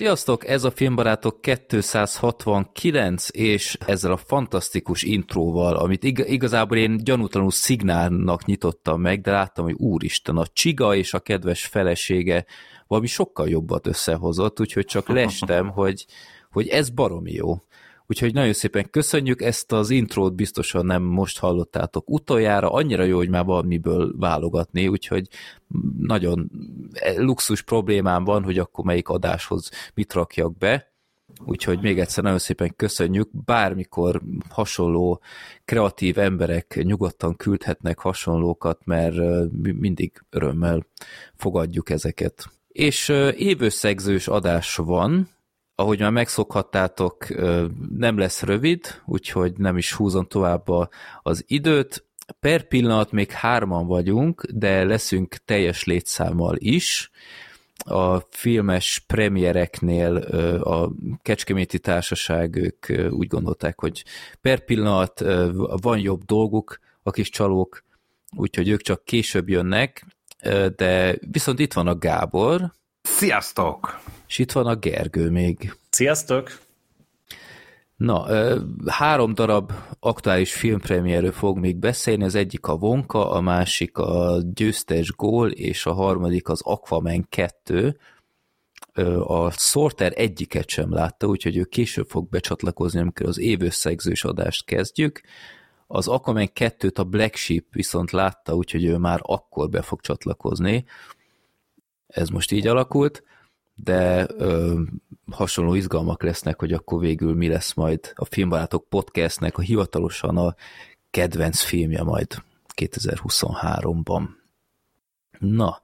Sziasztok, ez a Filmbarátok 269, és ezzel a fantasztikus intróval, amit igazából én gyanútlanul szignálnak nyitottam meg, de láttam, hogy úristen, a Csiga és a kedves felesége valami sokkal jobbat összehozott, úgyhogy csak lestem, hogy ez baromi jó. Úgyhogy nagyon szépen köszönjük, ezt az intrót biztosan nem most hallottátok utoljára, annyira jó, hogy már valamiből válogatni, úgyhogy nagyon luxus problémám van, hogy akkor melyik adáshoz mit rakjak be, úgyhogy még egyszer nagyon szépen köszönjük, bármikor hasonló kreatív emberek nyugodtan küldhetnek hasonlókat, mert mindig örömmel fogadjuk ezeket. És évösszegzős adás van, ahogy már megszokhattátok, nem lesz rövid, úgyhogy nem is húzom tovább az időt. Per pillanat még 3-an vagyunk, de leszünk teljes létszámmal is. A filmes premiereknél a Kecskeméti Társaság, ők úgy gondolták, hogy per pillanat van jobb dolguk, a kis csalók, úgyhogy ők csak később jönnek, de viszont itt van a Gábor. Sziasztok! És itt van a Gergő még. Sziasztok! Na, 3 darab aktuális filmpremierről fog még beszélni, az egyik a Wonka, a másik a Győztes Gól, és a harmadik az Aquaman 2. A Sorter egyiket sem látta, úgyhogy ő később fog becsatlakozni, amikor az évösszegzős adást kezdjük. Az Aquaman 2-t a Black Sheep viszont látta, úgyhogy ő már akkor be fog csatlakozni. Ez most így alakult, de hasonló izgalmak lesznek, hogy akkor végül mi lesz majd a Filmbarátok podcastnek a hivatalosan a kedvenc filmje majd 2023-ban. Na,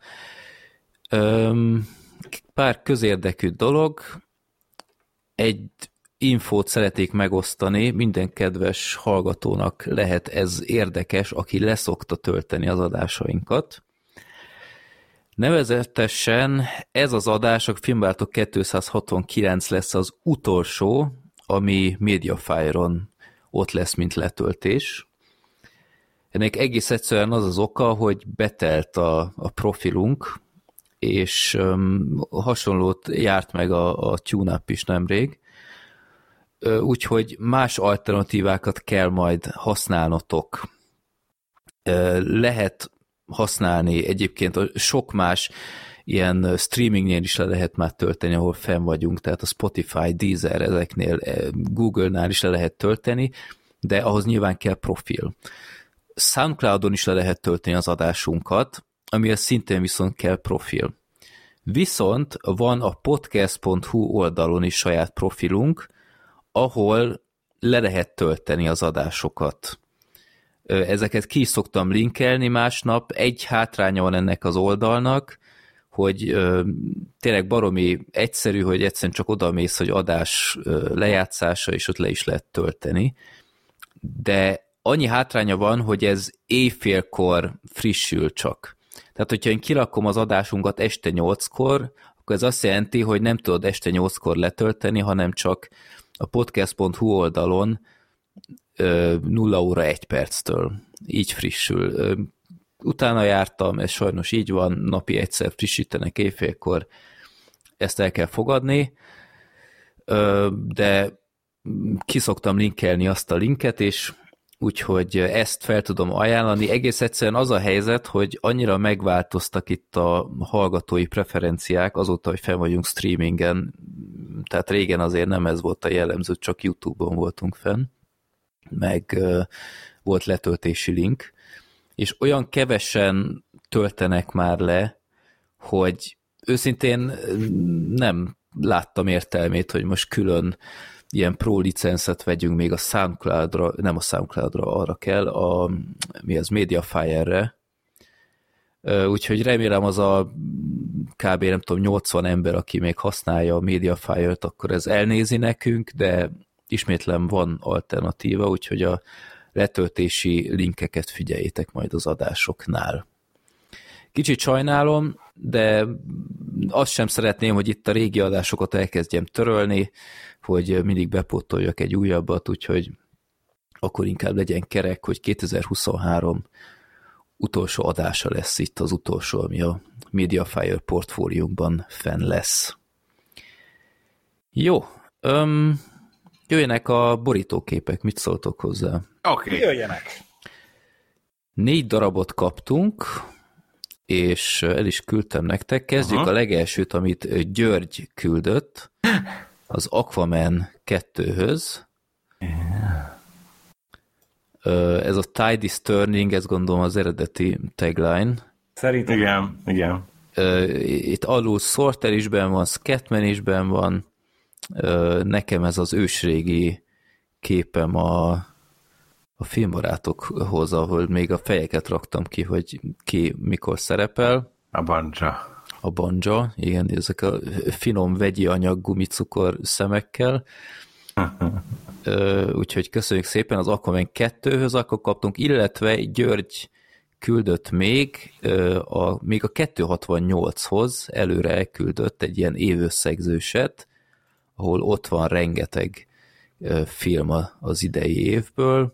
pár közérdekű dolog. Egy infót szeretnék megosztani, minden kedves hallgatónak lehet ez érdekes, aki leszokta tölteni az adásainkat. Nevezetesen ez az adás, a Filmbarátok 269 lesz az utolsó, ami Mediafire-on ott lesz, mint letöltés. Ennek egész egyszerűen az az oka, hogy betelt a profilunk, és hasonlót járt meg a TuneUp is nemrég, úgyhogy más alternatívákat kell majd használnotok. Lehet használni egyébként sok más ilyen streamingnél is le lehet már tölteni, ahol fenn vagyunk, tehát a Spotify, Deezer, ezeknél, Google-nál is le lehet tölteni, de ahhoz nyilván kell profil. SoundCloud-on is le lehet tölteni az adásunkat, amihez szintén viszont kell profil. Viszont van a podcast.hu oldalon is saját profilunk, ahol le lehet tölteni az adásokat. Ezeket ki is szoktam linkelni másnap. Egy hátránya van ennek az oldalnak, hogy tényleg baromi egyszerű, hogy egyszerűen csak odamész, hogy adás lejátszása, és ott le is lehet tölteni. De annyi hátránya van, hogy ez éjfélkor frissül csak. Tehát, hogyha én kirakom az adásunkat este 8-kor, akkor ez azt jelenti, hogy nem tudod este 8-kor letölteni, hanem csak a podcast.hu oldalon 0 óra 1 perctől. Így frissül. Utána jártam, ez sajnos így van, napi egyszer frissítenek éjfélkor, ezt el kell fogadni, de ki szoktam linkelni azt a linket, és úgyhogy ezt fel tudom ajánlani. Egész egyszerűen az a helyzet, hogy annyira megváltoztak itt a hallgatói preferenciák azóta, hogy fel vagyunk streamingen, tehát régen azért nem ez volt a jellemző, csak YouTube-on voltunk fenn, meg volt letöltési link, és olyan kevesen töltenek már le, hogy őszintén nem láttam értelmét, hogy most külön ilyen pro licenszet vegyünk még a SoundCloud-ra, nem a SoundCloud-ra, arra kell, mi az Mediafire-re. Úgyhogy remélem az a kb. Nem tudom, 80 ember, aki még használja a Mediafire-t, akkor ez elnézi nekünk, de ismétlem van alternatíva, úgyhogy a letöltési linkeket figyeljétek majd az adásoknál. Kicsit sajnálom, de azt sem szeretném, hogy itt a régi adásokat elkezdjem törölni, hogy mindig bepótoljak egy újabbat, úgyhogy akkor inkább legyen kerek, hogy 2023 utolsó adása lesz itt az utolsó, ami a Mediafire portfóliumban fenn lesz. Jó. Jöjjenek a borítóképek, mit szóltok hozzá? Oké. Jöjjenek. 4 darabot kaptunk, és el is küldtem nektek. Kezdjük a legelsőt, amit György küldött, az Aquaman 2-höz. Ez a Tide is Turning, ez gondolom az eredeti tagline. Szerintem. Igen. Itt alul Sorter isben van, Scatman isben van, nekem ez az ősrégi képem a filmbarátokhoz, ahol még a fejeket raktam ki, hogy ki mikor szerepel. A Banja. A Banja, igen, ezek a finom vegyi anyag gumicukor szemekkel. Úgyhogy köszönjük szépen, az Aquaman 2-höz akkor kaptunk, illetve György küldött még a 268-hoz előre elküldött egy ilyen évösszegzőset, ahol ott van rengeteg film az idei évből.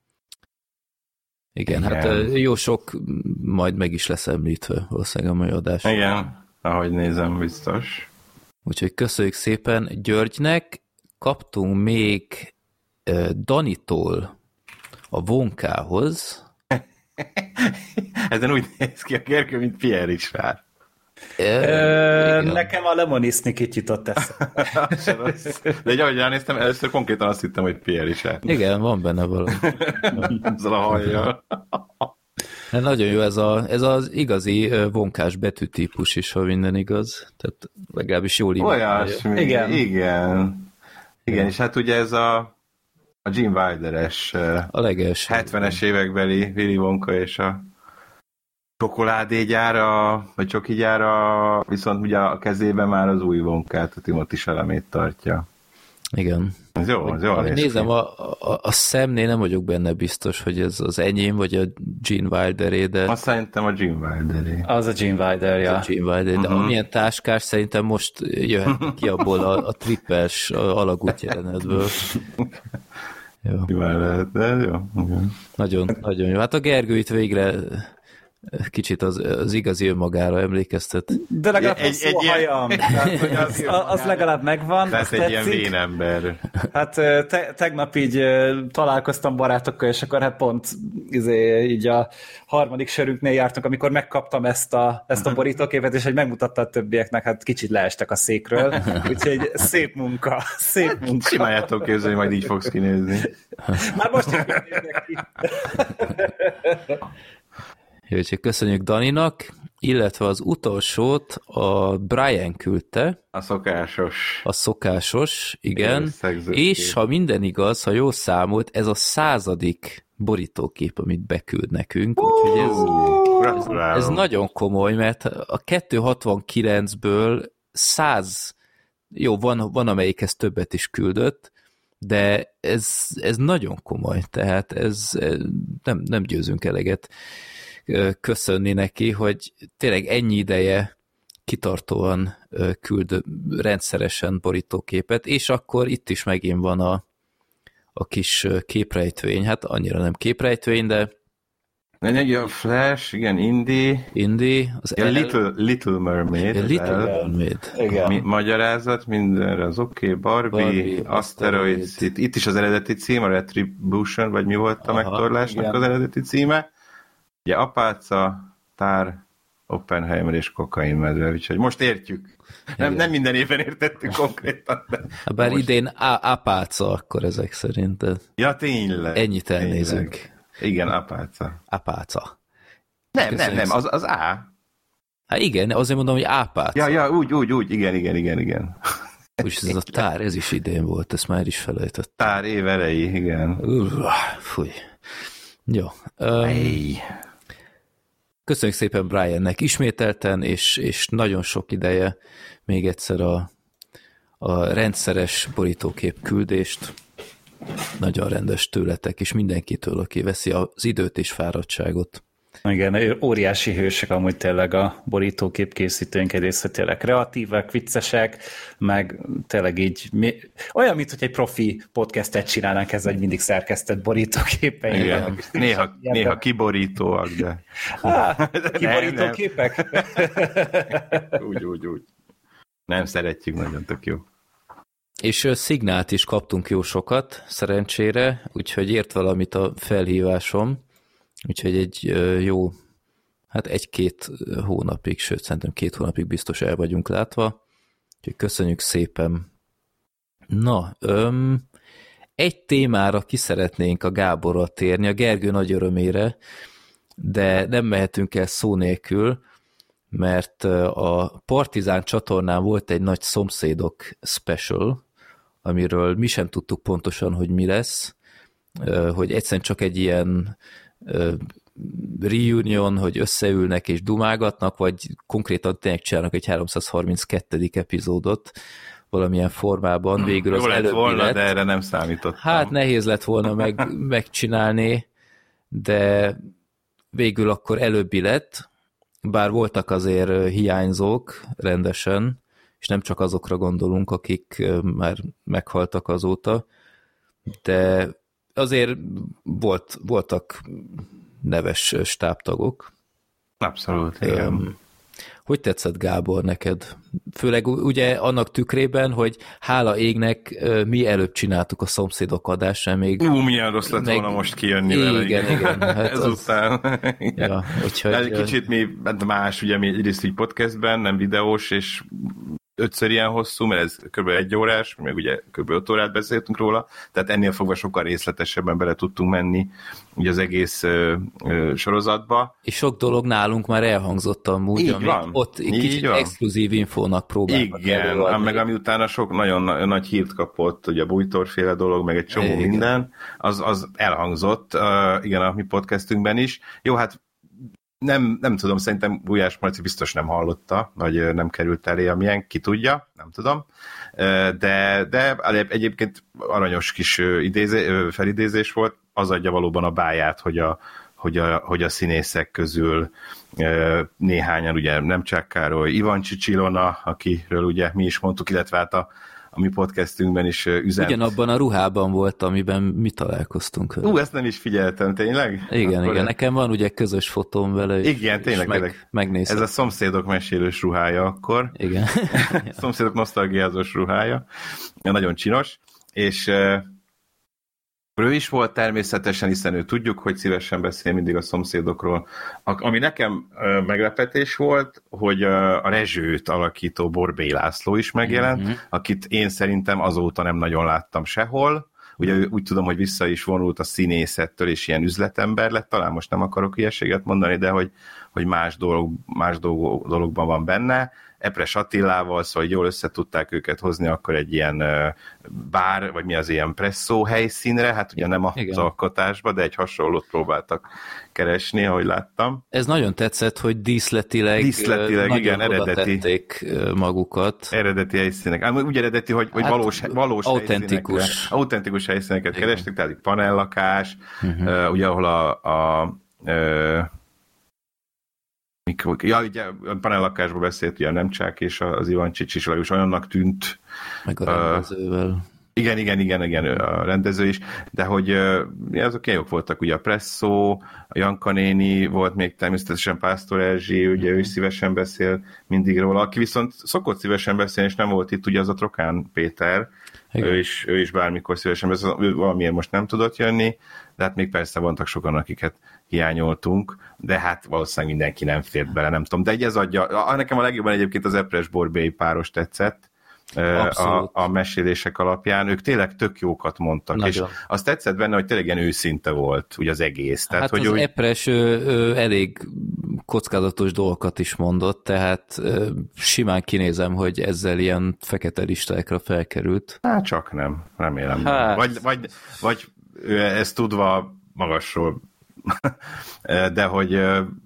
Igen, hát jó sok majd meg is lesz említve valószínűleg a mai adás. Igen, ahogy nézem, biztos. Úgyhogy köszönjük szépen Györgynek. Kaptunk még Danitól a Vonkához. Ezen úgy néz ki a Gergő, mint Pierre is rá. Nekem a Lemonisznik itt jutott eszembe. De ahogy ránéztem, először konkrétan azt hittem, hogy Pierre is rá. Igen, van benne valami. Azzal a hajjal. Nagyon jó, ez az igazi vonkás betűtípus is, ha minden igaz. Tehát legalábbis jól olyasmi, igen, és hát ugye ez a Gene Wilder-es a legelső 70-es évekbeli Willy Wonka és a csokoládégyára, vagy csokigyára, viszont ugye a kezében már az új Wonkát, a Timothy Chalamet tartja. Igen. Ez jó, ez jó. Nézem, a szemnél nem vagyok benne biztos, hogy ez az enyém, vagy a Gene Wilderé, de... Azt szerintem a Gene Wilderé. Az a Gene Wilder, ja. A Gene Wilder, de amilyen táskás szerintem most jöhet ki abból a trippels alagút jelenetből. Jó. Lehet, de jó. Nagyon, nagyon jó. Hát a Gergő itt végre kicsit az igazi önmagára emlékeztet. De legalább hosszú a hajam. Az legalább megvan. Tehát egy ilyen vénember. Hát tegnap így találkoztam barátokkal, és akkor hát pont így a harmadik sörünknél jártunk, amikor megkaptam ezt a borítóképet, és hogy megmutatta a többieknek, hát kicsit leestek a székről. Úgyhogy szép munka. Csináljátok képzelni, majd így fogsz kinézni. Már most is megnéznek ki. Jó, úgyhogy köszönjük Daninak, illetve az utolsót a Brian küldte. A szokásos. Igen. És ha minden igaz, ha jól számolt, ez a 100. borítókép, amit beküld nekünk. Úgyhogy ez nagyon komoly, mert a 269-ből 100, jó, van amelyikhez többet is küldött, de ez nagyon komoly, tehát nem győzünk eleget köszönni neki, hogy tényleg ennyi ideje kitartóan küld rendszeresen borítóképet, és akkor itt is megint van a kis képrejtvény, hát annyira nem képrejtvény, de a Flash, igen, Indy, az Little Mermaid. Little Mermaid. Igen. Magyarázat mindenre, az oké, Barbie, Asteroids, itt is az eredeti cím, a Retribution, vagy mi volt a megtorlásnak igen. Az eredeti címe. Ugye Apáca, Tár, Oppenheimer és Kokainmedve, úgyhogy most értjük. Nem minden évben értettük konkrétan. De bár most... idén Apáca akkor ezek szerint. Ja, tényleg. Ennyit elnézünk. Igen, Apáca. Nem, az A. Hát igen, azért mondom, hogy Apáca. Ja, úgy, igen. Úgyhogy ez a Tár, ez is idén volt, ezt már is felejtett. Tár év elejé, igen. Fúj. Jó. Köszönjük szépen Briannek ismételten, és nagyon sok ideje még egyszer a rendszeres borítókép küldést. Nagyon rendes tőletek, és mindenkitől, aki veszi az időt és fáradtságot. Igen, óriási hősek amúgy tényleg a borítókép készítőink, egyrészt tényleg kreatívek, viccesek, meg tényleg így olyan, mint hogy egy profi podcastet csinálnánk ezzel, hogy mindig szerkesztett borítóképeink. Igen, néha kiborítóak, de... Kiborítóképek? Úgy. Nem szeretjük, nagyon tök jó. És szignált is kaptunk jó sokat, szerencsére, úgyhogy ért valamit a felhívásom, úgyhogy egy jó, hát 1-2 hónapig, sőt szerintem 2 hónapig biztos el vagyunk látva, úgyhogy köszönjük szépen. Na, egy témára ki szeretnénk a Gáborral térni, a Gergő nagy örömére, de nem mehetünk el szó nélkül, mert a Partizán csatornán volt egy nagy szomszédok special, amiről mi sem tudtuk pontosan, hogy mi lesz, hogy egyszerűen csak egy ilyen reunion, hogy összeülnek és dumálgatnak, vagy konkrétan tényleg csinálnak egy 332. epizódot valamilyen formában. Végül az előbbi volna, lett. De erre nem számítottam. Hát nehéz lett volna megcsinálni, de végül akkor előbbi lett, bár voltak azért hiányzók rendesen, és nem csak azokra gondolunk, akik már meghaltak azóta, de azért voltak neves stábtagok. Abszolút, igen. Hogy tetszett, Gábor, neked? Főleg ugye annak tükrében, hogy hála égnek mi előbb csináltuk a szomszédok adásán még. Milyen rossz lett volna most kijönni vele. Igen. Hát ezután. Ja, úgyhogy... Kicsit mi más, ugye mi egyrészt így podcastben, nem videós, és 5-ször ilyen hosszú, mert ez kb. 1 órás, meg ugye kb. 5 órát beszéltünk róla, tehát ennél fogva sokkal részletesebben bele tudtunk menni ugye az egész sorozatba. És sok dolog nálunk már elhangzott amúgy, így amit van. Ott így kicsit van. Exkluzív infónak próbálnak. Igen, meg ami utána sok nagyon nagy hírt kapott, ugye a bújtorféle dolog, meg egy csomó minden, az elhangzott, igen, a mi podcastünkben is. Jó, hát nem tudom, szerintem Gulyás Marci biztos nem hallotta, vagy nem került elé, amilyen, ki tudja, nem tudom. De egyébként aranyos kis felidézés volt, az adja valóban a báját, hogy a színészek közül néhányan, ugye Nemcsák Károly, Ivancsics Ilona, akiről ugye mi is mondtuk, illetve hát a mi podcastünkben is üzent. Ugyanabban a ruhában volt, amiben mi találkoztunk. Ezt nem is figyeltem, tényleg? Igen, nekem van ugye közös fotóm vele. Igen, tényleg. Megnéztem. Ez a szomszédok mesélős ruhája akkor. Igen. Szomszédok nosztalgiázós ruhája. Nagyon csinos. És ő is volt természetesen, hiszen ő tudjuk, hogy szívesen beszél mindig a szomszédokról. Ami nekem meglepetés volt, hogy a Rezsőt alakító Borbély László is megjelent, akit én szerintem azóta nem nagyon láttam sehol. Ugye úgy tudom, hogy vissza is vonult a színészettől, és ilyen üzletember lett, talán most nem akarok hülyeséget mondani, de hogy más dologban van benne. Epres Attilával, szóval jól összetudták őket hozni akkor egy ilyen bár, vagy mi az ilyen presszó helyszínre, hát ugye nem az alkotásba, de egy hasonlót próbáltak keresni, ahogy láttam. Ez nagyon tetszett, hogy díszletileg igen, eredeti magukat. Eredeti helyszínek. Úgy eredeti, hogy hát, valós autentikus helyszíneket kerestek, tehát egy panellakás, ugye ahol a ugye a panellakásban beszélt ugye a Nemcsák és az Ivancsics is, és olyannak tűnt. Meg a rendezővel. Igen, a rendező is, de hogy azok jók voltak, ugye a Presszó, a Janka néni volt még természetesen Pásztor Erzsi, ugye ő is szívesen beszél mindig róla, aki viszont szokott szívesen beszélni, és nem volt itt, ugye az a Trokán Péter, ő is bármikor szívesen beszél, ő valamiért most nem tudott jönni, de hát még persze voltak sokan, akiket hiányoltunk, de hát valószínűleg mindenki nem fért bele, nem tudom, de ez adja, nekem a legjobban egyébként az Epres Borbély páros tetszett, a mesélések alapján, ők tényleg tök jókat mondtak, nagyon. És azt tetszett benne, hogy tényleg ilyen őszinte volt, ugye az egész. Tehát, hát hogy az Epres elég kockázatos dolgokat is mondott, tehát simán kinézem, hogy ezzel ilyen fekete listákra felkerült. Hát csak nem, remélem. Hát. Vagy ezt tudva magasról, de hogy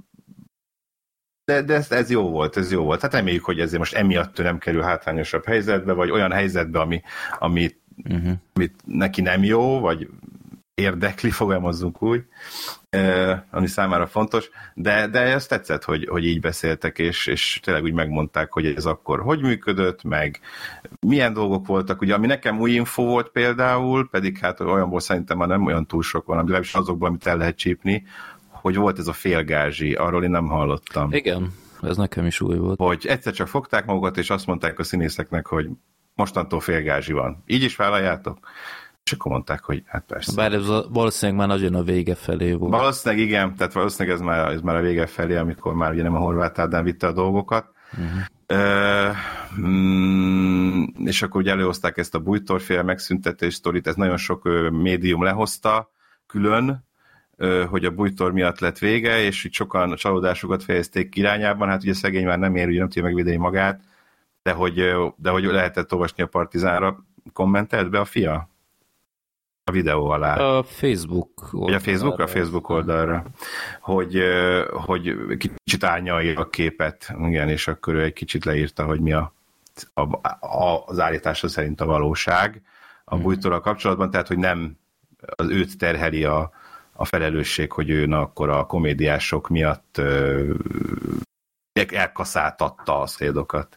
De ez jó volt. Hát reméljük, hogy ezért most emiatt nem kerül hátrányosabb helyzetbe, vagy olyan helyzetbe, amit neki nem jó, vagy érdekli, fogalmazzunk úgy, ami számára fontos, de ez tetszett, hogy így beszéltek, és tényleg úgy megmondták, hogy ez akkor hogy működött, meg milyen dolgok voltak, ugye, ami nekem új info volt például, pedig hát olyanból szerintem már nem olyan túl sok van, legalábbis azokból, amit el lehet csípni, hogy volt ez a félgázsi, arról én nem hallottam. Igen, ez nekem is új volt. Hogy egyszer csak fogták magukat, és azt mondták a színészeknek, hogy mostantól félgázsi van. Így is vállaljátok? És akkor mondták, hogy hát persze. Bár ez valószínűleg már nagyon a vége felé volt. Valószínűleg igen, tehát valószínűleg ez már a vége felé, amikor már ugye nem a Horváth Ádám vitte a dolgokat. És akkor ugye előhozták ezt a bújtorféle megszüntetés sztorit, ez nagyon sok médium lehozta külön, hogy a bújtor miatt lett vége, és így sokan a csalódásukat fejezték irányában, hát ugye szegény már nem ér, ugye nem tudja megvédeni magát, de hogy lehetett olvasni a Partizánra, kommentelt be a fia? A videó alá. A Facebook oldalra. A Facebook oldalra. Hogy kicsit árnyalja a képet, igen, és akkor ő egy kicsit leírta, hogy mi az állítása szerint a valóság a bújtorral kapcsolatban, tehát, hogy nem az őt terheli a felelősség, hogy ő akkor a komédiások miatt elkaszáltatta a szédokat.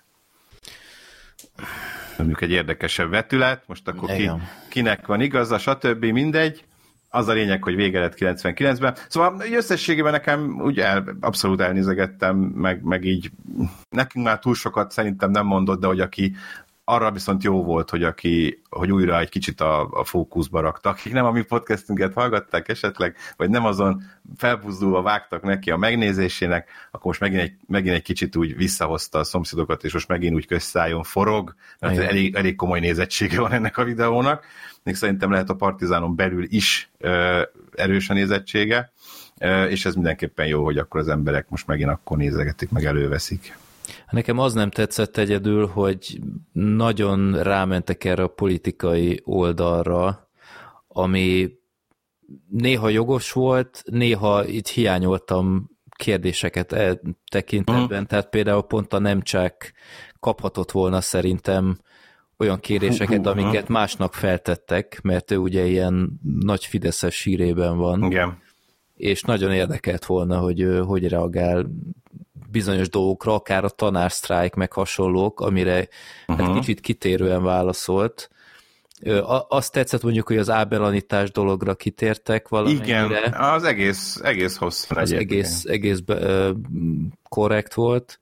Mondjuk egy érdekesebb vetület, most akkor kinek van igaza, stb. Mindegy. Az a lényeg, hogy vége lett 99-ben. Szóval összességében nekem úgy abszolút elnézegettem, meg így nekünk már túl sokat szerintem nem mondott, de hogy aki arra viszont jó volt, hogy újra egy kicsit a fókuszba raktak. Akik nem a mi podcastünket hallgatták esetleg, vagy nem azon felbuzdulva vágtak neki a megnézésének, akkor most megint egy kicsit úgy visszahozta a szomszédokat, és most megint úgy közszájon forog, mert elég komoly nézettsége van ennek a videónak. Még szerintem lehet a Partizánon belül is erős a nézettsége, és ez mindenképpen jó, hogy akkor az emberek most megint akkor nézegetik, meg előveszik. Nekem az nem tetszett egyedül, hogy nagyon rámentek erre a politikai oldalra, ami néha jogos volt, néha itt hiányoltam kérdéseket tekintetben, tehát például pont a Nemcsák kaphatott volna szerintem olyan kérdéseket, amiket másnak feltettek, mert ő ugye ilyen nagy fideszes hírében van, igen. És nagyon érdekelt volna, hogy reagál bizonyos dolgokra, akár a tanársztrájk, meg hasonlók, amire hát kicsit kitérően válaszolt. Azt tetszett mondjuk, hogy az ábelanítás dologra kitértek valamennyire. Igen, az egész hosszú. Az egész korrekt volt.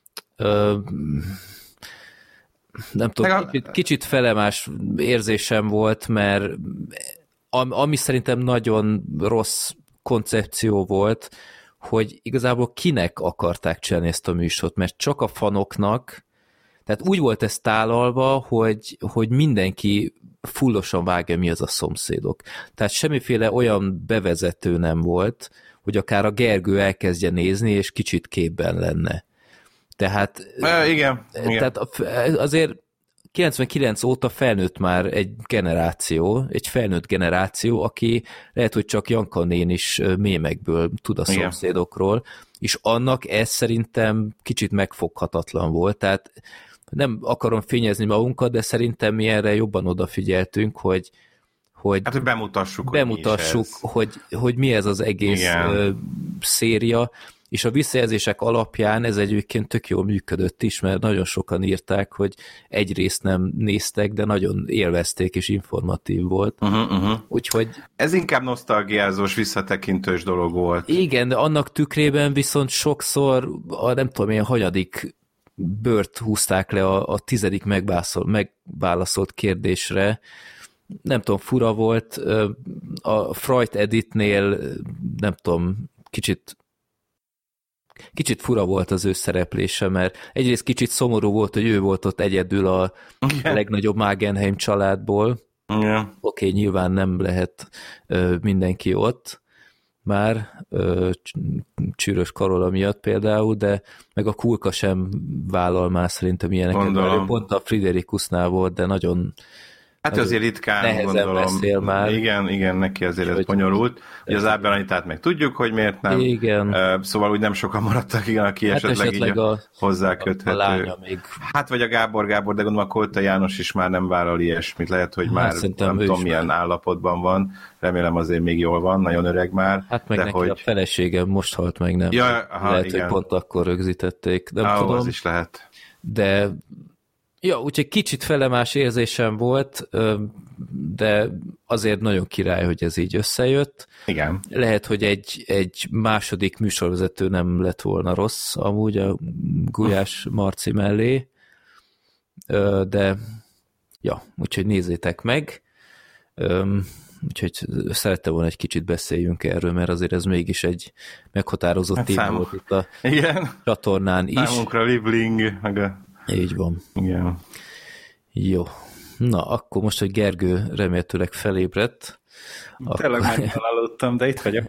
Nem tudom, kicsit felemás érzésem volt, mert ami szerintem nagyon rossz koncepció volt, hogy igazából kinek akarták csinálni ezt a műsort, mert csak a fanoknak, tehát úgy volt ez tálalva, hogy mindenki fullosan vágja, mi az a szomszédok. Tehát semmiféle olyan bevezető nem volt, hogy akár a Gergő elkezdje nézni, és kicsit képben lenne. Tehát, igen. Tehát azért 99 óta felnőtt már egy felnőtt generáció, aki lehet, hogy csak Janka nén is mémekből tud a szomszédokról, és annak ez szerintem kicsit megfoghatatlan volt, tehát nem akarom fényezni magunkat, de szerintem mi erre jobban odafigyeltünk, hogy bemutassuk, hogy mi ez az egész széria, és a visszajelzések alapján ez egyébként tök jól működött is, mert nagyon sokan írták, hogy egyrészt nem néztek, de nagyon élvezték, és informatív volt. Úgyhogy... Ez inkább nosztalgiázós, visszatekintős dolog volt. Igen, de annak tükrében viszont sokszor nem tudom, ilyen hanyadik bőrt húzták le a 10. megválaszolt kérdésre. Nem tudom, fura volt. A Freud Editnél nem tudom, kicsit fura volt az ő szereplése, mert egyrészt kicsit szomorú volt, hogy ő volt ott egyedül a legnagyobb Magenheim családból. Oké, nyilván nem lehet mindenki ott már, Csűrös Karola miatt például, de meg a Kulka sem vállal már szerintem ilyeneket. Pont a Friderikusnál volt, de nagyon... Hát azért ritkán, beszél már. Igen, neki azért ez bonyolult. Ugye az ábelanitát meg tudjuk, hogy miért nem. Igen. Szóval úgy nem sokan maradtak, igen, aki hát esetleg hozzáköthető. A lánya még. Hát vagy a Gábor, de gondolom a Kolta János is már nem vállal ilyesmit. Lehet, hogy már nem tudom milyen állapotban van. Remélem azért még jól van, nagyon öreg már. Hát meg neki a felesége most halt meg, nem? Lehet, hogy pont akkor rögzítették. Nem tudom. Az is lehet. De... Ja, úgyhogy kicsit felemás érzésem volt, de azért nagyon király, hogy ez így összejött. Igen. Lehet, hogy egy második műsorvezető nem lett volna rossz, amúgy a Gulyás Marci mellé, de Ja, úgyhogy nézzétek meg. Úgyhogy szerettem volna egy kicsit beszéljünk erről, mert azért ez mégis egy meghatározott téma volt itt a csatornán is. Számunkra Libling, meg a... Így van. Igen. Jó. Na, akkor most, hogy Gergő remélhetőleg felébredt. Tényleg megtalálódtam, de itt vagyok.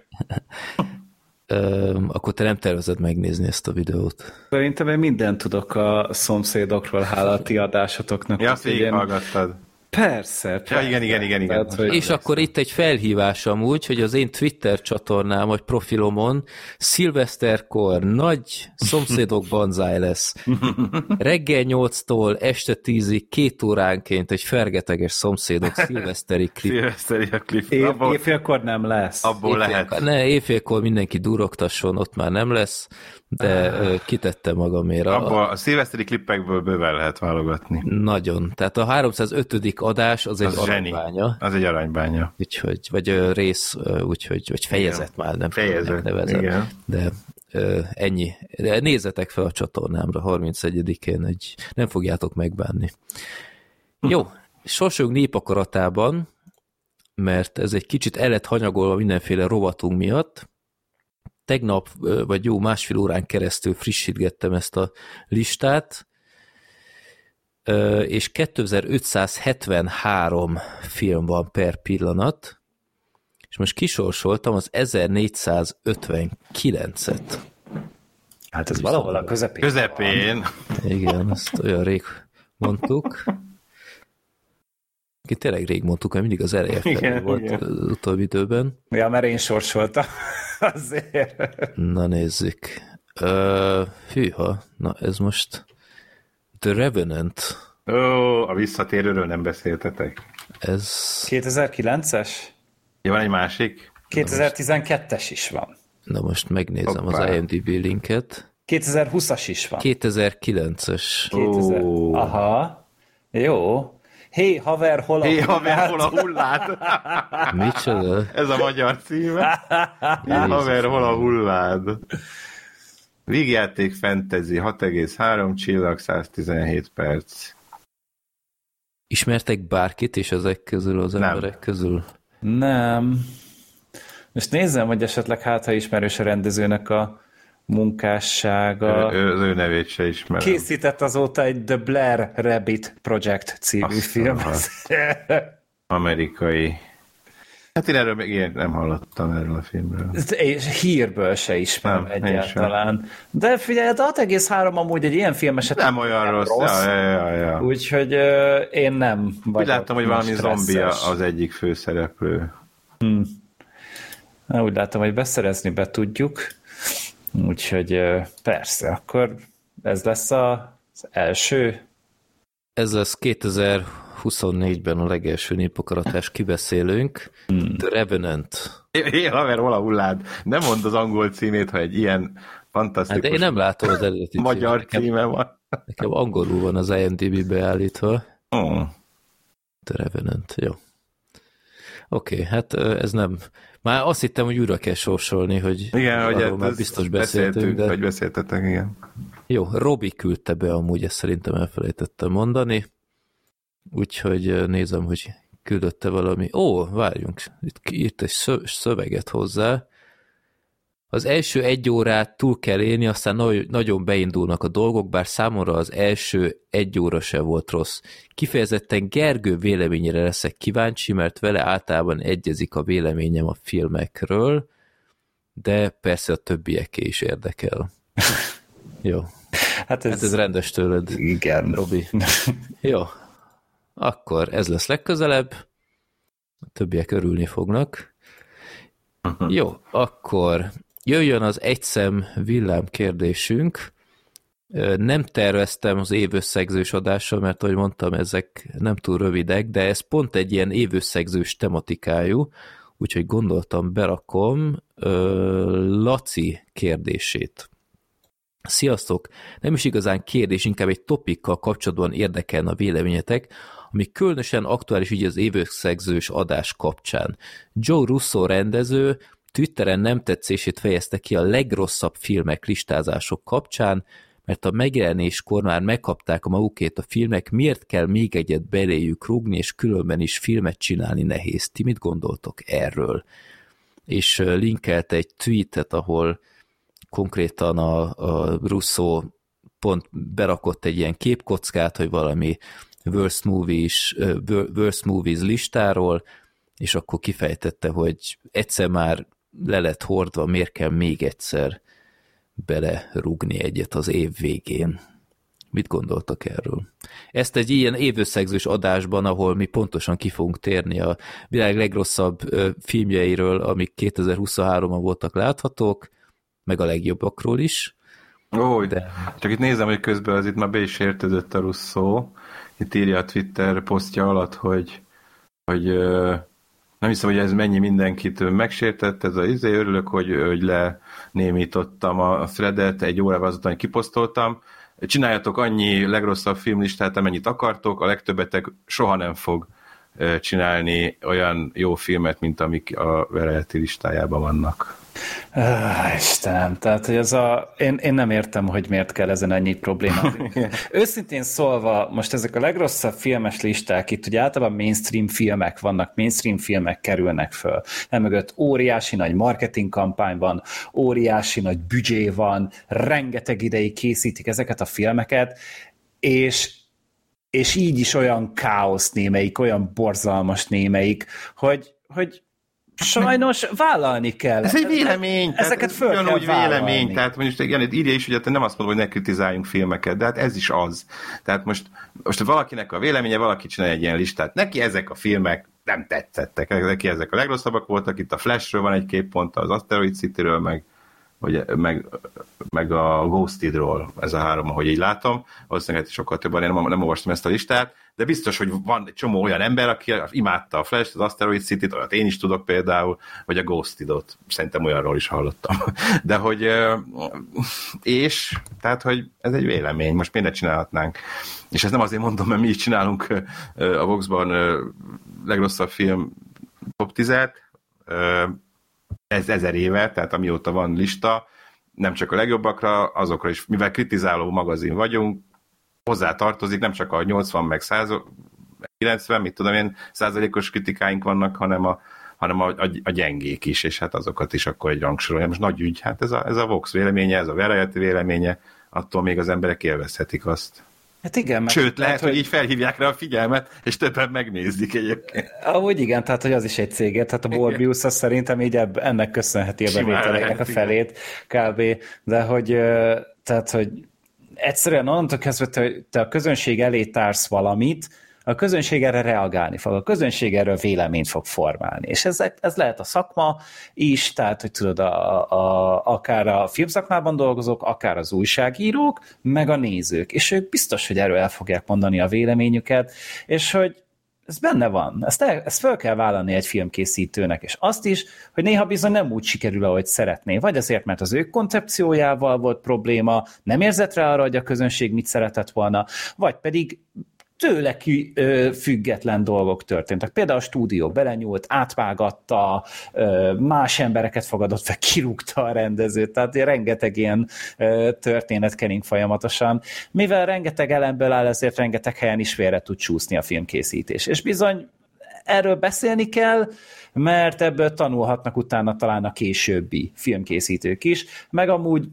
Akkor te nem tervezed megnézni ezt a videót? Szerintem én mindent tudok a szomszédokról, hála a ti adásotoknak. Ja, azt végighallgattad. Persze. Ja, igen. Tehát, és akkor itt egy felhívás amúgy, hogy az én Twitter csatornám, vagy profilomon szilveszterkor nagy szomszédok banzáj lesz. Reggel 8-tól este 10-ig 2 óránként egy fergeteges szomszédok szilveszteri klip. Szilveszteri a klip. Éjfélkor nem lesz. Abból lehet. Ne, éjfélkor mindenki durogtasson, ott már nem lesz, de kitettem magamért. Abból a szilveszteri klippekből bőven lehet válogatni. Nagyon. Tehát a 305. adás az egy aranybánya. Az egy aranybánya. Úgyhogy, vagy rész, úgyhogy, vagy fejezet igen. Már nem fejezet, nevezem. Igen. De ennyi. De nézzetek fel a csatornámra 31-én, nem fogjátok megbánni. Jó, sorsoljuk népakaratában, mert ez egy kicsit el lett hanyagolva mindenféle rovatunk miatt. Tegnap, vagy jó másfél órán keresztül frissítgettem ezt a listát, és 2573 film van per pillanat, és most kisorsoltam az 1459-et. Hát ez valahol a közepén. Közepén. Igen, ezt olyan rég mondtuk. Tényleg rég mondtuk, mert mindig az eleje volt az utóbbi időben. Ja, mert én sorsoltam. Azért. Na nézzük. Hűha, na ez most The Revenant. A visszatérőről nem beszéltetek. Ez... 2009-es? Ja, van egy másik? 2012-es is van. Na most megnézem az IMDb linket. 2020-as is van. 2009-es. 2000. Aha. Jó. Hé, haver, hol a hullád? Micsoda? Ez a magyar címe. Hé, haver, hol a hullád? Vígjáték fantasy, 6,3 csillag, 117 perc. Ismertek bárkit is ezek közül, az emberek közül? Nem. Most nézzem, hogy esetleg ha ismerős a rendezőnek a munkássága. Az ő nevét se ismerem. Készített azóta egy The Blair Rabbit Project című filmet. Amerikai. Hát én erről még nem hallottam erről a filmről. És hírből se ismerem egyáltalán. De figyelj, a 6,3 amúgy egy ilyen film esetleg nem olyan rossz. Ja. Úgyhogy én nem vagyok. Úgy láttam, hogy valami zombia az egyik főszereplő. Úgy láttam, hogy beszerezni be tudjuk. Úgyhogy persze, akkor ez lesz az első. Ez lesz 2024-ben a legelső népakaratás kibeszélünk. The Revenant. Hé, haver, hol a hullád? Nem mondd az angol címét, ha egy ilyen fantasztikus... Hát de én nem látom az eredeti magyar címe van. Nekem angolul van az IMDb beállítva. The Revenant, jó. Oké, hát ez nem... Már azt hittem, hogy újra kell sorsolni, hogy igen, hogy már biztos beszéltünk. De... Hogy beszéltetek, igen. Jó, Robi küldte be, amúgy ezt szerintem elfelejtettem mondani. Úgyhogy nézem, hogy küldötte valami. Várjunk, itt írt egy szöveget hozzá. Az első 1 órát túl kell élni, aztán nagyon beindulnak a dolgok, bár számomra az első 1 óra se volt rossz. Kifejezetten Gergő véleményére leszek kíváncsi, mert vele általában egyezik a véleményem a filmekről, de persze a többieké is érdekel. Jó. Hát ez rendes tőled. Igen. Robi. Jó. Akkor ez lesz legközelebb. A többiek örülni fognak. Jó, akkor jöjjön az egyszem villám kérdésünk. Nem terveztem az évösszegzős adással, mert ahogy mondtam, ezek nem túl rövidek, de ez pont egy ilyen évösszegzős tematikájú, úgyhogy gondoltam, berakom Laci kérdését. Sziasztok! Nem is igazán kérdés, inkább egy topikkal kapcsolatban érdekelne a véleményetek, ami különösen aktuális így az évösszegzős adás kapcsán. Joe Russo rendező Twitteren nem tetszését fejezte ki a legrosszabb filmek listázások kapcsán, mert a megjelenéskor már megkapták a magukét a filmek, miért kell még egyet beléjük rúgni, és különben is filmet csinálni nehéz. Ti mit gondoltok erről? És linkelt egy tweetet, ahol konkrétan a Russo pont berakott egy ilyen képkockát, hogy valami worst movies listáról, és akkor kifejtette, hogy egyszer már le lett hordva, miért kell még egyszer belerúgni egyet az év végén. Mit gondoltak erről? Ezt egy ilyen évösszegzős adásban, ahol mi pontosan ki fogunk térni a világ legrosszabb filmjeiről, amik 2023-ban voltak láthatók, meg a legjobbakról is. Ó, de... csak itt nézem, hogy közben az itt már be is értezett a Russo. Itt írja a Twitter posztja alatt, hogy nem hiszem, hogy ez mennyi mindenkit megsértett, ez az örülök, hogy lenémítottam a threadet, egy órával azután, hogy kiposztoltam. Csináljatok annyi legrosszabb filmlistát, amennyit akartok, a legtöbbetek soha nem fog csinálni olyan jó filmet, mint amik a Variety listájában vannak. Istenem, tehát hogy én nem értem, hogy miért kell ezen ennyi problémát. Őszintén szólva, most ezek a legrosszabb filmes listák, itt ugye általában mainstream filmek vannak, mainstream filmek kerülnek föl. Emögött óriási nagy marketing kampány van, óriási nagy büdzsé van, rengeteg ideig készítik ezeket a filmeket, és így is olyan káosz némelyik, olyan borzalmas némelyik, hogy sajnos vállalni kell. Ez egy vélemény. Ezeket föl kell vállalni. Vélemény. Tehát most írja is, hogy nem azt mondom, hogy ne kritizáljunk filmeket, de hát ez is az. Tehát most valakinek a véleménye, valaki csinál egy ilyen listát. Neki ezek a filmek nem tetszettek. Neki ezek a legrosszabbak voltak. Itt a Flashről van egy képpont, az Asteroid Cityről, meg a Ghostedról, ez a három, ahogy így látom. Valószínűleg sokkal többen nem olvastam ezt a listát, de biztos, hogy van egy csomó olyan ember, aki imádta a Flash, az Asteroid City-t, olyat én is tudok például, vagy a Ghostedot. Szerintem olyanról is hallottam. De hogy tehát, hogy ez egy vélemény, most mindent csinálhatnánk. És ezt nem azért mondom, mert mi is csinálunk a Voxban legrosszabb film top 10-et, ez 1000 éve, tehát amióta van lista, nem csak a legjobbakra, azokra is, mivel kritizáló magazin vagyunk, hozzá tartozik, nem csak a 80 meg 100, 90, mit tudom én, százalékos kritikáink vannak, hanem a gyengék is, és hát azokat is akkor egy rangsorolja. Most nagy ügy, hát ez a Vox véleménye, ez a Variety véleménye, attól még az emberek élvezhetik azt. Hát igen, sőt, lehet, hogy így felhívják rá a figyelmet, és többen megnézik egyébként. Ahogy igen, tehát hogy az is egy cégért, tehát a Morbius az szerintem így ennek köszönheti a bevételeinek a felét kb. De hogy, tehát, hogy egyszerűen onnantól kezdve, hogy te a közönség elé társz valamit, a közönség erre reagálni fog, a közönség erről véleményt fog formálni. És ez lehet a szakma is, tehát, hogy tudod, akár a filmszakmában dolgozók, akár az újságírók, meg a nézők. És ők biztos, hogy erről el fogják mondani a véleményüket, és hogy ez benne van. Ezt fel kell vállalni egy filmkészítőnek, és azt is, hogy néha bizony nem úgy sikerül, ahogy szeretné. Vagy azért, mert az ő koncepciójával volt probléma, nem érzett rá arra, hogy a közönség mit szeretett volna, vagy pedig tőle független dolgok történtek. Például a stúdió belenyúlt, átvágatta, más embereket fogadott fel, kirúgta a rendezőt, tehát rengeteg ilyen történet kering folyamatosan. Mivel rengeteg elemből áll, ezért rengeteg helyen is félre tud csúszni a filmkészítés. És bizony erről beszélni kell, mert ebből tanulhatnak utána talán a későbbi filmkészítők is, meg amúgy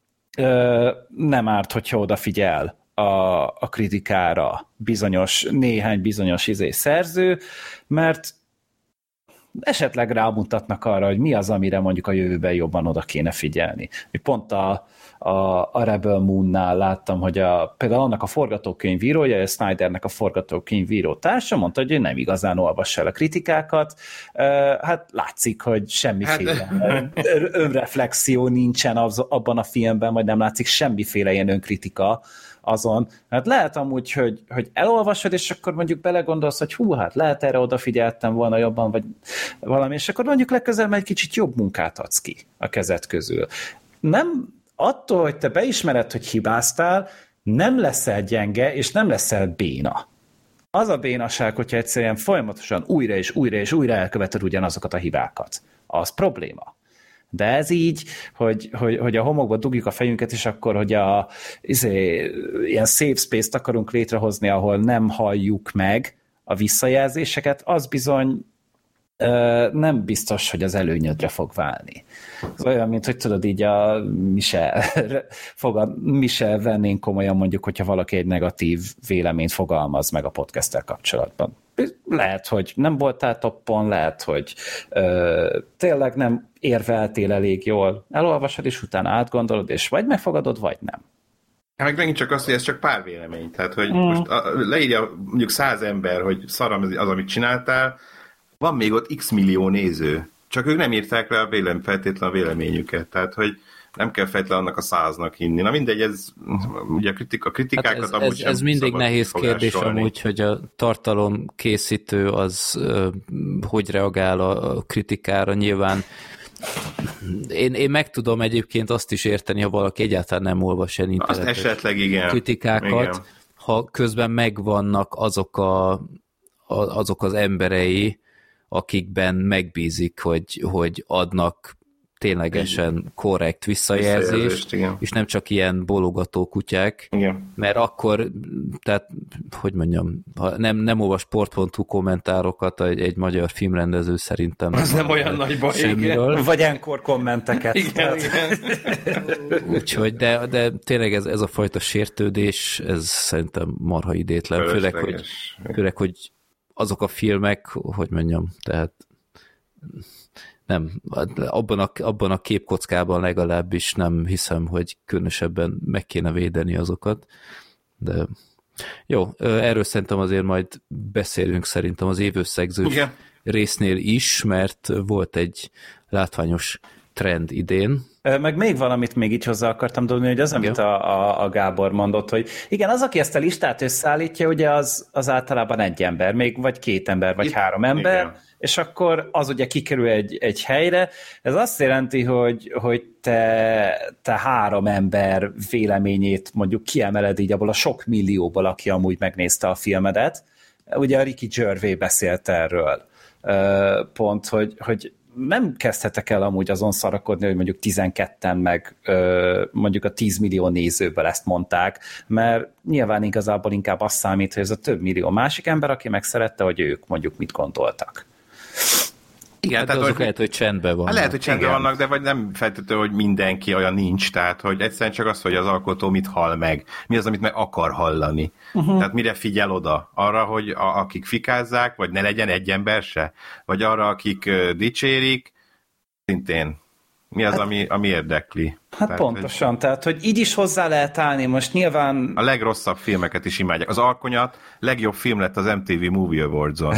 nem árt, hogyha odafigyel a kritikára néhány bizonyos szerző, mert esetleg rámutatnak arra, hogy mi az, amire mondjuk a jövőben jobban oda kéne figyelni. Pont a Rebel Moon-nál láttam, hogy például annak a forgatókönyvírója, a Snydernek a forgatókönyvíró társa mondta, hogy ő nem igazán olvassa el a kritikákat. Hát látszik, hogy semmiféle önreflexió nincsen abban a filmben, vagy nem látszik semmiféle ilyen önkritika azon. Hát lehet amúgy, hogy elolvasod, és akkor mondjuk belegondolsz, hogy hát lehet erre odafigyeltem volna jobban, vagy valami, és akkor mondjuk legközelebb egy kicsit jobb munkát adsz ki a kezed közül. Nem attól, hogy te beismered, hogy hibáztál, nem leszel gyenge, és nem leszel béna. Az a bénaság, hogyha egyszerűen folyamatosan újra és újra és újra elköveted ugyanazokat a hibákat. Az probléma. De ez így, hogy a homokba dugjuk a fejünket, és akkor, hogy ilyen safe space-t akarunk létrehozni, ahol nem halljuk meg a visszajelzéseket, az bizony nem biztos, hogy az előnyödre fog válni. Ez olyan, mint hogy tudod, így a Michel vennénk komolyan, mondjuk, hogyha valaki egy negatív véleményt fogalmaz meg a podcasttel kapcsolatban. Lehet, hogy nem voltál toppon, lehet, hogy tényleg nem érveltél elég jól. Elolvasod, és utána átgondolod, és vagy megfogadod, vagy nem. Hát meg megint csak az, hogy ez csak pár vélemény. Tehát, hogy most leírja mondjuk 100 ember, hogy szaram az, amit csináltál, van még ott x millió néző. Csak ők nem írták rá feltétlen a véleményüket. Tehát, hogy nem kell feltétlenül annak a 100-nak hinni. Na mindegy, ez ugye a kritikákat hát amúgy ez mindig nehéz kérdés amúgy, hogy a tartalom készítő az hogy reagál a kritikára. Nyilván én meg tudom egyébként azt is érteni, ha valaki egyáltalán nem olvas el internetes esetleg, igen. kritikákat, igen. Ha közben megvannak azok az emberei, akikben megbízik, hogy adnak ténylegesen korrekt visszajelzést, és nem csak ilyen bologató kutyák, igen. Mert akkor, tehát, hogy mondjam, ha nem olvas sport.hu kommentárokat egy magyar filmrendező szerintem. Az nem olyan nagy baj, igen. Vagy enkor kommenteket. Igen. Úgyhogy, de tényleg ez a fajta sértődés, ez szerintem marha idétlen, főleg, hogy azok a filmek, hogy mondjam, tehát nem, abban a képkockában legalábbis nem hiszem, hogy különösebben meg kéne védeni azokat, de jó, erről szerintem azért majd beszélünk szerintem az évösszegzős résznél is, mert volt egy látványos trend idén. Meg még valamit még így hozzá akartam dobni, hogy az, amit a Gábor mondott, hogy igen, az, aki ezt a listát összeállítja, ugye az általában egy ember, még vagy 2 ember, vagy 3 ember, igen. És akkor az ugye kikerül egy helyre. Ez azt jelenti, hogy te 3 ember véleményét mondjuk kiemeled így abból a sok millióból, aki amúgy megnézte a filmedet. Ugye a Ricky Gervais beszélt erről. Pont, hogy nem kezdhetek el amúgy azon szarakodni, hogy mondjuk 12-en meg mondjuk a 10 millió nézőből ezt mondták, mert nyilván igazából inkább azt számít, hogy ez a több millió másik ember, aki megszerette, hogy ők mondjuk mit gondoltak. Igen, hát tehát azok lehet, hogy csendben vannak. Lehet, hogy csendben vannak, de vagy nem feltétlenül, hogy mindenki olyan nincs, tehát hogy egyszerűen csak az, hogy az alkotó mit hall meg, mi az, amit meg akar hallani. Tehát mire figyel oda? Arra, hogy akik fikázzák, vagy ne legyen egy ember se? Vagy arra, akik dicsérik, szintén. Mi az, ami érdekli? Hát tehát, pontosan, tehát, hogy így is hozzá lehet állni, most nyilván... A legrosszabb filmeket is imádják. Az Alkonyat legjobb film lett az MTV Movie Awards-on.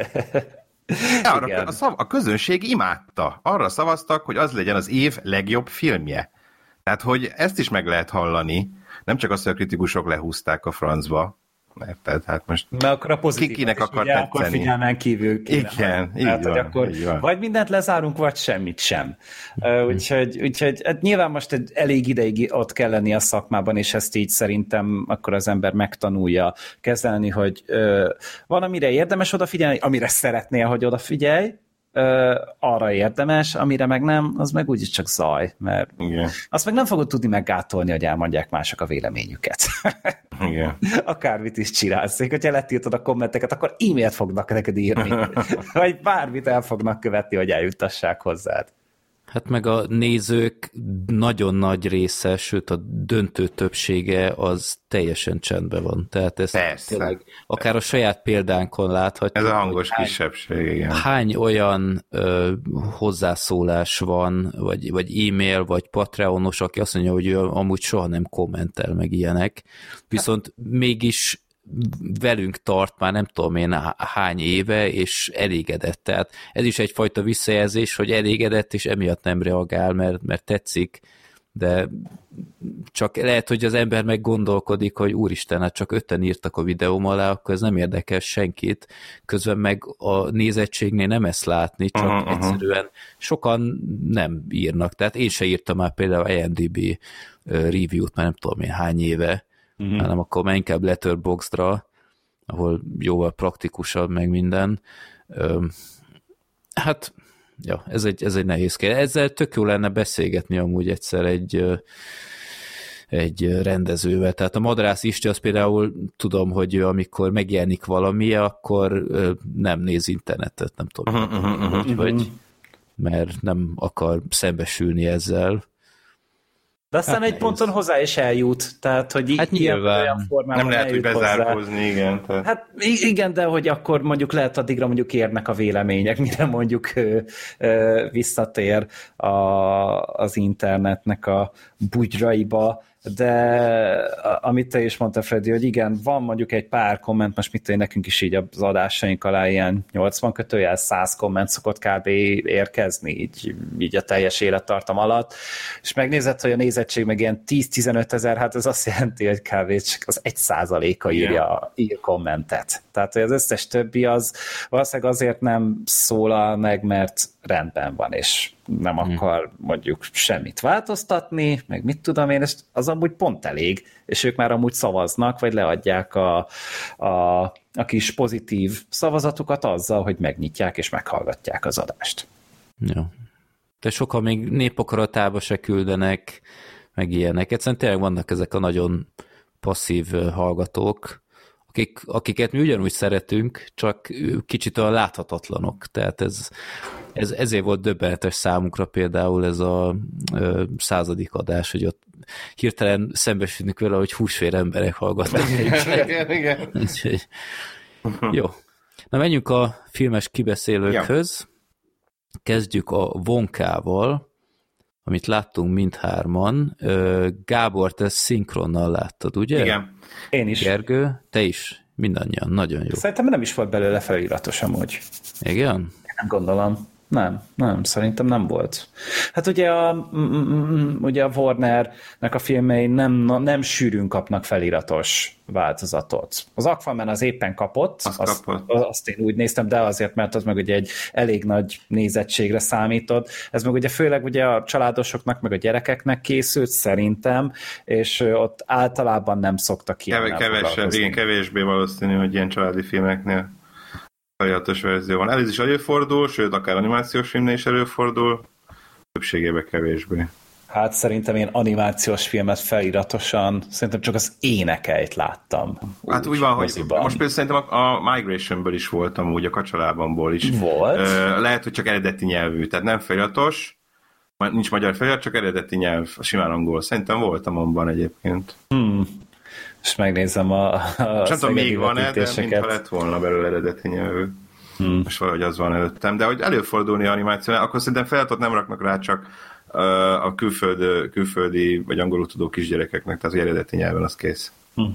A közönség imádta. Arra szavaztak, hogy az legyen az év legjobb filmje. Tehát, hogy ezt is meg lehet hallani. Nem csak azt, hogy a kritikusok lehúzták a francba. Érted? Hát most mert akkor a kinek akar tetszeni? Akkor figyelmen kívül kéne. Igen, így hát, van, akkor így van. Vagy mindent lezárunk, vagy semmit sem. Úgyhogy hát nyilván most egy elég ideig ott kell lenni a szakmában, és ezt így szerintem akkor az ember megtanulja kezelni, hogy van, amire érdemes odafigyelni, amire szeretnél, hogy odafigyelj, arra érdemes, amire meg nem, az meg úgyis csak zaj, mert igen. Azt meg nem fogod tudni meggátolni, hogy elmondják mások a véleményüket. Igen. Akármit is csinálsz, hogyha letiltod a kommenteket, akkor e-mailt fognak neked írni, vagy bármit el fognak követni, hogy eljuttassák hozzád. Hát meg a nézők nagyon nagy része, sőt a döntő többsége az teljesen csendben van. Tehát ez tényleg, akár a saját példánkon láthatjuk. Ez a hangos kisebbség, igen. Hány olyan hozzászólás van, vagy e-mail, vagy Patreonos, aki azt mondja, hogy ő amúgy soha nem kommentel meg ilyenek. Viszont mégis velünk tart már nem tudom én hány éve, és elégedett. Tehát ez is egyfajta visszajelzés, hogy elégedett, és emiatt nem reagál, mert tetszik, de csak lehet, hogy az ember meggondolkodik, hogy úristen, hát csak 5-en írtak a videóm alá, akkor ez nem érdekel senkit, közben meg a nézettségnél nem ezt látni, csak egyszerűen sokan nem írnak. Tehát én se írtam már például IMDb review-t, már nem tudom én hány éve, hanem akkor már inkább Letterboxdra, ahol jóval praktikusabb meg minden. Hát Ja, ez egy nehéz kérdés. Ezzel tök jó lenne beszélgetni amúgy egyszer egy rendezővel. Tehát a Madrász Isti, az például tudom, hogy ő amikor megjelenik valami, akkor nem néz internetet, nem tudom. Vagy mert nem akar szembesülni ezzel. De aztán egy ponton hozzá is eljut, tehát, hogy hát nyilván olyan formában nem lehet, hogy bezárkózni, igen. Tehát. Hát igen, de hogy akkor mondjuk lehet addigra mondjuk érnek a vélemények, mire mondjuk visszatér az internetnek a bugyraiba, de amit te is mondtál, Freddy, hogy igen, van mondjuk egy pár komment, most mit nekünk is így az adásaink alá ilyen 80-100 komment szokott kb. Érkezni, így a teljes élettartam alatt, és megnézed, hogy a nézettség meg ilyen 10-15 ezer, hát ez azt jelenti, hogy kb. Csak az 1%-a ír kommentet. Tehát, hogy az összes többi az valószínűleg azért nem szólal meg, mert rendben van, és nem akar mondjuk semmit változtatni, meg mit tudom én, és az amúgy pont elég, és ők már amúgy szavaznak, vagy leadják a kis pozitív szavazatukat azzal, hogy megnyitják és meghallgatják az adást. Ja. De sokan még népakaratába se küldenek, meg ilyenek. Egyszerűen tényleg vannak ezek a nagyon passzív hallgatók, akiket mi ugyanúgy szeretünk, csak kicsit olyan láthatatlanok. Tehát ezért volt döbbenetes számunkra például ez a 100. adás, hogy ott hirtelen szembesülünk vele, hogy húsvér emberek hallgatnak. Igen. Jó. Na menjünk a filmes kibeszélőkhöz. Kezdjük a Wonkával, amit láttunk mindhárman. Gábor, te szinkronnal láttad, ugye? Igen. Én is. Gergő, te is. Mindannyian. Nagyon jó. Szerintem nem is volt belőle feliratos amúgy. Igen? Nem gondolom. Nem, szerintem nem volt. Hát ugye a Warnernek a filmei nem sűrűn kapnak feliratos változatot. Az Aquaman az éppen kapott, azt én úgy néztem, de azért, mert az meg ugye egy elég nagy nézettségre számított. Ez meg ugye főleg ugye a családosoknak, meg a gyerekeknek készült szerintem, és ott általában nem szoktak ilyen. Kevésbé valószínű, hogy ilyen családi filmeknél feliratos verzió van. Ez is előfordul, sőt, akár animációs filmnél is előfordul, többségében kevésbé. Hát szerintem én animációs filmet feliratosan, szerintem csak az Énekelj-t láttam. Hát úgy van, hogy most például szerintem a Migrationből is voltam, úgy a Kacsalábamból is. Volt? Lehet, hogy csak eredeti nyelvű, tehát nem feliratos, nincs magyar felirat, csak eredeti nyelv, simán angol. Szerintem voltam abban egyébként. És megnézem a nem tudom, még van-e, de mintha lett volna belőle eredeti nyelvű. Most valahogy az van előttem. De hogy előfordulni animációnál, akkor szerintem feliratot nem raknak rá csak a külföldi vagy angolul tudó kisgyerekeknek, tehát az eredeti nyelven az kész.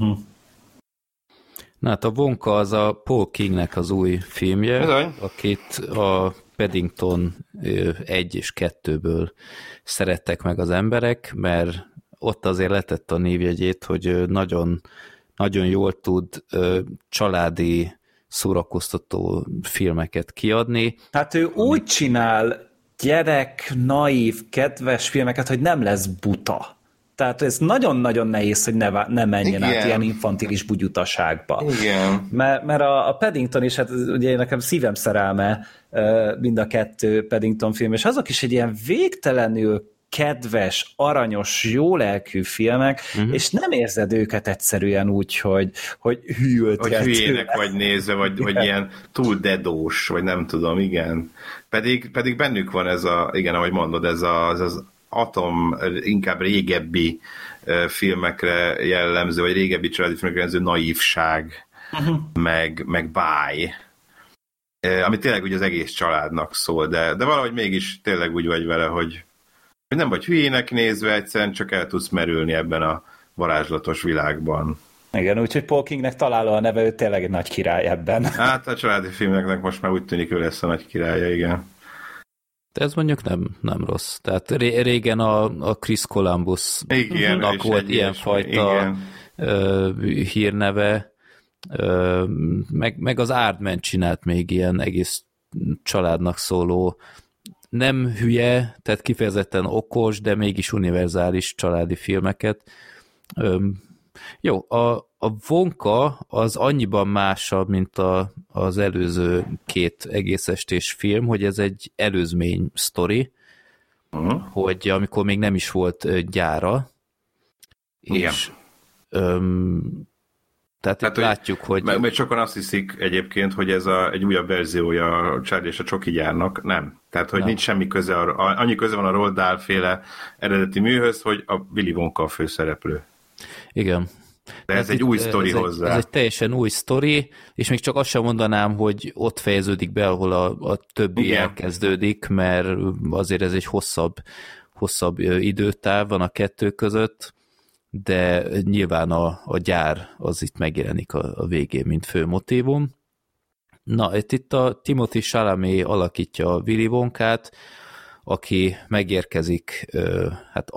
Na hát a Wonka az a Paul Kingnek az új filmje, akit a Paddington 1 és 2-ből szerettek meg az emberek, mert ott azért letett a névjegyét, hogy nagyon, nagyon jól tud családi szórakoztató filmeket kiadni. Hát ő úgy csinál gyerek, naív, kedves filmeket, hogy nem lesz buta. Tehát ez nagyon-nagyon nehéz, hogy ne menjen át ilyen infantilis bugyutaságba. Igen. Mert a Paddington is, hát ugye nekem szívem szerelme mind a 2 Paddington film, és azok is egy ilyen végtelenül kedves, aranyos, jólelkű filmek, és nem érzed őket egyszerűen úgy, hogy hűltret. Hogy hülyének vagy nézve, vagy ilyen túl dedós, vagy nem tudom, igen. Pedig bennük van ez igen, ahogy mondod, ez az inkább régebbi filmekre jellemző, vagy régebbi családi filmekre jellemző naívság, meg báj, ami tényleg úgy az egész családnak szól, de valahogy mégis tényleg úgy vagy vele, hogy nem vagy hülyének nézve, egyszerűen csak el tudsz merülni ebben a varázslatos világban. Igen, úgyhogy Paul Kingnek találó a neve, ő tényleg egy nagy király ebben. Hát a családi filmeknek most már úgy tűnik, ő lesz a nagy királya, igen. De ez mondjuk nem rossz. Tehát régen a Chris Columbusnak volt ilyenfajta hírneve, meg az Aardman csinált még ilyen egész családnak szóló, nem hülye, tehát kifejezetten okos, de mégis univerzális családi filmeket. Jó, a Wonka az annyiban másabb, mint az előző 2 egész estés film, hogy ez egy előzmény sztori, hogy amikor még nem is volt gyára, igen. És tehát látjuk, hogy... Mert sokan azt hiszik egyébként, hogy ez egy újabb verziója a Charlie és a Csoki gyárnak. Nem. Tehát, hogy nincs semmi köze, annyi köze van a Roald Dahl-féle eredeti műhöz, hogy a Willy Wonka a főszereplő. Igen. De ez egy új sztori hozzá. Ez egy teljesen új sztori, és még csak azt sem mondanám, hogy ott fejeződik be, ahol a többi elkezdődik, mert azért ez egy hosszabb időtáv van a 2 között, de nyilván a gyár az itt megjelenik a végén, mint fő motívum. Na, itt a Timothy Chalamet alakítja a Willy Wonkát, aki megérkezik hát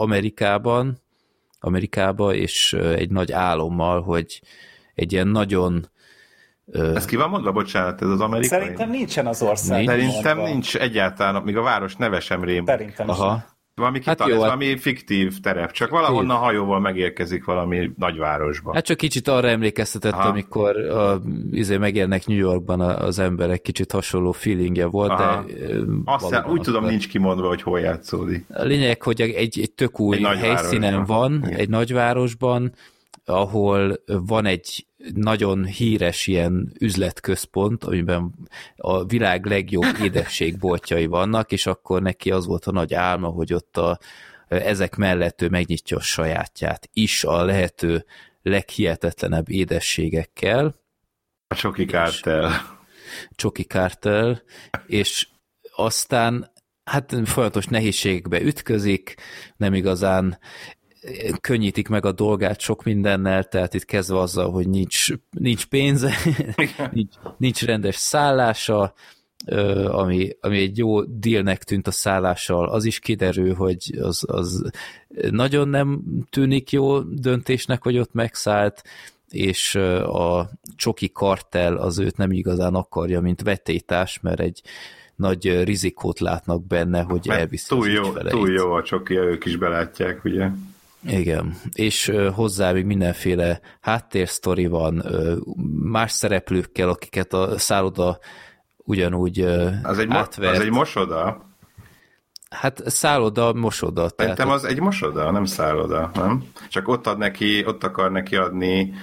Amerikába, és egy nagy álommal, hogy egy ilyen nagyon... Ez ki van mondva? Bocsánat, ez az amerikai? Szerintem nincsen az ország. Szerintem nincs egyáltalán, még a város neve sem rémlik. Szerintem Aha. Valami fiktív terep, csak valahonnan hajóval megérkezik valami nagyvárosba. Hát csak kicsit arra emlékeztetett, amikor megjelennek New Yorkban az emberek, kicsit hasonló feelingje volt, de... Úgy tudom, nincs kimondva, hogy hol játszódik. A lényeg, hogy egy tök új helyszínen van, egy nagyvárosban, ahol van egy nagyon híres ilyen üzletközpont, amiben a világ legjobb édességboltjai vannak, és akkor neki az volt a nagy álma, hogy ott ezek mellett ő megnyitja a sajátját is a lehető leghihetetlenebb édességekkel. A Csoki Kártel. Csoki Kártel, és aztán hát folyamatos nehézségekbe ütközik, nem igazán könnyítik meg a dolgát sok mindennel, tehát itt kezdve azzal, hogy nincs pénze, nincs rendes szállása, ami egy jó dealnek tűnt a szállással, az is kiderül, hogy az nagyon nem tűnik jó döntésnek, hogy ott megszállt, és a Csoki Kartel az őt nem igazán akarja, mint vetélytárs, mert egy nagy rizikót látnak benne, hogy elviszi túl jó a Csoki, ők is belátják, ugye? Igen, és hozzá még mindenféle háttérsztori van, más szereplőkkel, akiket a szálloda ugyanúgy átvert. Az egy mosoda? Hát szálloda, mosoda. Szerintem az egy mosoda, nem szálloda, nem? Csak ott akar neki adni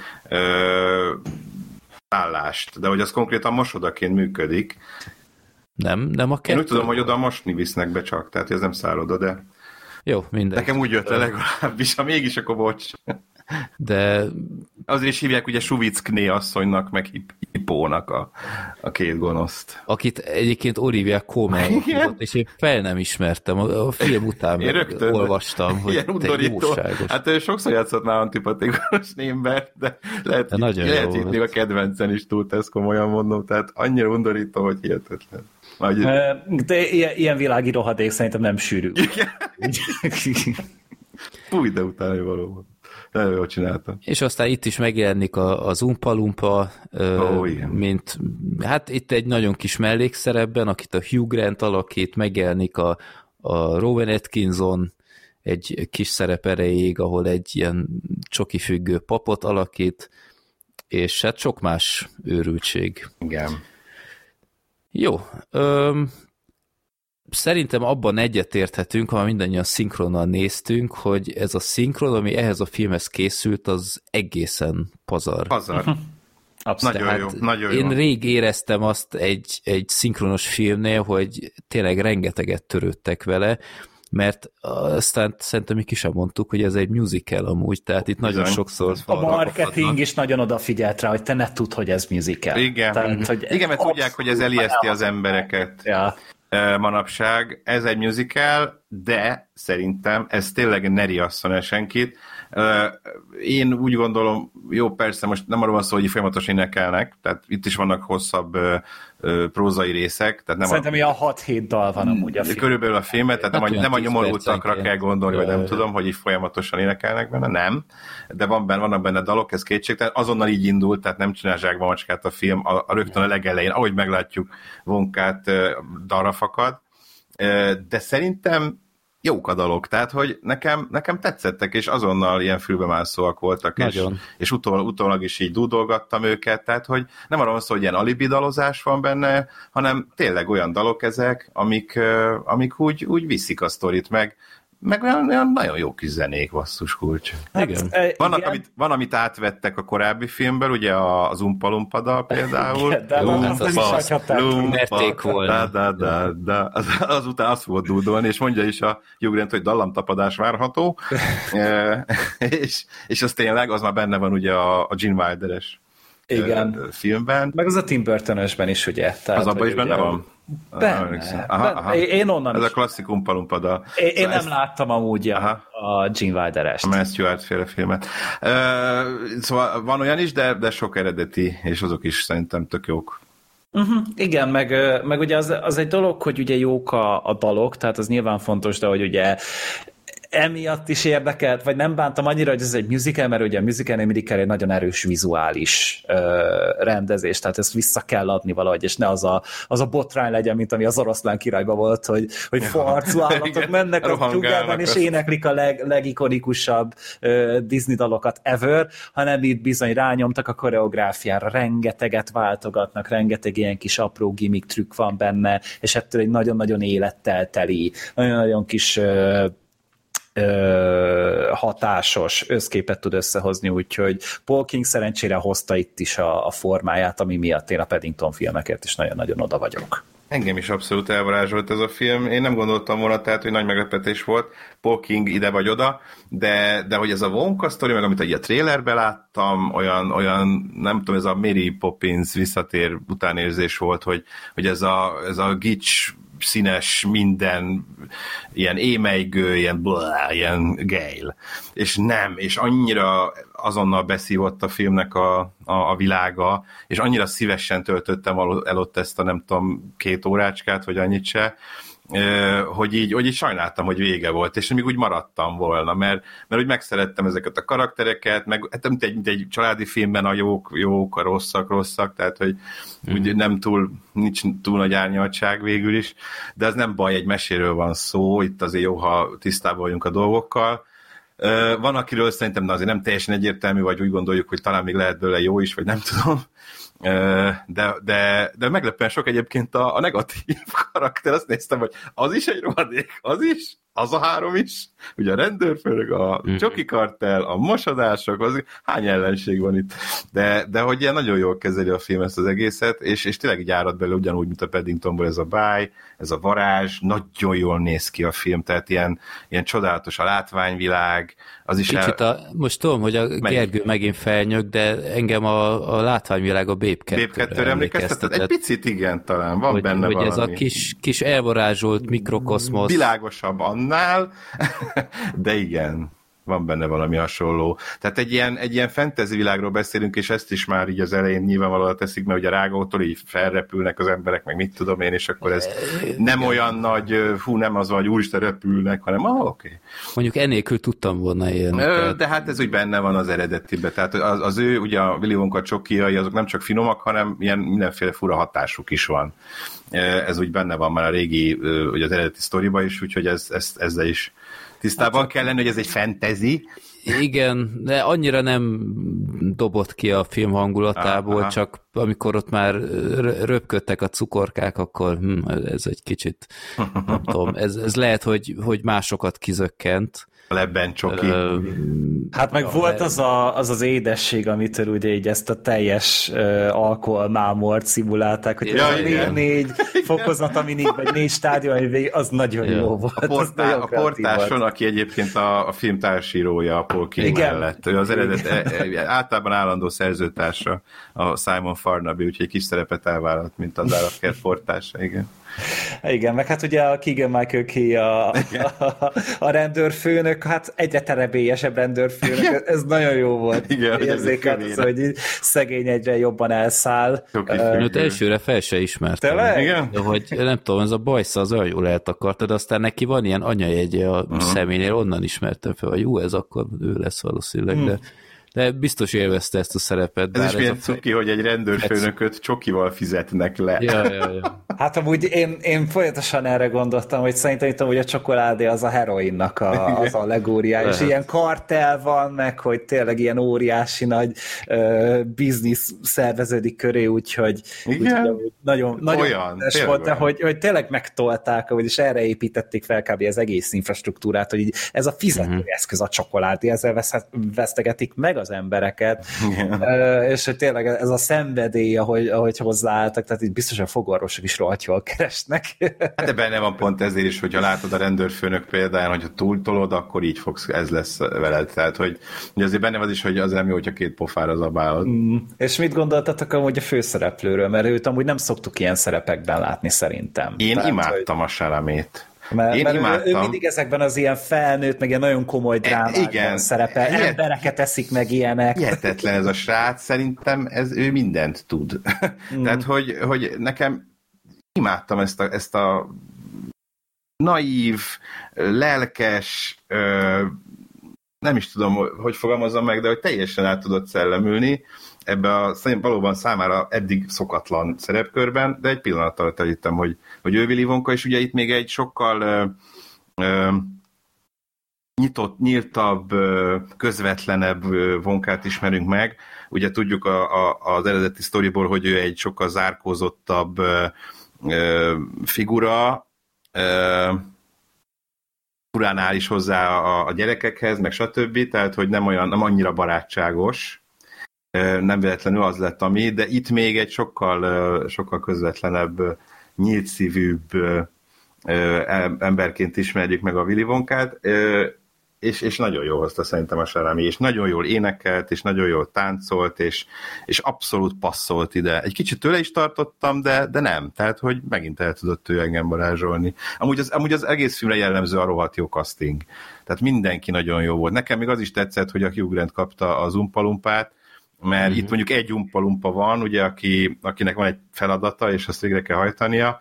szállást, de hogy az konkrétan mosodaként működik. Nem a kettő. Én úgy tudom, hogy oda mosni visznek be csak, tehát ez nem szálloda, de... Jó, mindegy. Nekem úgy jött le legalábbis, ha mégis, akkor bocs. De... Azért is hívják ugye Suvickné asszonynak, meg Hippónak a 2 gonoszt. Akit egyébként Olivia Colman volt, és én fel nem ismertem. A film után olvastam, hogy te jóságos. Hát ő sokszor játszott már antipatikus némbert, de lehet hogy még a kedvencen is túl tesz, komolyan mondom, tehát annyira undorító, hogy hihetetlen. De ilyen világi rohadék szerintem nem sűrű. Fúj, de utána valóban. Nagyon jól csináltam. És aztán itt is megjelenik az Umpa Lumpa, mint, hát itt egy nagyon kis mellékszerepben, akit a Hugh Grant alakít, megjelenik a Rowan Atkinson egy kis szerep erejéig, ahol egy ilyen csokifüggő papot alakít, és hát sok más őrültség. Igen. Jó. Szerintem abban egyetérthetünk, ha mindannyian szinkronnal néztünk, hogy ez a szinkron, ami ehhez a filmhez készült, az egészen pazar. Nagyon én jó. rég éreztem azt egy szinkronos filmnél, hogy tényleg rengeteget törődtek vele, mert aztán szerintem mi ki sem mondtuk, hogy ez egy musical amúgy, tehát itt nagyon sokszor... A marketing is nagyon odafigyelt rá, hogy te ne tudd, hogy ez musical. Igen, tehát, hogy igen, mert tudják, hogy ez elijeszti az embereket. Ja. Manapság. Ez egy musical, de szerintem ez tényleg ne riasszon senkit. Én úgy gondolom, jó, persze, most nem arról van szó, hogy folyamatosan énekelnek, tehát itt is vannak hosszabb prózai részek. Tehát nem szerintem ilyen 6-7 dal van amúgy a film. Körülbelül a filmet, tehát nem a nyomorultakra kell gondolni, vagy nem tudom, hogy így folyamatosan énekelnek benne, nem. De vannak benne dalok, ez kétségtelen. Azonnal így indult, tehát nem csinál zsákba macskát a film, rögtön a legelején, ahogy meglátjuk Wonkát, dalra fakad. De szerintem jók a dalok, tehát hogy nekem tetszettek, és azonnal ilyen fülbemászóak voltak, és utólag is így dúdolgattam őket, tehát hogy nem arról szó, hogy ilyen alibidalozás van benne, hanem tényleg olyan dalok ezek, amik úgy viszik a sztorit, meg olyan nagyon jó kis zenék, basszus kulcs. Hát, igen. Van, amit átvettek a korábbi filmből, ugye az Umpa Lumpa dal például. Merték volna. Azután azt volt dúdolni, és mondja is a Hugh Grant, hogy dallamtapadás várható, és az tényleg, az már benne van ugye a Gene Wilder-es filmben. Meg az a Tim Burton-ösben is, ugye? Tehát, az abban is benne van? Benne. Én onnan ez is. A klasszik Umpa Lumpa Én nem láttam amúgy a Gene Wilder-est. A Matthew Stewart féle filmet. Szóval van olyan is, de sok eredeti, és azok is szerintem tök jók. Igen, meg ugye az egy dolog, hogy ugye jók a dalok, tehát az nyilván fontos, de hogy ugye emiatt is érdekelt, vagy nem bántam annyira, hogy ez egy musical, mert ugye a musicalnél mindig kell egy nagyon erős vizuális rendezés, tehát ezt vissza kell adni valahogy, és ne az a botrány legyen, mint ami az Oroszlán királyban volt, hogy farcú állatok mennek a dzsungelben, és éneklik a legikonikusabb Disney dalokat ever, hanem itt bizony rányomtak a koreográfiára, rengeteget váltogatnak, rengeteg ilyen kis apró gimmick trükk van benne, és ettől egy nagyon-nagyon élettel teli, nagyon-nagyon kis hatásos összképet tud összehozni, úgyhogy Paul King szerencsére hozta itt is a formáját, ami miatt én a Paddington filmekért is nagyon-nagyon oda vagyok. Engem is abszolút elvarázsolt ez a film. Én nem gondoltam volna, tehát, hogy nagy meglepetés volt. Paul King ide vagy oda, de hogy ez a Wonka sztori, meg amit a trailerben láttam, olyan, nem tudom, ez a Mary Poppins visszatér utánérzés volt, hogy ez a gics színes minden, ilyen émelygő, ilyen Gale. És annyira azonnal beszívott a filmnek a világa, és annyira szívesen töltöttem el ott ezt a nem tudom 2 órácskát, vagy annyit se, hogy így sajnáltam, hogy vége volt, és még úgy maradtam volna, mert úgy megszerettem ezeket a karaktereket, meg hát mint egy családi filmben a jók, a rosszak, tehát hogy úgy nincs túl nagy árnyaltság végül is, de az nem baj, egy meséről van szó, itt azért jó, ha tisztában vagyunk a dolgokkal. Van, akiről szerintem azért nem teljesen egyértelmű, vagy úgy gondoljuk, hogy talán még lehet belőle jó is, vagy nem tudom, de meglepően sok egyébként a negatív karakter, azt néztem, hogy az is egy rohadék, az a 3 is, ugye a rendőrfőnök, a Csoki kartel, a mosodások, hány ellenség van itt, de hogy ilyen nagyon jól kezeli a film ezt az egészet, és tényleg így árad belőle ugyanúgy, mint a Paddingtonból ez a báj, ez a varázs, nagyon jól néz ki a film, tehát ilyen csodálatos a látványvilág, az is kicsit most tudom, hogy a Gergő megint felnyög, de engem a látványvilág a Babe 2-re emlékeztetett. Egy picit igen, talán van benne hogy valami. Ez a kis elvarázsolt mikrokoszmosz. Világosabb annál, de igen, van benne valami hasonló. Tehát egy ilyen fantasy világról beszélünk, és ezt is már így az elején nyilvánvalóan teszik, mert ugye a rágótól így felrepülnek az emberek, meg mit tudom én, és akkor ez nem olyan nagy, nem az van, hogy úristen repülnek, hanem oké. Mondjuk ennélkül tudtam volna élni. De hát ez úgy benne van az eredetiben. Tehát az ő, ugye a Willy Wonka csokiai, azok nem csak finomak, hanem ilyen mindenféle fura hatásuk is van. Ez úgy benne van már a régi, ugye az eredeti sztoriba is, úgyhogy ezzel is tisztában kell lenni, hogy ez egy fantasy. Igen, de annyira nem dobott ki a film hangulatából, csak amikor ott már röpködtek a cukorkák, akkor ez egy kicsit, nem tudom, ez lehet, hogy másokat kizökkent. A lebben csoki. Hát meg volt az édesség, amitől ugye így ezt a teljes alkoholmámort szimulálták, hogy 4 fokozat, ami 4 stádion, ami az nagyon jó volt. A portáson, aki egyébként a film társírója a Paul King mellett. Ő az általában állandó szerzőtársa a Simon Farnaby, úgyhogy kis szerepet elvállalt, mint az állatkert portása, igen. Igen, meg hát ugye a Keegan-Michael Key a rendőrfőnök, hát egyre terebélyesebb rendőrfőnök, ez nagyon jó volt. Igen, érzékelt, hogy szegény egyre jobban elszáll. Őt elsőre fel se ismertem. Tényleg? Igen? De hogy nem tudom, ez a bajsza az olyan jól eltakarta, de aztán neki van ilyen anyajegye a személynél, onnan ismertem fel, hogy ez akkor ő lesz valószínűleg, De biztos élvezte ezt a szerepet. Ez is milyen cuki, hogy egy rendőrfőnököt csokival fizetnek le. Ja. Hát amúgy én folyamatosan erre gondoltam, hogy szerintem itt amúgy a csokoládé az a heroinnak az allegóriája, és ilyen kartel van, meg hogy tényleg ilyen óriási nagy biznisz szerveződik köré, úgyhogy nagyon volt, de hogy tényleg megtolták, és erre építették fel kb. Az egész infrastruktúrát, hogy ez a fizetőeszköz a csokoládé, ezzel vesztegetik meg az embereket, és hogy tényleg ez a szenvedély, ahogy hozzáálltak, tehát itt biztosan fogorvosok is rohadt jól keresnek. Hát de benne van pont ezért is, hogyha látod a rendőrfőnök példáján, hogyha túltolod, akkor így ez lesz veled. Tehát, hogy azért benne van is, hogy az nem jó, hogyha két pofára zabálod. És mit gondoltatok amúgy a főszereplőről? Mert őt amúgy nem szoktuk ilyen szerepekben látni szerintem. Én imádtam a Salamét. Mert ő mindig ezekben az ilyen felnőtt, meg ilyen nagyon komoly drámákban szerepel. Embereket eszik meg ilyenek. Hihetetlen ez a srác, szerintem ő mindent tud. Tehát, hogy nekem imádtam ezt a naív, lelkes, nem is tudom, hogy fogalmazzam meg, de hogy teljesen át tudott szellemülni ebbe a valóban számára eddig szokatlan szerepkörben, de egy pillanat alatt elhittem, hogy ő Willy Wonka, és ugye itt még egy sokkal nyíltabb, közvetlenebb Wonkát ismerünk meg. Ugye tudjuk az eredeti sztoriból, hogy ő egy sokkal zárkózottabb figura, furán áll is hozzá a gyerekekhez, meg stb., tehát hogy nem annyira barátságos, nem véletlenül az lett, ami, de itt még egy sokkal közvetlenebb, nyílt szívűbb emberként ismerjük meg a Willy Wonkát, és nagyon jól hozta szerintem a Salami, és nagyon jól énekelt, és nagyon jól táncolt, és abszolút passzolt ide. Egy kicsit tőle is tartottam, de nem. Tehát, hogy megint el tudott ő engem varázsolni. Amúgy az egész filmre jellemző a rohadt jó casting. Tehát mindenki nagyon jó volt. Nekem még az is tetszett, hogy a Hugh Grant kapta az Umpalumpát, mert itt mondjuk egy Umpalumpa van, ugye, akinek van egy feladata, és azt végre kell hajtania,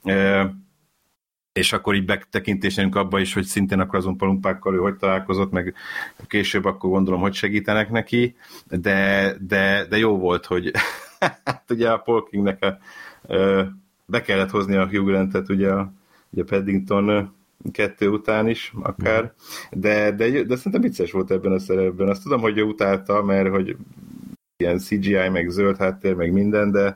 és akkor így betekintésünk abba is, hogy szintén akkor az Umpalumpákkal ő hogy találkozott, meg később akkor gondolom, hogy segítenek neki, de jó volt, hogy hát ugye a Paul Kingnek be kellett hozni a Hugh Grantet ugye a Paddington 2 után is akár, de szerintem vicces volt ebben a szerepben. Azt tudom, hogy ő utálta, mert hogy ilyen CGI, meg zöld háttér, meg minden, de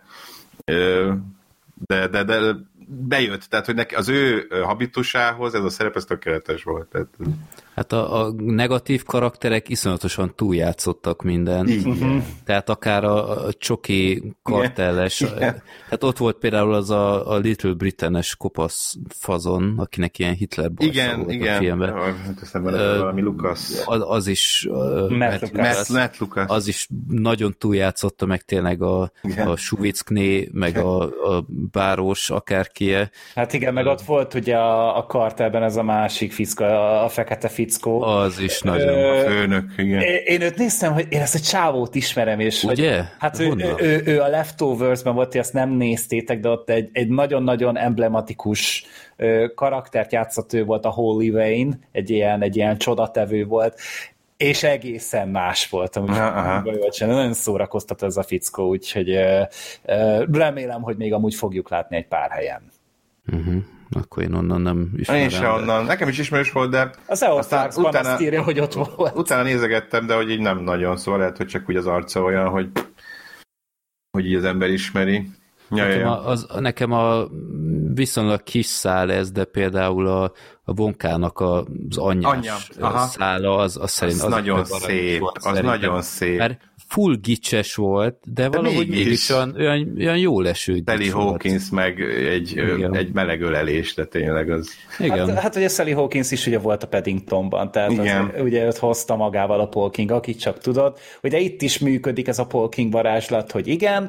bejött, tehát hogy az ő habitusához ez a szerep, ez tökéletes volt. Tehát... Hát a negatív karakterek iszonyatosan túljátszottak minden. Tehát akár a csoki kartelles. Hát ott volt például az a Little Britain-es kopasz fazon, akinek ilyen Hitler balsa volt a filmben. Valami Lucas. Az is Matt Lucas. Az is nagyon túljátszotta meg tényleg a Suvickné, meg a báros akárkie. Hát igen, meg ott volt ugye a kartelben ez a másik fickó, a fekete fickó. Az is nagyon. A főnök, igen. Én őt néztem, hogy én ezt a csávót ismerem, és ugye? Hogy, hát ő a Leftovers-ben volt, hogy azt nem néztétek, de ott egy nagyon-nagyon emblematikus karaktert játszott, ő volt a Holy Wayne, egy ilyen csodatevő volt, és egészen más volt, nagyon szórakoztat ez a fickó, úgyhogy remélem, hogy még amúgy fogjuk látni egy pár helyen. Akkor én onnan nem ismerem. Én se onnan. Nekem is ismerős volt, de az utána azt írja, hogy ott volt. Utána nézegettem, de hogy így nem nagyon, szóval lehet, hogy csak úgy az arca olyan, hogy így az ember ismeri. Nekem a viszonylag kis szál ez, de például a Wonkának az anyjás szála, az szerint az nagyon szép. Az nagyon szép. Mert full gicses volt, de valahogy mégis olyan jól eső. Sally Hawkins meg egy meleg ölelés, de tényleg az... Hát ugye Sally Hawkins is ugye volt a Paddingtonban, tehát ugye őt hozta magával a Paul King, akit csak tudod. Ugye itt is működik ez a Paul King varázslat, hogy igen,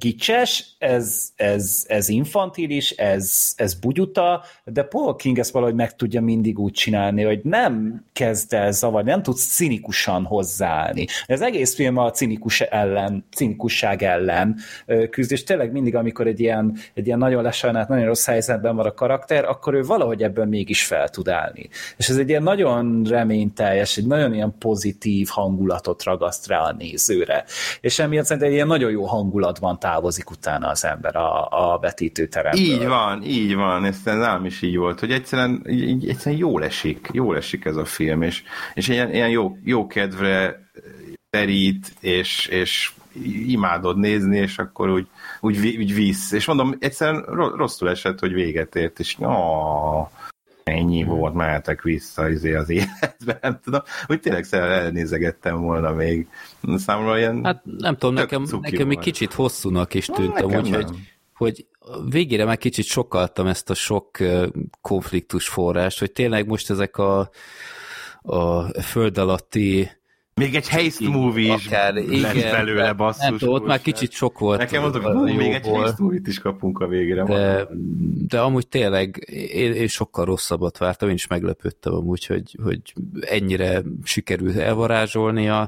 gicses, ez infantilis, ez bugyuta, de Paul King ezt valahogy valahogy meg tudja mindig úgy csinálni, hogy nem kezd el zavarni, nem tudsz cinikusan hozzáállni. Az egész film a cinikusság ellen küzd, és tényleg mindig, amikor egy ilyen nagyon lesajnált, nagyon rossz helyzetben van a karakter, akkor ő valahogy ebből mégis fel tud állni. És ez egy ilyen nagyon reményteljes, egy nagyon ilyen pozitív hangulatot ragaszt rá a nézőre. És emiatt szerintem egy ilyen nagyon jó hangulatban távozik utána az ember a vetítőteremből. Így van, ez nálam is így volt, hogy egyszerűen jól esik ez a film, és ilyen jó kedvre terít, és imádod nézni, és akkor úgy visz. És mondom, egyszerűen rosszul esett, hogy véget ért, és ennyi volt, mehetek vissza az életbe, nem tudom, hogy tényleg elnézegettem volna még. Számomra ilyen... Hát nem tudom, nekem még kicsit hosszúnak is tűnt, hogy végére már kicsit sokkaltam ezt a sok konfliktus forrást, hogy tényleg most ezek a föld alatti még egy heist movie is lesz belőle, basszus. Nem tudom, ott már kicsit sok volt. Nekem mondok, hogy még egy heist movie-t is kapunk a végére. De amúgy tényleg én sokkal rosszabbat vártam, én is meglepődtem amúgy, hogy ennyire sikerült elvarázsolnia.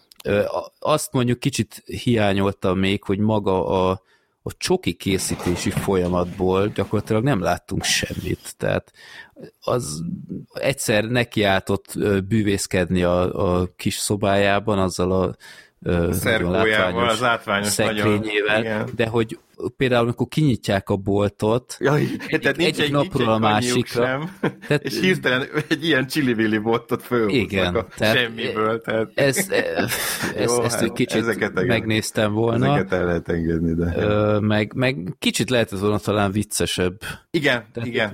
Azt mondjuk kicsit hiányoltam még, hogy maga a csoki készítési folyamatból gyakorlatilag nem láttunk semmit. Tehát az egyszer nekiáltott bűvészkedni a kis szobájában, azzal a szerkójával, az látványos szekrényével, de hogy például, amikor kinyitják a boltot, egyik napról a másikra. Tehát, és hirtelen egy ilyen csili-villi boltot fölhúznak a semmiből. Tehát... Ezt egy kicsit megnéztem volna. Ezeket el lehet engedni, de... Meg kicsit lehetett volna talán viccesebb. Igen.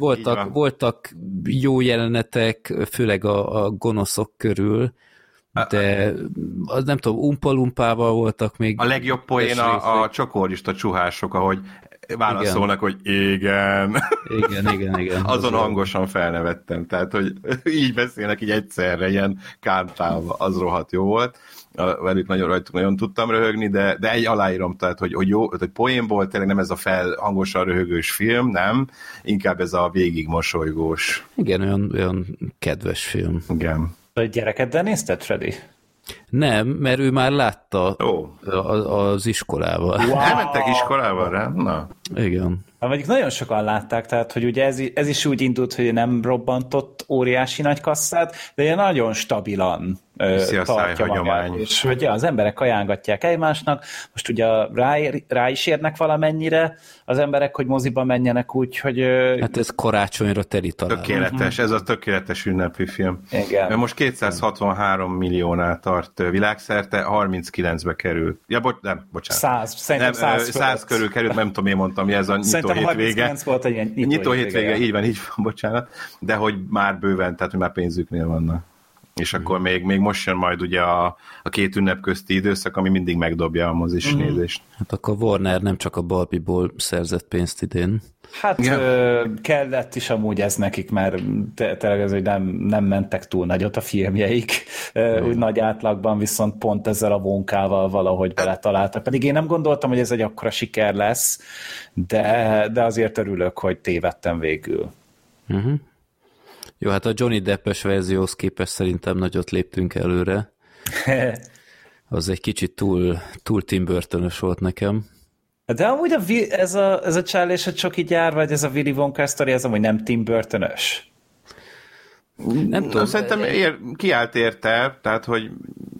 Voltak jó jelenetek, főleg a gonoszok körül, de az nem tudom, Umpa-Lumpával voltak még... A legjobb poén a csokorista csuhások, ahogy válaszolnak, hogy igen. Igen. Azon hangosan felnevettem, tehát, hogy így beszélnek így egyszerre, ilyen kántálva, az rohadt jó volt. Rajtuk nagyon tudtam röhögni, de egy aláírom, tehát, hogy jó, hogy poénból tényleg nem ez a hangosan röhögős film, nem, inkább ez a végig mosolygós. Igen, olyan kedves film. Igen. A gyerekeddel nézted, Freddy? Nem, mert ő már látta az iskolával. Wow. Elmentek iskolával rá? Na. Igen. Hát mondjuk nagyon sokan látták, tehát hogy ugye ez is úgy indult, hogy nem robbantott óriási nagy kasszát, de ilyen nagyon stabilan tartja magát. És hogy az emberek ajánlatják egymásnak, most ugye rá is érnek valamennyire az emberek, hogy moziba menjenek úgy, hogy... Hát ez karácsonyra teri talán. Tökéletes, ez a tökéletes ünnepi film. Igen. Mert most 263 milliónál tart világszerte, 39-be került. Ja, bocsánat. 100 körül került, nem tudom, én mondtam, hogy ez a nyitó hétvége. Volt egy ilyen nyitó hétvége, így van, bocsánat. De hogy már bőven, tehát hogy már pénzüknél vannak. És akkor még most jön majd ugye a két ünnep közti időszak, ami mindig megdobja a mozis nézést. Hát akkor Warner nem csak a Barbie-ból szerzett pénzt idén. Hát kellett is amúgy ez nekik, mert tényleg ez, hogy nem mentek túl nagyot a filmjeik, úgy nagy átlagban, viszont pont ezzel a Wonkával valahogy beletaláltak. Pedig én nem gondoltam, hogy ez egy akkora siker lesz, de azért örülök, hogy tévedtem végül. Jó, hát a Johnny Deppes verzióhoz képest szerintem nagyot léptünk előre. Az egy kicsit túl Tim Burton-ös volt nekem. De amúgy ez a Charlie és a Csoki gyár, vagy ez a Willy Wonka sztori, ez amúgy nem Tim Burton-ös? Nem tudom. Szerintem kiállt érte, tehát, hogy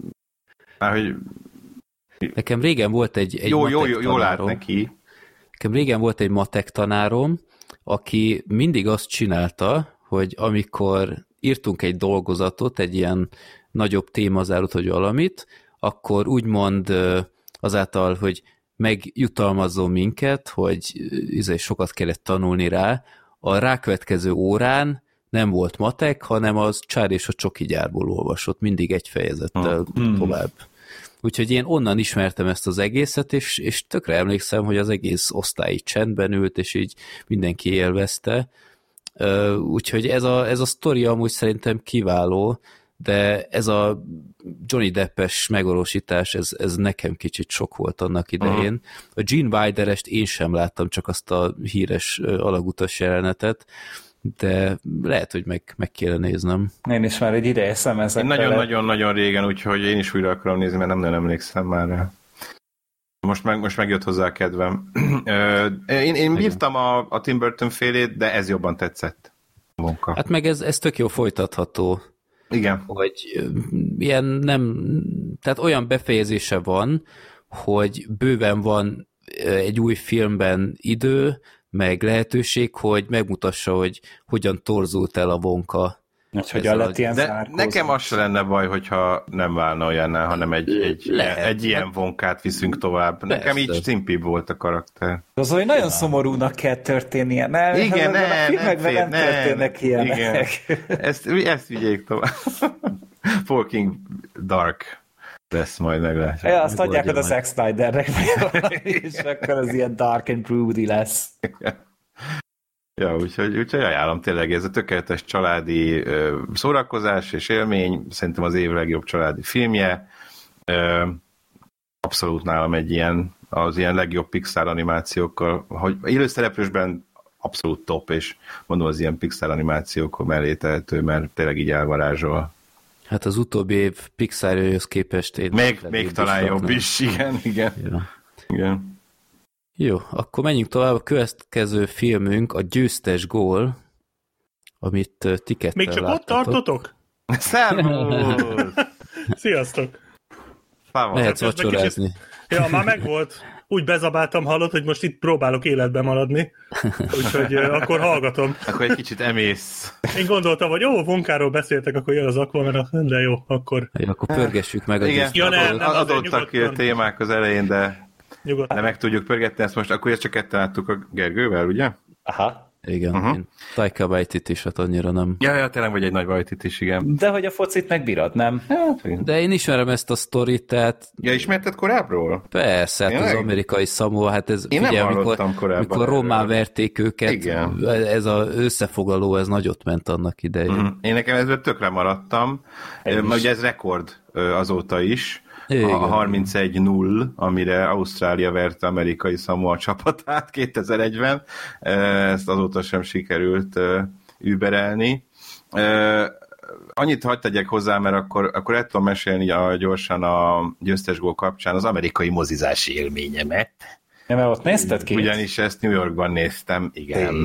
nekem régen volt egy jól állt neki. Nekem régen volt egy matek tanárom, aki mindig azt csinálta, hogy amikor írtunk egy dolgozatot, egy ilyen nagyobb témazárót, hogy valamit, akkor úgymond azáltal, hogy megjutalmazzon minket, hogy sokat kellett tanulni rá, a rákövetkező órán nem volt matek, hanem az Charlie és a Csoki gyárból olvasott, mindig egy fejezettel tovább. Úgyhogy én onnan ismertem ezt az egészet, és tökre emlékszem, hogy az egész osztály csendben ült, és így mindenki élvezte. Úgyhogy ez a sztori amúgy szerintem kiváló, de ez a Johnny Deppes megvalósítás, ez nekem kicsit sok volt annak idején. A Gene Wilderest én sem láttam, csak azt a híres alagutas jelenetet, de lehet, hogy meg kéne néznem. Én is már egy ideje szemezek. Nagyon-nagyon régen, úgyhogy én is újra akarom nézni, mert nem emlékszem már rá. Most megjött hozzá a kedvem. Én bírtam a Tim Burton félét, de ez jobban tetszett. Wonka. Hát meg ez tök jó folytatható. Igen. Hogy ilyen nem, tehát olyan befejezése van, hogy bőven van egy új filmben idő, meg lehetőség, hogy megmutassa, hogy hogyan torzult el a Wonka. Hogyan lett ilyen de nekem az se lenne baj, hogyha nem válna olyannál, hanem egy ilyen Wonkát viszünk tovább. Persze. Nekem így szimpibb volt a karakter. Az olyan nagyon szomorúnak kell történnie, mert igen, a filmekben nem történnek ilyenek. Ezt vigyék tovább. Fucking dark lesz majd meglátjuk. Ja, azt adják oda Zack Snydernek, és akkor az ilyen dark and broody lesz. Ja, úgyhogy ajánlom tényleg, ez a tökéletes családi szórakozás és élmény, szerintem az év legjobb családi filmje. Abszolút nálam az ilyen legjobb Pixar animációkkal, hogy élőszereplősben abszolút top, és mondom, az ilyen Pixar animációk mellé tehető, mert tényleg így elvarázsol. Hát az utóbbi év Pixarhoz képest még talán jobb is, igen. Ja. Igen. Jó, akkor menjünk tovább. A következő filmünk a Győztes gól, amit tikettel még csak láttatok. ott tartotok? Szervusz! Sziasztok! Mehetsz vacsorázni. Ja, már megvolt. Úgy bezabáltam, hallott, hogy most itt próbálok életben maradni. Úgyhogy akkor hallgatom. Akkor egy kicsit emész. Én gondoltam, hogy Wonkáról beszéltek, akkor jön az Aquaman, de jó, akkor... Jó, akkor pörgessük meg. Igen, ja, nem, adottak témák az elején, de nyugodtan. meg tudjuk pörgetni ezt most. Akkor ezt csak ketten láttuk a Gergővel, ugye? Aha. Igen, én Taika Waititi is, hát annyira nem. Ja, tényleg vagy egy nagy Waititi is, igen. De hogy a focit megbírod, nem? De én ismerem ezt a sztorit, tehát... Ja, ismerted korábbról? Persze, hát az amerikai Samoa, hát ez... Én nem hallottam korábban. Mikor rommá verték őket, igen. Ez az összefoglaló, ez nagyot ment annak idején. Én nekem ezzel tökre maradtam, mert ugye ez rekord azóta is, igen. A 31-0, amire Ausztrália verte amerikai Samoa csapatát 2001-ben, ezt azóta sem sikerült überelni. Annyit hadd tegyek hozzá, mert akkor el tudom mesélni gyorsan a Győztes gól kapcsán az amerikai mozizási élményemet. Ja, mert ott nézted ki? Ugyanis ezt New Yorkban néztem, igen.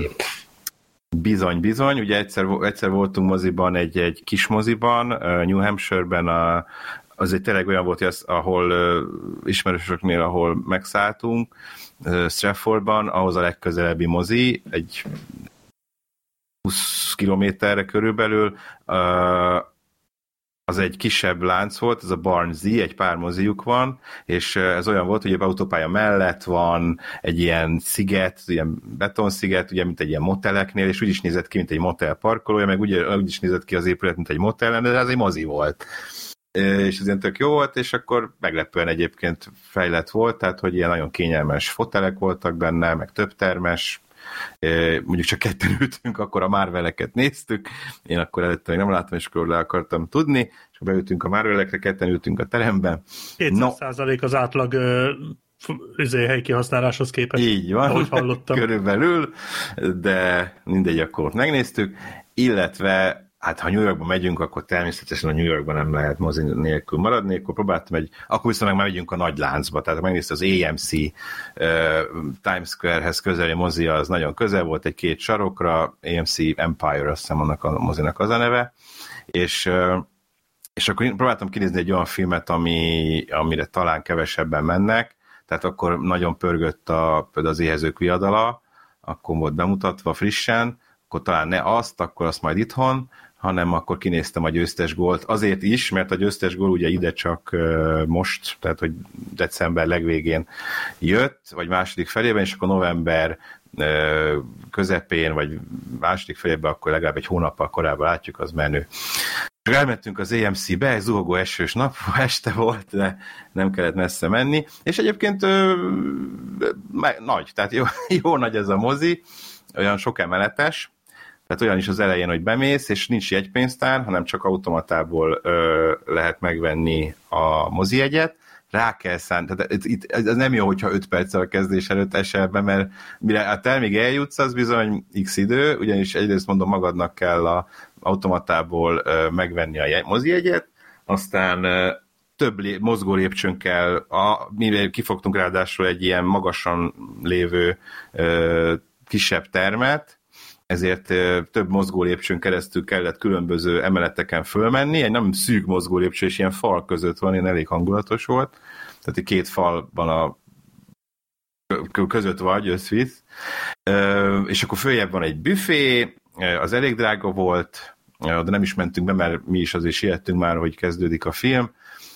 Bizony. Ugye egyszer voltunk moziban, egy kis moziban, New Hampshire-ben, az egy tényleg olyan volt, hogy ahol ismerősöknél, ahol megszálltunk, Stratfordban, ahhoz a legközelebbi mozi, egy 20 kilométerre körülbelül, az egy kisebb lánc volt, ez a Barnsley, egy pár moziuk van, és ez olyan volt, hogy egy autópálya mellett van egy ilyen sziget, ilyen betonsziget, ugye, mint egy ilyen moteleknél, és úgy is nézett ki, mint egy motel parkolója, meg úgy is nézett ki az épület, mint egy motel, de ez egy mozi volt. És ez ilyen tök jó volt, és akkor meglepően egyébként fejlett volt, tehát hogy ilyen nagyon kényelmes fotelek voltak benne, meg több termes, mondjuk csak ketten ültünk, akkor a Marveleket néztük, én akkor előtte még nem láttam, és akkor le akartam tudni, és akkor beültünk a Marvelekre, ketten ültünk a teremben. 200% az átlag helykihasználáshoz képest. Így van, ahogy hallottam. Körülbelül, de mindegy, akkor megnéztük, illetve hát ha New Yorkba megyünk, akkor természetesen a New Yorkban nem lehet mozi nélkül maradni, akkor próbáltam akkor viszont meg már megyünk a nagy láncba, tehát megnézte az AMC Times Square-hez közeli mozi, az nagyon közel volt, egy 2 sarokra, AMC Empire, azt hiszem annak a mozinak az a neve, és akkor próbáltam kinézni egy olyan filmet, amire talán kevesebben mennek, tehát akkor nagyon pörgött például az Éhezők viadala, akkor volt bemutatva frissen, akkor talán ne akkor azt majd itthon, hanem akkor kinéztem a Győztes gólt. Azért is, mert a Győztes gól ugye ide csak most, tehát hogy december legvégén jött, vagy második felében, és akkor november közepén, vagy második felében akkor legalább egy hónappal korábban látjuk, az menő. Elmentünk az AMC-be, zuhogó esős nap, este volt, de nem kellett messze menni, és egyébként nagy, tehát jó nagy ez a mozi, olyan sok emeletes, tehát olyan is az elején, hogy bemész, és nincs jegypénztár, hanem csak automatából lehet megvenni a mozijegyet, rá kell szánni. Tehát ez nem jó, hogyha 5 perccel a kezdés előtt esel be, mert mire a termig eljutsz, az bizony x idő, ugyanis egyrészt mondom, magadnak kell a automatából megvenni a mozijegyet, aztán több mozgó lépcsőn kell, mire kifogtunk ráadásul egy ilyen magasan lévő kisebb termet, ezért több mozgó lépcsőn keresztül kellett különböző emeleteken fölmenni, egy nem szűk mozgó lépcső, és ilyen fal között van, ilyen elég hangulatos volt, tehát 2 falban a között vagy, összvisz, és akkor följebb van egy büfé, az elég drága volt, de nem is mentünk be, mert mi is azért siettünk már, hogy kezdődik a film.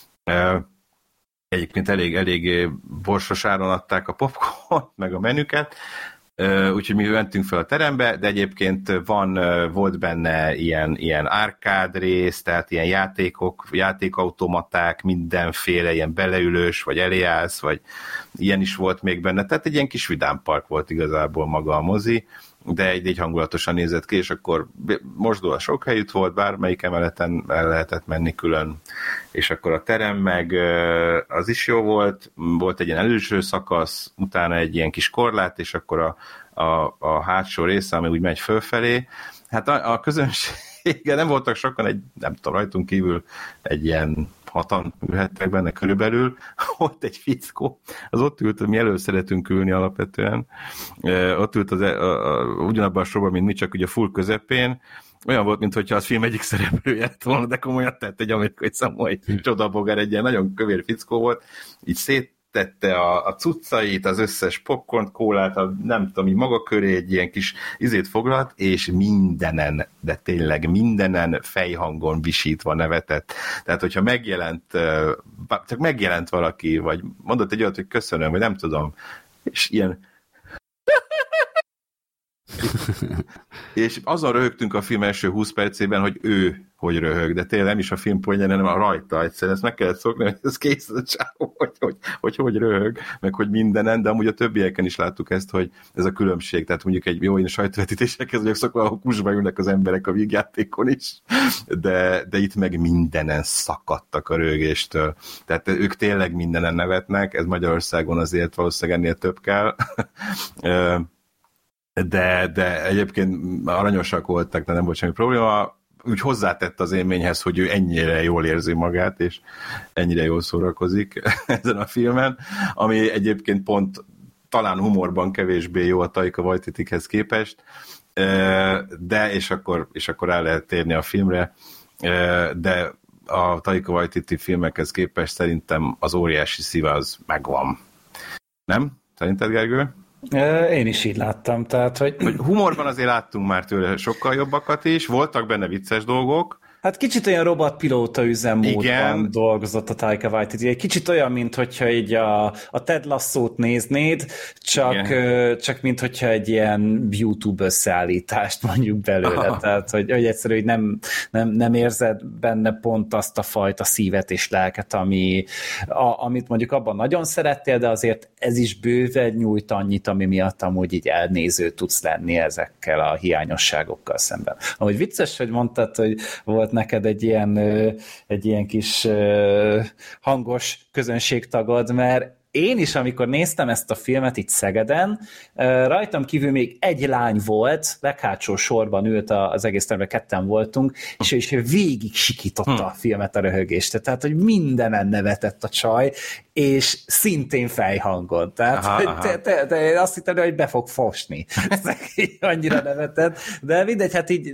Egyébként elég borsos áron adták a popcorn, meg a menüket, úgyhogy mi mentünk fel a terembe, de egyébként volt benne ilyen árkád rész, tehát ilyen játékautomaták, mindenféle ilyen beleülős, vagy eléállsz, vagy ilyen is volt még benne, tehát egy ilyen kis vidámpark volt igazából maga a mozi, de egy hangulatosan nézett ki, és akkor mosdóan sok helyütt volt, bármelyik emeleten el lehetett menni külön, és akkor a terem meg az is jó volt egy ilyen előső szakasz, utána egy ilyen kis korlát, és akkor a hátsó része, ami úgy megy fölfelé. Hát a közönsége nem voltak sokan, nem tudom, rajtunk kívül egy ilyen 6-an ülhettek benne körülbelül, ott egy fickó, az ott ült, mi elő szeretünk ülni alapvetően, ott ült ugyanabban a sorban, mint mi, csak ugye full közepén, olyan volt, mintha az film egyik szereplője lett volna, de komolyan tett egy amerikai szamoi csodabogár, egy ilyen nagyon kövér fickó volt, így széttette a cuccait, az összes popcorn, kólát, nem tudom, így maga köré egy ilyen kis izét foglalt, és mindenen, de tényleg mindenen fejhangon visítva nevetett. Tehát, hogyha csak megjelent valaki, vagy mondott egy olyat, hogy köszönöm, vagy nem tudom, és ilyen és azon röhögtünk a film első 20 percében, hogy ő hogy röhög, de tényleg nem is a film poénja, hanem a rajta egyszer. Ezt meg kellett szokni, hogy ez kész a csávó, hogy röhög, meg hogy mindenen, de amúgy a többieken is láttuk ezt, hogy ez a különbség, tehát mondjuk egy jó, én a sajtóvetítésekhez vagyok szokva, ahol kusba ülnek az emberek a vígjátékon is, de itt meg mindenen szakadtak a röhögéstől. Tehát ők tényleg mindenen nevetnek, ez Magyarországon azért valószínűleg ennél több kell. De egyébként aranyosak voltak, de nem volt semmi probléma. Úgy hozzátett az élményhez, hogy ő ennyire jól érzi magát, és ennyire jól szórakozik ezen a filmen, ami egyébként pont talán humorban kevésbé jó a Taika Waititikhez képest, de és akkor el lehet térni a filmre, de a Taika Waititi filmekhez képest szerintem az óriási szív az megvan. Nem? Szerinted, Gergő? Én is így láttam, tehát, hogy humorban azért láttunk már tőle sokkal jobbakat is, voltak benne vicces dolgok. Hát kicsit olyan robotpilóta üzemmódban dolgozott a Taika Waititi. Egy kicsit olyan, mint hogyha így a Ted Lasso-t néznéd, csak mint hogyha egy ilyen YouTube összeállítást mondjuk belőle. Tehát, hogy egyszerűen nem érzed benne pont azt a fajta szívet és lelket, amit mondjuk abban nagyon szerettél, de azért ez is bőven nyújt annyit, ami miatt amúgy így elnéző tudsz lenni ezekkel a hiányosságokkal szemben. Ahogy vicces, hogy mondtad, hogy volt neked egy ilyen kis hangos közönségtagod, mert én is, amikor néztem ezt a filmet itt Szegeden, rajtam kívül még egy lány volt, leghátsó sorban ült az egész teremben, ketten voltunk, és ő is végig sikította a filmet a röhögést. Tehát, hogy mindenen nevetett a csaj, és szintén fejhangon. Tehát te azt hittem, hogy be fog fosni. Annyira nevetett. De mindegy, hát így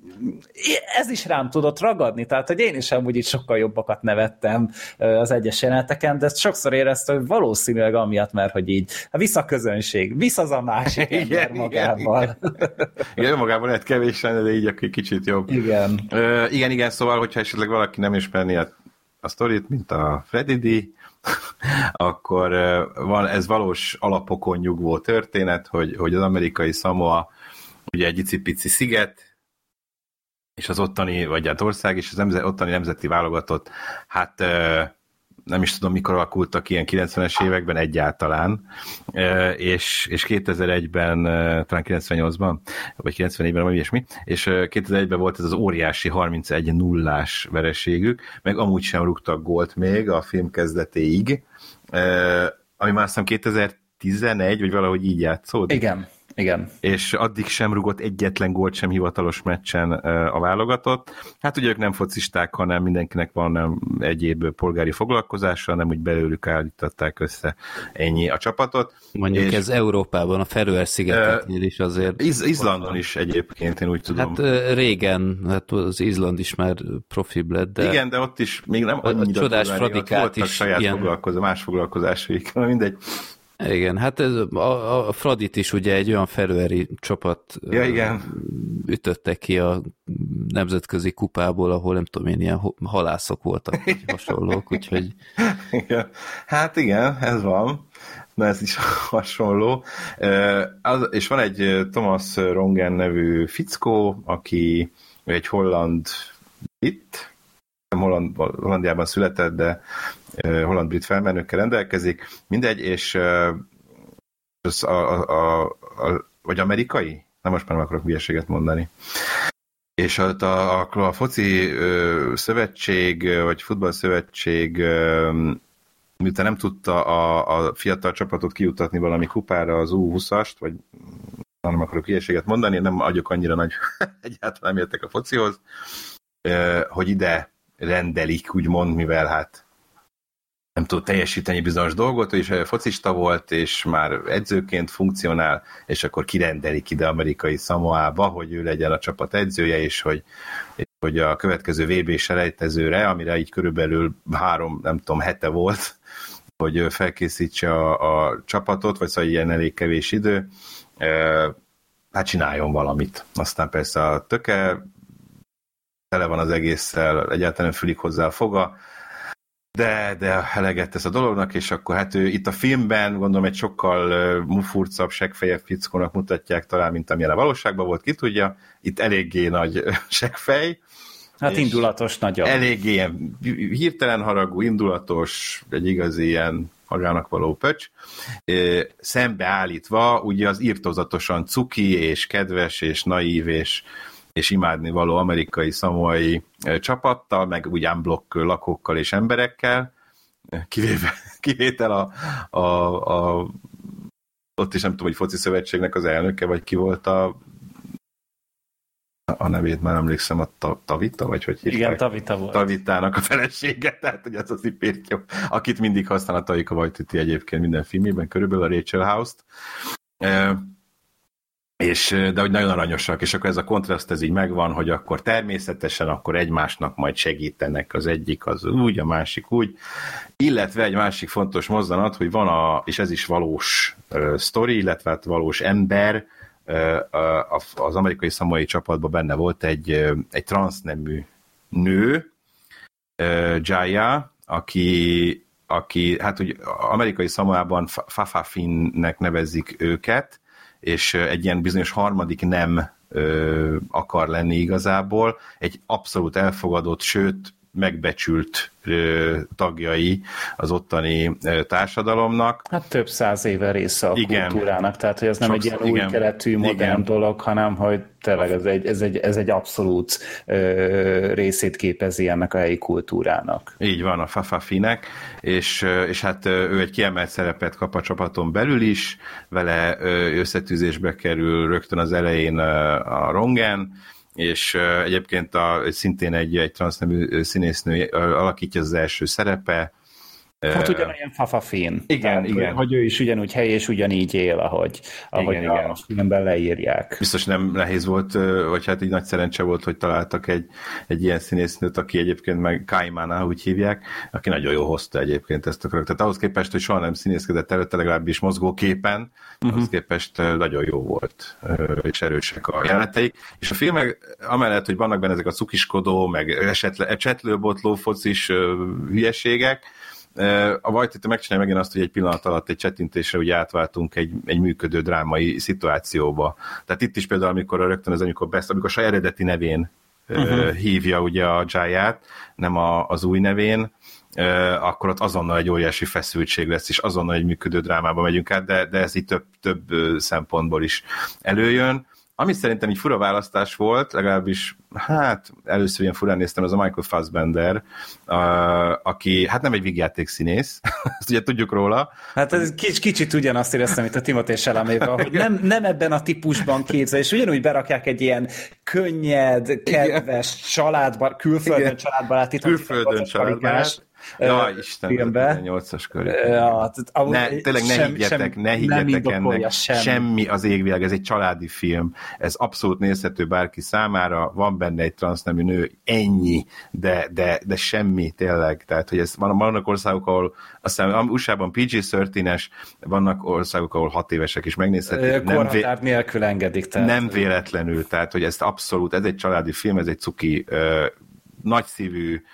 ez is rám tudott ragadni, tehát, hogy én is amúgy így sokkal jobbakat nevettem az egyes jeleneteken, de sokszor éreztem, hogy valószínűleg amiatt, mert hogy így visz a közönség, visz az a másik ember magával. Igen, magában lehet kevés lenne, de így akkor kicsit jobb. Igen. Igen, szóval, hogyha esetleg valaki nem ismerni a sztorit, mint a Freddy D, akkor ez valós alapokon nyugvó történet, hogy az amerikai Samoa ugye egy icipici sziget, és az ottani, vagy hát ország, és az ottani nemzeti válogatott, hát nem is tudom, mikor alakultak ilyen 90-es években egyáltalán, és 2001-ben, talán 98-ban, vagy 94-ben, vagy ilyesmi, és 2001-ben volt ez az óriási 31-0-ás vereségük, meg amúgy sem rúgtak gólt még a film kezdetéig, ami már azt hiszem 2011, vagy valahogy így játszódik. Igen. És addig sem rugott egyetlen gólt sem hivatalos meccsen a válogatott. Hát ugye ők nem focisták, hanem mindenkinek van egyéb polgári foglalkozása, nem úgy belőlük állították össze ennyi a csapatot. Mondjuk és ez Európában, a Feröer-szigeteknél is azért... Izlandon is egyébként, én úgy tudom. Hát régen, hát az Izland is már profibb lett, de... Igen, de ott is még nem annyira... A csodás Fradikát is saját ilyen... más foglalkozásaik, mindegy. Igen, hát ez, a Fradit is ugye egy olyan feröeri csapat ütötte ki a nemzetközi kupából, ahol nem tudom én, ilyen halászok voltak, vagy hasonlók, úgyhogy... Igen. Hát igen, ez van, de ez is hasonló. És van egy Thomas Rongen nevű fickó, aki egy holland brit, nem Hollandiában született, de holland-brit felmernőkkel rendelkezik, mindegy, és vagy amerikai? Na most már nem akarok hülyeséget mondani. És a foci szövetség, vagy futballszövetség miután nem tudta a fiatal csapatot kijutatni valami kupára, az U20-ast, vagy nem akarok hülyeséget mondani, nem adjuk annyira nagy, egyáltalán nem értek a focihoz, hogy ide rendelik, úgymond, mivel hát nem tud teljesíteni bizonyos dolgot, ő is focista volt, és már edzőként funkcionál, és akkor kirendelik ide amerikai Szamoába, hogy ő legyen a csapat edzője, és hogy a következő VB-selejtezőre, amire így körülbelül 3, nem tudom, hete volt, hogy felkészítse a csapatot, vagy szóval ilyen elég kevés idő, hát csináljon valamit. Aztán persze a töke tele van az egésszel, egyáltalán fülik hozzá a foga, de eleget tesz a dolognak, és akkor hát ő itt a filmben gondolom egy sokkal mufurcabb, seggfejebb fickónak mutatják talán, mint amilyen a valóságban volt, ki tudja. Itt eléggé nagy seggfej. Hát indulatos nagyon. Eléggé ilyen hirtelen haragú, indulatos, egy igazi ilyen magának való pöcs. Szembeállítva ugye az irtózatosan cuki, és kedves, és naív, és imádni való amerikai szamoai csapattal, meg úgy unblock lakókkal és emberekkel, kivétel ott is nem tudom, hogy foci szövetségnek az elnöke, vagy ki volt a nevét már emlékszem, a Tavita, vagy hogy hívták? Igen, Tavita volt. Tavitának a felesége, tehát hogy az az ipértjó, akit mindig használ a Taika Waititi egyébként minden filmében, körülbelül a Rachel House-t. De hogy nagyon aranyosak, és akkor ez a kontraszt ez így megvan, hogy akkor természetesen akkor egymásnak majd segítenek, az egyik az úgy, a másik úgy, illetve egy másik fontos mozzanat, hogy van és ez is valós sztori, illetve hát valós ember, az amerikai szamoai csapatban benne volt egy transznemű nő, Jaya, aki hát úgy amerikai Szamoában Fafafin-nek nevezzik őket, és egy ilyen bizonyos harmadik nem akar lenni igazából, egy abszolút elfogadott, sőt megbecsült tagjai az ottani társadalomnak. Hát több száz éve része a kultúrának, tehát hogy ez nem egy ilyen új keletű, modern dolog, hanem hogy tényleg ez egy abszolút részét képezi ennek a helyi kultúrának. Így van, a Fafafinek, és hát ő egy kiemelt szerepet kap a csapaton belül is, vele összetűzésbe kerül rögtön az elején a Rongen, és egyébként szintén egy transznemű színésznő alakítja az első szerepe. Hát ugyanolyan Fafafin. Igen, igen. Hogy ő is ugyanúgy hely, és ugyanígy él, ahogy igen. A filmben leírják. Biztos nem nehéz volt, vagy hát így nagy szerencse volt, hogy találtak egy ilyen színésznőt, aki egyébként meg Kaimana, úgy hívják, aki nagyon jól hozta egyébként ezt a karaktert. Tehát ahhoz képest, hogy soha nem színészkedett előtte, legalábbis mozgóképen, ahhoz képest nagyon jó volt, és erősek a jeleneteik. És a filmek, amellett, hogy vannak benne ezek a cukiskodó, meg csetlőbotló focis hülyeségek, a Waititi megcsinálja megint azt, hogy egy pillanat alatt egy csettintésre ugye átváltunk egy működő drámai szituációba. Tehát itt is például, amikor amikor saját eredeti nevén hívja ugye a Jayát, nem az új nevén, akkor ott azonnal egy óriási feszültség lesz, és azonnal egy működő drámába megyünk át, de ez így több szempontból is előjön. Ami szerintem így fura választás volt, legalábbis, hát először ilyen furán néztem, az a Michael Fassbender, aki hát nem egy vígjátékszínész, ezt ugye tudjuk róla. Hát ez kicsit ugyanazt éreztem, mint a Timothée Chalametban, hogy nem ebben a típusban képzel, és ugyanúgy berakják egy ilyen könnyed, kedves családban, külföldön családbarát, külföldön családbarát. Ja, Isten, 8-as körül. Tényleg ne higgyetek ennek. Semmi az égvilág, ez egy családi film. Ez abszolút nézhető bárki számára, van benne egy transznemű nő, ennyi, de semmi tényleg. Tehát, hogy ez vannak országok, ahol aztán USA-ban PG-13-es, vannak országok, ahol 6 évesek is megnézhetik. Korhatár nélkül engedik. Tehát. Nem véletlenül, tehát, hogy ez abszolút, ez egy családi film, ez egy cuki, nagyszívű,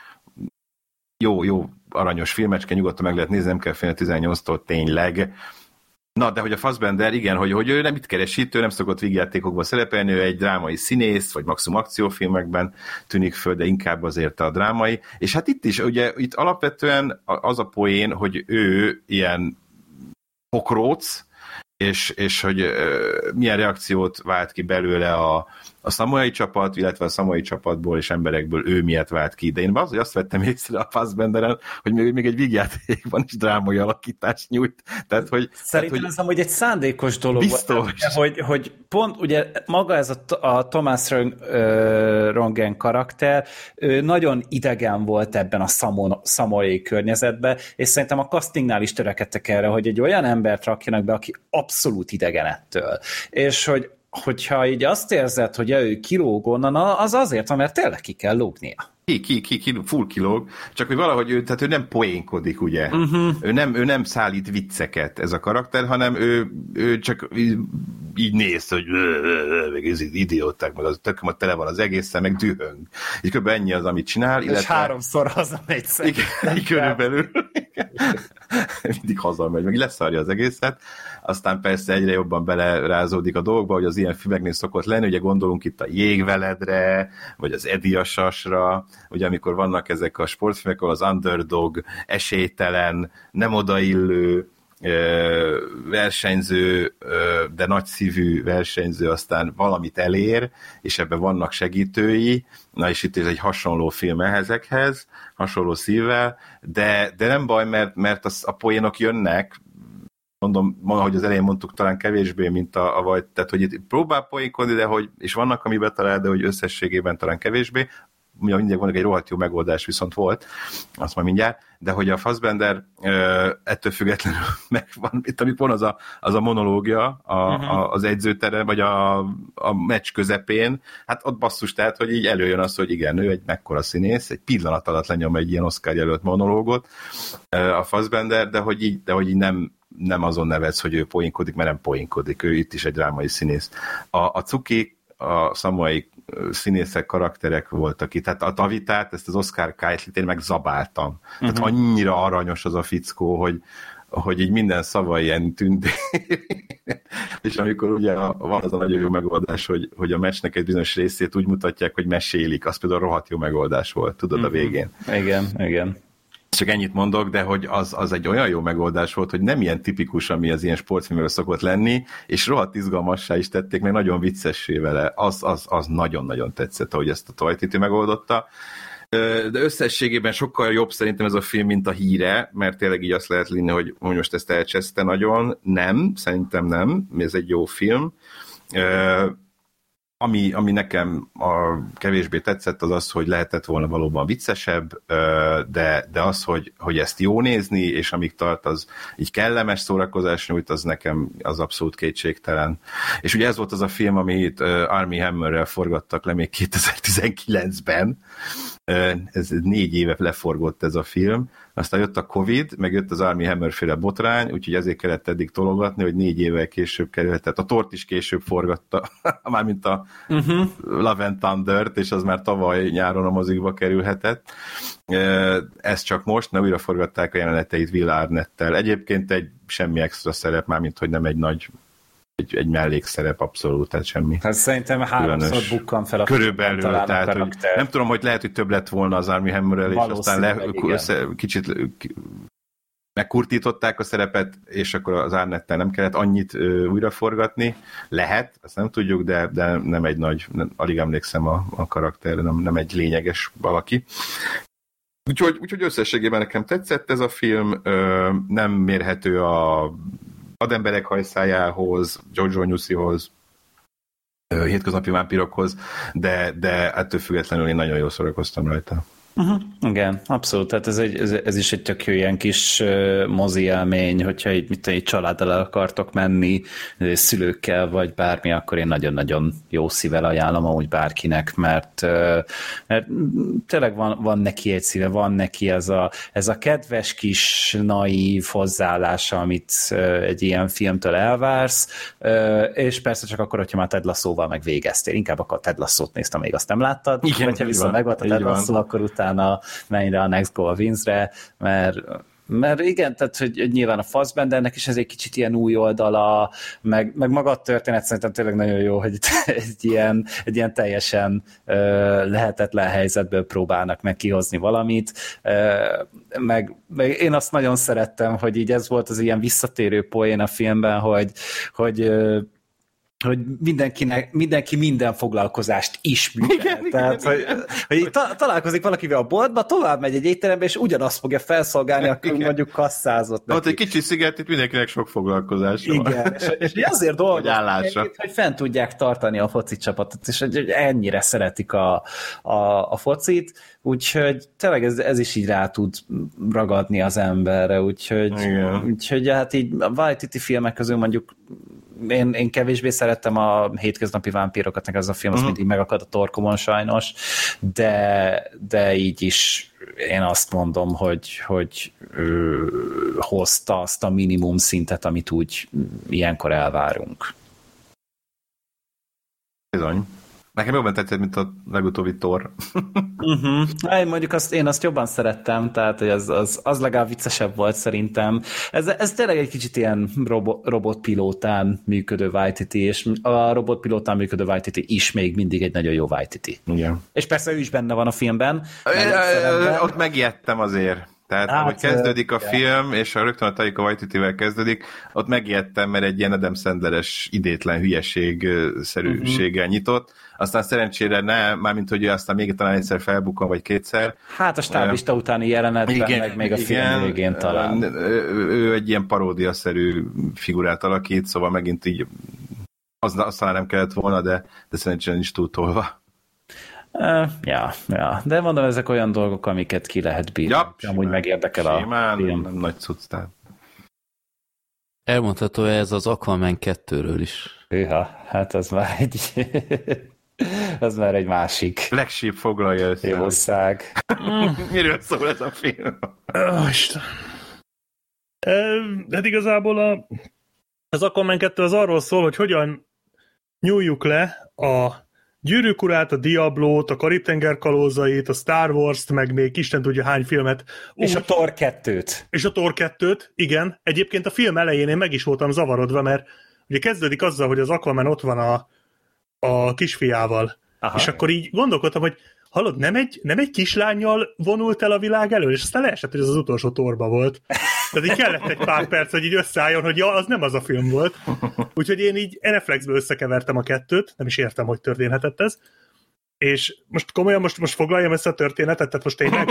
jó, aranyos filmecske, nyugodtan meg lehet nézni, nem kell félni 18-tól tényleg. Na, de hogy a Fassbender, igen, hogy ő nem itt keresít, ő nem szokott vígjátékokban szerepelni, ő egy drámai színész, vagy maximum akciófilmekben tűnik föl, de inkább azért a drámai. És hát itt is, ugye itt alapvetően az a poén, hogy ő ilyen pokróc, és hogy milyen reakciót vált ki belőle a szamoai csapat, illetve a szamoai csapatból és emberekből ő miért vált ki. De én azt vettem észre a Fassbenderen, hogy még egy vígjátékban is drámai alakítást nyújt. Tehát, hogy, szerintem ez amúgy egy szándékos dolog volt, hogy pont ugye maga ez a Thomas Rongen karakter, ő nagyon idegen volt ebben a szamoai környezetben, és szerintem a castingnál is törekedtek erre, hogy egy olyan embert rakjanak be, aki abszolút idegen ettől. És hogyha így azt érzed, hogy ő kilóg onnan, az azért, mert tényleg ki kell lógnia. Full kilóg, csak hogy valahogy tehát ő nem poénkodik, ugye? Ő nem szállít vicceket ez a karakter, hanem ő csak így néz, hogy meg ez idióták, meg az tököm tele van az egészen, meg dühöng. És kb. Ennyi az, amit csinál. És 3-szor hazamegy Igen, körülbelül. Mindig hazamegy, meg leszarja az egészet. Aztán persze egyre jobban belerázódik a dolgokba, hogy az ilyen filmeknél szokott lenni, ugye gondolunk itt a Jégveledre, vagy az Ediasasra, ugye amikor vannak ezek a sportfilmek, ahol az underdog, esélytelen, nem odaillő, versenyző, de nagyszívű versenyző aztán valamit elér, és ebben vannak segítői, na és itt is egy hasonló film ezekhez, hasonló szívvel, de nem baj, mert a poénok jönnek, mondom, hogy az elején mondtuk, talán kevésbé, mint a vagy, tehát hogy itt próbál poénkodni, de hogy, és vannak, amiben talál, de hogy összességében talán kevésbé, mindig van egy rohadt jó megoldás, viszont volt, azt majd mindjárt, de hogy a Fassbender ettől függetlenül megvan, itt amit van az a monológia az edzőterem, vagy a meccs közepén, hát ott basszus, tehát, hogy így előjön az, hogy igen, ő egy mekkora színész, egy pillanat alatt lenyom egy ilyen Oscar jelölt monológot a Fassbender, de hogy így nem azon nevetsz, hogy ő poénkodik, mert nem poénkodik, ő itt is egy drámai színész. A cuki, a szamoai színészek, karakterek voltak itt. Tehát a Tavitát, ezt az Oscar Kite-t én meg zabáltam. Tehát annyira aranyos az a fickó, hogy így minden szava ilyen tündér. És amikor ugye van az a nagyon jó megoldás, hogy a meccsnek egy bizonyos részét úgy mutatják, hogy mesélik, az például rohadt jó megoldás volt, tudod, a végén. Igen. Csak ennyit mondok, de hogy az egy olyan jó megoldás volt, hogy nem ilyen tipikus, ami az ilyen sportfilmről szokott lenni, és rohadt izgalmassá is tették, meg nagyon viccessé vele. Az nagyon-nagyon tetszett, ahogy ezt a Waititi megoldotta. De összességében sokkal jobb szerintem ez a film, mint a Híre, mert tényleg így azt lehet lenni, hogy most ezt elcseszte nagyon. Nem, szerintem nem. Ez egy jó film. Ami nekem kevésbé tetszett, az, hogy lehetett volna valóban viccesebb, de az, hogy ezt jó nézni, és amíg tart, az így kellemes szórakozás nyújt, az nekem az abszolút kétségtelen. És ugye ez volt az a film, amit Armie Hammerrel forgattak le még 2019-ben. Ez 4 éve leforgott ez a film. Aztán jött a Covid, meg jött az Armie Hammer-féle botrány, úgyhogy ezért kellett eddig tologatni, hogy 4 évvel később került. Tehát a Tort is később forgatta, mármint a Love and Thunder-t, és az már tavaly nyáron a mozikba kerülhetett. Ez csak most, ne újra forgatták a jeleneteit Will Arnett-tel. Egyébként egy semmi extra szerep, mármint hogy nem egy nagy egy mellékszerep abszolút, tehát semmi. Hát szerintem 3-szor bukkan fel a körülbelül, tehát hogy nem tudom, hogy lehet, hogy több lett volna az Armie Hammerrel, és aztán kicsit megkurtították a szerepet, és akkor az Arnetttel nem kellett annyit újraforgatni. Lehet, ezt nem tudjuk, de nem egy nagy, alig emlékszem a karakterre, nem egy lényeges valaki. Úgyhogy összességében nekem tetszett ez a film, nem mérhető a Vademberek hajszájához, Jojo Newsihoz, hétköznapi vámpirokhoz, de ettől függetlenül én nagyon jól szórakoztam rajta. Igen, abszolút, tehát ez is egy tök jó ilyen kis mozi élmény, hogyha így családdal el akartok menni, szülőkkel vagy bármi, akkor én nagyon-nagyon jó szívvel ajánlom amúgy bárkinek, mert tényleg van neki egy szíve, van neki ez a kedves kis naív hozzáállása, amit egy ilyen filmtől elvársz, és persze csak akkor, hogyha már Ted Lasso-val meg végeztél, inkább akkor Ted Lasso-t néztem, még azt nem láttad, igen, hogyha viszont megvolt a Ted Lasso, akkor utána menj rá a Next Go a Vince-re, mert igen, tehát hogy nyilván a Fassbendernek is ez egy kicsit ilyen új oldala, meg maga a történet szerintem tényleg nagyon jó, hogy egy ilyen teljesen lehetetlen helyzetből próbálnak meg kihozni valamit, meg én azt nagyon szerettem, hogy így ez volt az ilyen visszatérő poén a filmben, hogy mindenki minden foglalkozást ismét. Tehát, hogy találkozik valakivel a boltba, tovább megy egy étterembe, és ugyanazt fogja felszolgálni, akkor mondjuk kasszázott neki. Ott egy kicsi sziget, itt mindenkinek sok foglalkozás van. Igen, és azért dolgoznak, hogy fent tudják tartani a foci csapatot, és hogy ennyire szeretik a focit, úgyhogy tényleg ez is így rá tud ragadni az emberre, úgyhogy hát így a Waititi filmek közül mondjuk én kevésbé szerettem a hétköznapi vámpírokat, nekem ez a film az mindig megakad a torkomon sajnos, de így is én azt mondom, hogy hozta azt a minimum szintet, amit úgy ilyenkor elvárunk. Bizony. Nekem jobban tetszett, mint a legutóbbi Thor. Mondjuk én azt jobban szerettem, tehát hogy az legalább viccesebb volt szerintem. Ez tényleg egy kicsit ilyen robotpilótán működő Waititi, és a robotpilótán működő Waititi is még mindig egy nagyon jó Waititi. Igen. És persze ő is benne van a filmben. Ott megijedtem azért. Tehát, ahogy kezdődik a film, és rögtön a Taika Waititivel kezdődik, ott megijedtem, mert egy ilyen Adam Sandler-es idétlen hülyeség-szerűséggel nyitott. Aztán szerencsére mármint, hogy ő aztán még talán egyszer felbukkan, vagy kétszer. Hát a stáblista utáni jelenetben, igen, meg még a film végén talán. Ő egy ilyen paródiaszerű figurát alakít, szóval megint így azt talán nem kellett volna, de szerencsére nincs túltolva. Ja, de mondom, ezek olyan dolgok, amiket ki lehet bírni. Ja, amúgy megérdekel a film. Nem nagy cucc, tehát. Elmondható ez az Aquaman 2-ről is. Hát az már egy másik. Black Sheep foglalja össze. Jószág. Miről szól ez a film? Isten. Hát igazából az Aquaman 2 az arról szól, hogy hogyan nyúljuk le a Gyűrűk urát, a Diablót, a Karib-tenger kalózait, a Star Wars-t, meg még Isten tudja hány filmet. És a Thor 2-t. És a Thor 2-t, igen. Egyébként a film elején én meg is voltam zavarodva, mert ugye kezdődik azzal, hogy az Aquaman ott van a kisfiával. Aha. És akkor így gondolkodtam, hogy hallod, nem egy kislánnyal vonult el a világ elől, és aztán leesett, hogy ez az utolsó Thorba volt. Tehát így kellett egy pár perc, hogy így összeálljon, hogy ja, az nem az a film volt. Úgyhogy én így reflexből összekevertem a kettőt, nem is értem, hogy történhetett ez. És most komolyan, most foglaljam össze a történetet, tehát most tényleg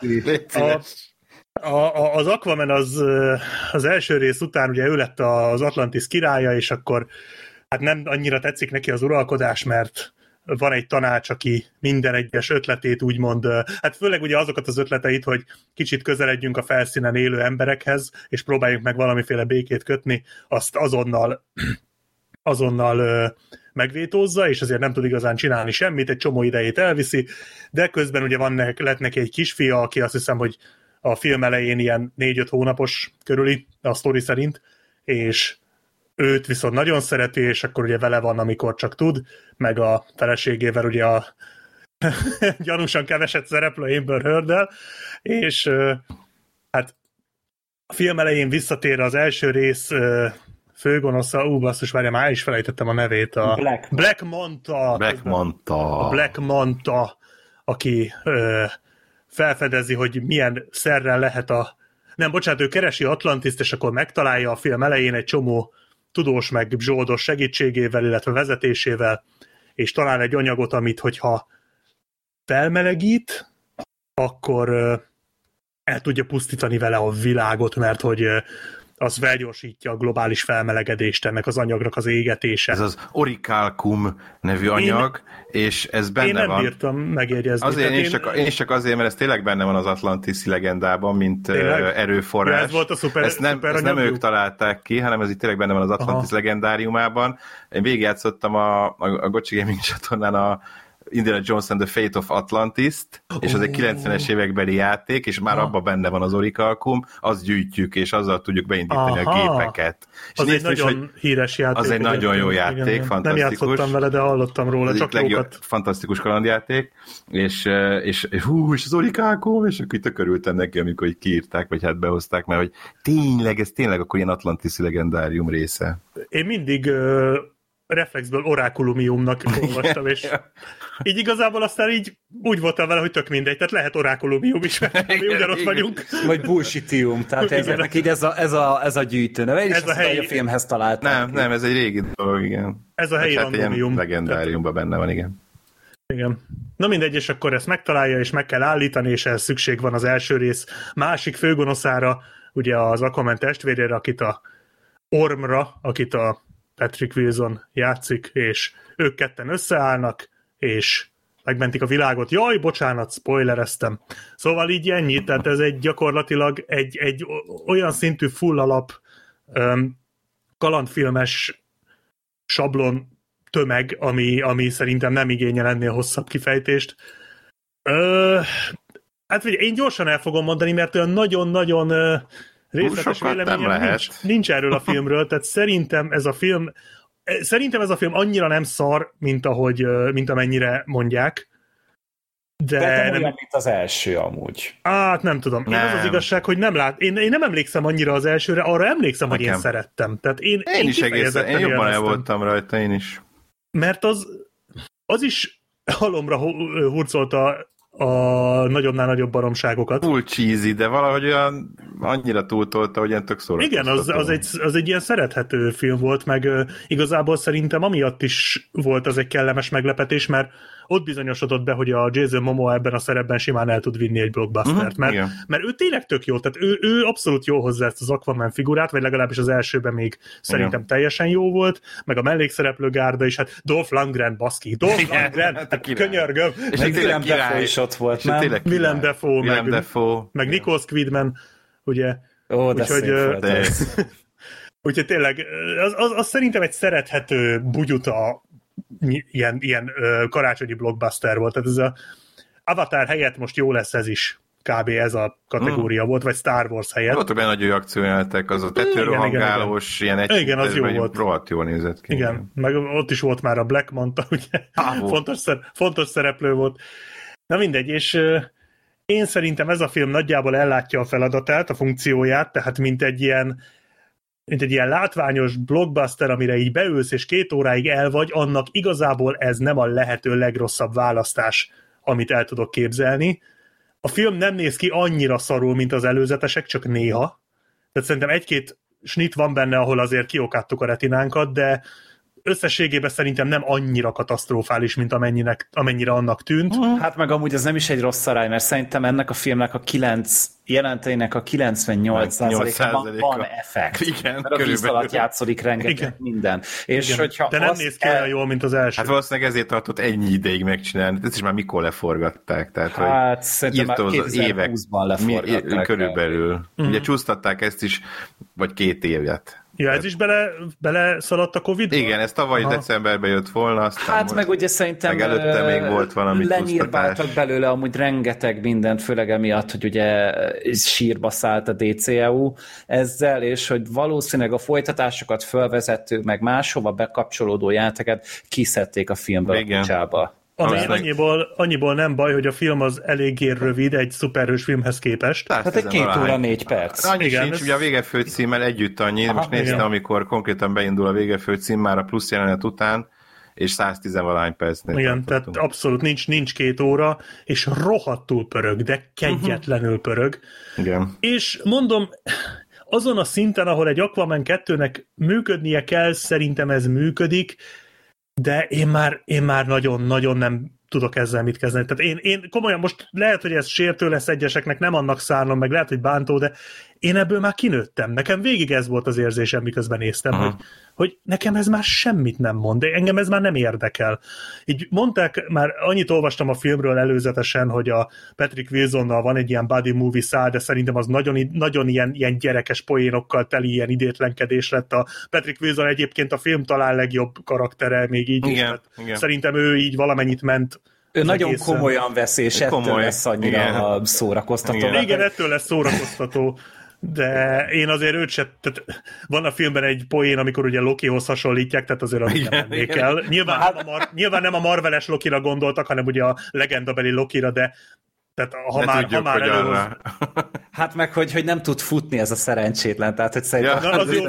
az Aquaman az első rész után, ugye ő lett az Atlantis királya, és akkor hát nem annyira tetszik neki az uralkodás, mert van egy tanács, aki minden egyes ötletét úgymond, hát főleg ugye azokat az ötleteit, hogy kicsit közeledjünk a felszínen élő emberekhez, és próbáljunk meg valamiféle békét kötni, azt azonnal megvétózza, és azért nem tud igazán csinálni semmit, egy csomó idejét elviszi, de közben ugye lett neki egy kisfia, aki azt hiszem, hogy a film elején ilyen 4-5 hónapos körüli, a sztori szerint, és őt viszont nagyon szereti, és akkor ugye vele van, amikor csak tud, meg a feleségével ugye a gyanúsan keveset szereplő Amber Heard-el, és hát a film elején visszatér az első rész főgonosza, basszus, várjál, már is felejtettem a nevét. A Black Manta. A Black Manta, aki felfedezi, hogy milyen szerrel lehet ő keresi Atlantiszt, és akkor megtalálja a film elején egy csomó tudós meg zsoldos segítségével, illetve vezetésével, és talál egy anyagot, amit hogyha felmelegít, akkor el tudja pusztítani vele a világot, mert hogy az felgyorsítja a globális felmelegedést, ennek az anyagnak az égetése. Ez az orichalcum nevű anyag, és ez benne van. Én nem bírtam megjegyezni. Azért én csak azért, mert ez tényleg benne van az Atlantis legendában, mint erőforrás. Ja, ez volt a ezt nem ők találták ki, hanem ez itt tényleg benne van az Atlantis legendáriumában. Én végigjátszottam a Gocsi Gaming csatornán Indiana Jones and the Fate of Atlantis-t, és az egy 90-es évekbeli játék, és már abban benne van az orichalcum, azt gyűjtjük, és azzal tudjuk beindítani a gépeket. És az egy nagyon híres játék. Az egy nagyon jó játék, igen. Fantasztikus. Nem játszottam vele, de hallottam róla, csak jókat. Fantasztikus kalandjáték, és az orichalcum, és akkor itt örültem neki, amikor így kiírták, vagy hát behozták, mert hogy ez tényleg akkor ilyen Atlantis legendárium része. Én mindig reflexből orákulumiumnak olvastam, és így igazából aztán így úgy voltam vele, hogy tök mindegy, tehát lehet orákulumium is, mert mi ugyanott vagyunk. Vagy bullshitium, tehát ezeknek így ez a gyűjtő neve, és ez a filmhez találták. Nem, ez egy régi dolog, igen. Ez a helyi randomium. Legendáriumban benne van, igen. Igen. Na mindegy, és akkor ezt megtalálja, és meg kell állítani, és ehhez szükség van az első rész másik főgonoszára, ugye az Aquaman testvérére, akit a Ormra, akit a Patrick Wilson játszik, és ők ketten összeállnak, és megmentik a világot. Jaj, bocsánat, spoilereztem. Szóval így ennyi, tehát ez gyakorlatilag egy olyan szintű full alap kalandfilmes sablon tömeg, ami szerintem nem igényel ennél hosszabb kifejtést. Hát én gyorsan el fogom mondani, mert olyan nagyon-nagyon részletes véleményem nincs erről a filmről, tehát szerintem ez a film annyira nem szar, mint amennyire mondják. De nem olyan, mint az első amúgy. Hát nem tudom. Én az igazság, hogy én nem emlékszem annyira az elsőre, arra emlékszem, hogy én szerettem. Tehát én is egészen, én jobban el voltam rajta, én is. Mert az is halomra hurcolta a nagyobbnál nagyobb baromságokat. Full cheesy, de valahogy olyan annyira túltolta, hogy ilyen tök szórakoztató. Igen, az egy ilyen szerethető film volt, meg igazából szerintem amiatt is volt az egy kellemes meglepetés, mert ott bizonyosodott be, hogy a Jason Momoa ebben a szerepben simán el tud vinni egy blockbustert, mert ő tényleg tök jó, tehát ő abszolút jó hozzá ezt az Aquaman figurát, vagy legalábbis az elsőben még szerintem teljesen jó volt, meg a mellékszereplő gárda is, hát Dolph Lundgren, baszki, Dolph Lundgren, hát könyörgöm. És Willem Dafoe is ott volt, nem? Willem Dafoe, meg Nicole Kidman, ugye? Ó, de szép volt ez. Úgyhogy tényleg, az szerintem egy szerethető bugyuta ilyen karácsonyi blockbuster volt. Tehát ez a Avatar helyett most jó lesz ez is. Kb. Ez a kategória volt, vagy Star Wars helyett. Voltak benne nagy akciójátek, az a tetőrohangálós, ilyen egy igen, az jó volt. Rohadt jól nézett ki. Igen, meg ott is volt már a Black Manta, ugye? Fontos szereplő volt. Na mindegy, és én szerintem ez a film nagyjából ellátja a feladatát, a funkcióját, tehát mint egy ilyen látványos blockbuster, amire így beülsz, és 2 óráig el vagy, annak igazából ez nem a lehető legrosszabb választás, amit el tudok képzelni. A film nem néz ki annyira szarul, mint az előzetesek, csak néha. Tehát szerintem 1-2 snit van benne, ahol azért kiokáttuk a retinánkat, de összességében szerintem nem annyira katasztrofális, mint amennyire annak tűnt. Hát meg amúgy ez nem is egy rossz arány, mert szerintem ennek a filmnek a 9 jelenteinek a 98%-ban van effekt. Igen, mert a víz alatt játszódik rengeteg minden. És hogyha de nem néz ki olyan jól, mint az első. Hát valószínűleg ezért tartott ennyi ideig megcsinálni. Ezt is már mikor leforgatták. Tehát, hát szerintem már 2020-ban leforgatták. Körülbelül. Ugye csúsztatták ezt is, vagy 2 évet. Ja, ez is bele szaladt a Covid-ba? Igen, ez tavaly decemberben jött volna, aztán hát meg ugye szerintem meg előtte még volt valami lenyírbáltak belőle amúgy rengeteg mindent, főleg emiatt, hogy ugye sírba szállt a DCEU ezzel, és hogy valószínűleg a folytatásokat fölvezető, meg máshova bekapcsolódó játéket kiszedték a filmből a kicsába. Annyiból nem baj, hogy a film az eléggé rövid egy szuperhős filmhez képest. Hát egy 2 óra 4 perc. Annyi igen, sincs, ugye a végefőcímmel együtt annyi. Most néztem, amikor konkrétan beindul a végefőcím már a plusz jelenet után, és 110-valahány percnél. Igen, tehát abszolút nincs 2 óra, és rohadtul pörög, de kegyetlenül pörög. Igen. És mondom, azon a szinten, ahol egy Aquaman 2-nek működnie kell, szerintem ez működik, de én már nagyon-nagyon nem tudok ezzel mit kezdeni. Tehát én komolyan most lehet, hogy ez sértő lesz egyeseknek, nem annak szállom, meg lehet, hogy bántó, de én ebből már kinőttem. Nekem végig ez volt az érzésem, miközben néztem, hogy nekem ez már semmit nem mond, de engem ez már nem érdekel. Így mondták, már annyit olvastam a filmről előzetesen, hogy a Patrick Wilsonnal van egy ilyen buddy movie szál, de szerintem az nagyon ilyen gyerekes poénokkal teli ilyen idétlenkedés lett. A Patrick Wilson egyébként a film talán legjobb karaktere, még így igen, is. Igen. Szerintem ő így valamennyit ment. Ő nagyon egészen komolyan vesz, és ettől lesz annyira szórakoztató. Igen, ettől lesz szórakoztató. De én azért őt se... Tehát van a filmben egy poén, amikor ugye Lokihoz hasonlítják, tehát azért nem mennék el. Nyilván nem a Marveles Lokira gondoltak, hanem ugye a legendabeli Lokira, de tehát ha már előhoz... Hát meg, hogy nem tud futni ez a szerencsétlen, tehát hogy szerintem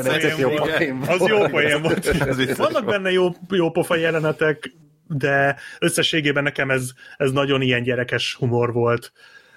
az jó poén volt. Vannak benne jó pofa jelenetek, de összességében nekem ez nagyon ilyen gyerekes humor volt.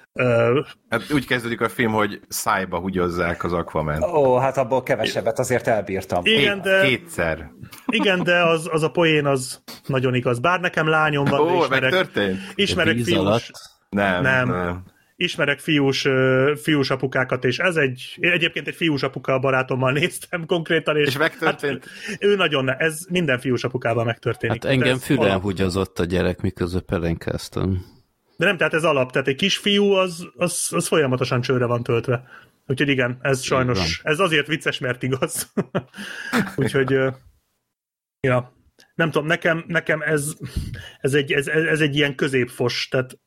Hát úgy kezdődik a film, hogy szájba hugyozzák az Aquaman. Hát abból kevesebbet azért elbírtam. Igen, de, kétszer. Igen, de az a poén az nagyon igaz. Bár nekem lányom van, ismerek fiús... Nem. Ismerek fiús apukákat, és egyébként egy fiús apuka barátommal néztem konkrétan, és megtörtént. Hát, ő ez minden fiús apukával megtörténik. Hát engem fülen hugyozott a gyerek, miközben pelenkáztam. De nem, tehát ez alap, tehát egy kisfiú az folyamatosan csőre van töltve. Úgyhogy igen, ez sajnos, ez azért vicces, mert igaz. Úgyhogy, ja, nem tudom, nekem ez egy ilyen középfos, tehát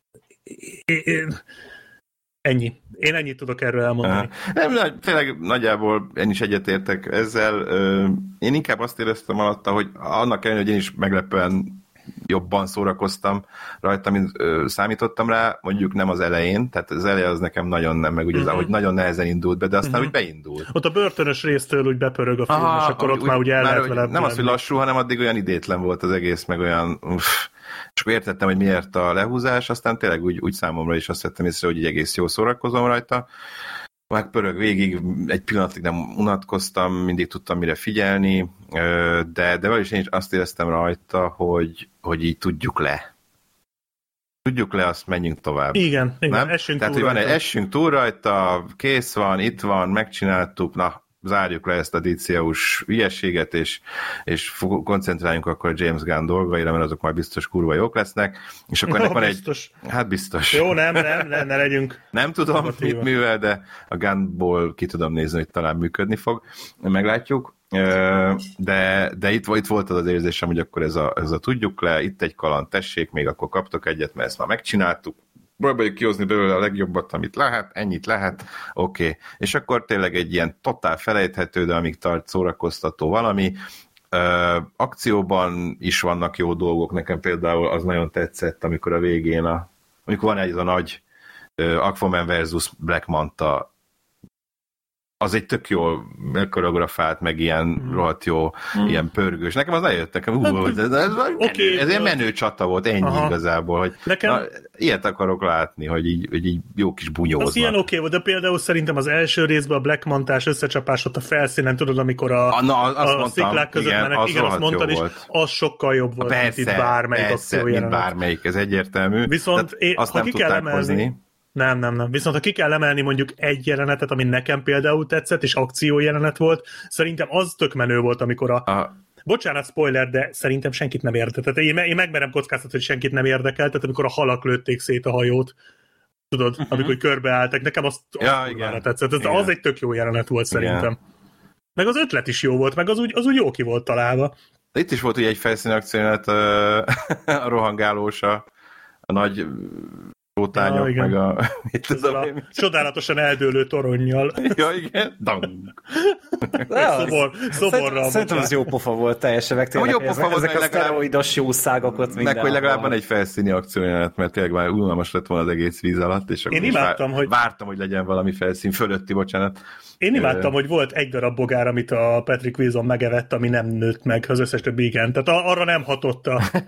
ennyi. Én ennyit tudok erről elmondani. Nem, tényleg nagyjából én is egyetértek ezzel. Én inkább azt éreztem alatta, hogy annak ellenére, hogy én is meglepően jobban szórakoztam rajta, mint számítottam rá, mondjuk nem az elején, tehát az eleje az nekem nagyon nem, meg ugye hogy nagyon nehezen indult be, de aztán úgy beindult. Ott a börtönös résztől úgy bepörög a film, és akkor ott már úgy el lehet vele. Nem az, hogy lassú, hanem addig olyan idétlen volt az egész, meg olyan... És akkor értettem, hogy miért a lehúzás, aztán tényleg úgy számomra is azt vettem észre, hogy így egész jól szórakozom rajta. Megpörög végig, egy pillanatig nem unatkoztam, mindig tudtam mire figyelni, de valahogy én is azt éreztem rajta, hogy így tudjuk le. Tudjuk le, azt menjünk tovább. Igen, essünk tehát, túl rajta. Essünk túl rajta, kész van, itt van, megcsináltuk, na, zárjuk le ezt a DCU-s ügyességet, és koncentráljunk akkor a James Gunn dolgaira, mert azok majd biztos kurva jók lesznek, és akkor ennek van biztos. Hát biztos. Jó, nem, ne legyünk. Nem tudom, mit művel, de a Gunnból ki tudom nézni, hogy talán működni fog. Meglátjuk. De itt volt az érzésem, hogy akkor ez a tudjuk le, itt egy kaland, tessék, még akkor kaptok egyet, mert ezt már megcsináltuk, próbáljuk kihozni belőle a legjobbat, amit lehet, ennyit lehet, oké. És akkor tényleg egy ilyen totál felejthető, de amíg tart szórakoztató valami. Akcióban is vannak jó dolgok, nekem például az nagyon tetszett, amikor a végén, amikor van egy az a nagy Aquaman versus Black Manta, az egy tök jól koreografált, meg ilyen rohadt jó, ilyen pörgős. Nekem az eljött, ez egy menő csata volt, ennyi igazából, hogy nekem... ilyet akarok látni, hogy így jó kis bunyóznak. Az ilyen oké volt, de például szerintem az első részben a Black Mantás összecsapás ott a felszínen, tudod, amikor a sziklák között mennek, igen, azt mondtad, és az sokkal jobb volt, mint itt bármelyik akciójelenet. Mint bármelyik, ez egyértelmű. Viszont ha ki kell emelni, nem. Viszont ha ki kell emelni mondjuk egy jelenetet, ami nekem például tetszett, és akciójelenet volt, szerintem az tök menő volt, amikor bocsánat, spoiler, de szerintem senkit nem érdekel. Tehát én megmerem kockáztatni, hogy senkit nem érdekel, tehát amikor a halak lőtték szét a hajót, tudod, amikor körbeálltak, nekem azt tetszett. Az egy tök jó jelenet volt szerintem. Meg az ötlet is jó volt, meg az úgy jó ki volt találva. Itt is volt ugye egy felszíni akciójelenet, a rohangálós, a nagy Csótányok, meg a... csodálatosan eldőlő toronnyal. Ja, igen. Szoborral. Szerintem az jó pofa volt teljesen, meg tényleg ezek a szteroidos jószágokat meg hogy legalább van egy felszíni akciójelenet, mert tényleg már unalmas lett volna az egész víz alatt, és én imádtam, vártam, hogy legyen valami felszín fölötti, bocsánat. Én imádtam, hogy volt egy darab bogár, amit a Patrick Wilson megevett, ami nem nőtt meg, az összes többi igen. Tehát arra nem hatott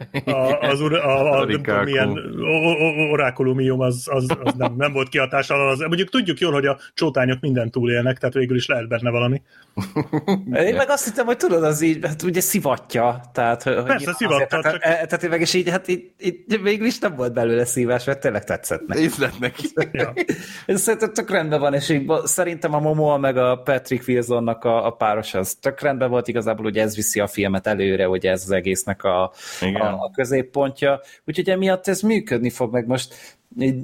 milyen orákulumium, az nem volt kihatással. Mondjuk tudjuk jól, hogy a csótányok mindent túlélnek, tehát végül is lehet benne valami. Én meg azt hittem, hogy tudod, az így, hát ugye szivatja. Tehát, persze szivatta, tehát meg is így, hát így végül is nem volt belőle szívás, mert tényleg tetszett neki. Észlet neki. Ja. Szerintem tök rendben van, és így, szerintem a Momoa meg a Patrick Wilsonnak a páros az tök rendben volt, igazából ugye ez viszi a filmet előre, hogy ez az egésznek a középpontja. Úgyhogy emiatt ez működni fog, meg most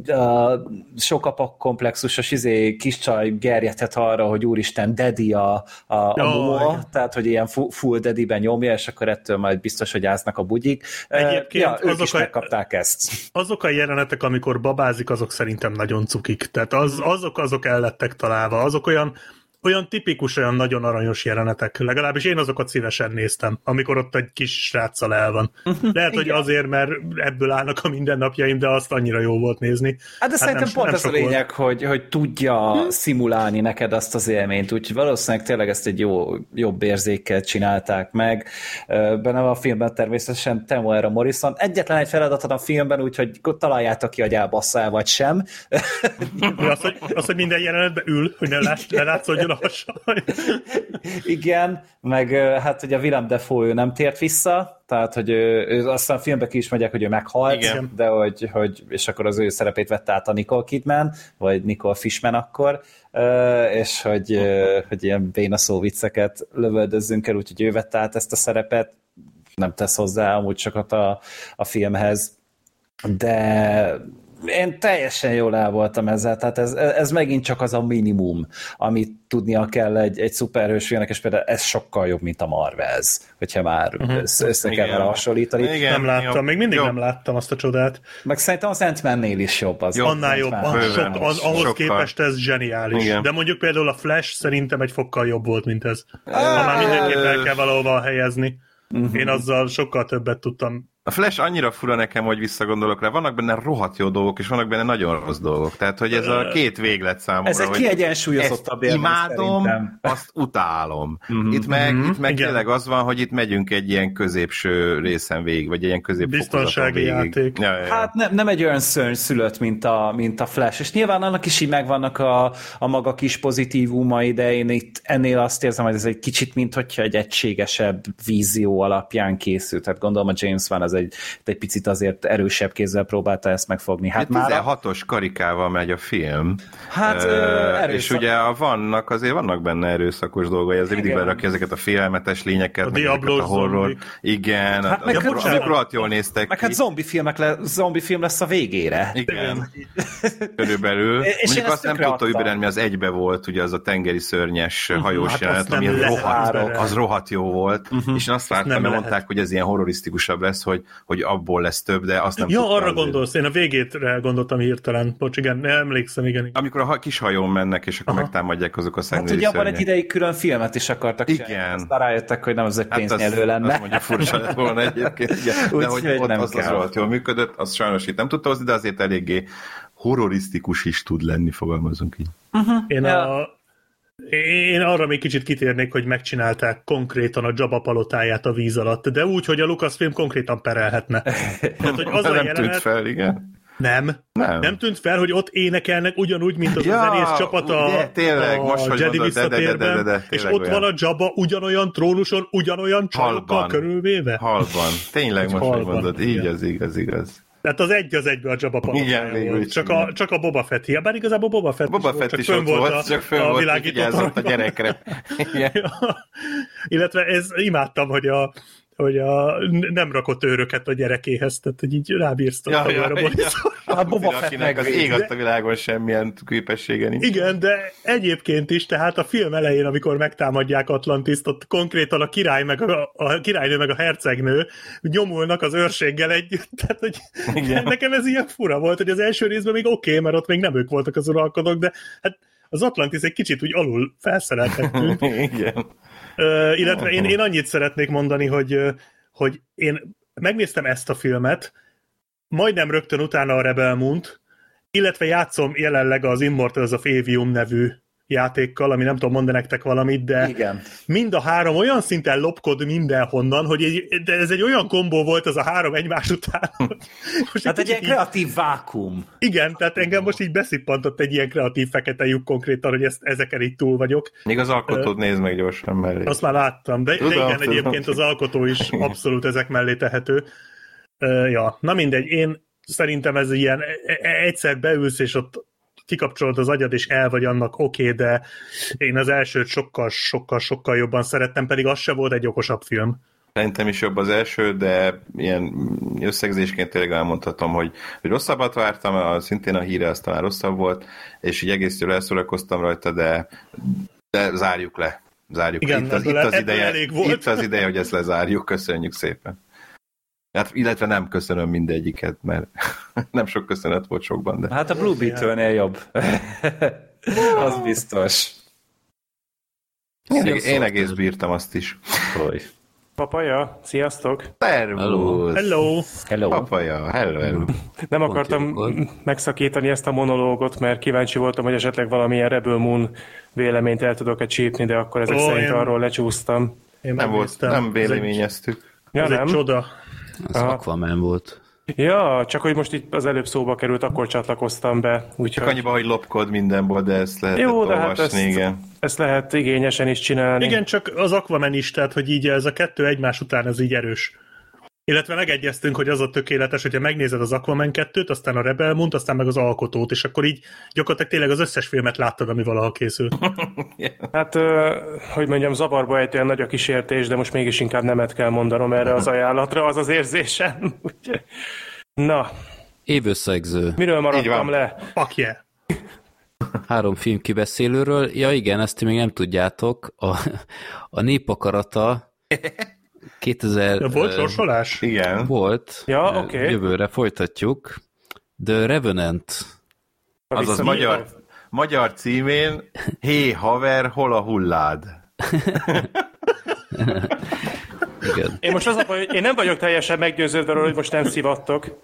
sok apak komplexusos kis csaj gerjedhet arra, hogy úristen, daddy a Momoa, tehát hogy ilyen full daddyben nyomja, és akkor ettől majd biztos, hogy áznak a bugyik. Egyébként ők is megkapták ezt. Azok a jelenetek, amikor babázik, azok szerintem nagyon cukik. Tehát azok el lettek találva. Azok olyan tipikus, olyan nagyon aranyos jelenetek. Legalábbis én azokat szívesen néztem, amikor ott egy kis sráccal el van. Lehet, hogy azért, mert ebből állnak a mindennapjaim, de azt annyira jó volt nézni. Hát de szerintem pont ez a lényeg, hogy tudja szimulálni neked azt az élményt, úgyhogy valószínűleg tényleg ezt egy jobb érzékkel csinálták meg. Benne a filmben természetesen Temuera Morrison. Egyetlen egy feladatod a filmben, úgyhogy találjátok ki, hogy elbasszál vagy sem. Az, hogy minden jelenetben ül, hogy ne látszódjon a hasonló. Igen, meg hát ugye Willem Dafoe ő nem tért vissza, tehát hogy ő aztán a filmbe ki is megyek, hogy ő meghalt, igen. De hogy és akkor az ő szerepét vette át a Nicole Kidman, vagy Nicole Fishman akkor, és hogy ilyen béna szóvicceket lövöldözzünk el, úgyhogy ő vette át ezt a szerepet, nem tesz hozzá amúgy sokat a filmhez, de én teljesen jól el voltam ezzel, tehát ez megint csak az a minimum, amit tudnia kell egy szuperhős filmnek, és például ez sokkal jobb, mint a Marvels, hogyha már össze kell vele hasonlítani. Igen, nem láttam, jobb. Még mindig nem láttam azt a csodát. Meg szerintem az Ant-Man-nél is jobb. Annál jobb, ahhoz képest ez zseniális. Igen. De mondjuk például a Flash szerintem egy fokkal jobb volt, mint ez. Ha már mindenképp el kell valahova helyezni. Én azzal sokkal többet tudtam. A Flash annyira fura nekem, hogy visszagondolok rá, vannak benne rohadt jó dolgok, és vannak benne nagyon rossz dolgok. Tehát, hogy ez a két véglet számomra. Ez egy kiegyensúlyozottabb élmény imádom, szerintem. Azt utálom. Itt meg tényleg az van, hogy itt megyünk egy ilyen középső részen végig, vagy egy ilyen középfokozaton biztonsági játék. Ja. Hát nem egy olyan szörny szülött, mint a Flash, és nyilván annak is így megvannak a maga kis pozitívumai, de én itt ennél azt érzem, hogy ez egy kicsit, mint hogyha egy egységesebb vízió alapján készült. Tehát gondolom a James Wan az egy picit azért erősebb kézzel próbálta ezt megfogni. Hát 16-os karikával megy a film. Hát és ugye vannak benne erőszakos dolgai, ezért mindig berakja ezeket a félelmetes lényeket, a Diablo, a horror. Igen, hát azok rohadt jól néztek meg ki. Hát zombi film lesz a végére. Igen. Körülbelül. Mondjuk azt nem tudta überelni, az egybe volt, ugye az a tengeri szörnyes hajós jelenet, ami rohadt jó volt, és én azt vártam, mert mondták, hogy ez ilyen horrorisztikusabb lesz, hogy abból lesz több, de azt nem tudtam. Arra gondolsz, én a végétre gondoltam hirtelen. Bocs, igen, emlékszem, igen. Amikor a kis hajón mennek, és akkor megtámadják azok a szegnéri szörnyek. Hát ugye abban egy ideig külön filmet is akartak csinálni. Aztán rájöttek, hogy nem az egy pénznyelő lenne. Az mondjuk furcsa lett volna egyébként. De hogy ott az rohadt jól működött, az sajnos itt nem tudta hozni, de azért eléggé horrorisztikus is tud lenni, fogalmazunk így. Én arra még kicsit kitérnék, hogy megcsinálták konkrétan a Jabba palotáját a víz alatt, de úgy, hogy a Lucasfilm konkrétan perelhetne. Tehát, hogy az nem tűnt fel, igen. Nem tűnt fel, hogy ott énekelnek ugyanúgy, mint az a zenész csapat a Jedi visszatérben, és ott van a Jabba ugyanolyan trónuson, ugyanolyan csajokkal körülvéve. Halban. Tényleg most megmondod. Így az igaz. Tehát az egybe a Jabba palotája volt. Csak a Boba Fett hiány. Bár igazából Boba Fett is ott volt, csak fönn volt, vigyázott a gyerekre. Illetve imádtam, hogy nem rakott őröket a gyerekéhez, tehát hogy így rábírztattam arra monitor. A Boba Fett meg az ég azt a világon semmilyen képessége nincs. Igen, de egyébként is, tehát a film elején, amikor megtámadják Atlantiszt, ott konkrétan a királynő meg a hercegnő nyomulnak az őrséggel együtt, tehát hogy nekem ez ilyen fura volt, hogy az első részben még oké, mert ott még nem ők voltak az uralkodók, de hát az Atlantis egy kicsit úgy alul felszereltettünk. Igen. Illetve én annyit szeretnék mondani, hogy én megnéztem ezt a filmet, majdnem rögtön utána a Rebel Moon-t, illetve játszom jelenleg az Immortals of Avium nevű játékkal, ami nem tudom mondani nektek valamit, de igen. Mind a három olyan szinten lopkod mindenhonnan, hogy de ez egy olyan kombó volt az a három egymás után. Most hát egy ilyen kreatív vákum. Igen, tehát engem most így beszippantott egy ilyen kreatív fekete lyuk konkrétan, hogy ezeken így túl vagyok. Még az alkotót nézd meg gyorsan mellé. Azt már láttam, de igen, egyébként az alkotó is abszolút ezek mellé tehető. Ja, na mindegy, én szerintem ez ilyen egyszer beülsz, és ott kikapcsolod az agyad, és el vagy annak oké, de én az elsőt sokkal jobban szerettem, pedig az se volt egy okosabb film. Szerintem is jobb az első, de ilyen összegzésként tényleg elmondhatom, hogy rosszabbat vártam, szintén a híre aztán már rosszabb volt, és így egész jól elszórakoztam rajta, de zárjuk le. Igen, itt az ideje, hogy ezt lezárjuk. Köszönjük szépen. Hát, illetve nem köszönöm mindegyiket, mert nem sok köszönet volt sokban. De... Hát a Blue Beetle-nél jobb. Az biztos. Én egész bírtam azt is. Papaja, sziasztok! Servus! Hello! Papaja, hello! Nem akartam megszakítani ezt a monológot, mert kíváncsi voltam, hogy esetleg valamilyen Rebel Moon véleményt el tudok-e csípni, de akkor ezek szerint arról lecsúsztam. Nem véleményeztük. Ez egy csoda. Az Aquaman volt. Ja, csak hogy most itt az előbb szóba került, akkor csatlakoztam be. Csak annyiban, hogy lopkod mindenból, de ezt lehet olvasni, igen. Ezt lehet igényesen is csinálni. Igen, csak az Aquaman is, tehát, hogy így ez a kettő egymás után ez így erős. Illetve megegyeztünk, hogy az a tökéletes, hogyha megnézed az Aquaman 2-t, aztán a Rebel Moon-t, aztán meg az Alkotót, és akkor így gyakorlatilag tényleg az összes filmet láttad, ami valaha készült. Hát, hogy mondjam, zavarba ejtően nagy a kísértés, de most mégis inkább nemet kell mondanom erre az ajánlatra, az az érzésem. Na. Évösszegző. Miről maradtam le? Fuck yeah. 3 film kibeszélőről. Ja igen, ezt még nem tudjátok. A Népakarata 2000... volt sorsolás? Igen. Volt. Ja, oké. Jövőre folytatjuk. The Revenant. Azaz magyar címén Hé, haver, hol a hullád? Igen. Én most az a baj, hogy én nem vagyok teljesen meggyőződve róla, hogy most nem szivattok.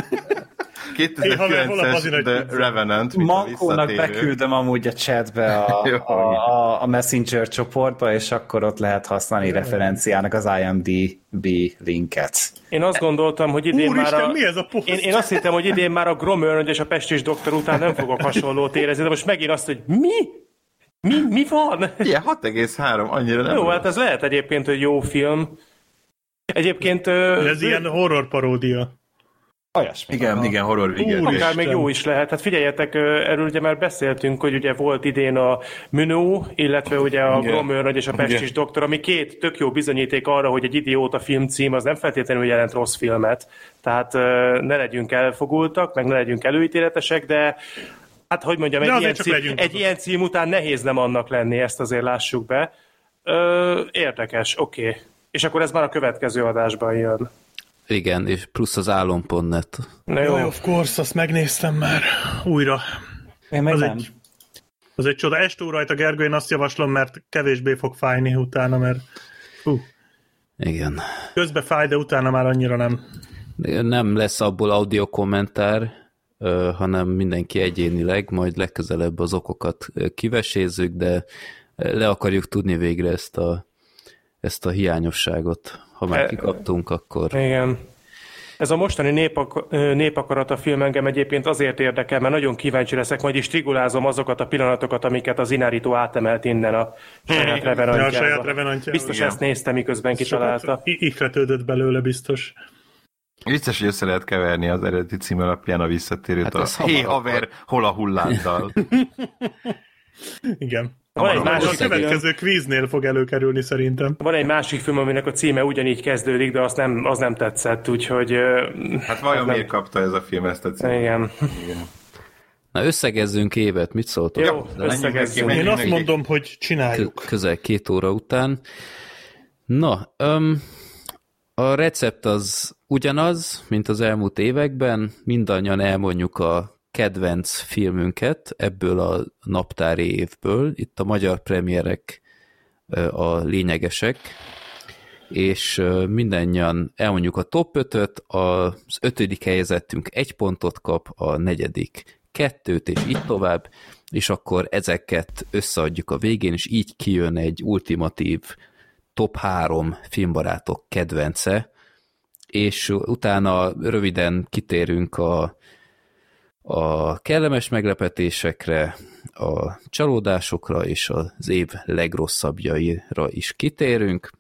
2009-es The Revenant. Mankónak beküldöm amúgy a chatbe a Messenger csoportba, és akkor ott lehet használni referenciának az IMDb linket. Én azt gondoltam, hogy idén Úristen, mi ez a poszt? Én azt hittem, hogy idén már a Gromörnöd és a Pestis doktor után nem fogok hasonlót érezni, de most megint azt, hogy mi van? Igen, 6,3, annyira nem. Jó, hát ez lehet egyébként, hogy jó film. Egyébként... Ez ilyen horror paródia. Olyasmi. Igen, horror vigyet. Akár még jó is lehet. Hát figyeljetek, erről ugye már beszéltünk, hogy ugye volt idén a Münó, illetve ugye a Gromőrnagy és a Pestis doktor, ami 2 tök jó bizonyíték arra, hogy egy idióta filmcím az nem feltétlenül jelent rossz filmet. Tehát ne legyünk elfogultak, meg ne legyünk előítéletesek, de hát hogy mondjam, egy ilyen cím után nehéz nem annak lenni, ezt azért lássuk be. Érdekes, oké. És akkor ez már a következő adásban jön. Igen, és plusz az álom.net. Na jó. Of course, azt megnéztem már újra. Én meg nem. Az egy csoda. Estó rajta, Gergő, én azt javaslom, mert kevésbé fog fájni utána, mert Igen. Közben fáj, de utána már annyira nem. Nem lesz abból audio kommentár, hanem mindenki egyénileg, majd legközelebb az okokat kivesézzük, de le akarjuk tudni végre ezt a hiányosságot. Ha már kikaptunk, akkor... Igen. Ez a mostani Népakarata film engem egyébként azért érdekel, mert nagyon kíváncsi leszek, majd is trigulázom azokat a pillanatokat, amiket az Inárító átemelt innen a saját revenantjába. Biztos igen. Ezt néztem, miközben kitalálta. Ihletődött belőle biztos. Vicces, hogy össze lehet keverni az eredeti cím alapján a visszatérőt. Hát hé, haver, hol a hulláddal? Igen. A következő kvíznél fog előkerülni szerintem. Van egy másik film, aminek a címe ugyanígy kezdődik, de az nem tetszett, úgyhogy... Hát vajon miért kapta ez a film ezt a címet? Igen. Na összegezzünk évet, mit szóltok? Jó, összegezzünk. Én azt mondom, hogy csináljuk. Közel 2 óra után. Na, a recept az ugyanaz, mint az elmúlt években. Mindannyian elmondjuk a kedvenc filmünket ebből a naptári évből. Itt a magyar premierek a lényegesek, és mindannyian elmondjuk a top 5-öt, az 5. helyezettünk 1 pontot kap, a 4. 2-t, és így tovább, és akkor ezeket összeadjuk a végén, és így kijön egy ultimatív top 3 filmbarátok kedvence, és utána röviden kitérünk a kellemes meglepetésekre, a csalódásokra, és az év legrosszabbjaira is kitérünk.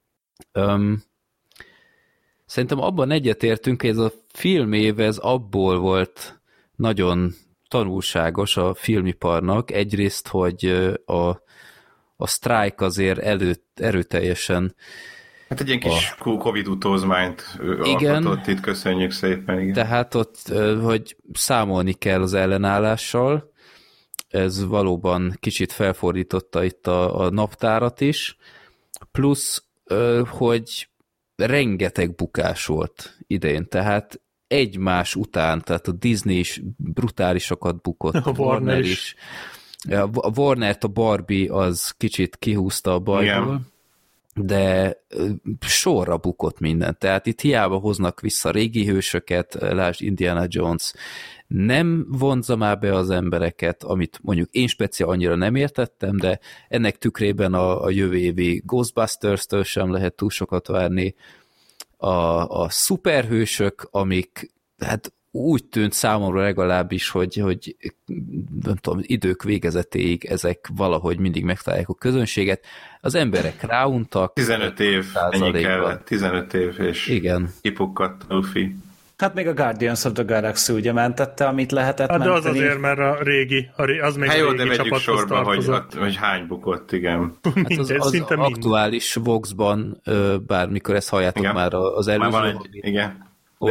Szerintem abban egyetértünk, hogy ez a filmév, ez abból volt nagyon tanulságos a filmiparnak. Egyrészt, hogy a sztrájk azért erőteljesen... Hát egy ilyen kis Covid utózmányt alkotott itt, köszönjük szépen. Igen. Tehát ott, hogy számolni kell az ellenállással, ez valóban kicsit felfordította itt a naptárat is, plusz, hogy rengeteg bukás volt idén, tehát egymás után, tehát a Disney is brutálisokat bukott, a Warner is. A Warnert a Barbie az kicsit kihúzta a bajból, de sorra bukott minden. Tehát itt hiába hoznak vissza régi hősöket, lásd Indiana Jones, nem vonza már be az embereket, amit mondjuk én speciál annyira nem értettem, de ennek tükrében a jövő évi Ghostbusters-től sem lehet túl sokat várni. A szuperhősök, amik hát úgy tűnt számomra legalábbis, hogy nem tudom, idők végezetéig ezek valahogy mindig megtalálják a közönséget. Az emberek ráuntak. 15 év, ennyi kellett, 15 év, és igen. kipukkadt Luffy. Hát még a Guardians of the Galaxy ugye mentette, amit lehetett menteni. De az azért, mert a régi, az még hát a jó, régi csapathoz sorba, tartozott. hogy hány bukott, igen. Hát az aktuális Vox-ban, bármikor ezt halljátok igen. Már az előző. Igen.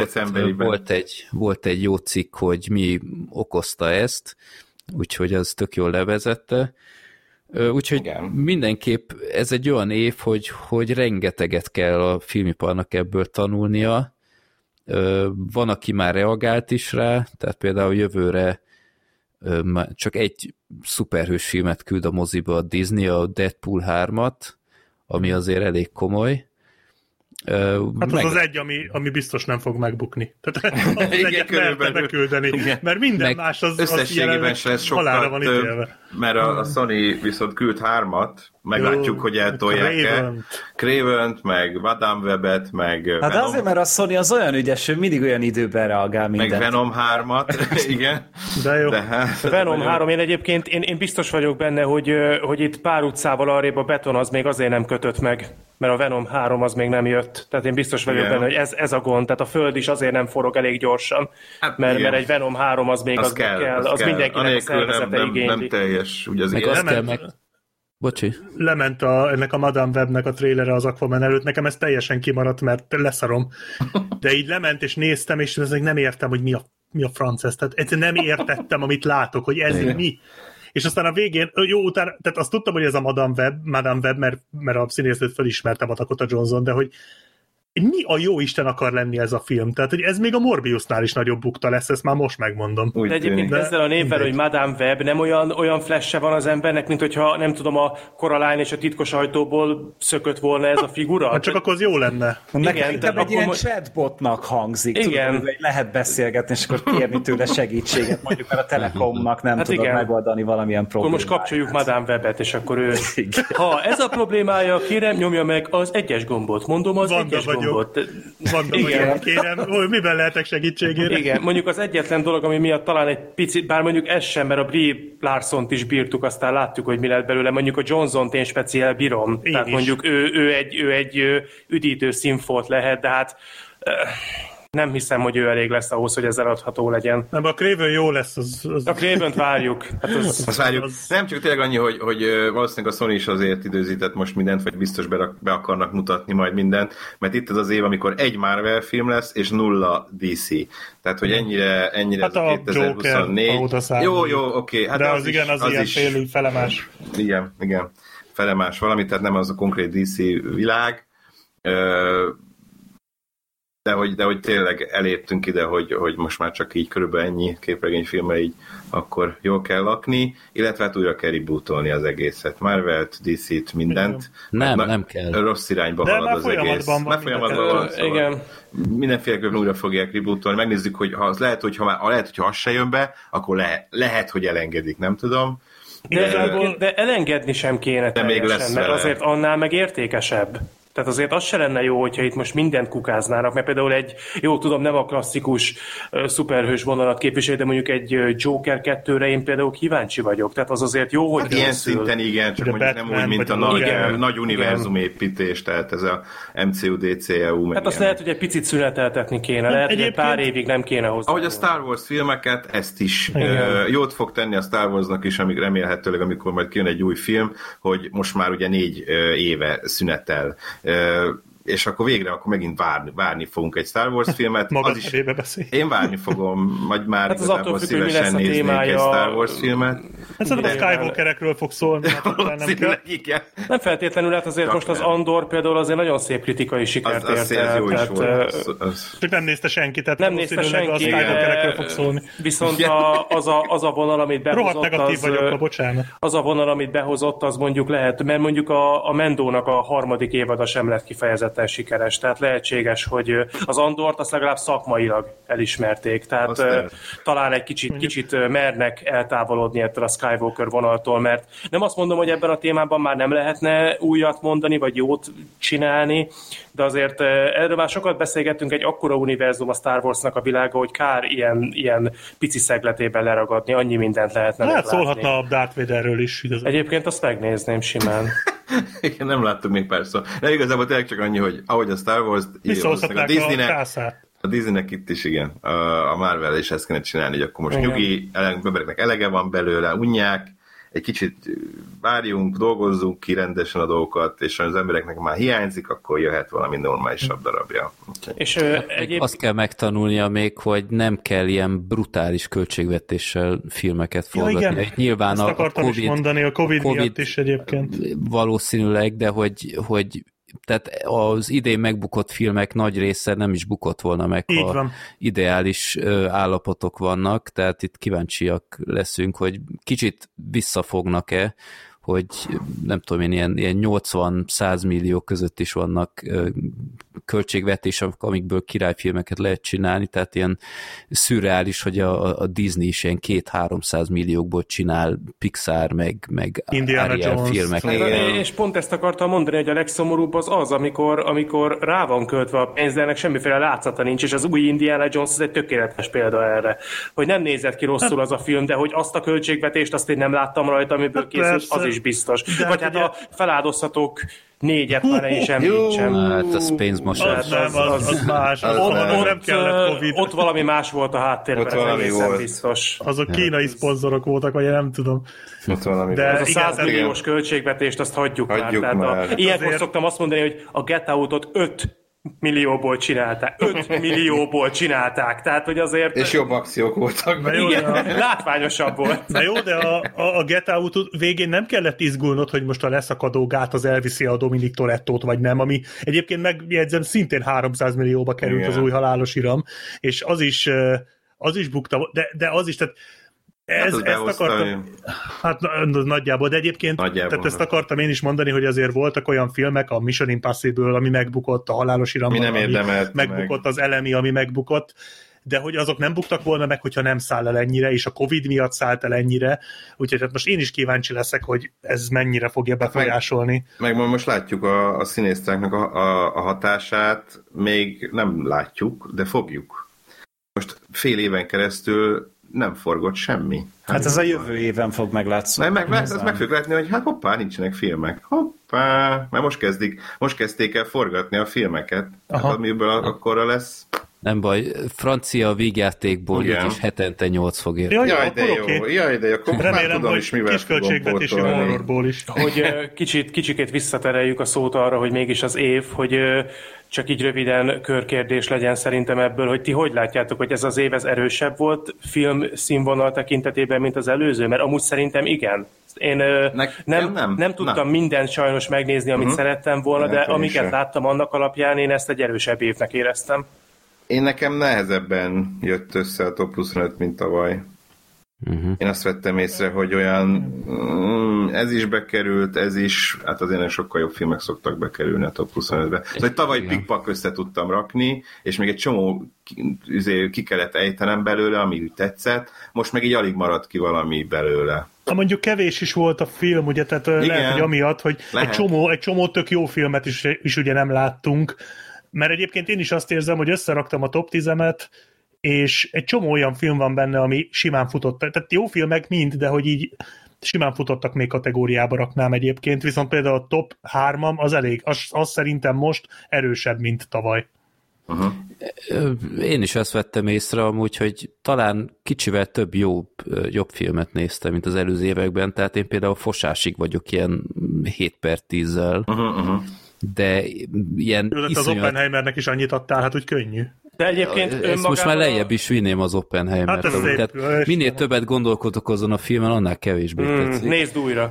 Volt egy jó cikk, hogy mi okozta ezt, úgyhogy az tök jól levezette. Úgyhogy igen. Mindenképp ez egy olyan év, hogy rengeteget kell a filmiparnak ebből tanulnia. Van, aki már reagált is rá, tehát például jövőre csak egy szuperhős filmet küld a moziba a Disney, a Deadpool 3-at, ami azért elég komoly. Hát az egy, ami biztos nem fog megbukni. Tehát az egyet merte beküldeni, igen. Mert minden más az jelenleg halára van ítélve. Mert a Sony viszont küld 3-at, meglátjuk, hogy eltolják-e. Cravent, meg Madame Web-et, meg hát Venom. Azért, mert a Sony az olyan ügyes, hogy mindig olyan időben reagál mindent. Meg Venom 3-at, igen. De jó. Venom 3, én egyébként én biztos vagyok benne, hogy itt pár utcával arrébb a beton az még azért nem kötött meg, mert a Venom 3 az még nem jött. Tehát én biztos vagyok benne, hogy ez a gond. Tehát a föld is azért nem forog elég gyorsan, hát mert egy Venom 3 az még az kell. Az mindenkinek a szervezete igényli. Nem teljes, ugye az Bocsi. Lement ennek a Madame Webnek a trélere az Aquaman előtt, nekem ez teljesen kimaradt, mert leszarom. De így lement és néztem, és nem értem, hogy mi a franc ez. Tehát nem értettem, amit látok, hogy ez mi. És aztán a végén, jó, utána, tehát azt tudtam, hogy ez a Madame Web, mert a színésznőt felismertem a Dakota Johnson, de hogy mi a jó Isten akar lenni ez a film? Tehát, hogy ez még a Morbiusnál is nagyobb bukta lesz, ezt már most megmondom. De egyébként ezzel a névvel, hogy Madame Web, nem olyan flash-e van az embernek, mint hogyha, nem tudom, a Coraline és a titkos ajtóból szökött volna ez a figura? Hát csak akkor az jó lenne. Nekem egy ilyen chatbotnak hangzik. Igen. Tudom, hogy lehet beszélgetni, és akkor kérni tőle segítséget, mondjuk, mert a Telekomnak nem tudod megoldani valamilyen problémát. Akkor most kapcsoljuk Madame Webet, és akkor ő... Ha ez a problémája, kérem, nyomja meg az 1-es gombot. Mondom, az 1-es gombot. Vannak, kérem, miben lehetek segítségére? Igen, mondjuk az egyetlen dolog, ami miatt talán egy picit, bár mondjuk ez sem, mert a Brie Larsont is bírtuk, aztán láttuk, hogy mi lett belőle. Mondjuk a Johnson-t én speciál bírom. Tehát mondjuk ő egy üdítő színfolt lehet, de hát nem hiszem, hogy ő elég lesz ahhoz, hogy ez eladható legyen. Nem, a Craven jó lesz. A Cravent várjuk. Hát azt várjuk. Nem csak tényleg annyi, hogy valószínűleg a Sony is azért időzített most mindent, vagy biztos be akarnak mutatni majd mindent, mert itt az az év, amikor egy Marvel film lesz, és 0 DC. Tehát, hogy ennyire hát ez a 2024. Jó, oké. Hát de az igen, az ilyen félő felemás. Igen. Felemás valami, tehát nem az a konkrét DC világ. De hogy tényleg elértünk ide, hogy most már csak így körülbelül ennyi képregényfilmmel így akkor jól kell lakni, illetve hát újra kell rebootolni az egészet. Marvelt, DC-t, mindent. Nem kell. Rossz irányba halad az egész. Már folyamatban van. Igen. Mindenféleképpen újra fogják rebootolni. Megnézzük, hogy lehet, hogyha az se jön be, akkor lehet, hogy elengedik, nem tudom. De elengedni sem kéne teljesen, mert azért annál meg értékesebb. Tehát azért az se lenne jó, hogyha itt most mindent kukáznának, mert például jó tudom, nem a klasszikus szuperhős vonalat képviseli, de mondjuk egy Joker 2-re én például kíváncsi vagyok. Tehát az azért jó, hogy... Hát ilyen szinten igen, csak mondjuk nem úgy, mint a nagy univerzumépítés, tehát ez a MCU, DCEU. Hát azt lehet, hogy egy picit szüneteltetni kéne, lehet, hogy egy pár évig nem kéne hozzá. Ahogy a Star Wars filmeket, ezt is jót fog tenni a Star Warsnak is, amíg remélhetőleg, amikor majd kijön egy új film, hogy most már ugye 4 éve szünetel. És akkor végre megint várni fogunk egy Star Wars filmet. Magad elébe beszélj. Én várni fogom, vagy már hát igazából szívesen néznék egy Star Wars filmet. Ez a Skywalkerekről fog szólni. Nem feltétlenül, hát azért most az Andor például azért nagyon szép kritikai sikert ért el. Jó is volt. Csak nem nézte senki, tehát nem nézte senki, a Skywalkerekről fog szólni. Viszont az a vonal, amit behozott, rohadt negatív vagyok, bocsánat. Az a vonal, amit behozott, az mondjuk lehet, mert mondjuk a Mendónak a 3. évada sem lett kifejezetten sikeres, tehát lehetséges, hogy az Andort azt legalább szakmailag elismerték, tehát talán egy kicsit mernek eltávolodni ettől a Skywalker vonaltól, mert nem azt mondom, hogy ebben a témában már nem lehetne újat mondani, vagy jót csinálni, de azért erről már sokat beszélgettünk, egy akkora univerzum a Star Warsnak a világa, hogy kár ilyen pici szegletében leragadni, annyi mindent lehetne meglátni. Szólhatna a Darth Vaderről is. Igazán. Egyébként azt megnézném simán. Igen, nem láttuk még pár szó. De igazából tényleg csak annyi, hogy ahogy a Star Wars a Disneynek, a Disneynek itt is igen, a Marvel is ezt kéne csinálni, hogy akkor most nyugi, embereknek elege van belőle, unják, egy kicsit várjunk, dolgozzunk ki rendesen a dolgokat, és ha az embereknek már hiányzik, akkor jöhet valami normálisabb darabja. És azt kell megtanulnia még, hogy nem kell ilyen brutális költségvetéssel filmeket forgatni. Ja, nyilván ezt akartam is mondani, a Covid miatt is egyébként. Valószínűleg, de hogy tehát az idén megbukott filmek nagy része nem is bukott volna meg, így ha van. Ideális állapotok vannak, tehát itt kíváncsiak leszünk, hogy kicsit visszafognak-e, hogy nem tudom én, ilyen 80-100 millió között is vannak költségvetések, amikből királyfilmeket lehet csinálni, tehát ilyen szürreális, hogy a Disney is ilyen 200-300 milliókból csinál Pixar, meg Ariel filmeket. És pont ezt akartam mondani, hogy a legszomorúbb az, amikor rá van költve a pénz, de ennek semmiféle látszata nincs, és az új Indiana Jones az egy tökéletes példa erre. Hogy nem nézett ki rosszul az a film, de hogy azt a költségvetést azt én nem láttam rajta, amiből készült, az is biztos. De vagy hát ugye... a feláldozhatók 4-et már én sem említsem. Hát az pénzmosás. Az más. Nem kellett Covid. Ott valami más volt a háttérben, ez egészen biztos. Azok kínai szponzorok voltak, vagy nem tudom. De ez a 100 milliós költségvetést, azt hagyjuk már. Ilyenkor szoktam azt mondani, hogy a Get Out-ot 5 millióból csinálták. 5 millióból csinálták. Tehát, hogy azért... És jobb akciók voltak. Igen, látványosabb volt. Na jó, de a Get Out végén nem kellett izgulnod, hogy most a leszakadó gát az elviszi a Dominic Torettót, vagy nem, ami egyébként megjegyzem szintén 300 millióba került az új halálos iram, és az is bukta, de az is, tehát ezt akartam, hát nagyjából, de egyébként tehát ezt akartam én is mondani, hogy azért voltak olyan filmek, a Mission Impossible, ami megbukott, a halálos iram, ami megbukott, az Elemi, ami megbukott, de hogy azok nem buktak volna meg, hogyha nem száll el ennyire, és a Covid miatt szállt el ennyire, úgyhogy hát most én is kíváncsi leszek, hogy ez mennyire fogja befolyásolni. Meg most látjuk a színésztáknak a hatását, még nem látjuk, de fogjuk. Most fél éven keresztül nem forgott semmi. Hát ez a jövő éven fog meglátszani. Ezt meg fogjuk látni, hogy hát hoppá, nincsenek filmek. Hoppá, mert most kezdték el forgatni a filmeket. Hát, amiből akkorra lesz. Nem baj, francia vígjátékból így is hetente 8 fog érni. Jaj, de jó. Jaj, de jó. Akkor remélem, tudom is, mivel kis költségvetési horrorból is. Hogy kicsikét visszatereljük a szót arra, hogy mégis az év, hogy csak így röviden körkérdés legyen szerintem ebből, hogy ti hogy látjátok, hogy ez az év ez erősebb volt film színvonal tekintetében, mint az előző? Mert amúgy szerintem igen. Én nem tudtam mindent sajnos megnézni, amit szerettem volna, de amiket láttam annak alapján, én ezt egy erősebb évnek éreztem. Én nekem nehezebben jött össze a top 25, mint tavaly. Én azt vettem észre, hogy olyan ez is bekerült, ez is, hát azért sokkal jobb filmek szoktak bekerülni a top 25-be. Szóval tavaly pikpak össze tudtam rakni, és még egy csomó ki kellett ejtenem belőle, ami úgy tetszett, most meg így alig maradt ki valami belőle. Mondjuk kevés is volt a film, ugye, tehát lehet, hogy amiatt, hogy egy csomó tök jó filmet is ugye nem láttunk, mert egyébként én is azt érzem, hogy összeraktam a top 10-emet, és egy csomó olyan film van benne, ami simán futott. Tehát jó filmek mind, de hogy így simán futottak még kategóriába raknám egyébként, viszont például a top 3-am az elég, az szerintem most erősebb, mint tavaly. Én is ezt vettem észre amúgy, hogy talán kicsivel több jobb filmet néztem, mint az előző években, tehát én például Fosásig vagyok ilyen 7/10-zel, de ilyen az Oppenheimernek is annyit adtál, hát úgy könnyű. De egyébként ezt most már lejjebb is vinném az Oppenheimert. Hát minél többet gondolkodok azon a filmen, annál kevésbé tetszik. Nézd újra.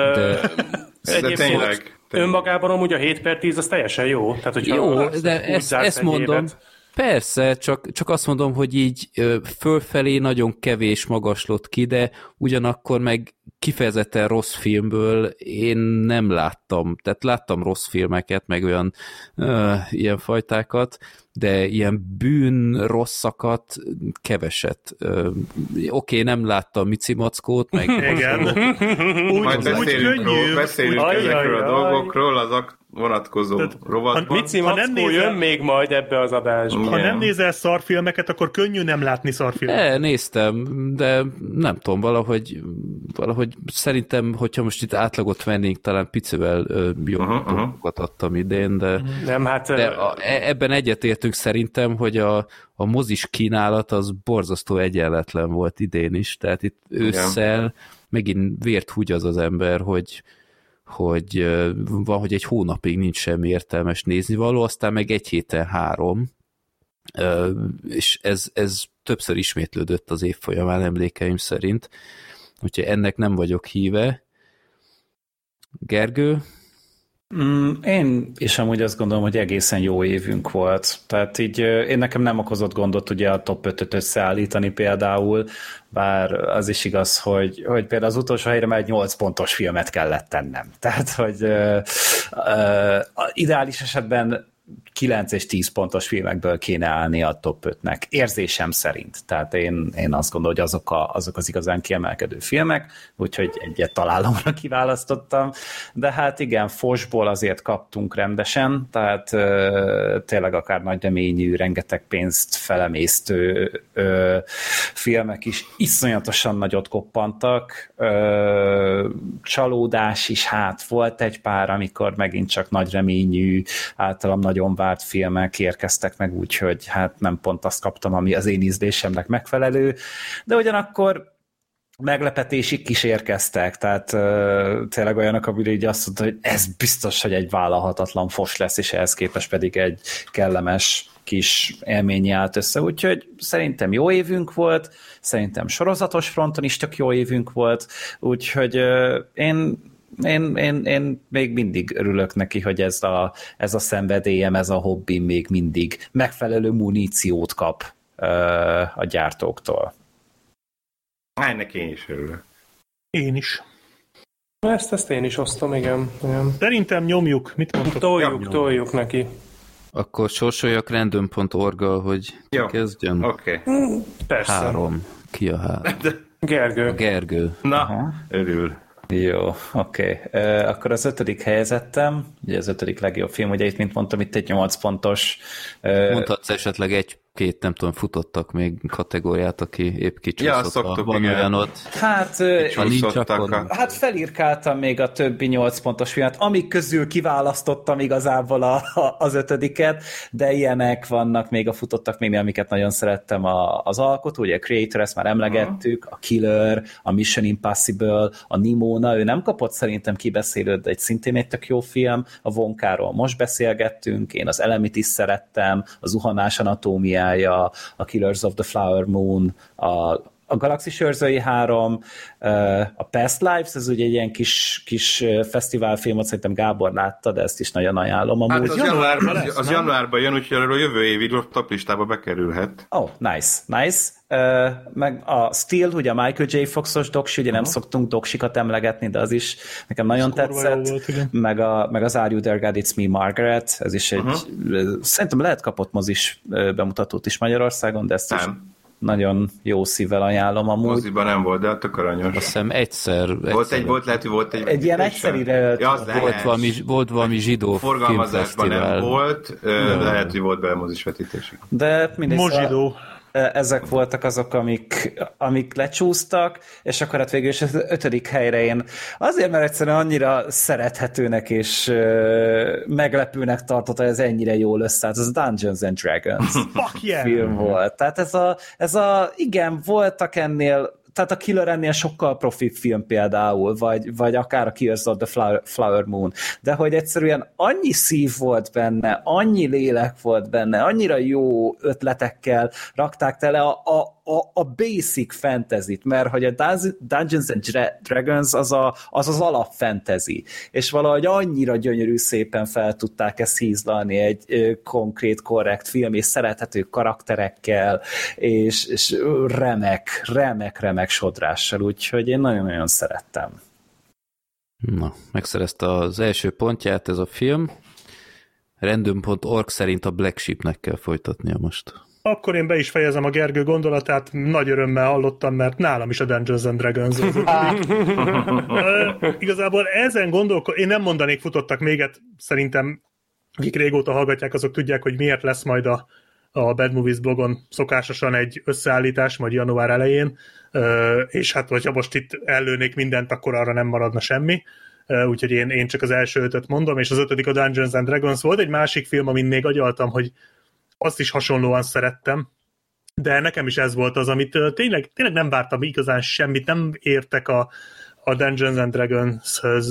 Egyébként önmagában amúgy a 7/10 az teljesen jó. Tehát, jó, de ezt mondom. Évet. Persze, csak azt mondom, hogy így fölfelé nagyon kevés magaslott ki, de ugyanakkor meg kifejezetten rossz filmből én nem láttam. Tehát láttam rossz filmeket, meg olyan ilyen fajtákat, de ilyen bűn rosszakat keveset. Oké, nem láttam Mici Mackót, meg... Igen. Majd beszélünk ezekről a dolgokról, az vonatkozó rovatban. Mici Mackó jön még majd ebbe az adásba. Ha nem nézel szarfilmeket, akkor könnyű nem látni szarfilmeket. Néztem, de nem tudom, valahogy szerintem, hogyha most itt átlagot vennénk, talán picivel jobb dolgokat adtam idén, de, ebben egyetértünk szerintem, hogy a mozis kínálat az borzasztó egyenletlen volt idén is, tehát itt ősszel megint vért húgy az ember, hogy van, hogy egy hónapig nincs semmi értelmes néznivaló, aztán meg egy héten 3, és ez többször ismétlődött az év folyamán emlékeim szerint, úgyhogy ennek nem vagyok híve. Gergő? Én is amúgy azt gondolom, hogy egészen jó évünk volt. Tehát így én nekem nem okozott gondot ugye a top 5-öt összeállítani például, bár az is igaz, hogy például az utolsó helyre már egy 8 pontos filmet kellett tennem. Tehát, hogy ideális esetben 9 és 10 pontos filmekből kéne állni a top 5-nek, érzésem szerint. Tehát én azt gondolom, hogy azok az igazán kiemelkedő filmek, úgyhogy egyet találomra kiválasztottam, de hát igen, Fosból azért kaptunk rendesen, tehát tényleg akár nagy reményű, rengeteg pénzt felemésztő filmek is iszonyatosan nagyot koppantak, csalódás is, hát volt egy pár, amikor megint csak nagy reményű, általam nagyon várt filmek érkeztek meg, úgyhogy hát nem pont azt kaptam, ami az én ízlésemnek megfelelő, de ugyanakkor meglepetésig is érkeztek, tehát tényleg olyanok, amire így azt mondta, hogy ez biztos, hogy egy vállalhatatlan fos lesz, és ehhez képest pedig egy kellemes kis élmény állt össze, úgyhogy szerintem jó évünk volt, szerintem sorozatos fronton is tök jó évünk volt, úgyhogy én még mindig örülök neki, hogy ez a szenvedélyem, ez a hobbim még mindig megfelelő muníciót kap a gyártóktól. Ennek én is örülök. Én is. Ezt én is osztom, igen. Szerintem nyomjuk. Mit mondtad? Toljuk neki. Akkor sorsoljak random.org-gal, hogy kezdjen. Oké. Persze. 3. Ki a 3? Gergő. A Gergő. Na, örül. Jó, oké. Akkor az 5. helyezettem, ugye az 5. legjobb film, ugye itt, mint mondtam, itt egy 8 pontos... Mondhatsz esetleg egy két, nem tudom, futottak még kategóriát, aki épp kicsúszott. Ja, van igen. olyan ott. Hát felírkáltam még a többi 8 pontos filmet, amik közül kiválasztottam igazából az 5-et, de ilyenek vannak még a futottak még, amiket nagyon szerettem az alkotó, ugye a Creator, ezt már emlegettük, a Killer, a Mission Impossible, a Nimona, ő nem kapott szerintem kibeszélőt, de szintén egy tök jó film, a Wonkáról most beszélgettünk, én az Elemit is szerettem, a Zuhanás anatómiája, a Killers of the Flower Moon, a Galaxis őrzői 3, a Past Lives, ez ugye egy ilyen kis fesztiválfilmot, szerintem Gábor látta, de ezt is nagyon ajánlom. Hát az januárban jön, úgyhogy arról jövő évi top listába bekerülhet. Oh, nice. Meg a Steel, ugye a Michael J. Foxos doksi, ugye nem szoktunk doksikat emlegetni, de az is nekem nagyon tetszett. Volt, meg az Are You There God, It's Me, Margaret, ez is egy, szerintem lehet kapott mozis bemutatót is Magyarországon, de ezt is nagyon jó szívvel ajánlom amúgy. Moziban nem volt, de tök aranyos. Azt hiszem egyszer lehet, hogy volt egy ilyen egyszerűre volt valami zsidó forgalmazásban nem volt, lehet, hogy volt belmozis vetítés. De mindegy, Mozsidó. Ezek voltak azok, amik lecsúsztak, és akkor hát végül is az 5. helyre én azért, mert egyszerűen annyira szerethetőnek és meglepőnek tartott, hogy ez ennyire jól összeállt, ez a Dungeons and Dragons film volt. Tehát igen, voltak ennél, tehát a Killer ennél sokkal profibb film például, vagy akár a Killers of the Flower Moon, de hogy egyszerűen annyi szív volt benne, annyi lélek volt benne, annyira jó ötletekkel rakták tele a basic fantasy-t, mert hogy a Dungeons and Dragons az alap fantasy, és valahogy annyira gyönyörű szépen fel tudták ezt hízlalni egy konkrét, korrekt film, és szerethető karakterekkel, és remek sodrással, úgyhogy én nagyon-nagyon szerettem. Na, megszerezte az első pontját ez a film. Random.org szerint a Black Sheepnek kell folytatnia most. Akkor én be is fejezem a Gergő gondolatát, nagy örömmel hallottam, mert nálam is a Dungeons and Dragons. Igazából ezen én nem mondanék futottak méget, szerintem akik régóta hallgatják, azok tudják, hogy miért lesz majd a Bad Movies blogon szokásosan egy összeállítás, majd január elején, és hát hogyha most itt ellőnék mindent, akkor arra nem maradna semmi. Úgyhogy én csak az első 5-öt mondom, és az 5. a Dungeons and Dragons. Volt egy másik film, amin még agyaltam, hogy azt is hasonlóan szerettem, de nekem is ez volt az, amit tényleg nem vártam igazán semmit, nem értek a Dungeons and Dragons-höz,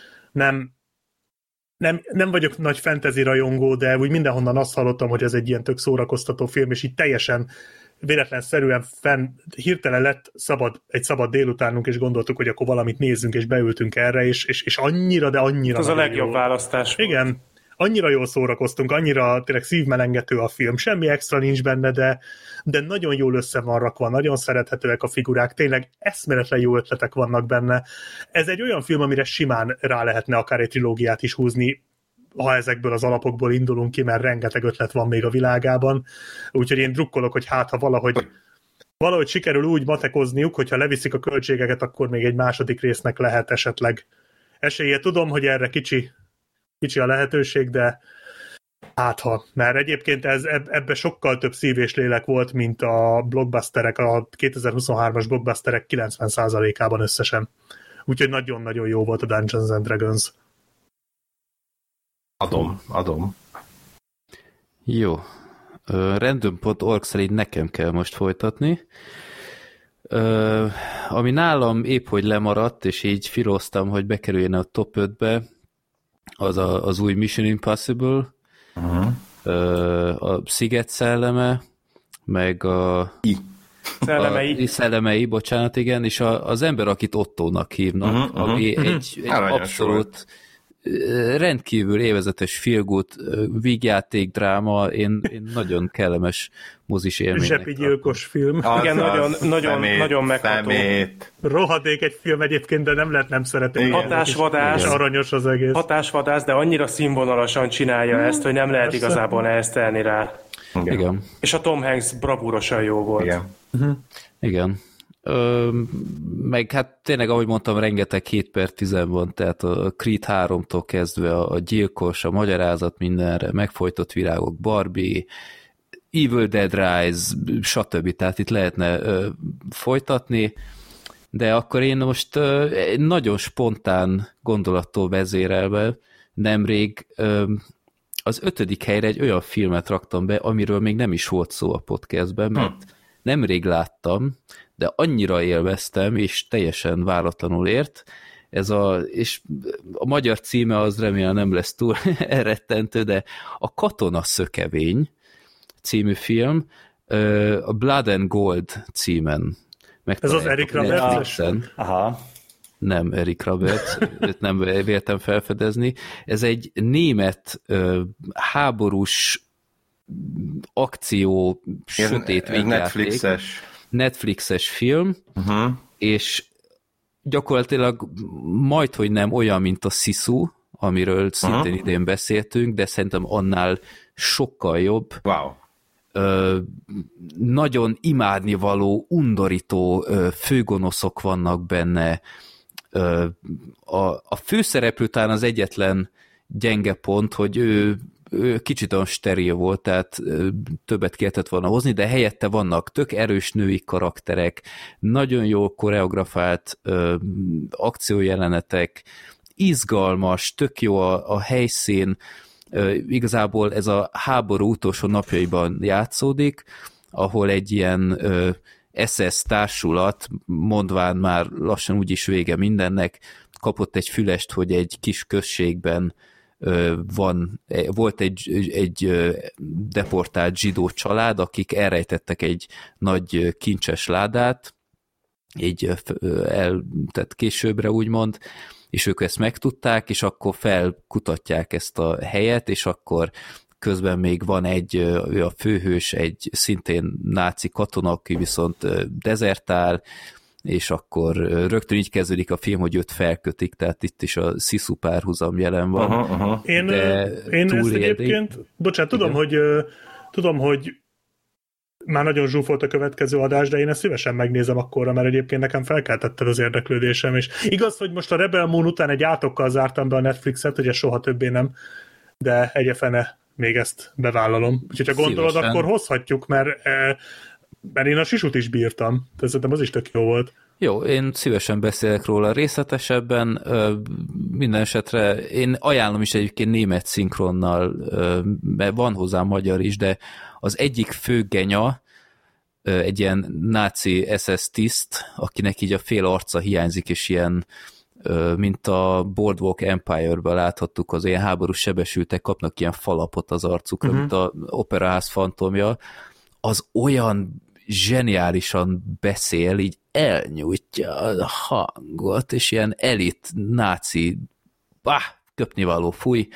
nem vagyok nagy fantasy rajongó, de úgy mindenhonnan azt hallottam, hogy ez egy ilyen tök szórakoztató film, és így teljesen véletlenszerűen hirtelen lett egy szabad délutánunk, és gondoltuk, hogy akkor valamit nézzünk, és beültünk erre, és annyira, de annyira... Ez a legjobb választás. Igen, annyira jól szórakoztunk, annyira tényleg szívmelengető a film, semmi extra nincs benne, de nagyon jól össze van rakva, nagyon szerethetőek a figurák, tényleg eszméletlen jó ötletek vannak benne. Ez egy olyan film, amire simán rá lehetne akár egy trilógiát is húzni, ha ezekből az alapokból indulunk ki, mert rengeteg ötlet van még a világában. Úgyhogy én drukkolok, hogy hát, ha valahogy sikerül úgy matekozniuk, hogyha leviszik a költségeket, akkor még egy második résznek lehet esetleg esélye. Tudom, hogy erre kicsi a lehetőség, de hát ha. Mert egyébként ebbe sokkal több szív és lélek volt, mint a blockbusterek, a 2023-as blockbusterek 90%-ában összesen. Úgyhogy nagyon-nagyon jó volt a Dungeons and Dragons. Adom. Jó. Random.org szerint nekem kell most folytatni. Ami nálam épp hogy lemaradt, és így filoztam, hogy bekerüljön a top 5-be, az új Mission Impossible, a Sziget szelleme, meg a Szellemei, bocsánat, igen, és az ember, akit Ottónak hívnak, ami egy abszolút rendkívül élvezetes feel-good vígjáték, dráma, én nagyon kellemes mozis élménynek. Zsepigyilkos film. Igen, nagyon megható. Rohadék egy film egyébként, de nem lehet nem szeretni. Hatásvadász. Aranyos az egész. Hatásvadász, de annyira színvonalasan csinálja ezt, hogy nem lehet igazából ezt tenni rá. Igen. És a Tom Hanks bravúrosan jó volt. Igen. Meg hát tényleg, ahogy mondtam, rengeteg 7/10 van, tehát a Creed 3-tól kezdve a gyilkos, a magyarázat mindenre, megfojtott virágok, Barbie, Evil Dead Rise, stb. Tehát itt lehetne folytatni, de akkor én most nagyon spontán gondolattól vezérelve nemrég az 5. helyre egy olyan filmet raktam be, amiről még nem is volt szó a podcastben, mert nemrég láttam, de annyira élveztem, és teljesen váratlanul ért. És a magyar címe az remélem nem lesz túl elrettentő, de a Katona szökevény című film, a Blood and Gold címen. Ez az Eric Roberts? Aha. Nem Eric Roberts, őt nem véltem felfedezni. Ez egy német háborús akció sötét végjáték. Netflixes film, és gyakorlatilag majdhogy nem olyan, mint a Sisu, amiről szintén idén beszéltünk, de szerintem annál sokkal jobb. Wow. Nagyon imádnivaló, undorító főgonoszok vannak benne. A főszereplő talán az egyetlen gyenge pont, hogy ő kicsit olyan steril volt, tehát többet kellett volna hozni, de helyette vannak tök erős női karakterek, nagyon jól koreografált akciójelenetek, izgalmas, tök jó a helyszín, igazából ez a háború utolsó napjaiban játszódik, ahol egy ilyen SS társulat, mondván már lassan úgyis vége mindennek, kapott egy fülest, hogy egy kis községben volt egy deportált zsidó család, akik elrejtettek egy nagy kincses ládát, tehát későbbre úgymond, és ők ezt megtudták, és akkor felkutatják ezt a helyet, és akkor közben még van a főhős, egy szintén náci katona, aki viszont dezertál, és akkor rögtön így kezdődik a film, hogy őt felkötik, tehát itt is a Sisu párhuzam jelen van. Én ezt egyébként, bocsánat, tudom, hogy már nagyon zsúfolt a következő adás, de én ezt szívesen megnézem akkorra, mert egyébként nekem felkeltetted az érdeklődésem, és igaz, hogy most a Rebel Moon után egy átokkal zártam be a Netflixet, hogy ez soha többé nem, de egyefene még ezt bevállalom. Úgyhogy ha gondolod, szívesen. Akkor hozhatjuk, mert én a Sisut is bírtam, szerintem az is tök jó volt. Jó, én szívesen beszélek róla részletesebben, minden esetre én ajánlom is egyébként német szinkronnal, mert van hozzá magyar is, de az egyik fő genya, egy ilyen náci SS tiszt, akinek így a fél arca hiányzik, és ilyen, mint a Boardwalk Empire-ben láthattuk, az ilyen háborús sebesültek kapnak ilyen falapot az arcukra, mint a Operaház fantomja, az olyan zseniálisan beszél, így elnyújtja a hangot, és ilyen elit náci, köpnivaló, fúj,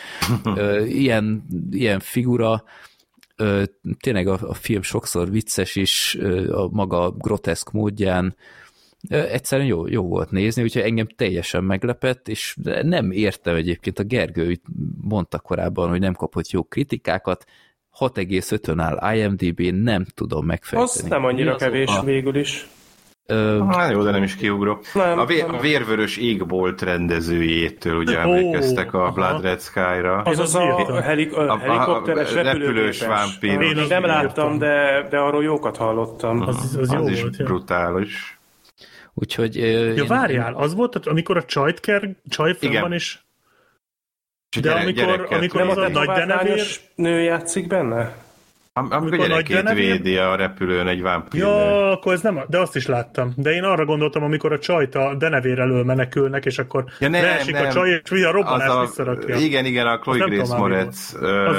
ilyen figura, tényleg a film sokszor vicces is, a maga groteszk módján, egyszerűen jó volt nézni, úgyhogy engem teljesen meglepett, és nem értem egyébként, a Gergő mondta korábban, hogy nem kapott jó kritikákat, 6,5-ön áll IMDb-n, nem tudom megfejteni. Az nem annyira kevés végül is. Jó, de nem is kiugrok. Nem, a vérvörös égbolt rendezőjétől ugye emlékeztek a Blood Red Sky-ra. Az a helikopteres repülős vámpír. Én nem láttam, de arról jókat hallottam. Az jó is volt, brutális. Úgyhogy... várjál, az volt, amikor a csaj van is... De amikor az a nagy denevér... nő játszik benne? Amikor gyerekét védi a repülőn egy vámpír. Ja, akkor ez nem, de azt is láttam. De én arra gondoltam, amikor a csajt a denevér elől menekülnek, és akkor leesik a csaj, és a robbanás visszarakja. Igen, a Chloe Grace Moretz.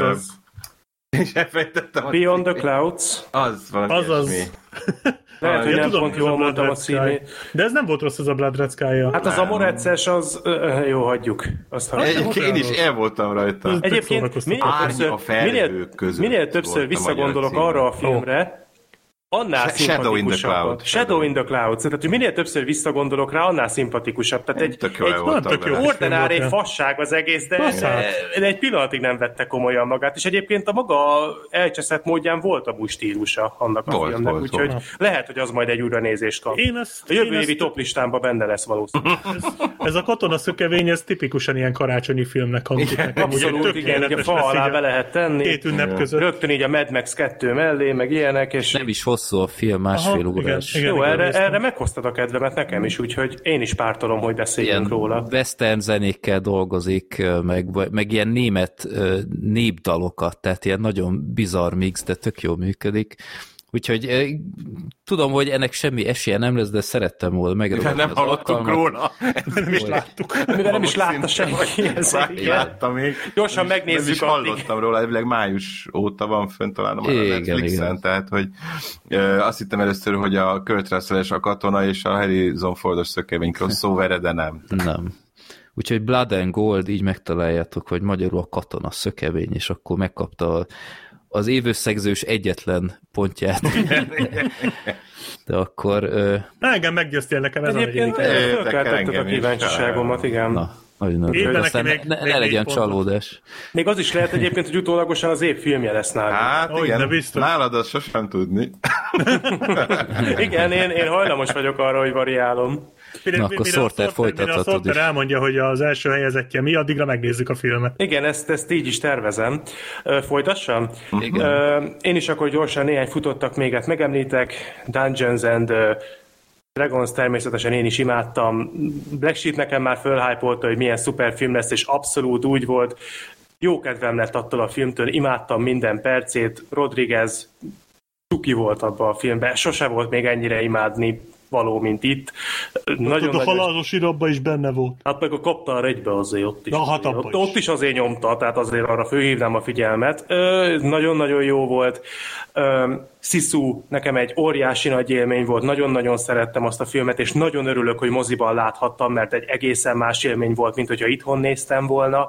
És elfejtettem. Beyond the Clouds. Az valami ilyesmi. Lehet, hogy nem pont jól mondtam a címét. De ez nem volt rossz, ez a Blood Red Sky-ja. Hát az a Moretz-es, az jó, hagyjuk. Én is el voltam rajta. Egyébként minél többször visszagondolok arra a filmre, annál szimpatikusabb. Shadow in the Clouds. Tehát, hogy minél többször visszagondolok rá, annál szimpatikusabb. Tehát egy ordinári fasság az egész, de egy pillanatig nem vette komolyan magát. És egyébként a maga elcseszett módján volt a stílusa annak a filmnek, úgyhogy lehet, hogy az majd egy újranézést kap. A jövő évi toplistámban benne lesz valószínűleg. Ez a katonaszökevény, ez tipikusan ilyen karácsonyi filmnek hangzik nekem. Abszolút, igen, ugye fa alá be lehet tenni. Két ünnep között. Rögtön így a Mad Max 2 mellé, meg ilyenek. És nem is hosszú a film, másfél órás. Jó, erre meghoztad a kedvemet nekem is, úgyhogy én is pártolom, hogy beszéljünk róla. Western zenékkel dolgozik, meg ilyen német népdalokat, tehát ilyen nagyon bizarr mix, de tök jól működik. Úgyhogy tudom, hogy ennek semmi esélye nem lesz, de szerettem volna megragadni. Nem hallottunk róla. Nem is láttuk. Mivel nem is látta senki. Láttam még. Gyorsan megnézzük. Nem is hallottam róla, elvileg május óta van fönn talán a Netflixen, tehát hogy azt hittem először, hogy a Kurt Russell-es a katona és a Harrison Fordos szökevény crossover, de nem. Nem. Úgyhogy Blood and Gold, így megtaláljátok, hogy magyarul a katona szökevény, és akkor megkapta az évösszegzős egyetlen pontját. De akkor... Engem meggyőztél nekem ez a negyedik. Fölkeltetted a kíváncsiságomat, igen. Na, aztán ne legyen csalódás. Még az is lehet egyébként, hogy utólagosan az év filmje lesz nálunk. Hát igen, nálad azt sosem tudni. Igen, én hajlamos vagyok arra, hogy variálom. Na, akkor Sorter folytathatod is. A Sorter elmondja, hogy az első helyezettje mi, addigra megnézzük a filmet. Igen, ezt így is tervezem. Folytassam? Igen. Én is akkor gyorsan néhány futottak még, megemlítek. Dungeons and Dragons természetesen én is imádtam. Black Sheep nekem már fölhypolta, hogy milyen szuper film lesz, és abszolút úgy volt. Jó kedvem lett attól a filmtől, imádtam minden percét. Rodriguez cuki volt abban a filmben, sose volt még ennyire imádni való, mint itt. Nagyon a halálos irabban is benne volt. Hát meg a Kaptár egybe azért ott is. Ott is azért nyomta, tehát azért arra fölhívnám a figyelmet. Nagyon-nagyon jó volt. Sisu nekem egy óriási nagy élmény volt, nagyon-nagyon szerettem azt a filmet, és nagyon örülök, hogy moziban láthattam, mert egy egészen más élmény volt, mint hogyha itthon néztem volna.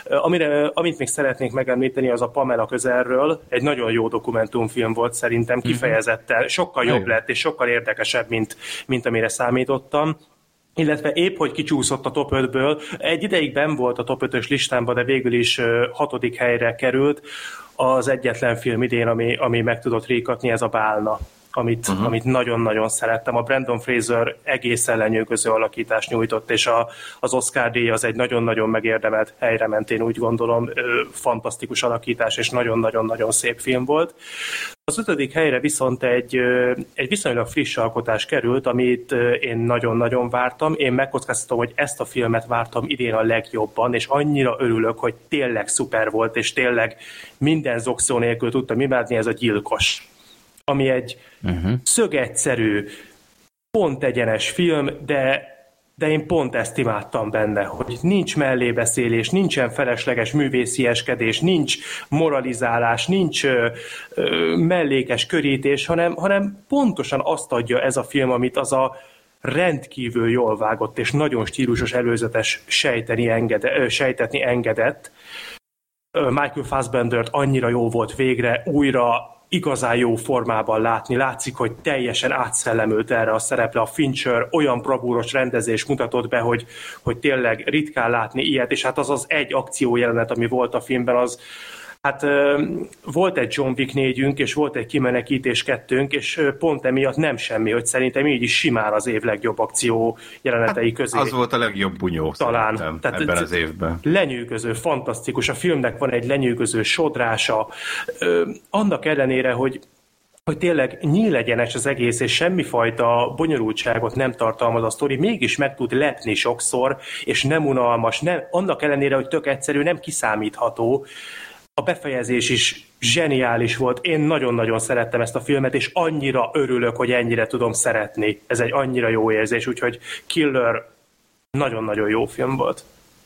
Amit még szeretnék megemlíteni, az a Pamela közelről. Egy nagyon jó dokumentumfilm volt szerintem, kifejezetten. Sokkal jobb lett, és sokkal érdekesebb, mint amire számítottam. Illetve épp, hogy kicsúszott a top 5-ből. Egy ideig benn volt a top 5-ös listámban, de végül is 6. helyre került. Az egyetlen film idén, ami meg tudott rékatni, ez a Bálna, amit nagyon-nagyon szerettem. A Brandon Fraser egészen lenyűgöző alakítást nyújtott, és az Oscar-díj az egy nagyon-nagyon megérdemelt helyre ment, én úgy gondolom. Fantasztikus alakítás, és nagyon-nagyon-nagyon szép film volt. Az 5. helyre viszont egy viszonylag friss alkotás került, amit én nagyon-nagyon vártam. Én megkockáztatom, hogy ezt a filmet vártam idén a legjobban, és annyira örülök, hogy tényleg szuper volt, és tényleg minden zokszó nélkül tudtam imádni, ez a Gyilkos. Ami egy szögegyszerű, pont egyenes film, de én pont ezt imádtam benne, hogy nincs mellébeszélés, nincsen felesleges művészieskedés, nincs moralizálás, nincs mellékes körítés, hanem pontosan azt adja ez a film, amit az a rendkívül jól vágott és nagyon stílusos előzetes sejtetni engedett. Michael Fassbendert annyira jó volt végre újra igazán jó formában látni. Látszik, hogy teljesen átszellemült erre a szerepre. A Fincher olyan bravúros rendezés mutatott be, hogy tényleg ritkán látni ilyet, és hát az egy akciójelenet, ami volt a filmben, az hát volt egy John Wick 4-ünk, és volt egy Kimenekítés 2-ünk, és pont emiatt nem semmi, hogy szerintem így is simán az év legjobb akció jelenetei közé. Az volt a legjobb bunyó talán ebben az évben. Lenyűgöző, fantasztikus. A filmnek van egy lenyűgöző sodrása. Annak ellenére, hogy tényleg nyílegyenes az egész, és semmifajta bonyolultságot nem tartalmaz a sztori, mégis meg tud lepni sokszor, és nem unalmas, annak ellenére, hogy tök egyszerű, nem kiszámítható. A befejezés is zseniális volt. Én nagyon-nagyon szerettem ezt a filmet, és annyira örülök, hogy ennyire tudom szeretni. Ez egy annyira jó érzés, úgyhogy Killer nagyon-nagyon jó film volt.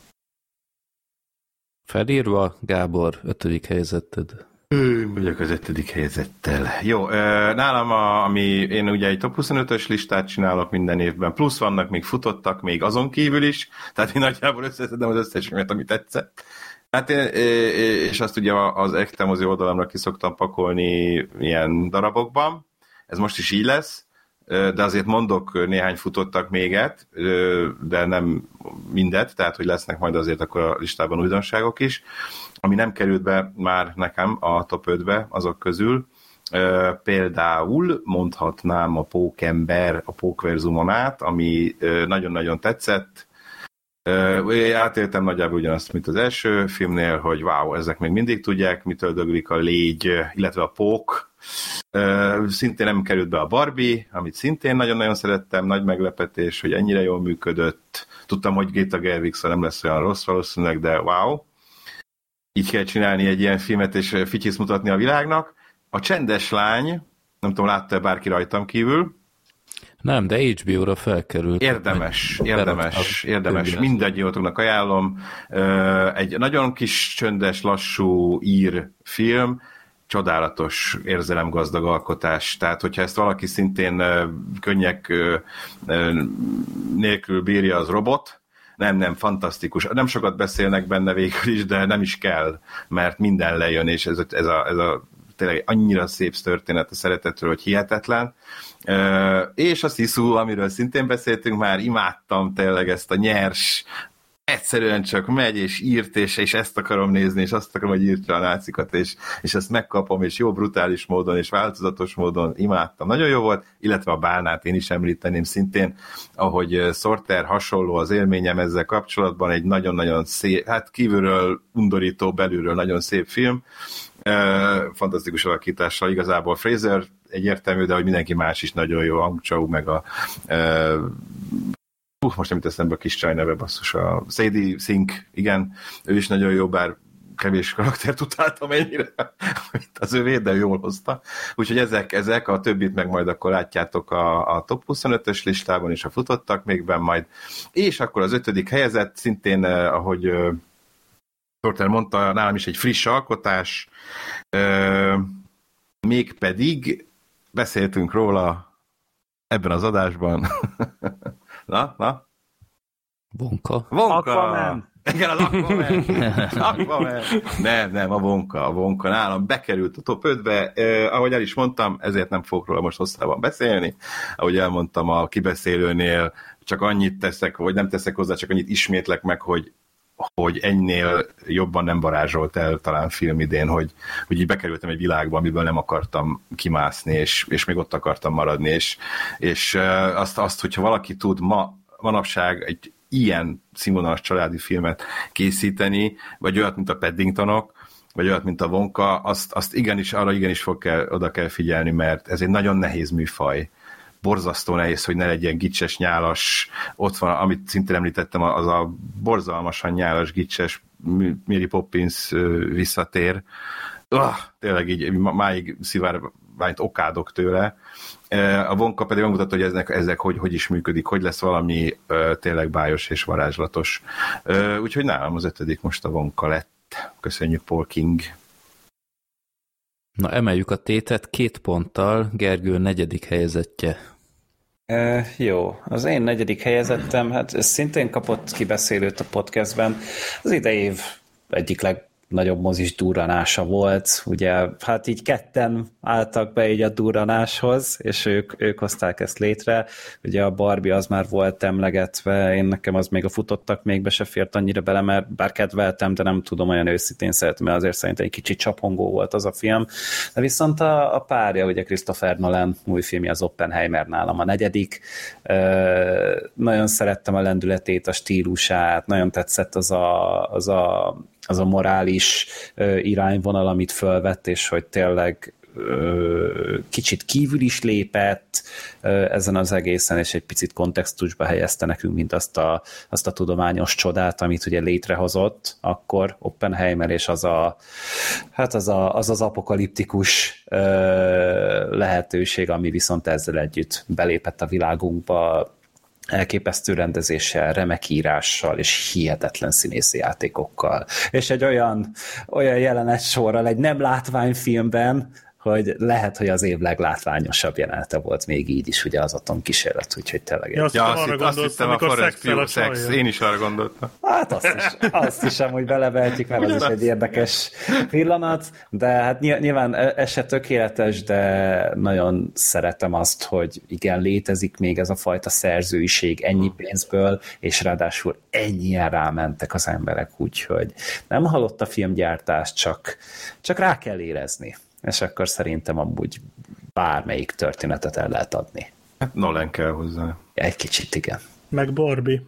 Felírva, Gábor, 5. helyezetted. Vagyok az 5. helyezettel. Jó, nálam, én ugye egy top 25-ös listát csinálok minden évben, plusz vannak még futottak, még azon kívül is, tehát én nagyjából összeszedem az összes filmet, ami tetszett. Hát és azt ugye az Ektemozi oldalamra ki szoktam pakolni ilyen darabokban. ez most is így lesz, de azért mondok néhány futottak méget, de nem mindet, tehát hogy lesznek majd azért akkor a listában újdonságok is. Ami nem került be már nekem a top 5-be azok közül, például mondhatnám a Pókember, a Pókverzumon át, ami nagyon-nagyon tetszett. Átéltem nagyjából ugyanazt, mint az első filmnél, hogy wow, ezek még mindig tudják, mitől döglik a légy, illetve a pók. Szintén nem került be a Barbie, amit szintén nagyon-nagyon szerettem, nagy meglepetés, hogy ennyire jól működött. Tudtam, hogy Greta Gerwig nem lesz olyan rossz valószínűleg, de wow. Így kell csinálni egy ilyen filmet, és fityiszt mutatni a világnak. A Csendes lány, nem tudom, látta-e bárki rajtam kívül? Nem, de HBO-ra felkerült. Érdemes. Mindannyiótoknak ajánlom. Egy nagyon kis, csöndes, lassú ír film, csodálatos, érzelemgazdag alkotás. Tehát, hogyha ezt valaki szintén könnyek nélkül bírja, az robot. Nem, fantasztikus. Nem sokat beszélnek benne végül is, de nem is kell, mert minden lejön, és ez a tényleg annyira szép történet a szeretetről, hogy hihetetlen. És a Sisu, amiről szintén beszéltünk már, imádtam tényleg ezt a nyers, egyszerűen csak megy, és írt, és ezt akarom nézni, és azt akarom, hogy írtja a nácikat, és ezt megkapom, és jó brutális módon, és változatos módon imádtam. Nagyon jó volt, illetve a Bálnát én is említeném szintén, ahogy Sorter hasonló az élményem ezzel kapcsolatban, egy nagyon-nagyon szép, hát kívülről undorító, belülről nagyon szép film, fantasztikus alakítással, igazából Fraser egyértelmű, de hogy mindenki más is nagyon jó, Hang Chau, meg a most nem eszembe a kis csaj neve, basszus, a Sadie Sink, igen, ő is nagyon jó, bár kevés karaktert utáltam ennyire, mint az övé, de jól hozta. Úgyhogy ezek, a többit meg majd akkor látjátok a top 25-ös listában, és a futottak még benn majd. És akkor az 5. helyezett, szintén, ahogy Sorter mondta, nálam is egy friss alkotás, mégpedig beszéltünk róla ebben az adásban. Na? Wonka. Aquaman. Igen, az Aquaman. Nem, a Wonka nálam bekerült a top 5-be, ahogy el is mondtam, ezért nem fogok róla most hosszában beszélni. Ahogy elmondtam a kibeszélőnél, csak annyit teszek, vagy nem teszek hozzá, csak annyit ismétlek meg, hogy ennél jobban nem varázsolt el talán film idén, hogy így bekerültem egy világba, amiből nem akartam kimászni, és még ott akartam maradni, és azt, hogyha valaki tud manapság egy ilyen színvonalas családi filmet készíteni, vagy olyat, mint a Paddingtonok, vagy olyat, mint a Wonka, azt arra igenis oda kell figyelni, mert ez egy nagyon nehéz műfaj. Borzasztó nehéz, hogy ne legyen gicses, nyálas, ott van, amit szintén említettem, az a borzalmasan nyálas, gicses Mary Poppins visszatér. Tényleg így máig szivárványt okádok tőle. A Wonka pedig megmutatta, hogy ezek hogy is működik, hogy lesz valami tényleg bájos és varázslatos. Úgyhogy nálam az 5. most a Wonka lett. Köszönjük, Paul King. Na, emeljük a tétet 2 ponttal, Gergő 4. helyezettje. Jó, az én 4. helyezettem, hát ez szintén kapott kibeszélőt a podcastben. Az idei év egyik legnagyobb mozis durranása volt, ugye hát így ketten álltak be így a durranáshoz, és ők hozták ezt létre. Ugye a Barbie az már volt emlegetve, nekem az még a futottak még be se fért annyira bele, mert bár kedveltem, de nem tudom olyan őszintén szeretni, mert azért szerintem egy kicsit csapongó volt az a film. De viszont a párja, ugye Christopher Nolan új filmje, az Oppenheimer, nálam a 4. Nagyon szerettem a lendületét, a stílusát, nagyon tetszett az a morális irányvonal, amit fölvett, és hogy tényleg kicsit kívül is lépett ezen az egészen, és egy picit kontextusba helyezte nekünk, mint azt a tudományos csodát, amit ugye létrehozott akkor Oppenheimer, és az apokaliptikus lehetőség, ami viszont ezzel együtt belépett a világunkba, elképesztő rendezéssel, remek írással és hihetetlen színészi játékokkal. És egy olyan jelenet sorral egy nem látványfilmben, hogy lehet, hogy az év leglátványosabb jelenete volt még így is, ugye az atomkísérlet, úgyhogy tényleg. Azt hittem a Forrest Pugh Sex, én is arra gondoltam. Hát azt is amúgy belevehetjük, mert az is egy érdekes pillanat, de hát nyilván ez se tökéletes, de nagyon szeretem azt, hogy igen, létezik még ez a fajta szerzőiség ennyi pénzből, és ráadásul ennyien rámentek az emberek, úgyhogy nem halott a filmgyártás, csak rá kell érezni. És akkor szerintem amúgy bármelyik történetet el lehet adni. Hát Nolan kell hozzá. Egy kicsit, igen. Meg Barbie.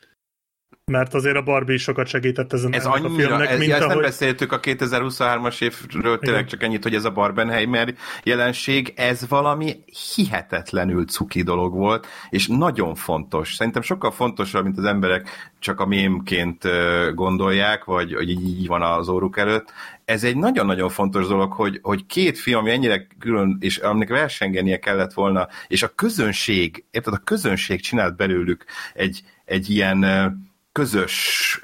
Mert azért a Barbie is sokat segített ezen ez a filmnek, mint ezt ahogy... nem beszéltük a 2023-as évről, tényleg csak ennyit, hogy ez a Barbenheimer jelenség, ez valami hihetetlenül cuki dolog volt, és nagyon fontos. Szerintem sokkal fontosabb, mint az emberek csak a mémként gondolják, vagy hogy így van az óruk előtt. Ez egy nagyon-nagyon fontos dolog, hogy két film, ami ennyire külön, és aminek versengenie kellett volna, és a közönség, érted, a közönség csinált belőlük egy ilyen közös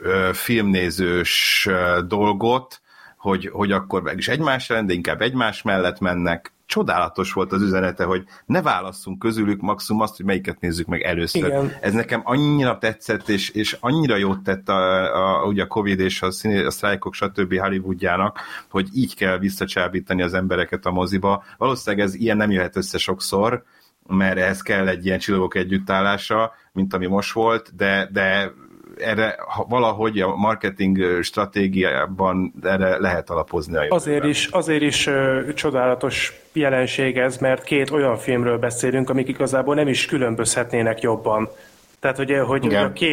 filmnézős dolgot, hogy akkor meg is egymás ellen, de inkább egymás mellett mennek. Csodálatos volt az üzenete, hogy ne válasszunk közülük maximum azt, hogy melyiket nézzük meg először. Igen. Ez nekem annyira tetszett, és annyira jót tett ugye a Covid és a sztrájkok, stb. Hollywoodjának, hogy így kell visszacsábítani az embereket a moziba. Valószínűleg ez ilyen nem jöhet össze sokszor, mert ehhez kell egy ilyen csillagok együttállása, mint ami most volt, de erre valahogy a marketing stratégiában erre lehet alapozni a jövőben. Azért is csodálatos jelenség ez, mert két olyan filmről beszélünk, amik igazából nem is különbözhetnének jobban. Tehát, hogy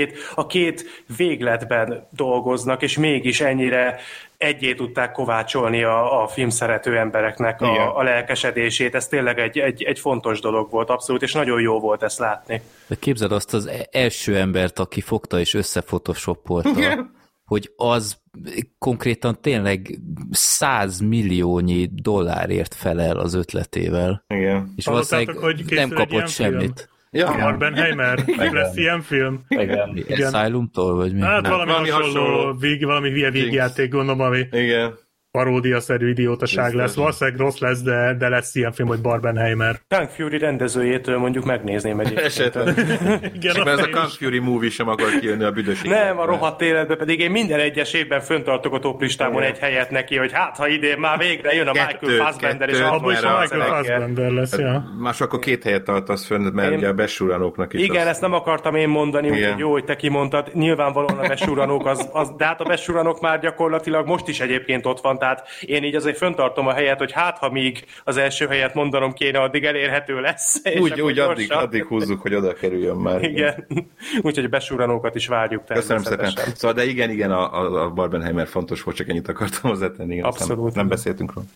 a két végletben dolgoznak, és mégis ennyire egyé tudták kovácsolni a filmszerető embereknek a lelkesedését. Ez tényleg egy fontos dolog volt, abszolút, és nagyon jó volt ezt látni. De képzeld azt az első embert, aki fogta és összefotoshopolta, hogy az konkrétan tényleg 100 milliónyi dollárért felel az ötletével. Igen. És valószínűleg nem kapott semmit. Ja. Barbenheimer? Lesz ilyen film? Igen. Asylum-tól, vagy mi? Hát valami hasonló, valami hülye végjáték, gondolom, ami paródiaszerű idiótaság lesz. Valószínűleg rossz lesz, de lesz ilyen film, hogy Barbenheimer. Kung Fury rendezőjétől mondjuk megnézném egyébként. Esetleg. Mert ez a Kung Fury movie sem akar kijönni a büdös. Nem, a rohadt életben pedig én minden egyes évben föntartok a toplistámon egy helyet neki, hogy hát ha idén már végre jön a Michael Fassbender, és abban is a Michael Fassbender lesz, ja. Más akkor 2 helyet tartasz fönn, mert ugye a besúranóknak is. Igen, ezt nem akartam én mondani, úgyhogy jó, hogy te kimondtad. Nyilvánvalóan a besúranók de hát a besúranók már gyakorlatilag most is egyébként ott van, tehát én így azért föntartom a helyet, hogy hát ha még az első helyet mondanom kéne, addig elérhető lesz. Úgy addig húzzuk, hogy oda kerüljön már. Igen. Úgyhogy a besúranókat is várjuk természetesen. Köszönöm szépen. Szóval, de igen, a Barbenheimer fontos volt, csak ennyit akartam hozzátenni. Abszolút. Nem beszéltünk róla.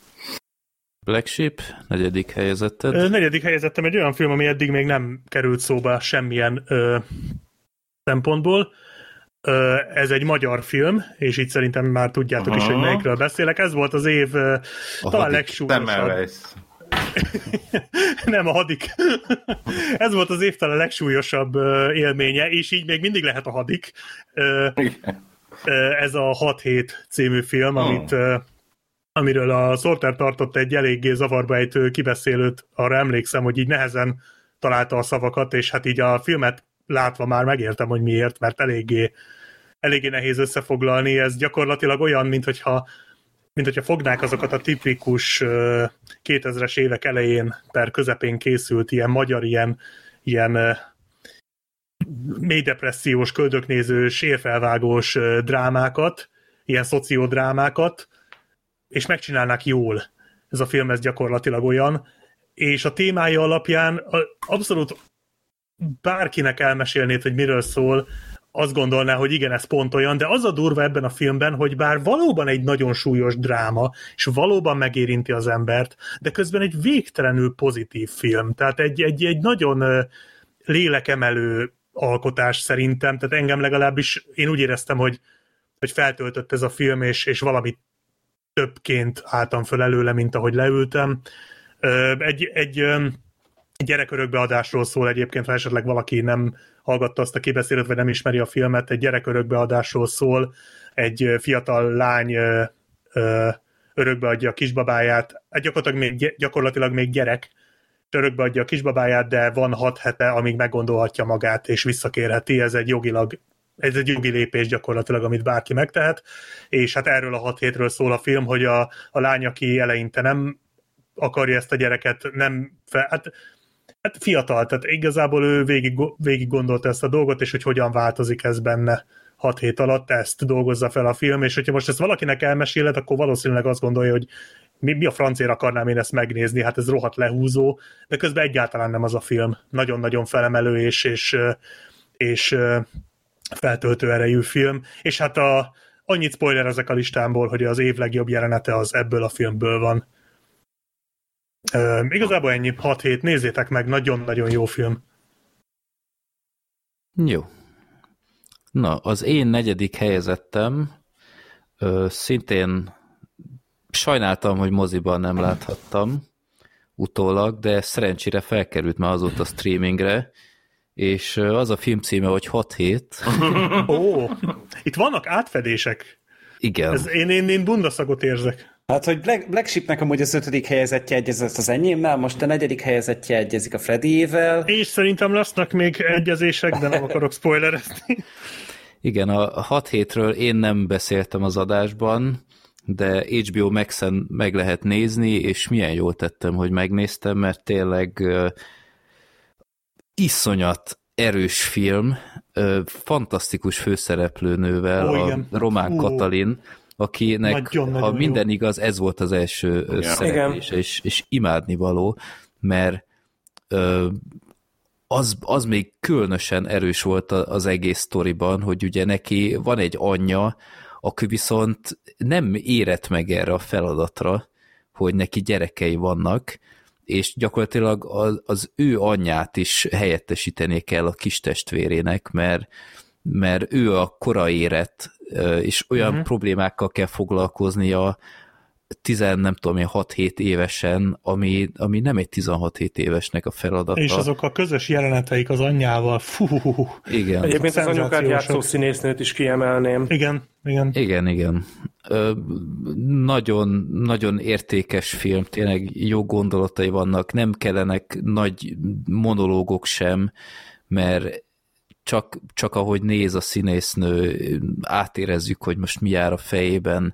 Black Sheep, 4. helyezetted. 4. helyezettem egy olyan film, ami eddig még nem került szóba semmilyen szempontból. Ez egy magyar film, és itt szerintem már tudjátok is, hogy melyikről beszélek. Ez volt az év talán legsúlyosabb. Nem, a Hadik. Ez volt az év talán legsúlyosabb élménye, és így még mindig lehet a Hadik. Ez a 6-7 című film, amiről a Sorter tartott egy eléggé zavarba ejtő kibeszélőt, arra emlékszem, hogy így nehezen találta a szavakat, és hát így a filmet látva már megértem, hogy miért, mert eléggé nehéz összefoglalni. Ez gyakorlatilag olyan, mint hogyha fognák azokat a tipikus 2000-es évek elején per közepén készült ilyen magyar, ilyen mélydepressziós, köldöknézős, érfelvágós drámákat, ilyen szociodrámákat, és megcsinálnák jól. Ez a film, ez gyakorlatilag olyan, és a témája alapján abszolút bárkinek elmesélnéd, hogy miről szól, azt gondolná, hogy igen, ez pont olyan, de az a durva ebben a filmben, hogy bár valóban egy nagyon súlyos dráma, és valóban megérinti az embert, de közben egy végtelenül pozitív film. Tehát egy nagyon lélekemelő alkotás szerintem, tehát engem legalábbis én úgy éreztem, hogy feltöltött ez a film, és valami többként álltam föl előle, mint ahogy leültem. Egy gyerekörökbeadásról szól egyébként, ha esetleg valaki nem hallgatta azt a kibeszélőt, vagy nem ismeri a filmet, egy gyerekörökbeadásról szól, egy fiatal lány örökbeadja a kisbabáját, gyakorlatilag még gyerek, örökbeadja a kisbabáját, de van 6 hete, amíg meggondolhatja magát, és visszakérheti. Ez egy jogi lépés gyakorlatilag, amit bárki megtehet, és hát erről a 6 hétről szól a film, hogy a lány, aki eleinte nem akarja ezt a gyereket, hát fiatal, tehát igazából ő végig gondolta ezt a dolgot, és hogy hogyan változik ez benne 6 hét alatt, ezt dolgozza fel a film, és hogyha most ezt valakinek elmeséled, akkor valószínűleg azt gondolja, hogy mi a francért akarnám én ezt megnézni, hát ez rohadt lehúzó, de közben egyáltalán nem az a film. Nagyon-nagyon felemelő és feltöltő erejű film, és hát annyit spoiler ezek a listámból, hogy az év legjobb jelenete az ebből a filmből van. Igazából ennyi, 6 hét, nézzétek meg, nagyon-nagyon jó film. Jó. Na, az én 4. helyezettem, szintén sajnáltam, hogy moziban nem láthattam utólag, de szerencsére felkerült már azóta streamingre, és az a film címe, hogy 6 hét. Ó, itt vannak átfedések. Igen. Én bundaszagot érzek. Hát, hogy Black Sheepnek amúgy az 5. helyezettje egyezett az enyémmel, most a 4. helyezettje egyezik a Freddyével. És szerintem lesznek még egyezések, de nem akarok spoilerezni. Igen, a 6 hétről én nem beszéltem az adásban, de HBO Max-en meg lehet nézni, és milyen jól tettem, hogy megnéztem, mert tényleg iszonyat erős film, fantasztikus főszereplőnővel, a Román Katalin, akinek, ha minden igaz, ez volt az első szereplése, és imádnivaló, mert az még különösen erős volt az egész sztoriban, hogy ugye neki van egy anyja, aki viszont nem érett meg erre a feladatra, hogy neki gyerekei vannak, és gyakorlatilag az ő anyját is helyettesítenie kell a kis testvérének, mert ő a kora érett, és olyan problémákkal kell foglalkoznia 6-7 évesen, ami nem egy 16-7 évesnek a feladata. És azok a közös jeleneteik az anyjával, fú. Igen. Egyébként az anyukát játszó színésznőt is kiemelném. Igen. Nagyon, nagyon értékes film, tényleg jó gondolatai vannak, nem kellenek nagy monológok sem, mert csak ahogy néz a színésznő, átérezzük, hogy most mi jár a fejében,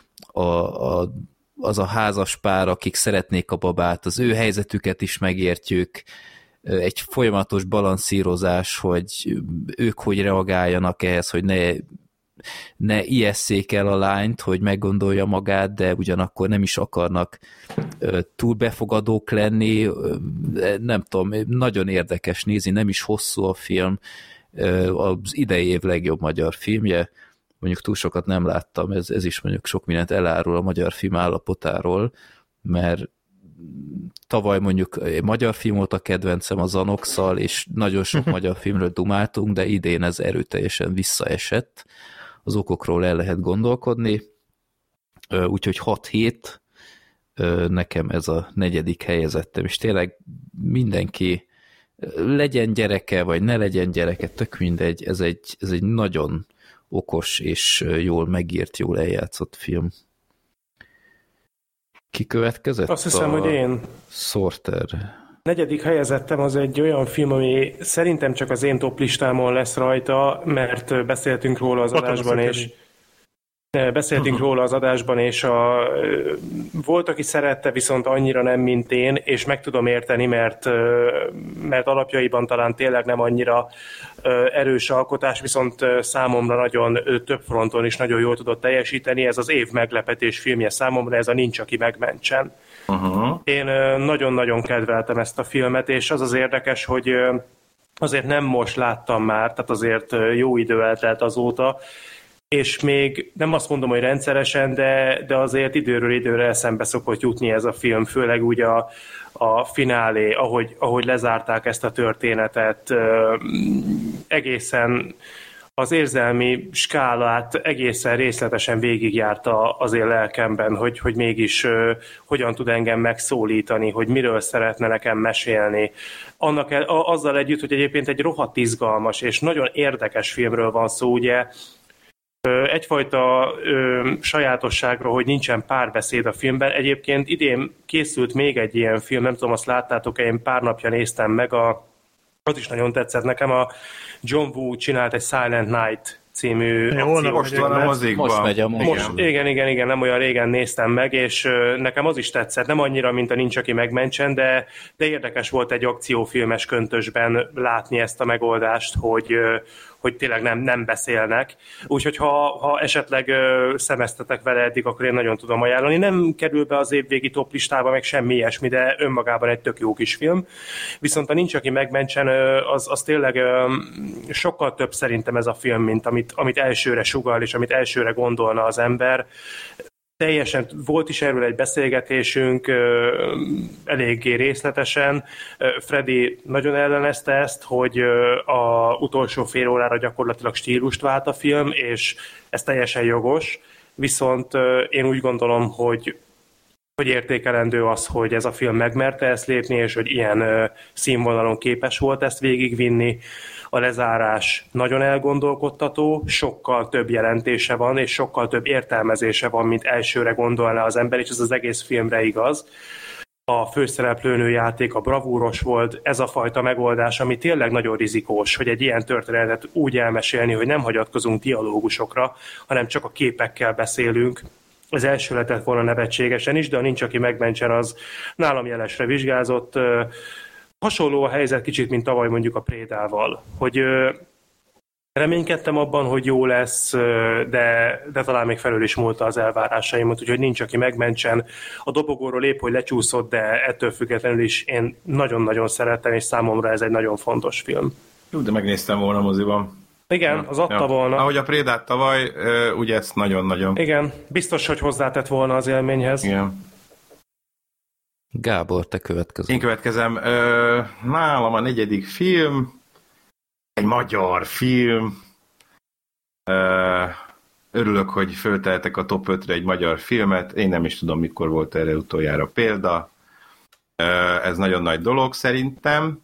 az a házas pár, akik szeretnék a babát, az ő helyzetüket is megértjük, egy folyamatos balanszírozás, hogy ők hogy reagáljanak ehhez, hogy ne ijesszék el a lányt, hogy meggondolja magát, de ugyanakkor nem is akarnak túl befogadók lenni, nem tudom, nagyon érdekes nézni, nem is hosszú a film, az idei év legjobb magyar filmje, mondjuk túl sokat nem láttam, ez is mondjuk sok mindent elárul a magyar film állapotáról, mert tavaly mondjuk egy magyar film volt a kedvencem a Zanox-szal, és nagyon sok magyar filmről dumáltunk, de idén ez erőteljesen visszaesett. Az okokról el lehet gondolkodni, úgyhogy 6 hét nekem ez a 4. helyezettem, és tényleg mindenki legyen gyereke, vagy ne legyen gyereke, tök mindegy, ez egy nagyon okos és jól megírt, jól eljátszott film. Ki következett? Azt hiszem, hogy én. Sorter. 4. helyezettem az egy olyan film, ami szerintem csak az én top listámon lesz rajta, mert beszéltünk róla az adásban, és volt, aki szerette, viszont annyira nem, mint én, és meg tudom érteni, mert alapjaiban talán tényleg nem annyira erős alkotás, viszont számomra nagyon több fronton is nagyon jól tudott teljesíteni. Ez az év meglepetés filmje számomra, ez a Nincs, aki megmentsen. Én nagyon-nagyon kedveltem ezt a filmet, és az érdekes, hogy azért nem most láttam már, tehát azért jó idő eltelt azóta, és még nem azt mondom, hogy rendszeresen, de azért időről időre eszembe szokott jutni ez a film, főleg úgy a finálé, ahogy lezárták ezt a történetet, egészen az érzelmi skálát egészen részletesen végigjárta az én lelkemben, hogy mégis hogyan tud engem megszólítani, hogy miről szeretne nekem mesélni. Azzal együtt, hogy egyébként egy rohadt izgalmas és nagyon érdekes filmről van szó, ugye egyfajta sajátosságra, hogy nincsen párbeszéd a filmben. Egyébként idén készült még egy ilyen film, nem tudom, azt láttátok-e, én pár napja néztem meg, az is nagyon tetszett nekem, a John Woo csinált egy Silent Night című most van a mozikban. Most megy a mozikban. Igen, nem olyan régen néztem meg, és nekem az is tetszett, nem annyira, mint a Nincs, aki megmentsen, de érdekes volt egy akciófilmes köntösben látni ezt a megoldást, hogy tényleg nem beszélnek. Úgyhogy ha esetleg szemeztetek vele eddig, akkor én nagyon tudom ajánlani. Nem kerül be az évvégi top listába, meg semmi ilyesmi, de önmagában egy tök jó kis film. Viszont a Nincs, aki megmentsen, az tényleg sokkal több szerintem ez a film, mint amit elsőre sugall, és amit elsőre gondolna az ember. Teljesen volt is erről egy beszélgetésünk, eléggé részletesen. Freddy nagyon ellenezte ezt, hogy a utolsó fél órára gyakorlatilag stílust vált a film, és ez teljesen jogos. Viszont én úgy gondolom, hogy értékelendő az, hogy ez a film megmerte ezt lépni, és hogy ilyen színvonalon képes volt ezt végigvinni. A lezárás nagyon elgondolkodtató, sokkal több jelentése van, és sokkal több értelmezése van, mint elsőre gondolná az ember, és ez az egész filmre igaz. A főszereplőnő játéka bravúros volt, ez a fajta megoldás, ami tényleg nagyon rizikós, hogy egy ilyen történetet úgy elmesélni, hogy nem hagyatkozunk dialógusokra, hanem csak a képekkel beszélünk. Az első letett volna nevetségesen is, de a Nincs, aki megmentsen, az nálam jelesre vizsgázott. Hasonló a helyzet kicsit, mint tavaly mondjuk a Prédával, hogy reménykedtem abban, hogy jó lesz, de talán még felül is múlta az elvárásaimat, úgyhogy Nincs, aki megmentsen. A dobogóról épp, hogy lecsúszott, de ettől függetlenül is én nagyon-nagyon szerettem, és számomra ez egy nagyon fontos film. Jó, de megnéztem volna moziban. Igen, az adta volna. Ahogy a Prédát tavaly, ugye ezt nagyon-nagyon... Igen, biztos, hogy hozzátett volna az élményhez. Igen. Gábor, te következő. Én következem. Nálam a 4. film, egy magyar film. Örülök, hogy fölteltek a top 5-re egy magyar filmet. Én nem is tudom, mikor volt erre utoljára példa. Ez nagyon nagy dolog szerintem.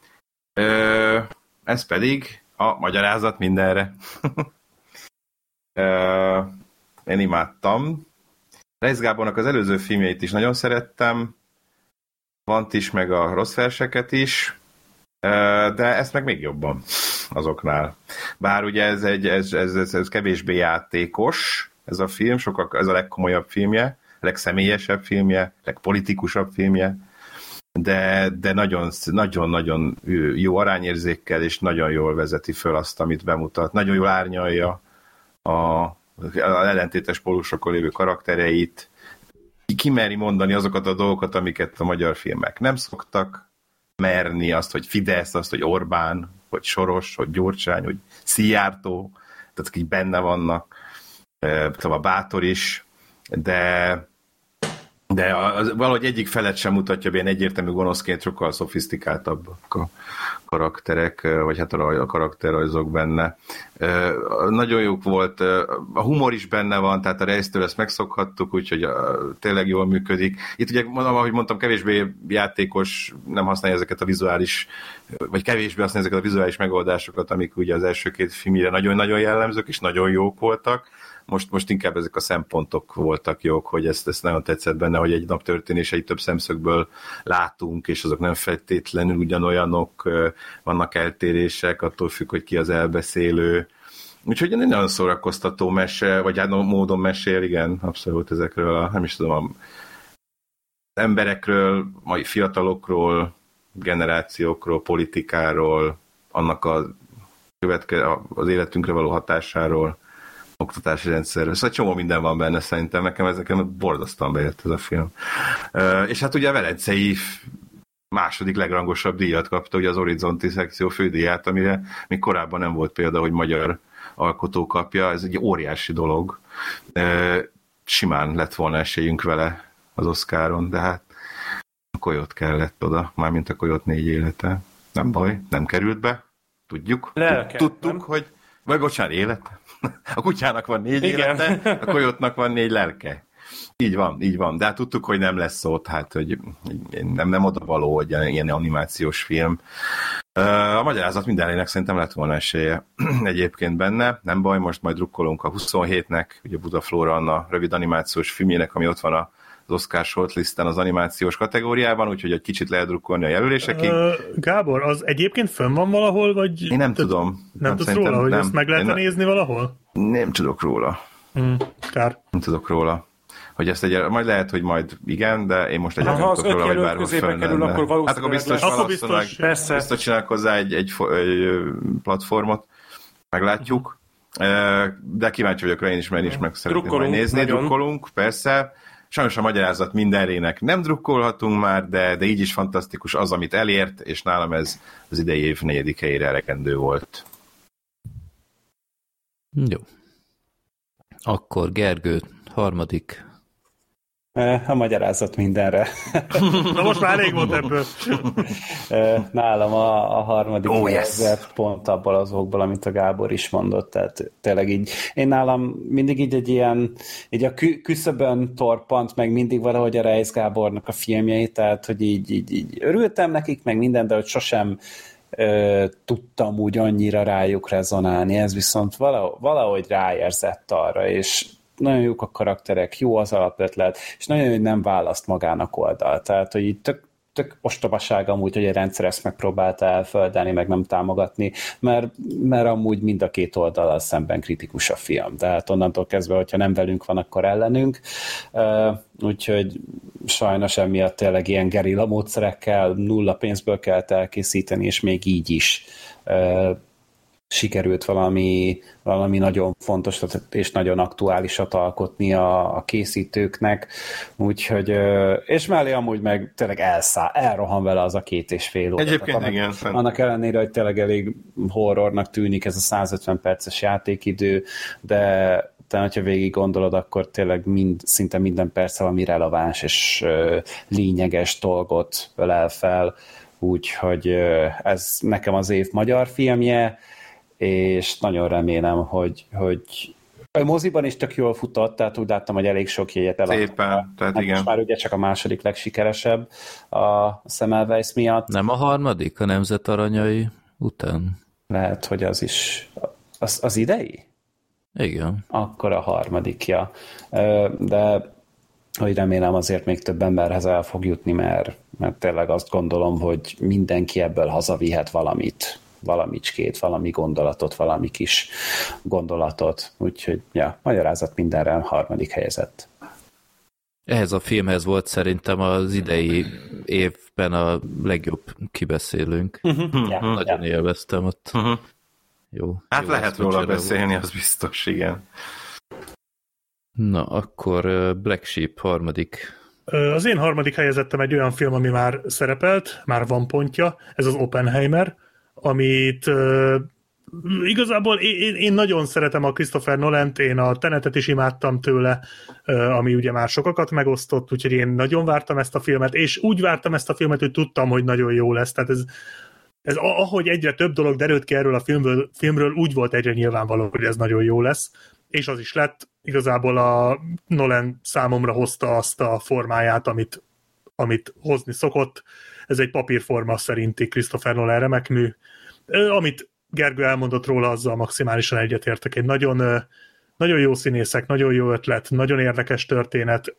Ez pedig a magyarázat mindenre. Én imádtam. Reisz Gábornak az előző filmjeit is nagyon szerettem. Vant is, meg a Rossz verseket is, de ezt meg még jobban azoknál. Bár ugye ez kevésbé játékos, ez a film, ez a legkomolyabb filmje, legszemélyesebb filmje, legpolitikusabb filmje, de nagyon-nagyon jó arányérzékkel, és nagyon jól vezeti föl azt, amit bemutat. Nagyon jól árnyalja a ellentétes pólusokon lévő karaktereit, kimeri mondani azokat a dolgokat, amiket a magyar filmek nem szoktak merni, azt, hogy Fidesz, azt, hogy Orbán, hogy Soros, hogy Gyurcsány, hogy Szijjártó, tehát akik benne vannak, szóval Bátor is, de valahogy egyik felet sem mutatja be, ilyen egyértelmű gonoszként, sokkal szofisztikáltabb a karakterek, vagy hát a karakterrajzok benne. Nagyon jók volt, a humor is benne van, tehát a Reisztől ezt megszokhattuk, úgyhogy tényleg jól működik. Itt ugye, ahogy mondtam, kevésbé játékos, nem használja ezeket a vizuális, vagy kevésbé használja ezeket a vizuális megoldásokat, amik ugye az első 2 filmire nagyon-nagyon jellemzők, és nagyon jók voltak. Most inkább ezek a szempontok voltak jók, hogy ezt nagyon tetszett benne, hogy egy nap történéseit több szemszögből látunk, és azok nem feltétlenül ugyanolyanok, vannak eltérések, attól függ, hogy ki az elbeszélő. Úgyhogy egy nagyon szórakoztató mese, vagy hát módon mesél, igen, abszolút ezekről, nem is tudom, az emberekről, mai fiatalokról, generációkról, politikáról, annak az életünkre való hatásáról, oktatási rendszerről. Szóval csomó minden van benne szerintem, nekem borzasztóan bejött ez a film. És hát ugye a velencei második legrangosabb díjat kapta, ugye az Horizonti szekció fődíját, amire még korábban nem volt példa, hogy magyar alkotó kapja, ez egy óriási dolog. Simán lett volna esélyünk vele az Oscaron, de hát a Coyote kellett oda, mármint a Coyote 4 élete. Nem baj, nem került be, tudjuk. Tudtuk, hogy... Vagy bocsánat, élete? A kutyának van 4 élete, a Coyote-nak van 4 lelke. Így van. De hát tudtuk, hogy nem lesz ott, hát, hogy nem oda való, hogy ilyen animációs film. A magyarázat mindenének szerintem lett volna esélye egyébként benne. Nem baj, most majd drukkolunk a 27-nek, ugye Budaflóra Anna rövid animációs filmjének, ami ott van az Oscar shortlisten az animációs kategóriában, úgyhogy egy kicsit lehet drukkolni a jelölésekig. Gábor, az egyébként fönn van valahol, vagy... Én nem tudom. Nem tudsz róla, hogy ezt meg lehet nézni valahol? Nem tudok róla. Kár. Nem tudok róla. Hogy ezt majd lehet, hogy majd igen, de én most egyáltalán nem tudok róla, hogy bárhol fönn lenne. Akkor valószínűleg hát akkor biztos csinálok hozzá egy platformot, meglátjuk. De kíváncsi vagyok rá én is, mert én is meg szeretném majd nézni. Drukkolunk, persze. Sajnos a magyarázat mindenrének nem drukkolhatunk már, de így is fantasztikus az, amit elért, és nálam ez az idei év 4. helyére elegendő volt. Jó. Akkor Gergő, 3. A magyarázat mindenre. Na most már elég volt ebből. Nálam a 3. helyzet pont abból azokból, amit a Gábor is mondott. Tehát tényleg így, én nálam mindig így egy ilyen, így a küszöbön torpant, meg mindig valahogy a Reisz Gábornak a filmjei, tehát hogy így örültem nekik, meg minden, de hogy sosem tudtam úgy annyira rájuk rezonálni. Ez viszont valahogy ráérzett arra, és nagyon jók a karakterek, jó az alapötlet, és nagyon jó, hogy nem választ magának oldal. Tehát, hogy így tök ostobaság amúgy, hogy a rendszer ezt megpróbálta elföldelni, meg nem támogatni, mert amúgy mind a két oldallal szemben kritikus a film. Tehát onnantól kezdve, hogyha nem velünk van, akkor ellenünk. Úgyhogy sajnos emiatt tényleg ilyen gerilla módszerekkel, nulla pénzből kellett elkészíteni, és még így is sikerült valami nagyon fontos és nagyon aktuálisat alkotni a készítőknek, úgyhogy, és mellé amúgy meg tényleg elrohan vele az a 2,5 óra. Egyébként igen. Annak ellenére, hogy tényleg elég horrornak tűnik ez a 150 perces játékidő, de hogyha végig gondolod, akkor tényleg szinte minden perc valami releváns és lényeges dolgot ölel fel, úgyhogy ez nekem az év magyar filmje, és nagyon remélem, hogy a moziban is tök jól futott, tehát úgy láttam, hogy elég sok jegyet eladtak. Szépen, tehát hát igen. Már ugye csak a második legsikeresebb a Semmelweis miatt. Nem a 3. a Nemzet Aranyai után? Lehet, hogy az is. Az idei? Igen. Akkor a 3. De hogy remélem azért még több emberhez el fog jutni, mert tényleg azt gondolom, hogy mindenki ebből hazavihet valamicskét, valami gondolatot, valami kis gondolatot. Úgyhogy, magyarázat mindenre 3. helyezett. Ehhez a filmhez volt szerintem az idei évben a legjobb kibeszélőnk. Nagyon élveztem ott. Jó. Hát jó, lehet róla beszélni, az biztos, igen. Na, akkor Black Sheep 3. Az én 3. helyezettem egy olyan film, ami már szerepelt, már van pontja, ez az Oppenheimer, amit igazából én nagyon szeretem a Christopher Nolant, én a Tenetet is imádtam tőle, ami ugye már sokakat megosztott, úgyhogy én nagyon vártam ezt a filmet, és úgy vártam ezt a filmet, hogy tudtam, hogy nagyon jó lesz, tehát ez ahogy egyre több dolog derült ki erről a filmről, úgy volt egyre nyilvánvaló, hogy ez nagyon jó lesz, és az is lett. Igazából a Nolan számomra hozta azt a formáját, amit hozni szokott. Ez egy papírforma szerinti Christopher Nolan remek mű. Amit Gergő elmondott róla, azzal maximálisan egyetértek. Egy nagyon, nagyon jó színészek, nagyon jó ötlet, nagyon érdekes történet.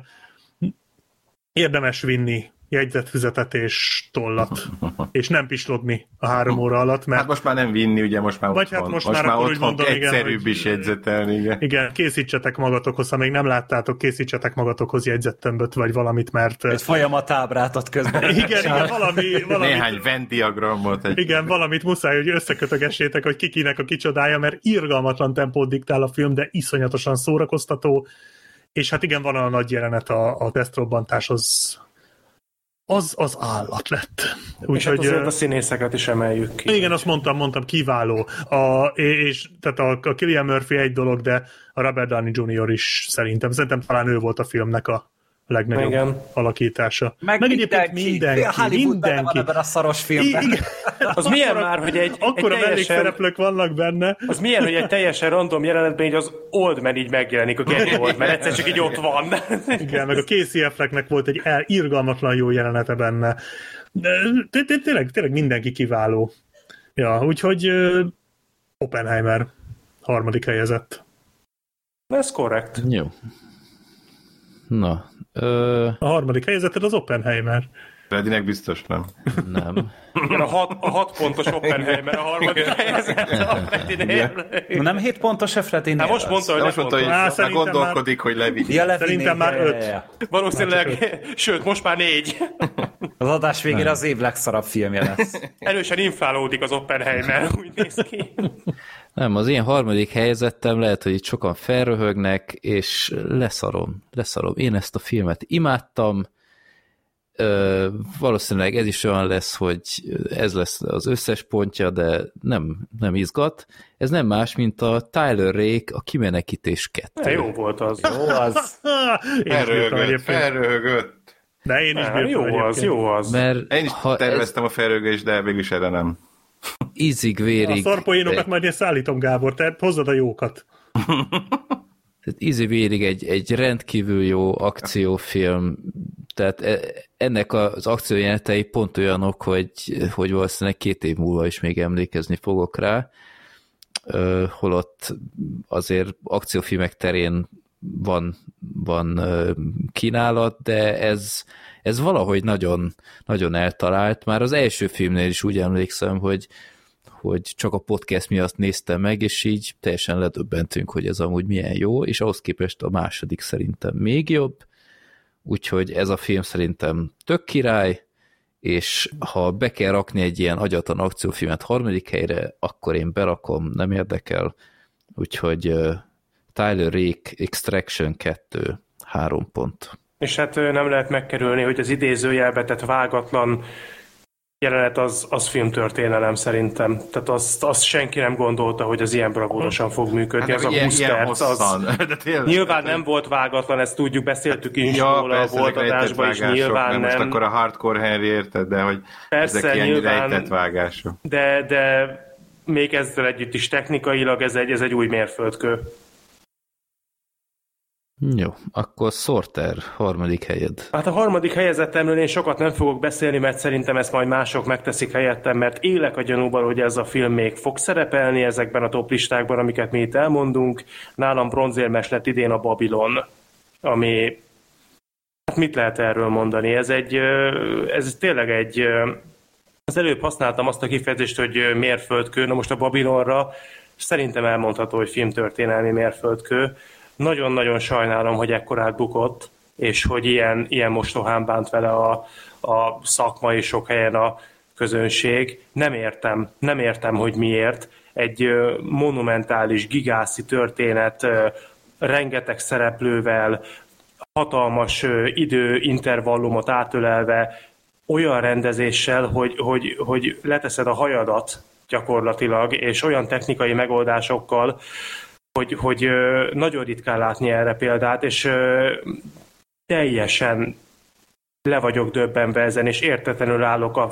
Érdemes vinni jegyzetfüzetet és tollat, és nem pislogni a 3 óra alatt, mert... Hát most már nem vinni, ugye most már vagy otthon. Hát most már otthon mondom, egyszerűbb igen, is jegyzetelni, igen. Igen, készítsetek magatokhoz, ha még nem láttátok, készítsetek magatokhoz jegyzettömböt, vagy valamit, mert... Egy folyamatábrát ad közben. Igen, valami... Néhány Venn diagramot. Igen, valamit muszáj, hogy összekötögessétek, hogy kinek a kicsodája, mert irgalmatlan tempót diktál a film, de iszonyatosan szórakoztató, és hát igen, van a nagy jelenet a tesztrobbantáshoz. Az állat lett. És hát azért a színészeket is emeljük ki. Igen, azt mondtam, kiváló. És tehát a Cillian Murphy egy dolog, de a Robert Downey Jr. is szerintem talán ő volt a filmnek a legnagyobb alakítása. Meg egyébként mindenki. Benne van ebben a szaros filmben. Az milyen már, hogy egy mellékszereplők vannak benne. Az milyen, hogy egy teljesen random jelenetben így az Oldman így megjelenik, a Gary Oldman, egyszer csak így ott van. Igen, meg a Casey Afflecknek volt egy irgalmatlan jó jelenete benne. Tényleg mindenki kiváló. Ja, úgyhogy Oppenheimer 3. helyezett. Ez korrekt. Jó. Na. A 3. helyezetted az Oppenheimer. Freddynek biztos nem. Nem. Igen, a 6 pontos Oppenheimer a 3. helyezett a Freddynél. Nem 7 pontos a Freddynél? Hát most mondta, hogy már gondolkodik, hogy levigye. Ja, szerintem már 5. Valószínűleg, sőt, most már 4. Az adás végére az év legszarabb filmje lesz. Erősen inflálódik az Oppenheimer, úgy néz ki. Nem, az én 3. helyezettem lehet, hogy itt sokan felröhögnek, és leszarom. Én ezt a filmet imádtam. Valószínűleg ez is olyan lesz, hogy ez lesz az összes pontja, de nem izgat. Ez nem más, mint a Tyler Rake, a Kimenekítés 2. Jó volt az. Jó az. Felröhögött. De én is bírtam jó az. Mert én is terveztem a felröhögést, de végül is erre nem. Ízig-vérig... A szarpoénokat majd én szállítom, Gábor, te hozzad a jókat. Ízig-vérig egy rendkívül jó akciófilm, tehát ennek az akciójelenetei pont olyanok, hogy valószínűleg 2 év múlva is még emlékezni fogok rá, holott azért akciófilmek terén van kínálat, de ez valahogy nagyon, nagyon eltalált. Már az első filmnél is úgy emlékszem, hogy csak a podcast miatt néztem meg, és így teljesen ledöbbentünk, hogy ez amúgy milyen jó, és ahhoz képest a második szerintem még jobb, úgyhogy ez a film szerintem tök király, és ha be kell rakni egy ilyen agyatlan akciófilmet 3. helyre, akkor én berakom, nem érdekel, úgyhogy Tyler Rake Extraction 2, 3 pont. És hát nem lehet megkerülni, hogy az idézőjelbe tett vágatlan jelenet az filmtörténelem szerintem. Tehát azt senki nem gondolta, hogy az ilyen bravúrosan fog működni. Hát, az a 20 perc, az nyilván nem volt vágatlan, ezt tudjuk, beszéltük is róla a volt adásban, és nyilván nem. Most akkor a hardcore Henry érted, de hogy persze, ezek ilyen rejtett vágások. De még ezzel együtt is technikailag ez egy új mérföldkő. Jó, akkor Sorter 3. helyed. Hát a 3. helyezettemről én sokat nem fogok beszélni, mert szerintem ezt majd mások megteszik helyettem, mert élek a gyanúban, hogy ez a film még fog szerepelni ezekben a top listákban, amiket mi itt elmondunk. Nálam bronzérmes lett idén a Babylon, ami... Hát mit lehet erről mondani? Ez tényleg egy... Az előbb használtam azt a kifejezést, hogy mérföldkő, na most a Babylonra szerintem elmondható, hogy filmtörténelmi mérföldkő. Nagyon-nagyon sajnálom, hogy ekkorát bukott, és hogy ilyen mostohán bánt vele a szakma és sok helyen a közönség. Nem értem, hogy miért. Egy monumentális, gigászi történet, rengeteg szereplővel, hatalmas időintervallumot átölelve, olyan rendezéssel, hogy leteszed a hajadat gyakorlatilag, és olyan technikai megoldásokkal, hogy nagyon ritkán látni erre példát, és teljesen le vagyok döbbenve ezen, és értetlenül állok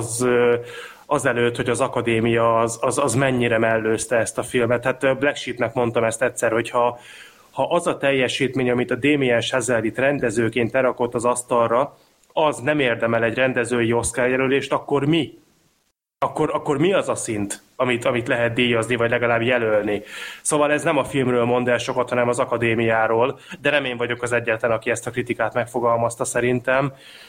az előtt, hogy az akadémia az mennyire mellőzte ezt a filmet. Hát Black Sheepnek mondtam ezt egyszer, hogy ha az a teljesítmény, amit a Damien Chazelle itt rendezőként lerakott az asztalra, az nem érdemel egy rendezői Oscar jelölést, akkor mi? Akkor mi az a szint, amit lehet díjazni, vagy legalább jelölni? Szóval ez nem a filmről mond el sokat, hanem az akadémiáról, de nem én vagyok az egyetlen, aki ezt a kritikát megfogalmazta szerintem.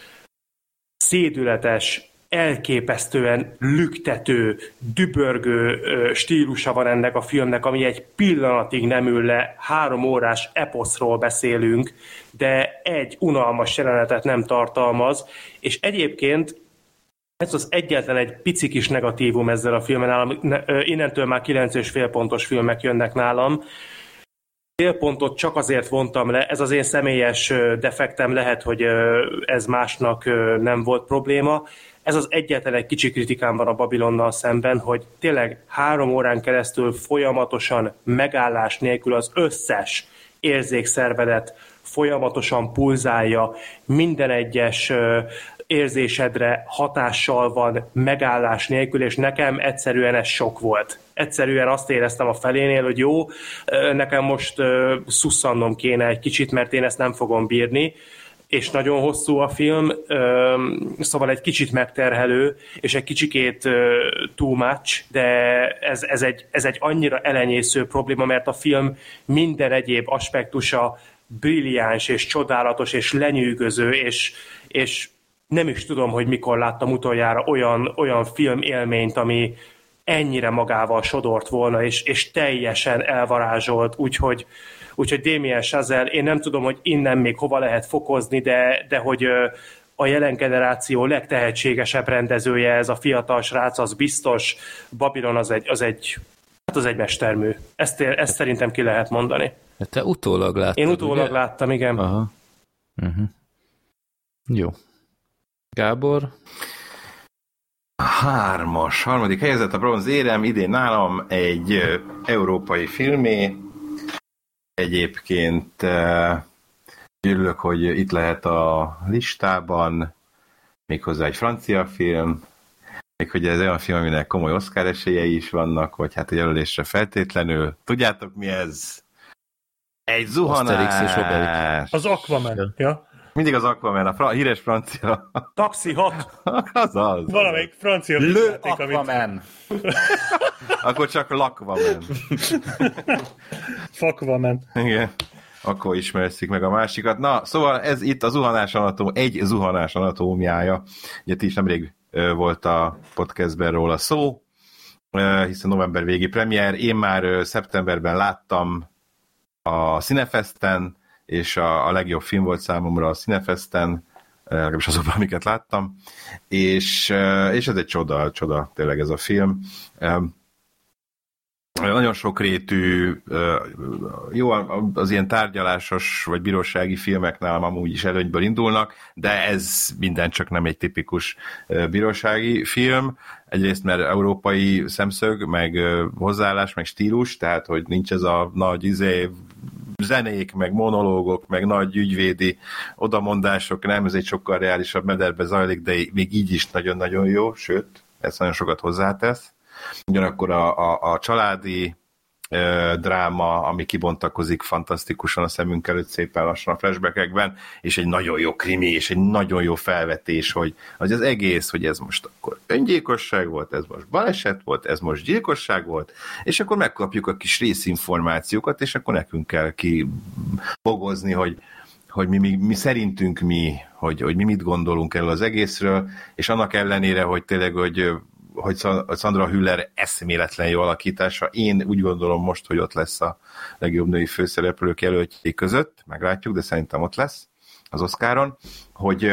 Szédületes, elképesztően lüktető, dübörgő stílusa van ennek a filmnek, ami egy pillanatig nem ül le, 3 órás eposzról beszélünk, de egy unalmas jelenetet nem tartalmaz, és egyébként ez az egyetlen egy pici kis negatívum ezzel a filmen nálam. Innentől már 9,5 pontos filmek jönnek nálam. Fél pontot csak azért vontam le, ez az én személyes defektem, lehet, hogy ez másnak nem volt probléma. Ez az egyetlen egy kicsi kritikám van a Babylonnal szemben, hogy tényleg 3 órán keresztül folyamatosan megállás nélkül az összes érzékszervedet folyamatosan pulzálja, minden egyes érzésedre hatással van megállás nélkül, és nekem egyszerűen ez sok volt. Egyszerűen azt éreztem a felénél, hogy jó, nekem most szusszannom kéne egy kicsit, mert én ezt nem fogom bírni. és nagyon hosszú a film, szóval egy kicsit megterhelő, és egy kicsikét too much, de ez egy annyira elenyésző probléma, mert a film minden egyéb aspektusa brilliáns, és csodálatos, és lenyűgöző, és nem is tudom, hogy mikor láttam utoljára olyan filmélményt, ami ennyire magával sodort volna, és teljesen elvarázsolt, úgyhogy Damien Chazelle, én nem tudom, hogy innen még hova lehet fokozni, de hogy a jelen generáció legtehetségesebb rendezője, ez a fiatal srác, az biztos. Babylon az egy mestermű. Ezt szerintem ki lehet mondani. Te utólag láttad, én utólag ugye? láttam, igen. Aha. Uh-huh. Jó. Gábor? Harmadik helyzet a bronz érem, idén nálam egy európai filmé. Egyébként örülök, hogy itt lehet a listában, méghozzá egy francia film, még hogy ez olyan film, aminek komoly Oscar esélyei is vannak, vagy hát a jelölésre feltétlenül. Tudjátok, mi ez? Egy zuhanás! Az Aquaman, ja? Mindig az Aquaman, a híres francia. Taxi 6! Az. Valamelyik francia Le Aquaman. Akkor csak L'Aquaman. Fakvaman. Igen. Akkor ismerszik meg a másikat. Na, szóval ez itt a egy zuhanás anatómiája. Ugye ti is nemrég volt a podcastben róla szó, hiszen november végi premier. Én már szeptemberben láttam a Cinefesten, és a legjobb film volt számomra a Cinefesten, legalábbis azokban, amiket láttam, és ez egy csoda tényleg ez a film. Nagyon sokrétű, jó, az ilyen tárgyalásos vagy bírósági filmek nálam amúgy is előnyből indulnak, de ez minden csak nem egy tipikus bírósági film. Egyrészt, mert európai szemszög, meg hozzáállás, meg stílus, tehát, hogy nincs ez a nagy zenék, meg monológok, meg nagy ügyvédi odamondások, nem, ez egy sokkal reálisabb mederbe zajlik, de még így is nagyon-nagyon jó, sőt, ez nagyon sokat hozzátesz. Ugyanakkor a családi dráma, ami kibontakozik fantasztikusan a szemünk előtt szépen lassan a flashbackekben, és egy nagyon jó krimi, és egy nagyon jó felvetés, hogy az egész, hogy ez most akkor öngyilkosság volt, ez most baleset volt, ez most gyilkosság volt, és akkor megkapjuk a kis részinformációkat, és akkor nekünk kell kibogozni, hogy mi szerintünk hogy mi mit gondolunk erről az egészről, és annak ellenére, hogy tényleg, hogy Sandra Hüller eszméletlen jó alakítása. Én úgy gondolom most, hogy ott lesz a legjobb női főszereplők jelöltjei között, meglátjuk, de szerintem ott lesz az Oscaron, hogy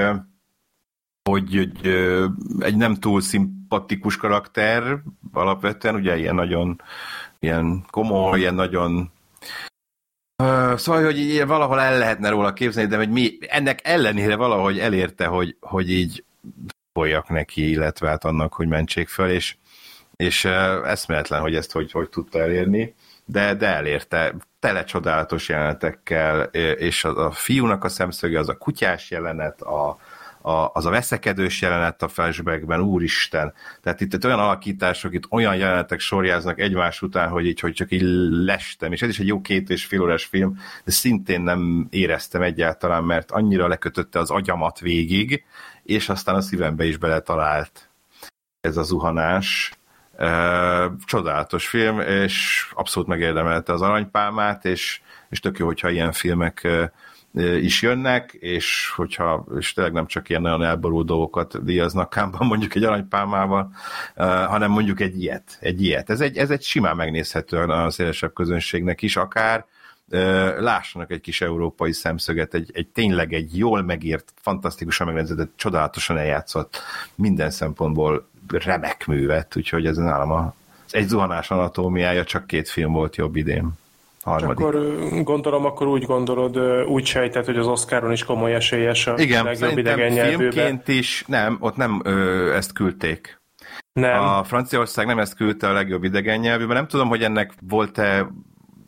egy nem túl szimpatikus karakter alapvetően, ugye ilyen komoly, ilyen nagyon szóval, hogy valahol el lehetne róla képzelni, de hogy ennek ellenére valahogy elérte, hogy így folyjak neki, illetve hát annak, hogy mentsék fel, és eszméletlen, hogy ezt hogy tudta elérni, de elérte, tele csodálatos jelenetekkel, és a fiúnak a szemszöge, az a kutyás jelenet, az a veszekedős jelenet a flashbackben, úristen. Tehát itt olyan alakítások, itt olyan jelenetek sorjáznak egymás után, hogy csak így lestem, és ez is egy jó 2,5 órás film, de szintén nem éreztem egyáltalán, mert annyira lekötötte az agyamat végig, és aztán a szívembe is beletalált ez a zuhanás. Csodálatos film, és abszolút megérdemelte az aranypálmát, és tök jó, hogyha ilyen filmek is jönnek, és tényleg nem csak ilyen nagyon elborult dolgokat díjaznak Cannes-ban mondjuk egy aranypálmával, hanem mondjuk egy ilyet. Ez egy simán megnézhető a szélesebb közönségnek is, akár lássanak egy kis európai szemszöget, tényleg egy jól megírt, fantasztikusan megrendezett, csodálatosan eljátszott, minden szempontból remek művet, úgyhogy ez nálam az egy zuhanás anatómiája, csak 2 film volt jobb idén. Harmadik. Akkor gondolom, úgy gondolod, úgy sejtett, hogy az Oscaron is komoly esélyes a legjobb idegen nyelvűben. Filmként is, nem, ott nem ezt küldték. Nem. A Franciaország nem ezt küldte a legjobb idegen nyelvűben. Nem tudom, hogy ennek volt-e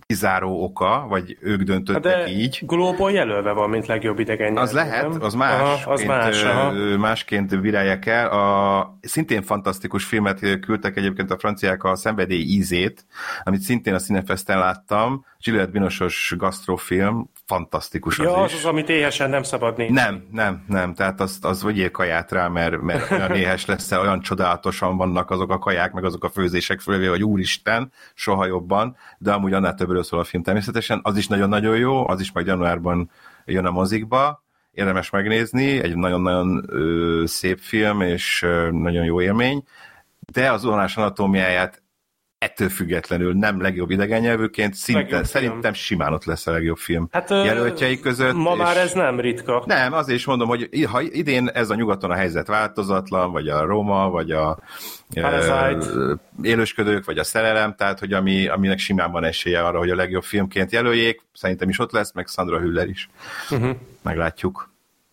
kizáró oka, vagy ők döntöttek így. Global jelölve van, mint legjobb idegen nyelv. Az lehet, nem? Az más. Az más. Másként virálják el. Szintén fantasztikus filmet küldtek egyébként a franciák, a Szenvedély ízét, amit szintén a Cinefesten láttam. Juliette Binoche-os gasztrofilm, fantasztikus az is. Az, amit éhesen nem szabad nézni. Nem. Tehát az vegyél kaját rá, mert olyan éhes lesz, olyan csodálatosan vannak azok a kaják, meg azok a főzések fölvé, hogy úristen, soha jobban, de amúgy annál többről szól a film természetesen. Az is nagyon-nagyon jó, az is majd januárban jön a mozikba, érdemes megnézni, egy nagyon-nagyon szép film, és nagyon jó élmény, de az Zuhanás anatómiáját ettől függetlenül nem legjobb idegennyelvűként, szerintem simán ott lesz a legjobb film jelöltjei között. Ma már ez nem ritka. Nem, azért is mondom, hogy ha idén ez a nyugaton a helyzet változatlan, vagy a Roma, vagy a Élősködők, vagy a Szerelem, tehát hogy aminek simán van esélye arra, hogy a legjobb filmként jelöljék, szerintem is ott lesz, meg Sandra Hüller is. Meglátjuk.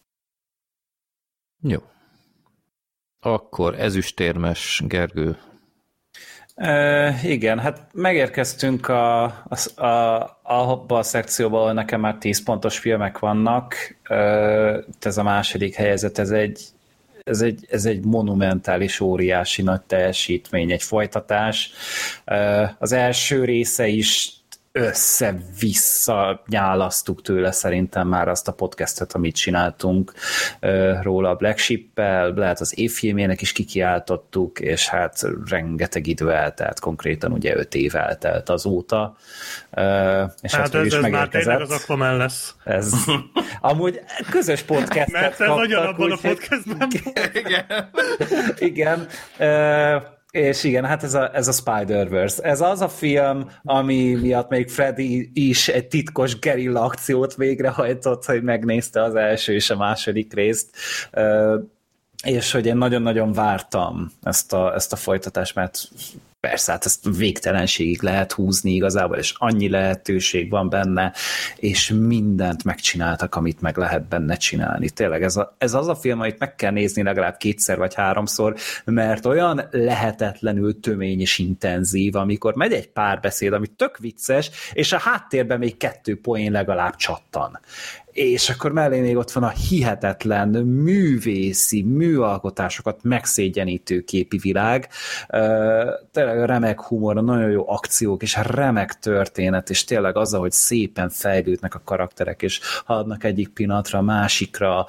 Jó. Akkor ezüstérmes, Gergő. Igen, hát megérkeztünk abba a szekcióba, ahol nekem már 10 pontos filmek vannak. Ez a második helyezett, ez egy monumentális, óriási nagy teljesítmény, egy folytatás. Az első része is össze-vissza nyálasztuk tőle szerintem már azt a podcastet, amit csináltunk róla a Black Sheep-el, lehet az évfilmjének is kikiáltottuk, és hát rengeteg idő eltelt, konkrétan ugye 5 év eltelt azóta. És hát ez már tényleg az Aquaman lesz. Ez amúgy közös podcastet mert ez nagyon abban a podcastben. Igen. És igen, hát ez a Spider-Verse. Ez az a film, ami miatt még Freddy is egy titkos gerilla akciót végrehajtott, hogy megnézte az első és a második részt, és hogy én nagyon-nagyon vártam ezt a folytatást, mert persze, hát ezt végtelenségig lehet húzni igazából, és annyi lehetőség van benne, és mindent megcsináltak, amit meg lehet benne csinálni. Tényleg ez az a film, amit meg kell nézni legalább 2-szer vagy 3-szor, mert olyan lehetetlenül tömény és intenzív, amikor megy egy párbeszéd, ami tök vicces, és a háttérben még 2 poén legalább csattan. És akkor mellé még ott van a hihetetlen művészi, műalkotásokat megszégyenítő képi világ, tényleg remek humor, nagyon jó akciók, és remek történet, és tényleg az, ahogy szépen fejlődnek a karakterek, és haladnak egyik pillanatra a másikra,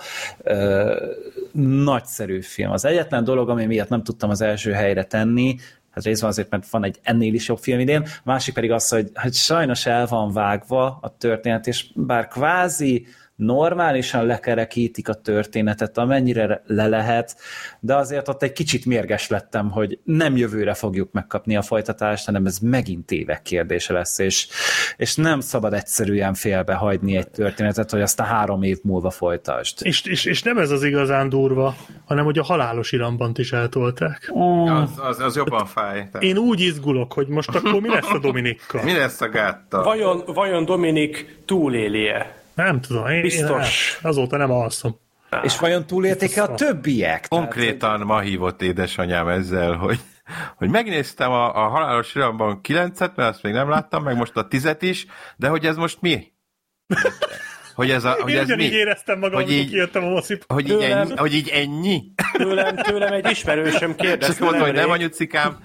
nagyszerű film. Az egyetlen dolog, ami miatt nem tudtam az első helyre tenni, hát részben azért, mert van egy ennél is jobb film idén, másik pedig az, hogy sajnos el van vágva a történet, és bár kvázi normálisan lekerekítik a történetet, amennyire le lehet, de azért ott egy kicsit mérges lettem, hogy nem jövőre fogjuk megkapni a folytatást, hanem ez megint évek kérdése lesz, és nem szabad egyszerűen félbehagyni egy történetet, hogy azt a 3 év múlva folytasd. És nem ez az igazán durva, hanem hogy a Halálos Irambant is eltolták. Az jobban fáj. Tehát. Én úgy izgulok, hogy most akkor mi lesz a Dominikkal? Mi lesz a gáttal? Vajon Dominik túlélie? Nem tudom, biztos. Azóta nem alszom. És vajon túlélték-e a többiek? Konkrétan ma hívott édesanyám ezzel, hogy megnéztem a Halálos Iramban 9-et, mert azt még nem láttam, meg most a 10-et is, de hogy ez most mi? Hogy ez mi? Éreztem magam, amikor kijöttem a moziba. Hogy így ennyi? Tőlem egy ismerősöm kérdezte. És mondta, hogy nem anyucikám,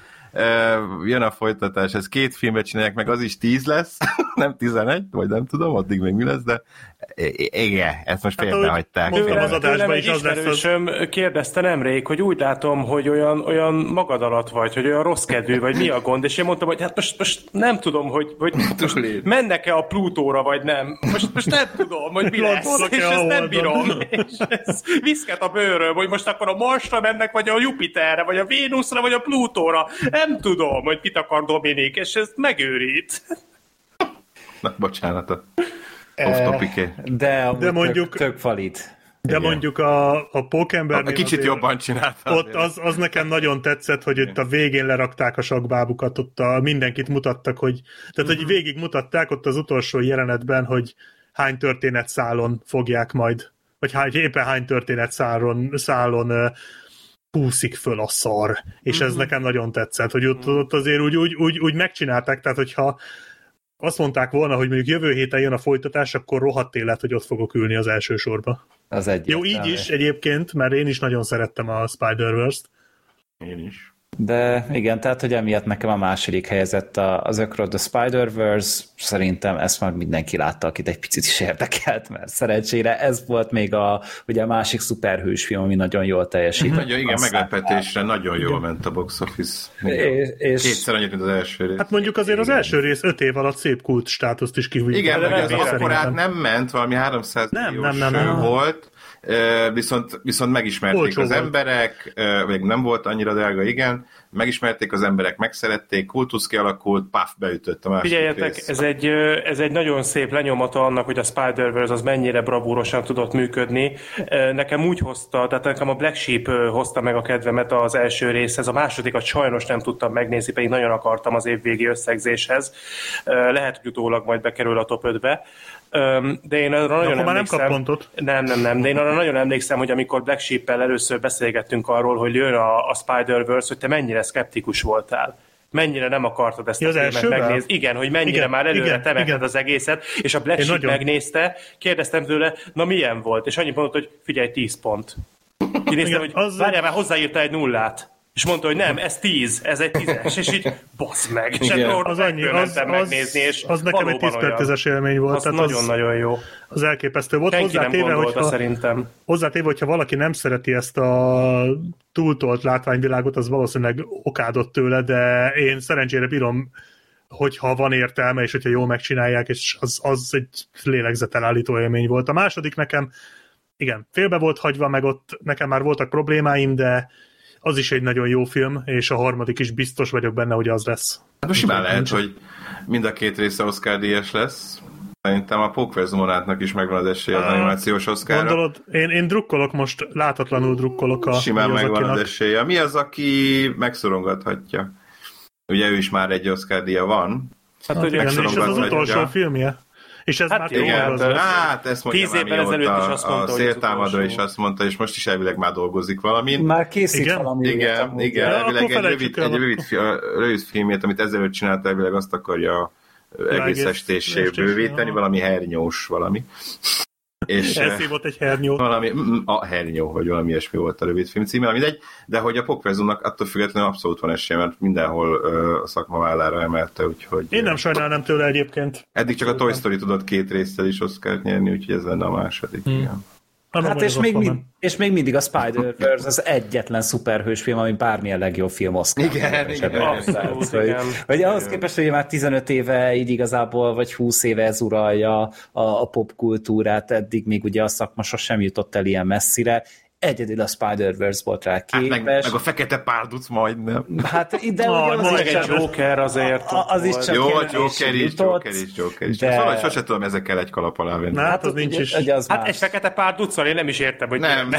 jön a folytatás, ez 2 filmet csinálják, meg az is 10 lesz, nem 11, vagy nem tudom, addig még mi lesz, de igen, ezt most félbehagyták. Tőlem egy ismerősöm kérdezte nemrég, hogy úgy látom, hogy olyan magad alatt vagy, hogy olyan rossz kedvű, vagy mi a gond, és én mondtam, hogy hát most nem tudom, hogy most mennek-e a Plutóra, vagy nem. Most nem tudom, hogy mi lesz, és ezt nem bírom. És ez viszket a bőröm, hogy most akkor a Marsra mennek, vagy a Jupiterre, vagy a Vénuszra, vagy a Plutóra. Nem tudom, hogy mit akar Dominik, és ez megőrít. Na, bocsánat, off-topic-é. De mondjuk tök valid. De igen. Mondjuk a Pókembernél kicsit jobban csináltam. Ott az nekem nagyon tetszett, hogy itt a végén lerakták a sakkbábukat, ott mindenkit mutattak, hogy végig mutatták ott az utolsó jelenetben, hogy hány történetszálon fogják majd, vagy éppen hány történetszálon húszik föl a szar. És ez nekem nagyon tetszett, hogy ott azért úgy megcsinálták, tehát hogyha azt mondták volna, hogy mondjuk jövő héten jön a folytatás, akkor rohadt élet, hogy ott fogok ülni az első sorba. Az jó, így is egyébként, mert én is nagyon szerettem a Spider-Verse-t. Én is. De igen, tehát, hogy emiatt nekem a második helyezett az Across the Spider-Verse, szerintem ezt már mindenki látta, akit egy picit is érdekelt, mert szerencsére ez volt még ugye a másik szuperhős film, ami nagyon jól teljesített. Igen, meglepetésre nagyon jól ment a box office. És kétszer annyit, mint az első rész. Hát mondjuk azért az első rész 5 év alatt szép kult státuszt is kihújtott. Igen, hogy az akkorát nem ment, valami 300 milliós volt, viszont megismerték olcsó az emberek, vagy nem volt annyira drága, igen, megismerték az emberek, megszerették, kultusz kialakult, paf, beütött a másik Figyeljetek, rész. ez egy nagyon szép lenyomata annak, hogy a Spider-Verse az mennyire bravúrosan tudott működni. Nekem úgy hozta, tehát nekem a Black Sheep hozta meg a kedvemet az első részhez, a másodikat sajnos nem tudtam megnézni, pedig nagyon akartam az évvégi összegzéshez. Lehet, hogy utólag majd bekerül a top 5-be. De én arra nagyon emlékszem... Nem kap pontot. Nem, de én arra nagyon emlékszem, hogy amikor Black Sheep-el először beszélgettünk arról, hogy jön a Spider-Verse, hogy te mennyire szkeptikus voltál. Mennyire nem akartad ezt a filmet megnézni. Igen, hogy mennyire már előre temekted az egészet, és a Black Sheep megnézte, kérdeztem tőle, na milyen volt? És annyit mondott, hogy figyelj, 10 pont. Kinéztem, hogy várjál, már hozzáírta egy nullát. És mondta, hogy nem, ez 10, ez egy 10-es, és így basz meg. És az annyi, megnézni, és az nekem egy 10/10-es élmény volt. Az nagyon-nagyon jó. Az elképesztő volt. Hozzátéve, hogyha valaki nem szereti ezt a túltolt látványvilágot, az valószínűleg okádott tőle, de én szerencsére bírom, hogyha van értelme, és hogyha jól megcsinálják, és az egy lélegzetelállító élmény volt. A második nekem, igen, félbe volt hagyva, meg ott nekem már voltak problémáim, de az is egy nagyon jó film, és a harmadik is biztos vagyok benne, hogy az lesz. Hát most simán lehet, hogy mind a két része Oscar-díjas lesz. Szerintem a Pókverzmonátnak is megvan az esélye az animációs Oscarra. Gondolod, én drukkolok most, látatlanul drukkolok a... Simán megvan az esélye. Mi az, aki megszorongathatja? Ugye ő is már egy Oscar-díja van. Hát igen, és ez az utolsó filmje. És ez már ezt mondja 10 évvel ezelőtt is azt mondta, a széltámadó is azt mondta, és most is elvileg már dolgozik valamin. Már készít valami. Igen, elvileg egy rövid filmét, amit ezelőtt csinált, elvileg azt akarja egész estéssé bővíteni, valami hernyós valami. És elszívott egy hernyót. Valami, a hernyó, vagy valami ilyesmi volt a rövidfilm címe, mindegy, de hogy a Pókverzumnak attól függetlenül abszolút van esélye, mert mindenhol a szakma vállára emelte, úgyhogy... Én nem sajnálnám tőle egyébként. Eddig csak a Toy Story tudott 2 résztel is Oscart nyerni, úgyhogy ez lenne a második. Igen. Hát és még mindig a Spider-Verse az egyetlen szuperhős film, ami bármilyen legjobb film Oscar. Igen. Abszolút, hogy ahhoz képest, hogy már 15 éve így igazából, vagy 20 éve ez uralja a popkultúrát, eddig még ugye a szakma sosem jutott el ilyen messzire, egyedül a Spider-Verse volt rá képes. Meg a fekete párduc majdnem. Hát ide ugye az egy Joker azért. Az is csak jó, Joker is. De... Szóval sose tudom ezekkel egy kalap alá venni. Hát az nincs is. Hát egy fekete párduccal én nem is értem, hogy nem.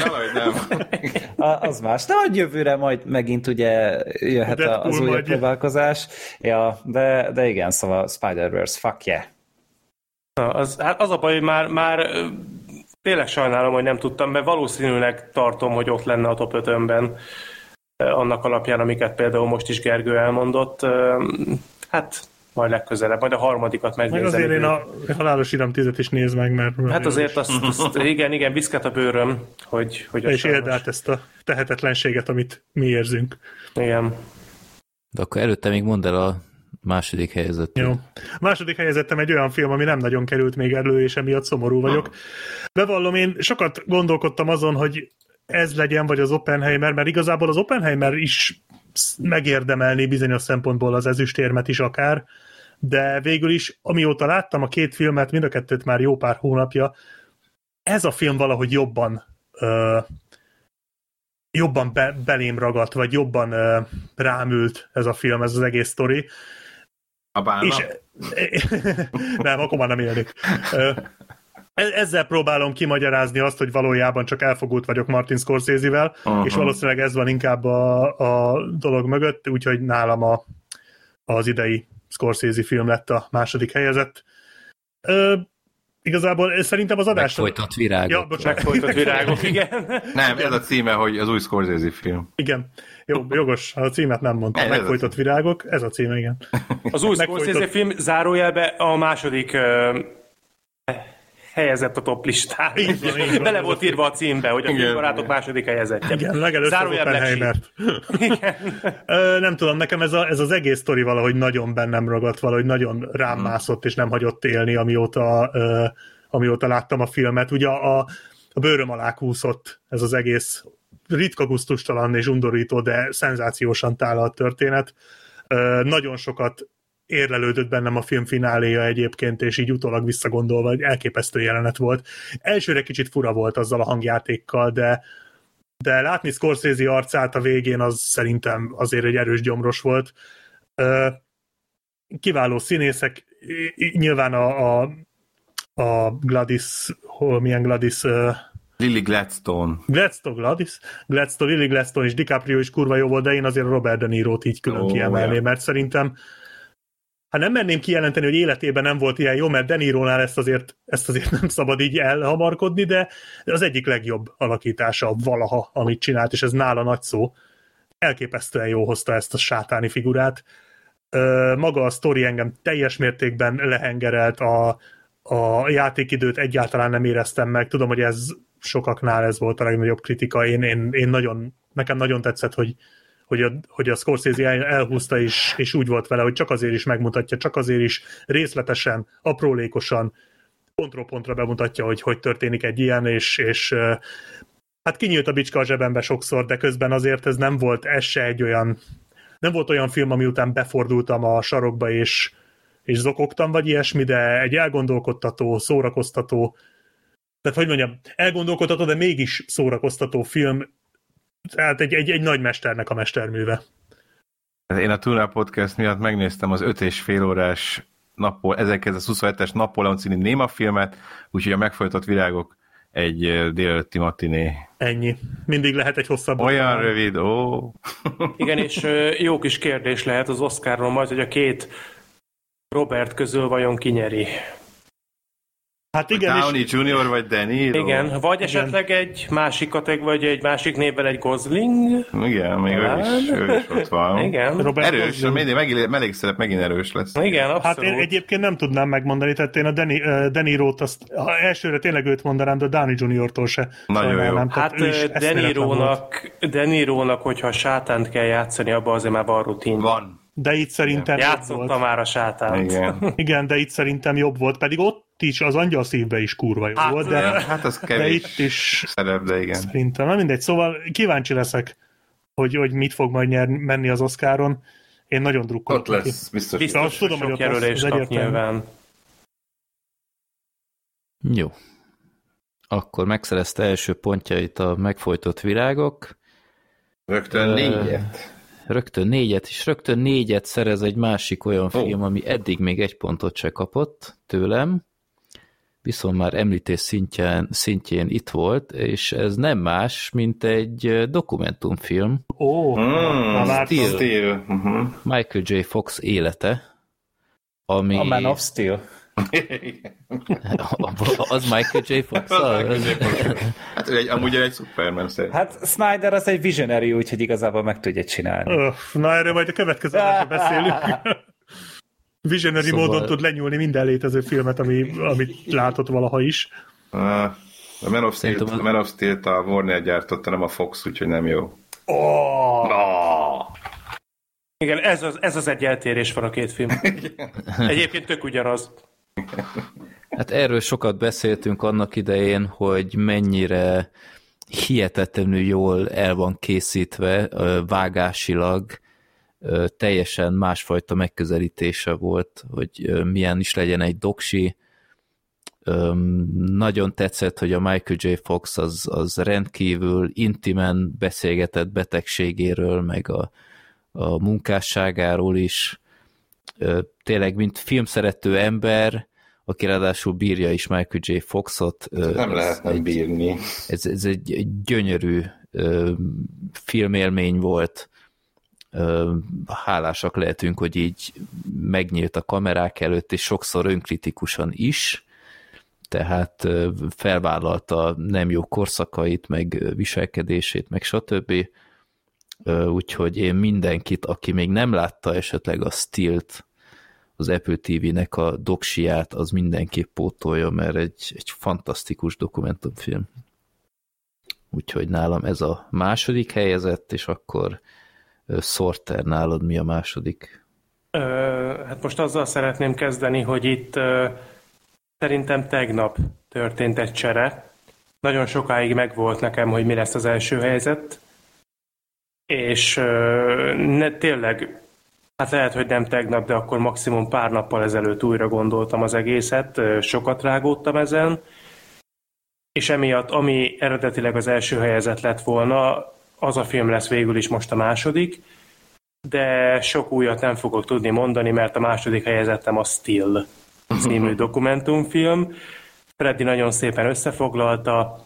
Az más. De hogy jövőre majd megint ugye jöhet az újabb próbálkozás. Ja, de igen, szóval Spider-Verse, fuck yeah. Az a baj, hogy már tényleg sajnálom, hogy nem tudtam, mert valószínűleg tartom, hogy ott lenne a top 5-ben annak alapján, amiket például most is Gergő elmondott. Hát majd legközelebb, majd a harmadikat megnézem. Meg azért én a halálos iram 10-et is nézd meg, mert... Hát azért azt igen, viszket a bőröm, hogy és éld át ezt a tehetetlenséget, amit mi érzünk. Igen. De akkor előtte még mondd el a második helyzet. Jó. A második helyezettem egy olyan film, ami nem nagyon került még elő, és emiatt szomorú vagyok. Bevallom, én sokat gondolkodtam azon, hogy ez legyen, vagy az Oppenheimer, mert igazából az Oppenheimer is megérdemelné bizonyos szempontból az ezüstérmet is akár, de végül is, amióta láttam a két filmet, mind a kettőt már jó pár hónapja, ez a film valahogy jobban belém ragadt, vagy jobban rámült ez a film, ez az egész sztori. A bálna? Nem, akkor már nem élnék. Ezzel próbálom kimagyarázni azt, hogy valójában csak elfogult vagyok Martin Scorsese-vel, és valószínűleg ez van inkább a dolog mögött, úgyhogy nálam az idei Scorsese film lett a második helyezett. igazából szerintem az adás... Megfojtott virágok. Ja, megfojtott virágok, igen. Nem, ez a címe, hogy az új Scorsese film. Igen. Jó, jogos, a címet nem mondtam. Megfojtott virágok, ez a címe, igen. Az új Scorsese film zárójelbe a második helyezett a top listán. Bele volt írva a címbe, hogy a filmbarátok második helyezettje. Igen, legelőször Oppenheimert. Nem tudom, nekem ez az egész sztori valahogy nagyon bennem ragadt, valahogy nagyon rám mászott, és nem hagyott élni, amióta láttam a filmet. Ugye a bőröm alá kúszott ez az egész ritka gusztustalan és undorító, de szenzációsan tálalt történet. Nagyon sokat érlelődött bennem a film fináléja egyébként, és így utólag visszagondolva, hogy elképesztő jelenet volt. Elsőre kicsit fura volt azzal a hangjátékkal, de látni Scorsese arcát a végén az szerintem azért egy erős gyomros volt. Kiváló színészek, nyilván a Gladys, milyen Gladys... Lily Gladstone. Lily Gladstone és DiCaprio is kurva jó volt, de én azért Robert De Niro-t így külön kiemelném, mert szerintem nem merném kijelenteni, hogy életében nem volt ilyen jó, mert De Nironál ezt azért nem szabad így elhamarkodni, de az egyik legjobb alakítása valaha, amit csinált, és ez nála nagy szó. Elképesztően jó hozta ezt a sátáni figurát. Maga a sztori engem teljes mértékben lehengerelt, a játékidőt egyáltalán nem éreztem meg. Tudom, hogy ez sokaknál ez volt a legnagyobb kritika. Nekem nagyon tetszett, hogy a Scorsese elhúzta, és úgy volt vele, hogy csak azért is megmutatja, csak azért is részletesen, aprólékosan, pontról pontra bemutatja, hogy történik egy ilyen, és hát kinyílt a bicska a zsebembe sokszor, de közben azért ez nem volt nem volt olyan film, ami után befordultam a sarokba, és zokogtam, vagy ilyesmi, de egy elgondolkodtató, szórakoztató, tehát hogy mondjam, elgondolkodtató, de mégis szórakoztató film, tehát egy nagy mesternek a mesterműve. Én a Tuna Podcast miatt megnéztem az 5,5 órás 1927-es Napóleon című Néma filmet, úgyhogy a Megfojtott virágok egy délelőtti matiné. Ennyi. Mindig lehet egy hosszabb. Olyan rövid, Igen, és jó kis kérdés lehet az Oscarról majd, hogy a két Robert közül vajon kinyeri. Hát igen, Downey Jr. vagy De Niro. Igen, vagy esetleg egy másik kategória, vagy egy másik névvel egy Gosling. Igen, még ő is ott van. Igen. Robert erős, mellékszerep megint erős lesz. Igen, abszolút. Hát én egyébként nem tudnám megmondani, tehát én a De Niro-t azt, ha elsőre tényleg őt mondanám, de Downey Jr.-tól se. Nagyon jó. Hát De Nirónak, hogyha a sátánt kell játszani, abban azért már van rutin. Van. De itt szerintem játszotta már a sátánt. Igen, de itt szerintem jobb volt, pedig ott is az Angyal szívbe is kurva jó volt, de az kevés, de itt is szerep, de igen. Szerintem, na mindegy, szóval kíváncsi leszek, hogy mit fog majd menni az Oscaron. Én nagyon drukkolok. Ott lesz, biztos. Azt tudom, hogy ott jelölést kap nyilván. Jó. Akkor megszerezte első pontjait a Megfojtott virágok. Rögtön 4-et. Rögtön 4-et, és rögtön 4-et szerez egy másik olyan film, ami eddig még egy pontot se kapott tőlem, viszont már említés szintjén itt volt, és ez nem más, mint egy dokumentumfilm. Steel. Michael J. Fox élete, ami... A Man of Steel. Az Michael J. Fox? Hát amúgy egy Superman szerint. Hát Snyder az egy visionary, úgyhogy igazából meg tudja csinálni. Na erről majd a következő adásra beszélünk. Visionary módon tud lenyúlni minden létező filmet, amit látott valaha is. A Man of Steel-t a Warner gyártotta, nem a Fox, úgyhogy nem jó. Igen, ez az egy eltérés van a két film. Egyébként tök ugyanaz. Hát erről sokat beszéltünk annak idején, hogy mennyire hihetetlenül jól el van készítve, vágásilag, teljesen másfajta megközelítése volt, hogy milyen is legyen egy doksi. Nagyon tetszett, hogy a Michael J. Fox az rendkívül intimen beszélgetett betegségéről, meg a munkásságáról is. Tényleg, mint filmszerető ember, aki ráadásul bírja is Michael J. Foxot. Nem lehet nem bírni. Ez egy gyönyörű filmélmény volt. Hálásak lehetünk, hogy így megnyílt a kamerák előtt, és sokszor önkritikusan is. tehát felvállalta nem jó korszakait, meg viselkedését, meg stb. Úgyhogy én mindenkit, aki még nem látta esetleg a Stilt, az Apple TV-nek a doksiát, az mindenképp pótolja, mert egy fantasztikus dokumentumfilm. Úgyhogy nálam ez a második helyezett, és akkor Sorter, nálad mi a második? Hát most azzal szeretném kezdeni, hogy itt szerintem tegnap történt egy csere. Nagyon sokáig megvolt nekem, hogy mi lesz az első helyzet, és tényleg, hát lehet, hogy nem tegnap, de akkor maximum pár nappal ezelőtt újra gondoltam az egészet, sokat rágódtam ezen, és emiatt, ami eredetileg az első helyezett lett volna, az a film lesz végül is most a második, de sok újat nem fogok tudni mondani, mert a második helyezettem a Still című dokumentumfilm. Freddy nagyon szépen összefoglalta,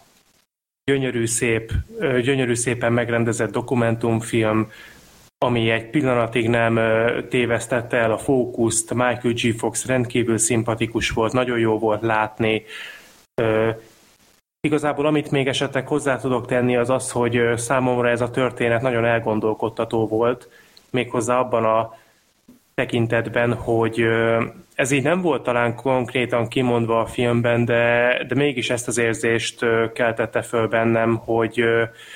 gyönyörű szépen megrendezett dokumentumfilm, ami egy pillanatig nem tévesztette el a fókuszt. Michael G. Fox rendkívül szimpatikus volt, nagyon jó volt látni. Igazából amit még esetleg hozzá tudok tenni, az az, hogy számomra ez a történet nagyon elgondolkodtató volt, méghozzá abban a tekintetben, hogy ez így nem volt talán konkrétan kimondva a filmben, de mégis ezt az érzést keltette föl bennem, hogy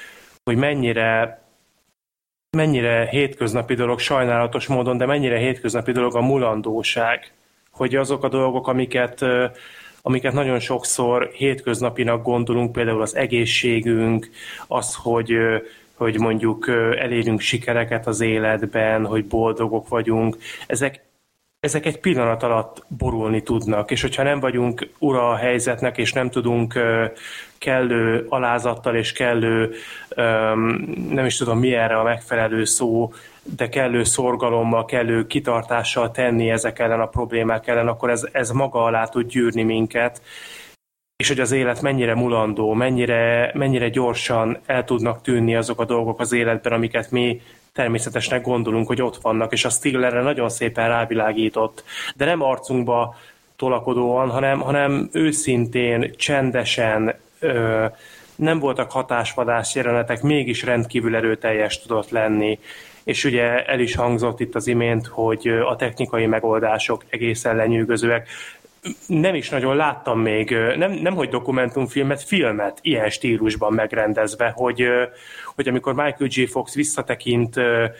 mennyire hétköznapi dolog, sajnálatos módon, de mennyire hétköznapi dolog a mulandóság. Hogy azok a dolgok, amiket nagyon sokszor hétköznapinak gondolunk, például az egészségünk, az, hogy mondjuk elérünk sikereket az életben, hogy boldogok vagyunk, ezek egy pillanat alatt borulni tudnak, és hogyha nem vagyunk ura a helyzetnek, és nem tudunk kellő alázattal és kellő, nem is tudom mi erre a megfelelő szó, de kellő szorgalommal, kellő kitartással tenni ezek ellen a problémák ellen, akkor ez maga alá tud gyűrni minket, és hogy az élet mennyire mulandó, mennyire gyorsan el tudnak tűnni azok a dolgok az életben, amiket mi természetesnek gondolunk, hogy ott vannak, és a Stillerre nagyon szépen rávilágított, de nem arcunkba tolakodóan, hanem őszintén, csendesen, nem voltak hatásvadász jelenetek, mégis rendkívül erőteljes tudott lenni. És ugye el is hangzott itt az imént, hogy a technikai megoldások egészen lenyűgözőek. Nem is nagyon láttam még, nem hogy dokumentumfilmet, filmet ilyen stílusban megrendezve, hogy amikor Michael J. Fox visszatekint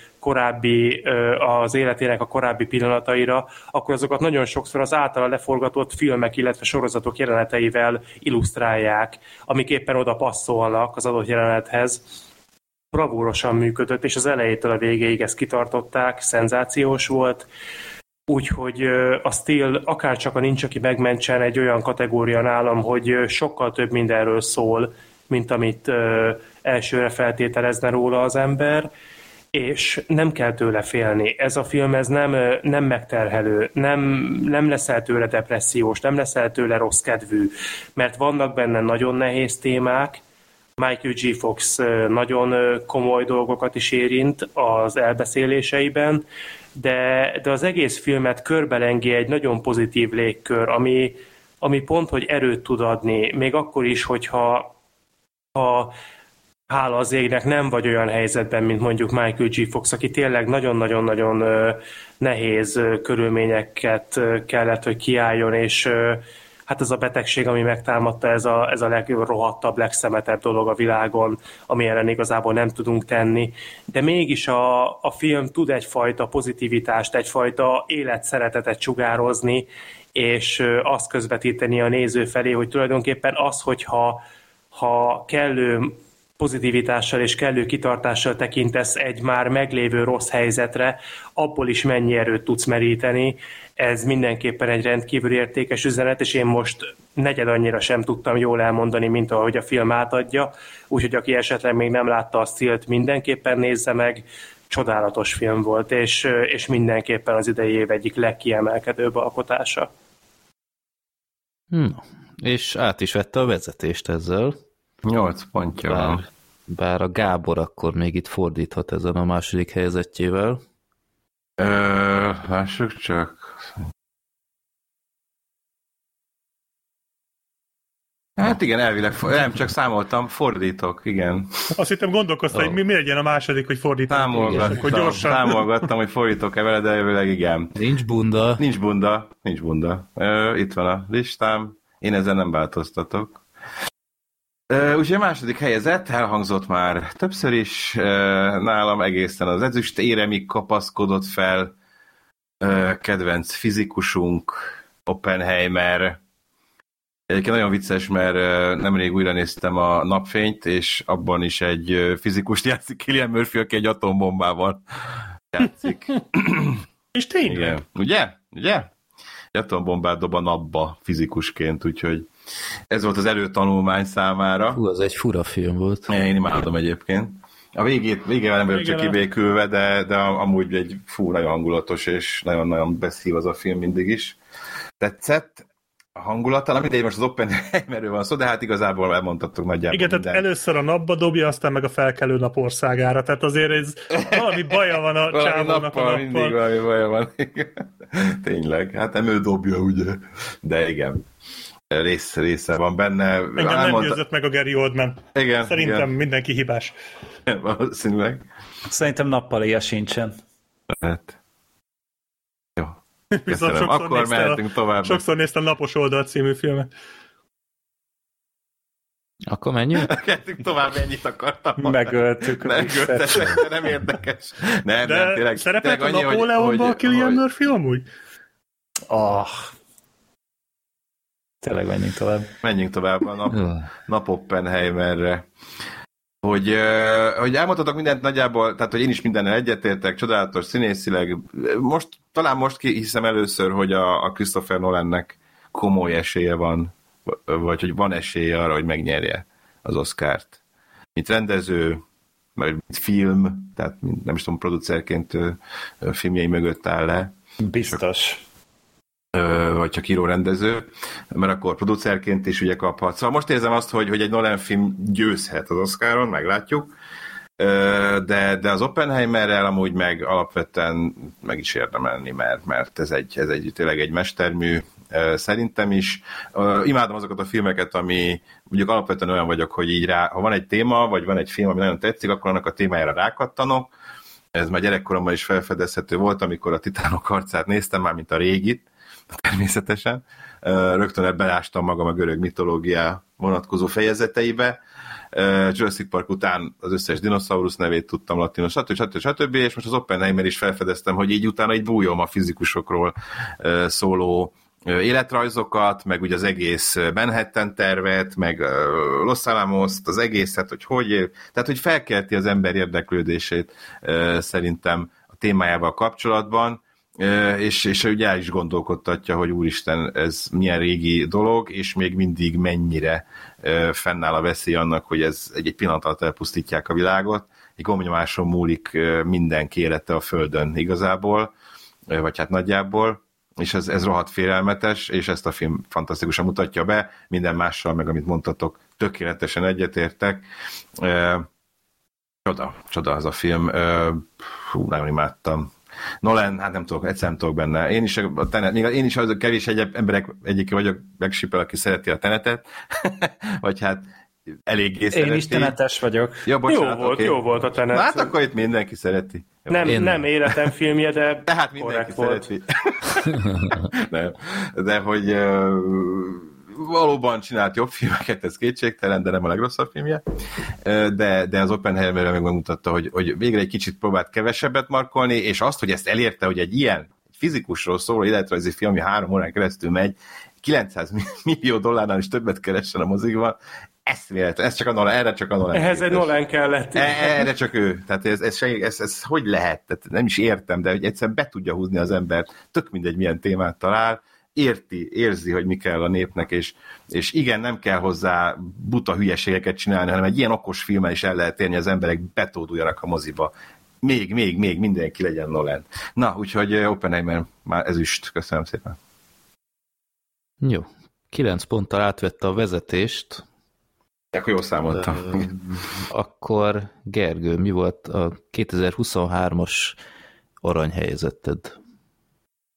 az életének a korábbi pillanataira, akkor azokat nagyon sokszor az általa leforgatott filmek, illetve sorozatok jeleneteivel illusztrálják, amik éppen oda passzolnak az adott jelenethez. Bravúrosan működött, és az elejétől a végéig ezt kitartották, szenzációs volt. Úgyhogy a Still akárcsak a Nincs, aki megmentsen egy olyan kategória nálam, hogy sokkal több mindenről szól, mint amit elsőre feltételezne róla az ember, és nem kell tőle félni. Ez a film ez nem megterhelő, nem leszel tőle depressziós, nem leszel tőle rossz kedvű, mert vannak benne nagyon nehéz témák. Michael G. Fox nagyon komoly dolgokat is érint az elbeszéléseiben, de az egész filmet körbelengi egy nagyon pozitív légkör, ami pont, hogy erőt tud adni, még akkor is, hogyha hála az égnek nem vagy olyan helyzetben, mint mondjuk Michael G. Fox, aki tényleg nagyon-nagyon-nagyon nehéz körülményeket kellett, hogy kiálljon, és hát ez a betegség, ami megtámadta, ez a legrohadtabb, legszemetebb dolog a világon, ami ellen igazából nem tudunk tenni. De mégis a film tud egyfajta pozitivitást, egyfajta életszeretetet sugározni, és azt közvetíteni a néző felé, hogy tulajdonképpen az, hogyha kellő pozitivitással és kellő kitartással tekintesz egy már meglévő rossz helyzetre, abból is mennyi erőt tudsz meríteni. Ez mindenképpen egy rendkívül értékes üzenet, és én most negyed annyira sem tudtam jól elmondani, mint ahogy a film átadja. Úgyhogy aki esetleg még nem látta a Stilt, mindenképpen nézze meg. Csodálatos film volt, és mindenképpen az idei év egyik legkiemelkedőbb alkotása. És át is vette a vezetést ezzel. 8 pontja van. Bár a Gábor akkor még itt fordíthat ezen a második helyezettjével. Lássuk csak. Hát igen, elvileg, nem csak számoltam, fordítok, igen. Azt hittem gondolkoztam, hogy mi legyen a második, hogy fordítok. Számolgattam, hogy fordítok-e vele, de elvileg igen. Nincs bunda. Nincs bunda. Itt van a listám, én ezzel nem változtatok. Úgyhogy a második helyezett elhangzott már többször is, nálam egészen az ezüst éremig kapaszkodott fel, kedvenc fizikusunk, Oppenheimer. Egyébként nagyon vicces, mert nemrég újra néztem a Napfényt, és abban is egy fizikust játszik, Cillian Murphy, aki egy atombombával játszik. És tényleg. Igen. Ugye? Egy atombombát dob a napba fizikusként, úgyhogy ez volt az előtanulmány számára. Hú, az egy fura film volt. Én imádom egyébként. A végével nem vagyok csak kibékülve, de amúgy egy nagyon hangulatos, és nagyon-nagyon beszív az a film mindig is. Tetszett a hangulata, nem mindegy, most az Oppenheimerről van szó, de hát igazából elmondhattuk nagyjából. Igen, tehát először a napba dobja, aztán meg a felkelő nap országára, tehát azért ez valami baja van a csávónak a nappal. Mindig valami baja van. Tényleg, hát nem ő dobja, ugye? De igen. Része van benne. Engem nem győzött meg a Gary Oldman. Igen, szerintem mindenki hibás. Valószínűleg. Szerintem nappalija sincsen. Hát. Jó. Köszönöm. Akkor mehetünk tovább. Sokszor néztem Napos oldal című filmet. Akkor menjünk? Mehetünk tovább, ennyit akartam. Megöltük. Nem érdekes. Nem, tényleg. Szerepelt a Napóleonban a Cillian Murphy amúgy? Tényleg menjünk tovább a nap Oppenheimerre. Hogy elmondhatok mindent nagyjából, tehát hogy én is mindennel egyetértek, csodálatos színészileg. Talán most hiszem először, hogy a Christopher Nolannek komoly esélye van, vagy hogy van esélye arra, hogy megnyerje az Oscart. Mint rendező, vagy mint film, tehát nem is tudom, producerként filmjei mögött áll le. Biztos. Vagy csak író-rendező, mert akkor producerként is ugye kaphat. Szóval most érzem azt, hogy egy Nolan film győzhet az Oscaron, meglátjuk, de az Oppenheimerrel amúgy meg alapvetően meg is érdemelni, mert ez tényleg egy mestermű, szerintem is. Imádom azokat a filmeket, ami mondjuk alapvetően olyan vagyok, hogy így ha van egy téma, vagy van egy film, ami nagyon tetszik, akkor annak a témájára rákattanok. Ez már gyerekkoromban is felfedezhető volt, amikor a Titánok harcát néztem, már mint a régit, természetesen. Rögtön belástam magam a görög mitológia vonatkozó fejezeteibe. Jurassic Park után az összes dinoszaurusz nevét tudtam latinos, stb. És most az Oppenheimer is felfedeztem, hogy így utána így bújom a fizikusokról szóló életrajzokat, meg ugye az egész Manhattan tervet, meg Los Alamos-t, az egészet, tehát hogy felkelti az ember érdeklődését szerintem a témájával kapcsolatban, és ugye el is gondolkodtatja, hogy úristen, ez milyen régi dolog, és még mindig mennyire fennáll a veszély annak, hogy ez egy pillanat alatt elpusztítják a világot. Egy gombnyomáson múlik mindenki élete a Földön igazából, vagy hát nagyjából, és ez rohadt félelmetes, és ezt a film fantasztikusan mutatja be, minden mással, meg amit mondtatok, tökéletesen egyetértek. Csoda az a film. Nagyon imádtam. Nolan, hát nem tudok, egyszer nem tudok benne. Én is az a kevés emberek egyike vagyok, megsipel, aki szereti a Tenetet, vagy hát eléggé szereti. Én is Tenetes vagyok. Ja, bocsánat, jó volt a Tenet. Hát akkor itt mindenki szereti. Nem életem filmje, de hát mindenki szereti. De hogy valóban csinált jobb filmeket, ez kétségtelen, de nem a legrosszabb filmje. De az Oppenheimerre megmutatta, hogy végre egy kicsit próbált kevesebbet markolni, és azt, hogy ezt elérte, hogy egy ilyen fizikusról szóló életrajzi film, ami 3 órán keresztül megy, $900 millió is többet keressen a mozikban, ez csak a Nolan, erre csak a Nolan. Ehhez egy Nolan kellett. Erre csak ő. Tehát ez hogy lehet? Tehát nem is értem, de hogy egyszerűen be tudja húzni az embert, tök mindegy milyen témát talál, érzi, hogy mi kell a népnek, és igen, nem kell hozzá buta hülyeségeket csinálni, hanem egy ilyen okos filmmel is el lehet érni, az emberek betóduljanak a moziba. Még mindenki legyen Nolan. Na, úgyhogy Oppenheimer már ezüst. Köszönöm szépen. Jó. 9 ponttal átvette a vezetést. Akkor jól számoltam. Akkor Gergő, mi volt a 2023-as aranyhelyezetted?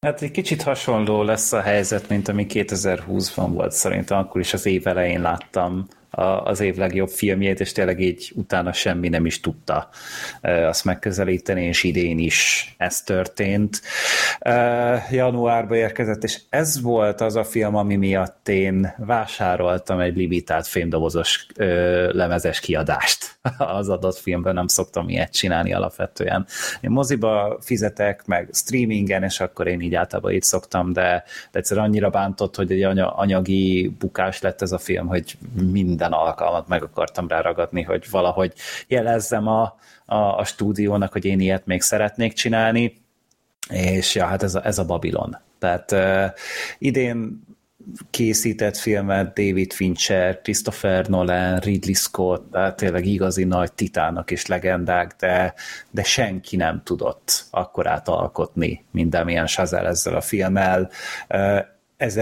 Hát egy kicsit hasonló lesz a helyzet, mint ami 2020-ban volt szerintem, akkor is az év elején láttam az év legjobb filmjét, és tényleg így utána semmi nem is tudta azt megközelíteni, és idén is ez történt. Januárba érkezett, és ez volt az a film, ami miatt én vásároltam egy limitált fémdobozos lemezes kiadást az adott filmben, nem szoktam ilyet csinálni alapvetően. Én moziba fizetek, meg streamingen, és akkor én így általában így szoktam, de egyszerűen annyira bántott, hogy egy anyagi bukás lett ez a film, hogy minden alkalmat meg akartam ráragadni, hogy valahogy jelezzem a stúdiónak, hogy én ilyet még szeretnék csinálni, és ja, hát ez a Babylon. Tehát idén készített filmet David Fincher, Christopher Nolan, Ridley Scott, tehát tényleg igazi nagy titánok és legendák, de senki nem tudott akkorát alkotni, mint Damien Chazelle ezzel a filmmel. Ez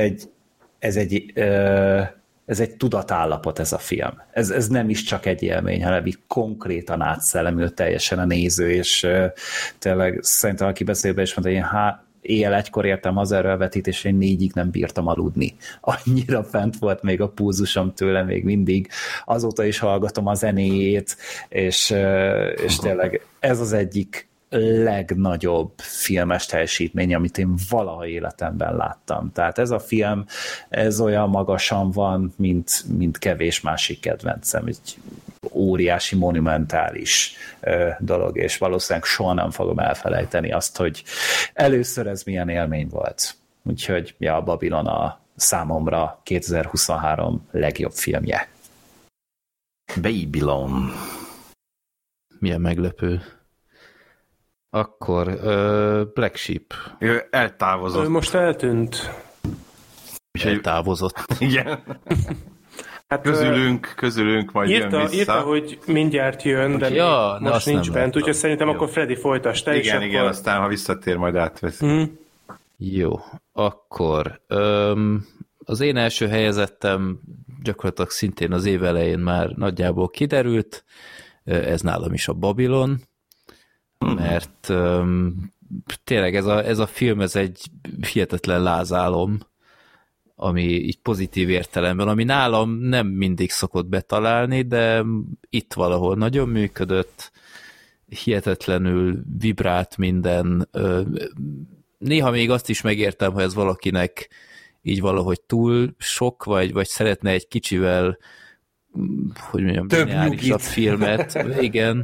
egy tudatállapot ez a film. Ez nem is csak egy élmény, hanem így konkrétan átszellemül teljesen a néző, és tényleg szerintem aki beszélbe is mondta, hogy én éjjel egykor értem az elővetítés, és én 4-ig nem bírtam aludni. Annyira fent volt még a pulzusom tőle még mindig. Azóta is hallgatom a zenéjét, és tényleg ez az egyik legnagyobb filmes teljesítmény, amit én valaha életemben láttam. Tehát ez a film, ez olyan magasan van, mint kevés másik kedvencem. Egy óriási, monumentális dolog, és valószínűleg soha nem fogom elfelejteni azt, hogy először ez milyen élmény volt. Úgyhogy ja, a Babylon a számomra 2023 legjobb filmje. Babylon. Milyen meglepő. Akkor Black Sheep. Ő eltávozott. Ő most eltűnt. Eltávozott. Igen. Hát közülünk majd jön vissza. Írta, hogy mindjárt jön, de most nincs bent, úgyhogy szerintem jó. Akkor Freddy folytasd te igen, is. Igen, akkor... aztán ha visszatér, majd átvesz. Jó, akkor az én első helyezettem gyakorlatilag szintén az év elején már nagyjából kiderült, ez nálam is a Babylon, mert tényleg ez a film, ez egy hihetetlen lázálom, ami így pozitív értelemben, ami nálam nem mindig szokott betalálni, de itt valahol nagyon működött, hihetetlenül vibrált minden. Néha még azt is megértem, hogy ez valakinek így valahogy túl sok, vagy szeretne egy kicsivel, hogy mondjam, lineárisabb filmet. Igen.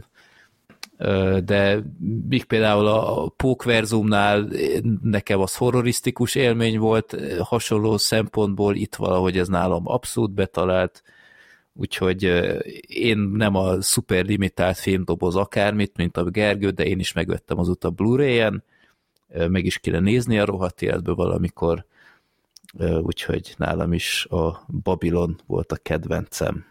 De még például a Pókverzumnál nekem az horrorisztikus élmény volt, hasonló szempontból itt valahogy ez nálam abszolút betalált, úgyhogy én nem a szuper limitált filmdoboz akármit, mint a Gergő, de én is megvettem azóta Blu-ray-en, meg is kéne nézni a rohadt életből valamikor, úgyhogy nálam is a Babylon volt a kedvencem.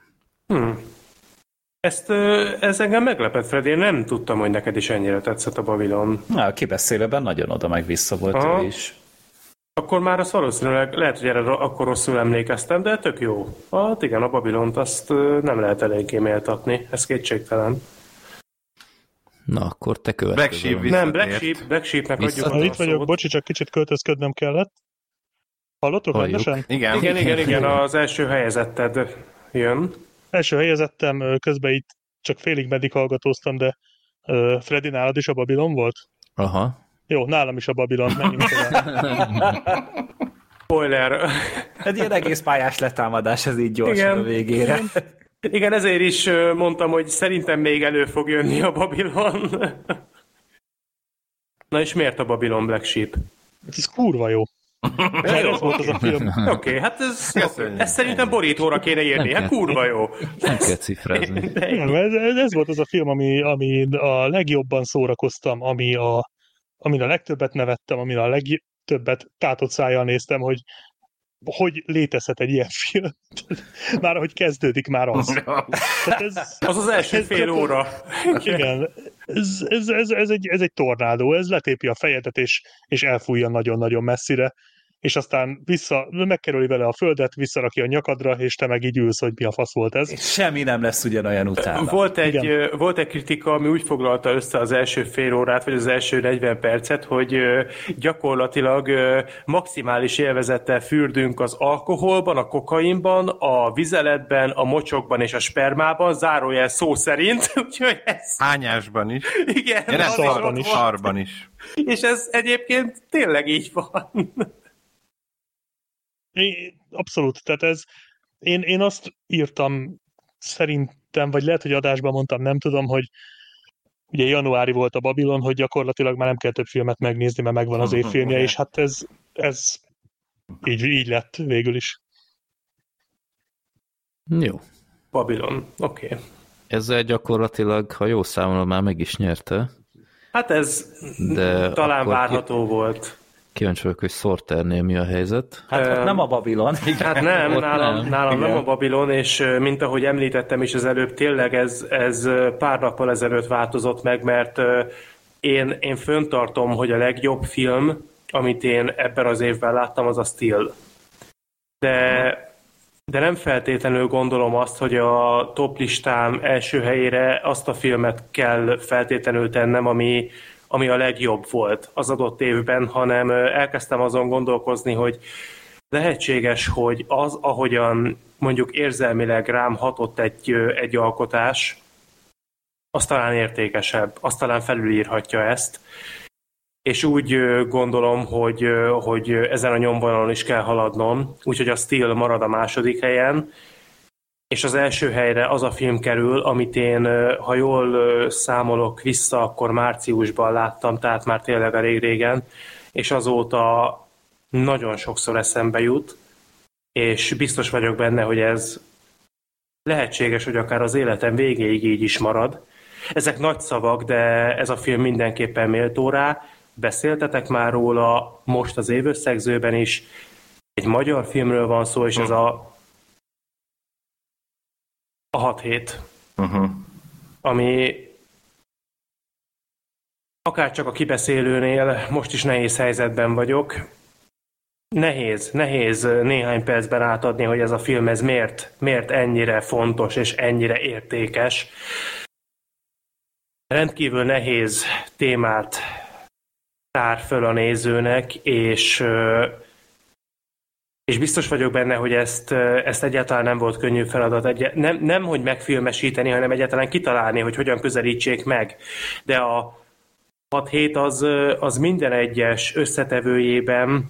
Ez engem meglepett, Fred, én nem tudtam, hogy neked is ennyire tetszett a Babylon. A kibeszélőben nagyon oda meg vissza volt ő is. Akkor már az valószínűleg, lehet, hogy erre akkor rosszul emlékeztem, de tök jó. Hát igen, a Babylont azt nem lehet eléggé méltatni, ez kétségtelen. Na, akkor te következő. Black Sheepnek adjuk a itt vagyok, bocsi, csak kicsit költözködnöm kellett. Hallottok rendesen? Igen, az első helyezetted jön. Első helyezettem, közben itt csak félig meddig hallgatóztam, de Freddy, nálad is a Babylon volt? Aha. Jó, nálam is a Babylon, menjünk tovább. Spoiler. Egy ilyen egész pályás letámadás, ez így gyorsan a végére. Igen, ezért is mondtam, hogy szerintem még elő fog jönni a Babylon. Na és miért a Babylon, Black Sheep? Ez kurva jó. Ez volt az a film. Oké, hát ez szerintem borítóra kéne írni. Hát kurva jó. Nem kell cifrázni. Ez volt az a film, ami a legjobban szórakoztam, amin a legtöbbet nevettem, amin a legtöbbet tátott szájjal néztem, hogy létezhet egy ilyen film. Már ahogy kezdődik, már az. Az az első fél óra. Igen. Ez egy tornádó, ez letépi a fejedet, és elfújja nagyon-nagyon messzire. és aztán megkerüli vele a földet, visszarakja a nyakadra, és te meg így ülsz, hogy mi a fasz volt ez. És semmi nem lesz ugyanolyan utána. Volt egy kritika, ami úgy foglalta össze az első fél órát, vagy az első 40 percet, hogy gyakorlatilag maximális élvezettel fürdünk az alkoholban, a kokainban, a vizeletben, a mocsokban és a spermában, zárójel szó szerint. Úgyhogy ez... Hányásban is. Igen. Szarban is. És ez egyébként tényleg így van. Abszolút, tehát én azt írtam szerintem, vagy lehet, hogy adásban mondtam, nem tudom, hogy ugye januári volt a Babilon, hogy gyakorlatilag már nem kell több filmet megnézni, mert megvan az évfilmje, és hát ez így lett végül is. Jó. Babilon, oké. Ezzel gyakorlatilag, ha jó számolom, már meg is nyerte. Hát ez talán várható volt. Kíváncsi vagyok, hogy Sorternél mi a helyzet. Hát nem a Babilon. Hát nálam nem a Babilon, és mint ahogy említettem is az előbb, tényleg ez pár nappal ezelőtt változott meg, mert én föntartom, hogy a legjobb film, amit én ebben az évben láttam, az a Still. De nem feltétlenül gondolom azt, hogy a top listám első helyére azt a filmet kell feltétlenül tennem, ami a legjobb volt az adott évben, hanem elkezdtem azon gondolkozni, hogy lehetséges, hogy az, ahogyan mondjuk érzelmileg rám hatott egy alkotás, az talán értékesebb, az talán felülírhatja ezt. És úgy gondolom, hogy ezen a nyomvonalon is kell haladnom, úgyhogy a Still marad a második helyen, és az első helyre az a film kerül, amit én, ha jól számolok vissza, akkor márciusban láttam, tehát már tényleg elég régen, és azóta nagyon sokszor eszembe jut, és biztos vagyok benne, hogy ez lehetséges, hogy akár az életem végéig így is marad. Ezek nagy szavak, de ez a film mindenképpen méltó rá. Beszéltetek már róla most az évösszegzőben is. Egy magyar filmről van szó, és ez a 6-7, ami akár csak a kibeszélőnél most is nehéz helyzetben vagyok. Nehéz néhány percben átadni, hogy ez a film ez miért ennyire fontos és ennyire értékes. Rendkívül nehéz témát tár föl a nézőnek, és biztos vagyok benne, hogy ezt egyáltalán nem volt könnyű feladat. Nem, hogy megfilmesíteni, hanem egyáltalán kitalálni, hogy hogyan közelítsék meg. De a 6-7 az minden egyes összetevőjében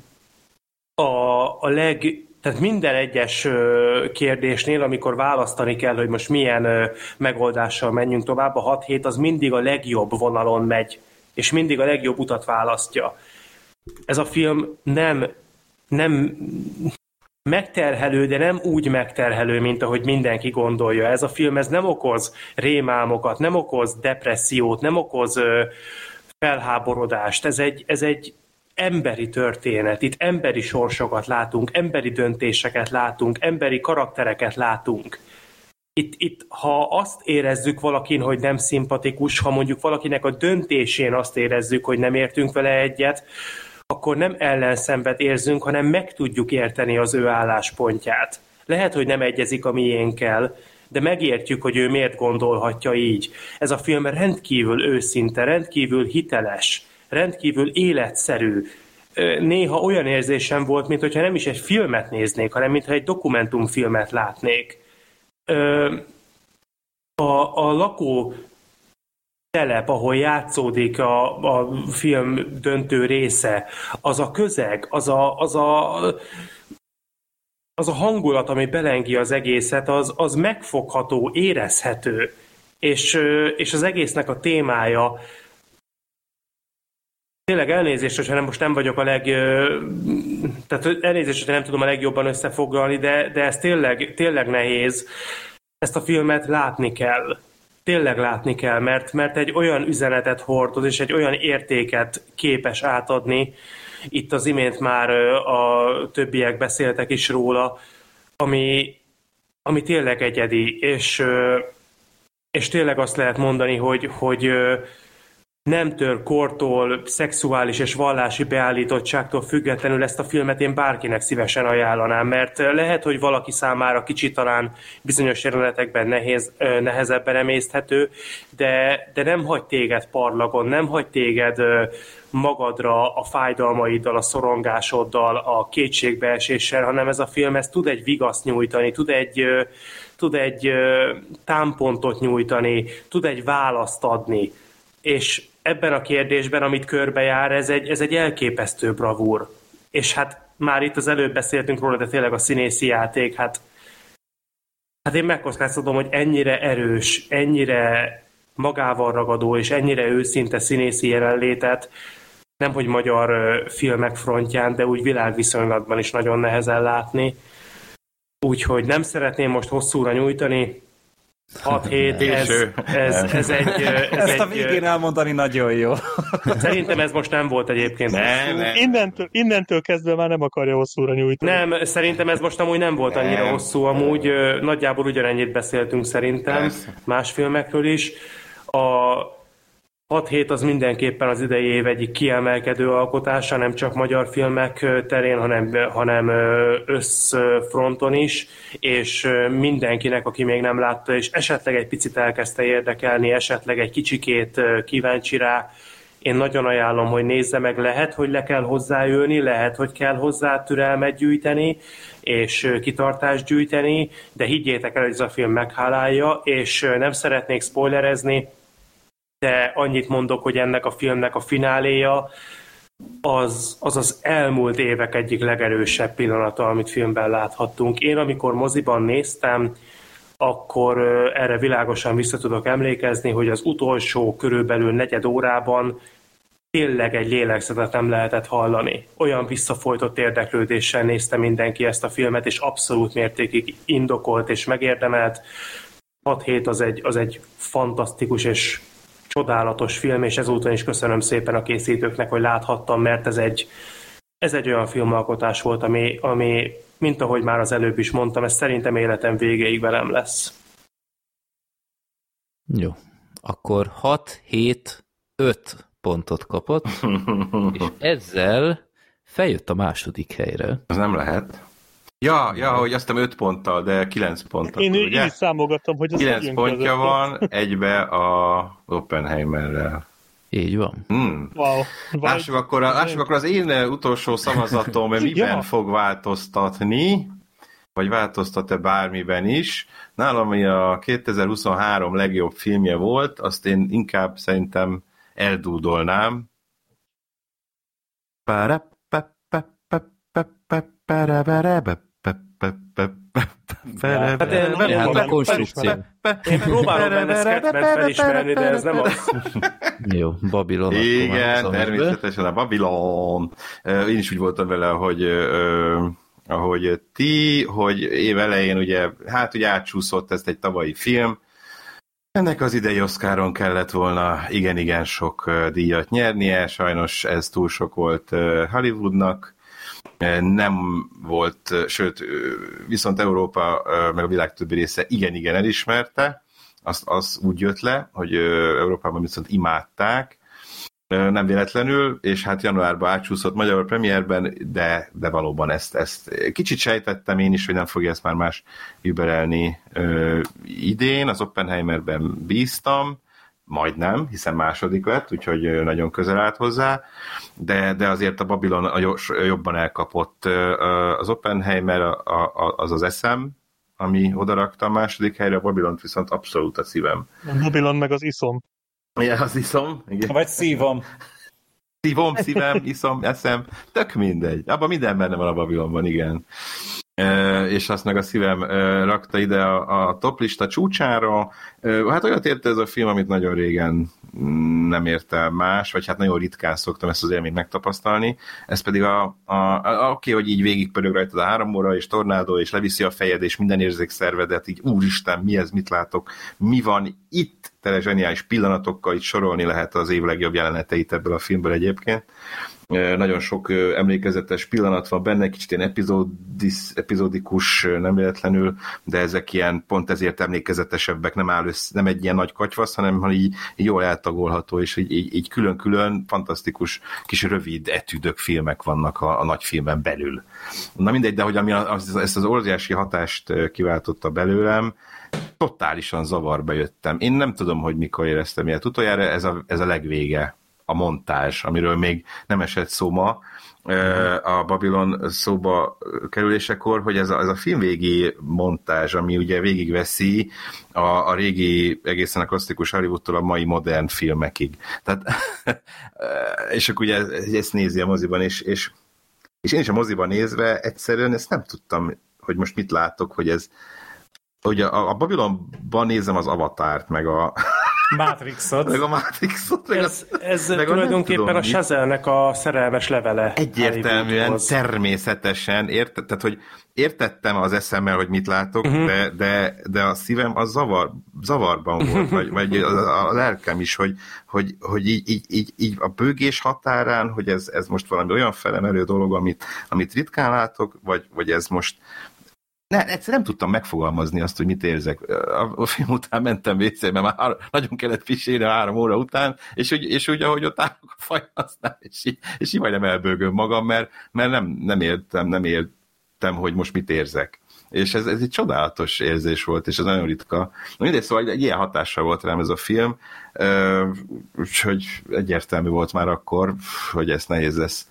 tehát minden egyes kérdésnél, amikor választani kell, hogy most milyen megoldással menjünk tovább, a 6-7 az mindig a legjobb vonalon megy, és mindig a legjobb utat választja. Ez a film nem megterhelő, de nem úgy megterhelő, mint ahogy mindenki gondolja. Ez a film ez nem okoz rémálmokat, nem okoz depressziót, nem okoz felháborodást. Ez egy emberi történet. Itt emberi sorsokat látunk, emberi döntéseket látunk, emberi karaktereket látunk. Itt, ha azt érezzük valakin, hogy nem szimpatikus, ha mondjuk valakinek a döntésén azt érezzük, hogy nem értünk vele egyet, akkor nem ellenszenvet érzünk, hanem meg tudjuk érteni az ő álláspontját. Lehet, hogy nem egyezik a miénkkel, de megértjük, hogy ő miért gondolhatja így. Ez a film rendkívül őszinte, rendkívül hiteles, rendkívül életszerű. Néha olyan érzésem volt, mintha nem is egy filmet néznék, hanem mintha egy dokumentumfilmet látnék. A lakó telep, ahol játszódik a film döntő része, az a közeg, az a hangulat, ami belengi az egészet, az megfogható, érezhető, és az egésznek a témája, tényleg elnézést, hogyha most nem vagyok tehát elnézést, hogyha nem tudom a legjobban összefoglalni, de ez tényleg nehéz. Ezt a filmet látni kell. Tényleg látni kell, mert egy olyan üzenetet hordoz, és egy olyan értéket képes átadni. Itt az imént már a többiek beszéltek is róla, ami tényleg egyedi, és tényleg azt lehet mondani, hogy nemtől, kortól, szexuális és vallási beállítottságtól függetlenül ezt a filmet én bárkinek szívesen ajánlanám, mert lehet, hogy valaki számára kicsit talán bizonyos jelenetekben nehezebben emészthető, de nem hagy téged parlagon, nem hagy téged magadra a fájdalmaiddal, a szorongásoddal, a kétségbeeséssel, hanem ez a film tud egy vigaszt nyújtani, tud egy támpontot nyújtani, tud egy választ adni. És ebben a kérdésben, amit körbejár, ez egy elképesztő bravúr. És hát már itt az előbb beszéltünk róla, de tényleg a színészi játék, hát én megkockáztatom, hogy ennyire erős, ennyire magával ragadó, és ennyire őszinte színészi jelenlétet, nemhogy magyar filmek frontján, de úgy világviszonylatban is nagyon nehezen látni. Úgyhogy nem szeretném most hosszúra nyújtani. 6-7, ez egy... Ezt a végén elmondani nagyon jó. Szerintem ez most nem volt egyébként. Innentől kezdve már nem akarja hosszúra nyújtani. Nem, szerintem ez most amúgy nem volt annyira hosszú, amúgy nagyjából ugyanennyit beszéltünk szerintem, más filmekről is. A 6-7 az mindenképpen az idei év egyik kiemelkedő alkotása, nem csak magyar filmek terén, hanem összfronton is, és mindenkinek, aki még nem látta, és esetleg egy picit elkezdte érdekelni, esetleg egy kicsikét kíváncsi rá, én nagyon ajánlom, hogy nézze meg, lehet, hogy le kell hozzáülni, lehet, hogy kell hozzá türelmet gyűjteni, és kitartást gyűjteni, de higgyétek el, hogy ez a film meghálálja, és nem szeretnék spoilerezni, de annyit mondok, hogy ennek a filmnek a fináléja az elmúlt évek egyik legerősebb pillanata, amit filmben láthattunk. Én, amikor moziban néztem, akkor erre világosan vissza tudok emlékezni, hogy az utolsó körülbelül 4 órában tényleg egy lélegzetet nem lehetett hallani. Olyan visszafolytott érdeklődéssel nézte mindenki ezt a filmet, és abszolút mértékig indokolt és megérdemelt. 6-7 az egy fantasztikus és csodálatos film, és ezúton is köszönöm szépen a készítőknek, hogy láthattam, mert ez egy olyan filmalkotás volt, ami, mint ahogy már az előbb is mondtam, ez szerintem életem végéig velem lesz. Jó. Akkor 6-7-5 pontot kapott, és ezzel feljött a második helyre. Ez nem lehet. Ja, hogy azt hiszem 5 ponttal, de 9 ponttal. Én is számogattam, hogy az 9 pontja van, egybe a Oppenheimerrel. Így van. Wow. Lássuk akkor az én utolsó szavazatom miben fog változtatni, vagy változtat-e bármiben is. Nálam, ami a 2023 legjobb filmje volt, azt én inkább szerintem eldúdolnám. Én próbálom benne Scatman felismerni, de ez nem az. Jó, Babilon. Igen, természetesen a Babilon. Én is úgy voltam vele, ahogy ti, hogy év elején ugye átsúszott ezt egy tavalyi film. Ennek az idei Oscaron kellett volna igen sok díjat nyernie, sajnos ez túl sok volt Hollywoodnak. Nem volt, sőt, viszont Európa, meg a világ többi része igen elismerte, az úgy jött le, hogy Európában viszont imádták, nem véletlenül, és hát januárban átsúszott magyar premierben, de valóban ezt kicsit sejtettem én is, hogy nem fogja ezt már más überelni idén, az Oppenheimerben bíztam, majdnem, hiszen második lett, úgyhogy nagyon közel állt hozzá, de azért a Babylon jobban elkapott. Az Oppenheimer az eszem, ami odarakta a második helyre, a Babylont viszont abszolút a szívem. A Babylon meg az iszom. Igen, az iszom. Igen. Vagy szívom. Szívem, iszom, eszem, tök mindegy. Abban minden benne van a Babylonban, igen. És azt meg a szívem rakta ide a toplista csúcsára. Hát olyat érte ez a film, amit nagyon régen nem érte más, vagy hát nagyon ritkán szoktam ezt az élményt megtapasztalni. Ez pedig oké, hogy így végigpörög rajtad a 3 óra, és tornádó, és leviszi a fejed, és minden érzékszervedet, így úristen, mi ez, mit látok, mi van itt, tele zseniális pillanatokkal, itt sorolni lehet az év legjobb jeleneteit ebből a filmből egyébként. nagyon sok emlékezetes pillanat van benne, kicsit ilyen epizódikus, nem véletlenül, de ezek ilyen pont ezért emlékezetesebbek, nem egy ilyen nagy katyvasz, hanem így jól eltagolható, és így külön-külön fantasztikus kis rövid etüdök, filmek vannak a nagy filmen belül. Na mindegy, de hogy ami ezt az óriási hatást kiváltotta belőlem, totálisan zavarba jöttem. Én nem tudom, hogy mikor éreztem ilyet. Utoljára ez a legvége, a montázs, amiről még nem esett szó ma a Babylon szóba kerülésekor, hogy ez a filmvégi montázs, ami ugye végigveszi a régi, egészen a klasszikus Hollywoodtól a mai modern filmekig. Tehát, és akkor ugye ezt nézi a moziban, és én is a moziban nézve egyszerűen ezt nem tudtam, hogy most mit látok, hogy ez hogy a Babylonban nézem az Avatárt, meg a Matrixot. Meg a Matrixot. Ez tulajdonképpen a Chazelle-nek a szerelmes levele. Egyértelműen, természetesen, tehát, hogy értettem az eszemmel, hogy mit látok, de a szívem az zavarban volt, vagy a lelkem is, hogy így a bőgés határán, hogy ez most valami olyan felemelő dolog, amit ritkán látok, vagy ez most egyszerűen nem tudtam megfogalmazni azt, hogy mit érzek. A film után mentem WC-be, már nagyon kellett pisélni 3 óra után, és úgy, ahogy ott állok a fajhasznál, és így majdnem elbőgöm magam, mert nem értem, hogy most mit érzek. És ez egy csodálatos érzés volt, és ez nagyon ritka. Mindegy, szóval egy ilyen hatással volt rám ez a film, úgyhogy egyértelmű volt már akkor, hogy ezt nehéz lesz.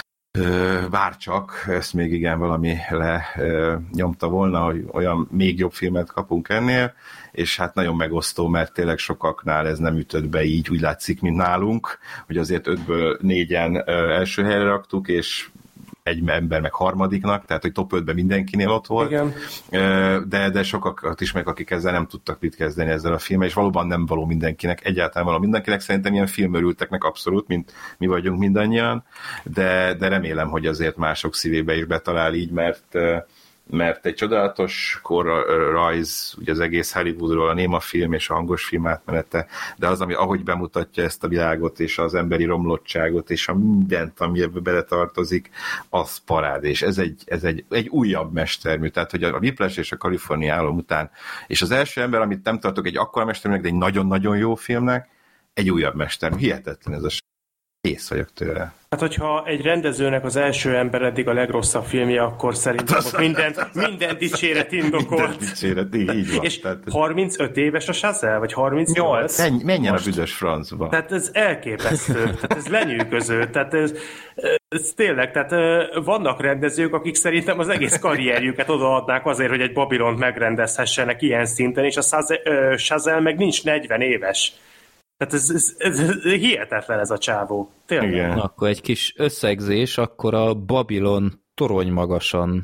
Bárcsak ezt még igen valami nyomta volna, hogy olyan még jobb filmet kapunk ennél, és hát nagyon megosztó, mert tényleg sokaknál ez nem ütött be így, úgy látszik, mint nálunk, hogy azért 5-ből 4-en első helyre raktuk, és egy ember meg harmadiknak, tehát hogy top 5-ben mindenkinél ott volt. Igen. De sokakat is meg, akik ezzel nem tudtak mit kezdeni ezzel a filmmel, és valóban nem való mindenkinek, egyáltalán való mindenkinek, szerintem ilyen filmörülteknek abszolút, mint mi vagyunk mindannyian, de remélem, hogy azért mások szívébe is betalál így, mert egy csodálatos korrajz, ugye az egész Hollywoodról, a néma film és a hangos film átmenete, de az, ahogy bemutatja ezt a világot, és az emberi romlottságot, és a mindent, ami ebbe beletartozik, az parád, és ez egy újabb mestermű, tehát hogy a Whiplash és a Kalifornia álom után, és az első ember, amit nem tartok egy akkora mesterműnek, de egy nagyon-nagyon jó filmnek, egy újabb mestermű, hihetetlen ez a kész vagyok tőle. Hát, hogyha egy rendezőnek az első ember eddig a legrosszabb filmje, akkor szerintem minden dicséret indokolt. Minden dicséret, így van. És 35 éves a Chazelle, vagy 38? Menjen a büdös francba. Tehát ez elképesztő, tehát ez lenyűgöző, tehát ez tényleg, tehát vannak rendezők, akik szerintem az egész karrierjüket odaadnák azért, hogy egy Babylont megrendezhessenek ilyen szinten, és a Chazelle meg nincs 40 éves. Tehát ez hihetetlen ez a csávó. Tényleg. Igen. Akkor egy kis összegzés, akkor a Babylon torony magasan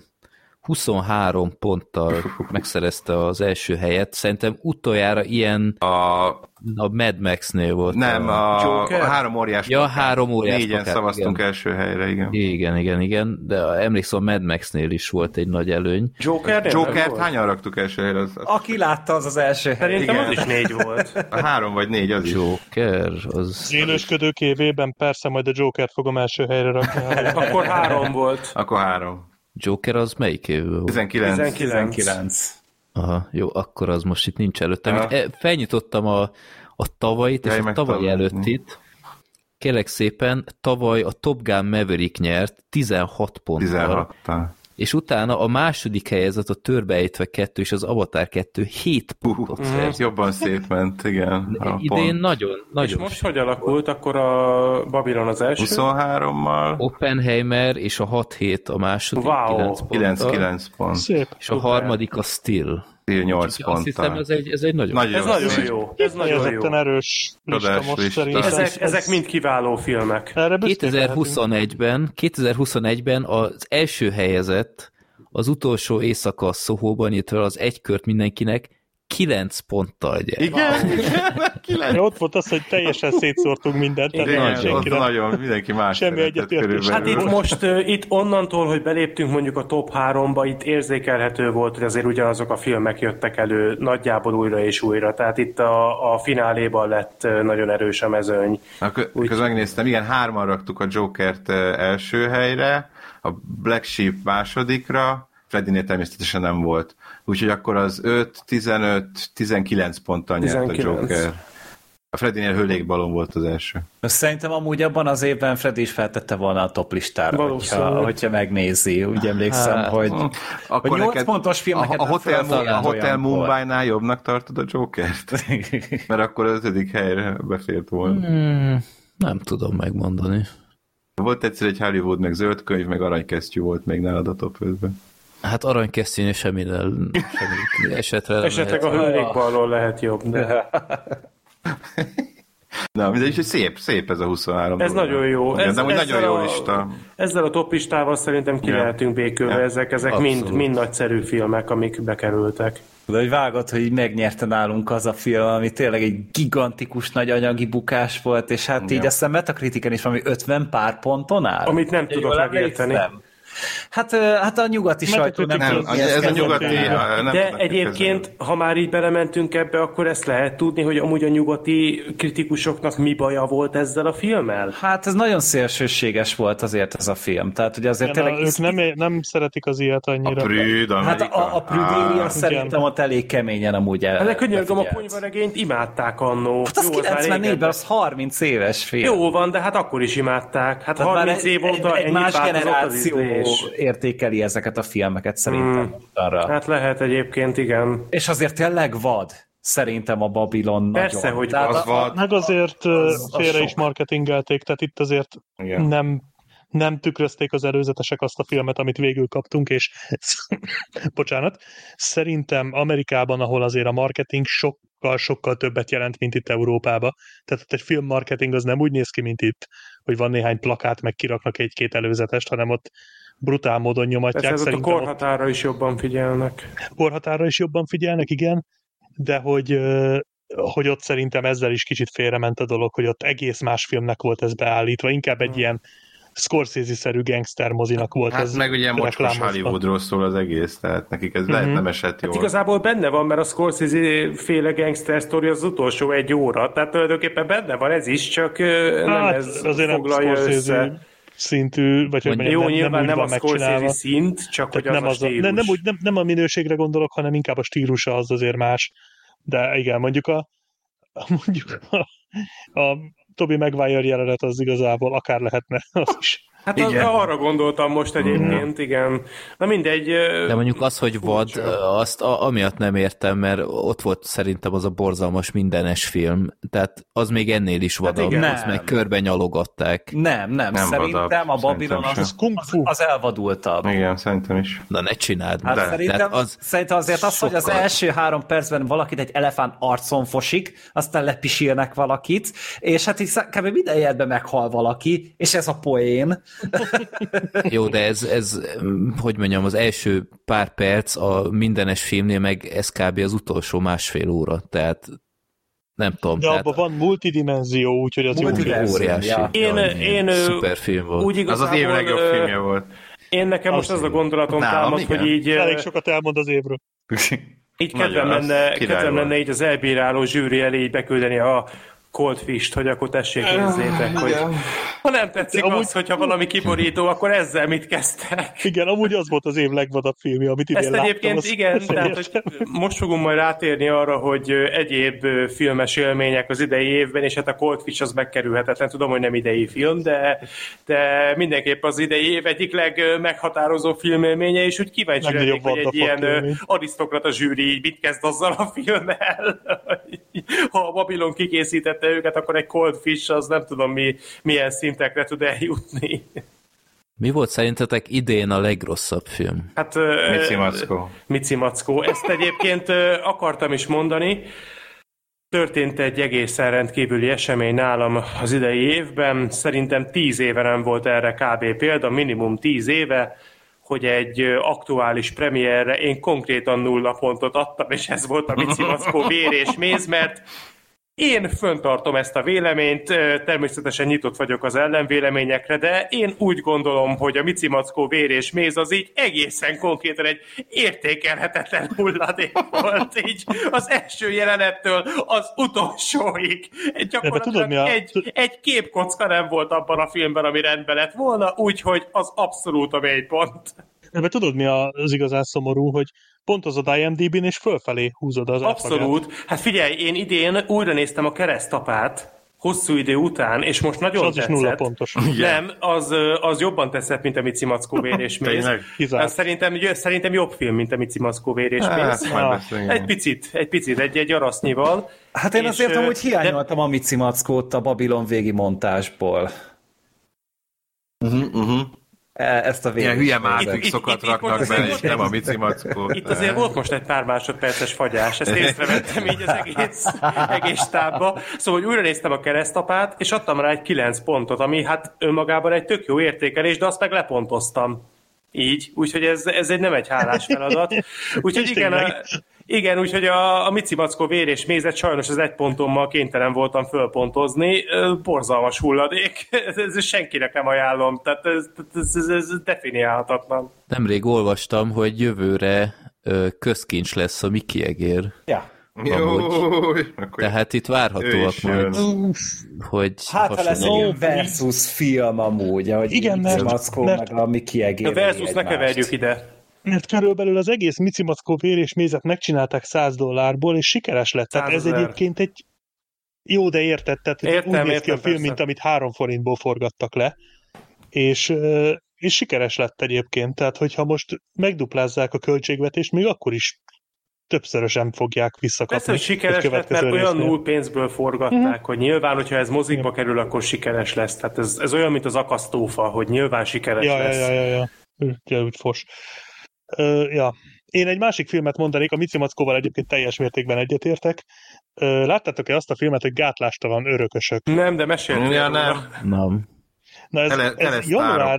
23 ponttal megszerezte az első helyet. Szerintem utoljára ilyen a Mad Max-nél volt. Nem, a 3 óriás. Ja, 3 óriás. 4-en szavaztunk első helyre, igen. Igen, de emlékszem, a Mad Max-nél is volt egy nagy előny. Jokert hányan raktuk első helyre? Aki látta, az első hely. Szerintem az is 4 volt. A 3 vagy 4 az is. Joker, az... Élősködők évében persze majd a Jokert fogom első helyre rakni. Akkor 3 volt. Akkor 3. Joker az melyik évből volt? 19. Aha, jó, akkor az most itt nincs előttem. Felnyitottam a tavalyit, és a tavaly előttit. Kérlek szépen, tavaly a Top Gun Maverick nyert 16 ponttal. 16-tal. És utána a második helyezett a Törbeejtve 2 és az Avatar 2 7 pontot szerzett. Jobban szétment, igen. Idén nagyon. És most hogy alakult? Akkor a Babylon az első? 23-mal. Oppenheimer és a 6-7 a második. Wow. 9 pont. Szép. És a harmadik a Still. 8 ponttal. Azt hiszem, ez egy nagyon jó. Ez nagyon jó. Erős lista most szerintem. Ezek mind kiváló filmek. 2021-ben az első helyezett az utolsó éjszaka Soho-ban, illetve az egy kört mindenkinek 9 ponttal gyere. Igen. Ott volt az, hogy teljesen szétszórtunk mindent. Nagyon, mindenki más. Semmi egyetértés. Hát itt most, itt onnantól, hogy beléptünk mondjuk a top 3-ba, itt érzékelhető volt, hogy azért ugyanazok a filmek jöttek elő nagyjából újra és újra. Tehát itt a fináléban lett nagyon erős a mezőny. Közben megnéztem, igen, 3-an raktuk a Jokert első helyre, a Black Sheep másodikra, Freddynél természetesen nem volt. Úgyhogy akkor az 5, 15, 19 ponttal nyert 19. A Joker. A Freddynél hőlékbalon volt az első. Szerintem amúgy abban az évben Freddy is feltette volna a top listára, hogyha megnézi. Úgy emlékszem, hogy 8 pontos filmeket a Hotel Mumbai-nál jobbnak tartod a Jokert? Mert akkor az 5. helyre befért volna. Nem tudom megmondani. Volt egyszer egy Hollywood, meg zöld könyv, meg aranykesztyű volt még nálad a top 5-ben. Hát aranykesztyűnél semmi esetre nem esetleg lehet. A hőlékbalon lehet jobb, de... Na, mindegy, hogy szép ez a 23. Ez nagyon jó. Ez nagyon jó lista. Ezzel a top listával szerintem ki lehetünk békülve. Ezek mind nagyszerű filmek, amik bekerültek. De hogy vágod, hogy megnyerte nálunk az a film, ami tényleg egy gigantikus nagy anyagi bukás volt, és hát így aztán Metacritiken is valami 50 pár ponton áll. Amit nem tudok megérteni. Hát a nyugati sajtó nem ez a nyugati... De egyébként, ha már így belementünk ebbe, akkor ezt lehet tudni, hogy amúgy a nyugati kritikusoknak mi baja volt ezzel a filmmel? Hát ez nagyon szélsőséges volt azért ez a film. Tehát ugye azért tényleg... Ők nem szeretik az ilyet annyira. A Prüdéria szerintem ott elég keményen amúgy el. De könyörgöm, a ponyvaregényt imádták annó. Hát az 94-ben, az 30 éves film. Jó van, de hát akkor is imádták. Hát 30 év óta egy más generáció értékeli ezeket a filmeket szerintem. Hát lehet egyébként, igen. És azért tényleg vad. Szerintem a Babylon persze, nagyon. hogy az vad. Meg azért félre is marketingelték, tehát itt azért nem tükrözték az előzetesek azt a filmet, amit végül kaptunk, és bocsánat, szerintem Amerikában, ahol azért a marketing sokkal többet jelent, mint itt Európában. Tehát egy filmmarketing az nem úgy néz ki, mint itt, hogy van néhány plakát, meg kiraknak egy-két előzetest, hanem ott brutál módon nyomatják. Persze, a korhatárra is jobban figyelnek. Korhatárra is jobban figyelnek, igen, de hogy ott szerintem ezzel is kicsit félrement a dolog, hogy ott egész más filmnek volt ez beállítva, inkább egy ilyen Scorsese-szerű gangster mozinak volt ez. Hát meg ugye mocskos Hollywoodról szól az egész, tehát nekik ez lehet nem esett jól. Hát igazából benne van, mert a Scorsese-féle gangster sztori az utolsó 1 óra, tehát tulajdonképpen benne van ez is, csak nem ez foglalja össze. Szintű, vagy hogy jó, nyilván nem a Scorsese szint, csak hogy az a stílus. Nem a minőségre gondolok, hanem inkább a stílusa az azért más. De igen, mondjuk a Tobey Maguire jelenet az igazából akár lehetne az is. Hát arra gondoltam most egyébként, igen. Na mindegy. De mondjuk az, hogy vad, azt amiatt nem értem, mert ott volt szerintem az a borzalmas mindenes film. Tehát az még ennél is vadabb, hát azt meg körben nyalogatták. Nem szerintem a Babylon az elvadultabb. Igen, szerintem is. Na ne csináld. Hát szerintem azért az, hogy az első 3 percben valakit egy elefánt arcon fosik, aztán lepisilnek valakit, és hát így kb. Minden jelben meghal valaki, és ez a poén. Jó, de ez, hogy mondjam, az első pár perc a mindenes filmnél, meg ez kb. Az utolsó 1,5 óra, tehát nem tudom. De abban van multidimenzió, úgyhogy az óriási. Én szuper film volt. Az az év legjobb filmje volt. Én nekem most az a gondolatom támad, hogy így... Elég sokat elmond az évről. Így kedvem lenne így az elbíráló zsűri elé így beküldeni a Cold Fish-t, hogy akkor tessék nézzétek, hogy ha nem tetszik az, hogyha valami kiborító, akkor ezzel mit kezdtek? Igen, amúgy az volt az év legvadabb filmje, amit idén láttam. Ezt egyébként igen, tehát hogy most fogunk majd rátérni arra, hogy egyéb filmes élmények az idei évben, és hát a Cold Fish az megkerülhetetlen, tudom, hogy nem idei film, de mindenképp az idei év egyik legmeghatározó filmélménye, és úgy kíváncsi lennék, hogy egy ilyen arisztokrata zsűri így mit kezd azzal a filmmel. Ha a Babylon kikészítette őket, akkor egy Cold Fish az nem tudom milyen szintekre tud eljutni. Mi volt szerintetek idén a legrosszabb film? Hát Mici Mackó. Ezt egyébként akartam is mondani. Történt egy egészen rendkívüli esemény nálam az idei évben. Szerintem 10 éve nem volt erre kb. Példa, minimum 10 éve, hogy egy aktuális premierre én konkrétan 0 pontot adtam, és ez volt a Mici Mackó vér és méz, mert én föntartom ezt a véleményt, természetesen nyitott vagyok az ellenvéleményekre, de én úgy gondolom, hogy a Mici Mackó vér és méz az így egészen konkrétan egy értékelhetetlen hulladék volt, így az első jelenettől az utolsóig. Gyakorlatilag egy képkocka nem volt abban a filmben, ami rendben lett volna, úgyhogy az abszolút a mélypont. De tudod, mi az igazán szomorú, hogy pontozod IMDb-n, és fölfelé húzod az Abszolút. átlagát. Hát figyelj, én idén újra néztem a Keresztapát, hosszú idő után, és most nagyon tetszett. Az is 0 pontos. Nem, az jobban tetszett, mint a Mici Mackó vér és méz. Szerintem jobb film, mint a Mici Mackó vér és méz. Egy picit, egy arasznyival. Hát én azért amúgy hiányoltam a Mici Mackót a Babylon végi montásból. Ezt a ilyen hülye mátrixokat raknak be, és nem a Mici Mackó. Itt azért volt most egy pár másodperces fagyás, ezt észrevettem így az egész tábba. Szóval újra néztem a Keresztapát, és adtam rá egy 9 pontot, ami hát önmagában egy tök jó értékelés, de azt meg lepontoztam. Így, úgyhogy ez nem egy hálás feladat. Úgyhogy igen, úgyhogy a Mici Mackó vér és mézet sajnos az 1 pontommal kénytelen voltam fölpontozni. Borzalmas hulladék. Ez senkinek nem ajánlom. Tehát ez definiálhatatlan. Nemrég olvastam, hogy jövőre közkincs lesz a Mickey egér. Ja. Tehát itt várhatóak majd, hogy hát ha lesz egy versus film amúgy, ahogy igen, Mici Mackó meg a Mickey egér. A versus ne keverjük ide. Mert körülbelül az egész Mici Mackó vér és mézet megcsinálták $100, és sikeres lett. Tehát ez egyébként egy jó, de érted, tehát úgy néz ki a film, mint amit 3 forintból forgattak le, és sikeres lett egyébként. Tehát, hogyha most megduplázzák a költségvetést, még akkor is többszörösen fogják visszakapni. Persze, hogy sikeres lett, mert olyan null pénzből forgatták, hogy nyilván, hogyha ez mozikba kerül, akkor sikeres lesz. Tehát ez olyan, mint az akasztófa, hogy nyilván sikeres lesz. Ja, úgy fos. Én egy másik filmet mondanék, a Mici Mackóval egyébként teljes mértékben egyetértek. Láttátok-e azt a filmet, hogy Gátlástalan örökösök? Nem, de mesélj. Ja, nem. Na ez január...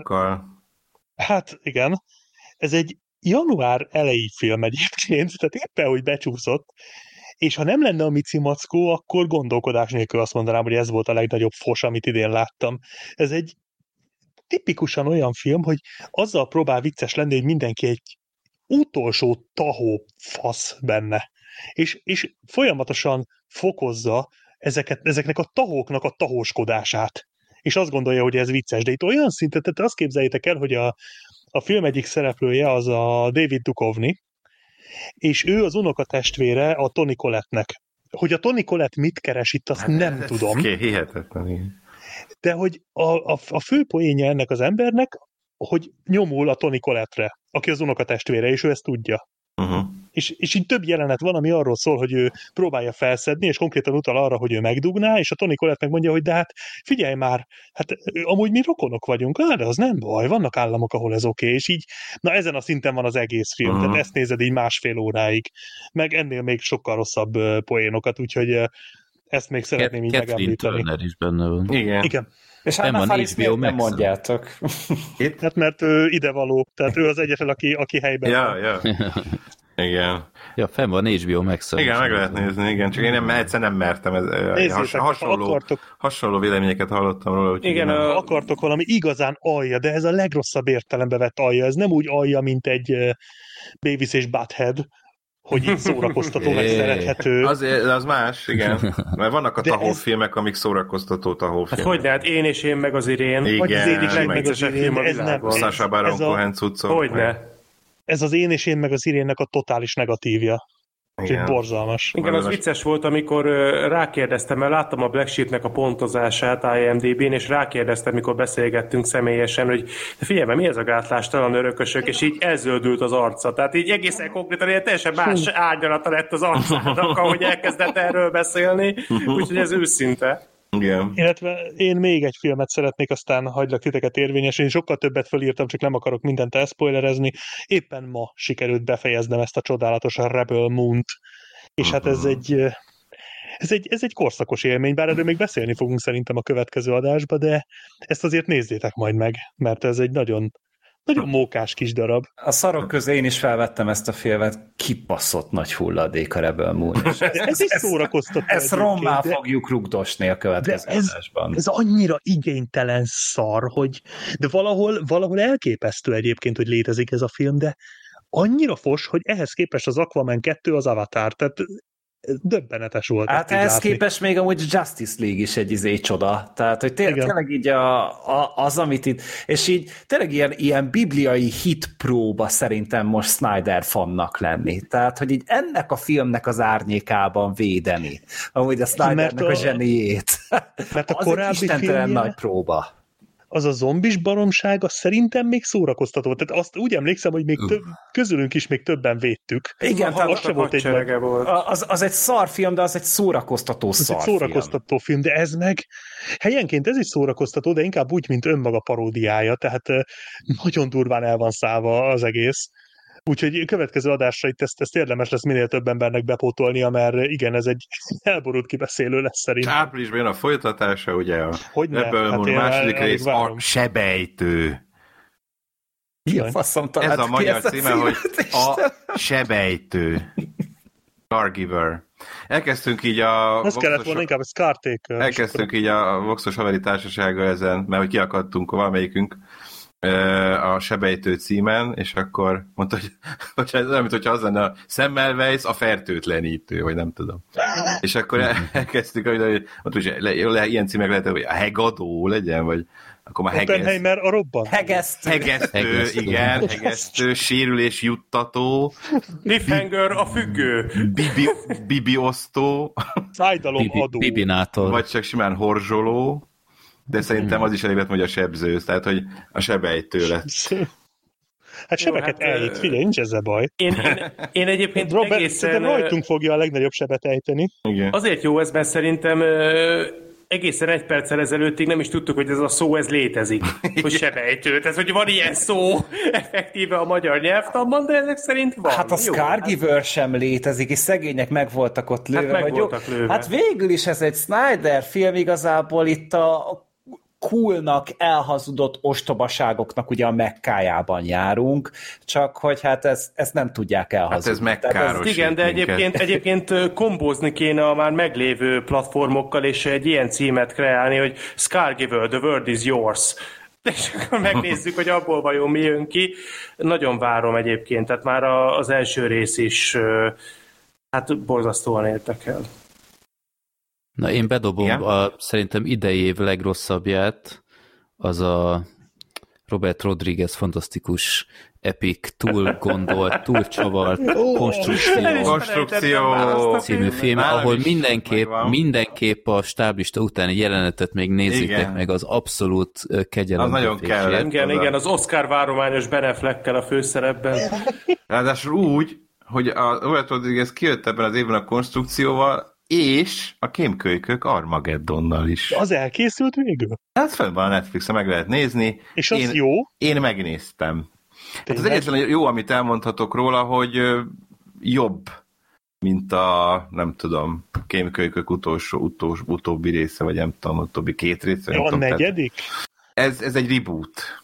Hát igen. Ez egy január elejé film egyébként, tehát éppen, hogy becsúszott, és ha nem lenne a Mici Mackó, akkor gondolkodás nélkül azt mondanám, hogy ez volt a legnagyobb fos, amit idén láttam. Ez egy tipikusan olyan film, hogy azzal próbál vicces lenni, hogy mindenki egy utolsó tahó fasz benne. És folyamatosan fokozza ezeknek a tahóknak a tahóskodását. És azt gondolja, hogy ez vicces. De itt olyan szinten, tehát azt képzeljétek el, hogy a film egyik szereplője az a David Duchovny, és ő az unokatestvére a Toni Collette-nek. Hogy a Toni Collette mit keres itt, azt nem tudom. Hihetetlen, igen. De hogy a fő poénja ennek az embernek, hogy nyomul a Toni Collette-re, aki az unokatestvére, és ő ezt tudja. Uh-huh. És így több jelenet van, ami arról szól, hogy ő próbálja felszedni, és konkrétan utal arra, hogy ő megdugná, és a Toni Collette megmondja, hogy de hát figyelj már, hát amúgy mi rokonok vagyunk, de az nem baj, vannak államok, ahol ez oké, és így, na ezen a szinten van az egész film, tehát ezt nézed így 1,5 óráig, meg ennél még sokkal rosszabb poénokat, úgyhogy ezt még szeretném így megemlíteni. Catherine Turner is benne van. Igen. És Anna Faris miért nem mondjátok? Hát mert ő idevaló, tehát ő az egyetlen, aki helyben van. Ja. Igen. Ja, fenn van HBO Max-on. Igen, meg lehet nézni, igen. Csak én egyszerűen nem mertem. Hasonló véleményeket hallottam róla. Igen, akartok valami igazán alja, de ez a legrosszabb értelembe vett alja. Ez nem úgy alja, mint egy Beavis és Butthead, hogy itt szórakoztató, meg szerethető. Az más, igen. Mert vannak a tahófilmek, amik szórakoztató tahófilmek. Hát hogyne, hát én meg az Irén. Igen, vagy az egyik legmeglegebb film a világon. Sacha Baron Cohen cuccok. Hogyne. Ez az Én és én meg az Irénnek a totális negatívja. Úgyhogy borzalmas. Igen, az vicces volt, amikor rákérdeztem, mert láttam a Black Sheep-nek a pontozását IMDb-n, és rákérdeztem, mikor beszélgettünk személyesen, hogy de figyelj, mi ez a Gátlástalan örökösök, és így elzöldült az arca. Tehát így egészen konkrétan ilyen teljesen más árnyalata lett az arcának, ahogy elkezdett erről beszélni, úgyhogy ez őszinte. Igen. Illetve én még egy filmet szeretnék, aztán hagylak titeket érvényesülni. Sokkal többet fölírtam, csak nem akarok mindent elszpoilerezni. Éppen ma sikerült befejeznem ezt a csodálatos Rebel Moon-t. És hát ez egy korszakos élmény, bár erről még beszélni fogunk szerintem a következő adásba, de ezt azért nézzétek majd meg, mert ez egy nagyon, Nagyon mókás kis darab. A szarok közé én is felvettem ezt a filmet, kibaszott nagy hulladék a Rebel Moon. Ez is szórakoztató. Ezt rommá fogjuk rugdosni a következő adásban. Ez annyira igénytelen szar, hogy de valahol elképesztő egyébként, hogy létezik ez a film, de annyira fos, hogy ehhez képest az Aquaman 2 az Avatar, tehát döbbenetes volt. Hát ehhez képest még amúgy Justice League is egy csoda. Tehát, hogy tényleg így az, amit itt, és így tényleg ilyen bibliai hitpróba szerintem most Snyder fannak lenni. Tehát, hogy így ennek a filmnek az árnyékában védeni. Amúgy a Snydernek a zseniét. Mert a korábbi filmje nagy próba. Az a zombis baromsága szerintem még szórakoztató. Tehát azt úgy emlékszem, hogy még közülünk is még többen védtük. Igen, az volt az egy szarfilm, de az egy szórakoztató szarfilm. Ez egy szórakoztató film, de ez meg helyenként ez is szórakoztató, de inkább úgy, mint önmaga paródiája, tehát nagyon durván el van szállva az egész. Úgyhogy következő adásra itt ezt érdemes lesz minél több embernek bepótolnia, mert igen, ez egy elborult kibeszélő lesz szerintem. Áprilisban jön a folytatása, ugye a Rebel Moon második rész, a sebejtő. Mi a faszom talált ez a magyar címe, hogy a sebejtő. Caregiver. Elkezdtünk így a... Az kellett volna inkább a Caretaker. Elkezdtünk így a Voxos Haveri Társasággal ezen, mert hogy kiakadtunk valamelyikünk a sebejtő címen, és akkor mondta, hogy ez olyan, mintha az lenne a Semmelweis a fertőtlenítő, vagy nem tudom. És akkor elkezdtük, hogy ilyen címek lehet, hogy a hegadó legyen, vagy akkor már Oppenheimer a robban. Hegesztő, igen, hegesztő, sérülés juttató. Cliffhanger a függő. Bibiosztó. Szájdalomadó. Bibinátor. Vagy csak simán horzsoló. De szerintem az is elég lett, hogy a sebzősz, tehát hogy a sebejtő lett. Hát sebeket ejt, figyelj, nincs ezzel baj. Én egyébként Robert, egészen... rajtunk fogja a legnagyobb sebet ejteni. Igen. Azért jó ez, mert szerintem egészen egy perccel ezelőttig nem is tudtuk, hogy ez a szó ez létezik, hogy sebejtő. Tehát, hogy van ilyen szó effektíve a magyar nyelvtanban, de ezek szerint van. Hát a Caregiver sem létezik, és szegények meg voltak ott lőve. Hát meg voltak lőve. Hát végül is ez egy Snyder film, igazából itt a coolnak, elhazudott ostobaságoknak ugye a Mekkájában járunk, csak hogy hát ezt nem tudják elhazudni. Hát ez Mekkáros. Igen, de egyébként kombózni kéne a már meglévő platformokkal, és egy ilyen címet kreálni, hogy Scargiver, the world is yours. És akkor megnézzük, hogy abból vajon mi jön ki. Nagyon várom egyébként, tehát már az első rész is hát borzasztóan érdekel. Na, én bedobom szerintem idei év legrosszabbját, az a Robert Rodriguez fantasztikus, epic, túl gondolt, túl csavart konstrukció című film, ahol mindenképp a stáblista utáni jelenetet még nézzétek meg, az abszolút kegyelem. Az nagyon kellett. Igen, az Oscar várományos Ben Affleckkel a főszerepben. Ráadásul úgy, hogy a Robert Rodriguez kijött ebben az évben a konstrukcióval, és a Kémkölykök Armageddonnal is. Az elkészült végül? Hát fenn van a Netflixen, meg lehet nézni. És az jó? Én megnéztem. Hát az egyetlen jó, amit elmondhatok róla, hogy jobb, mint a, nem tudom, Kémkölykök utóbbi része, vagy nem tudom, utóbbi 2 része. Ja, a negyedik? Ez egy reboot.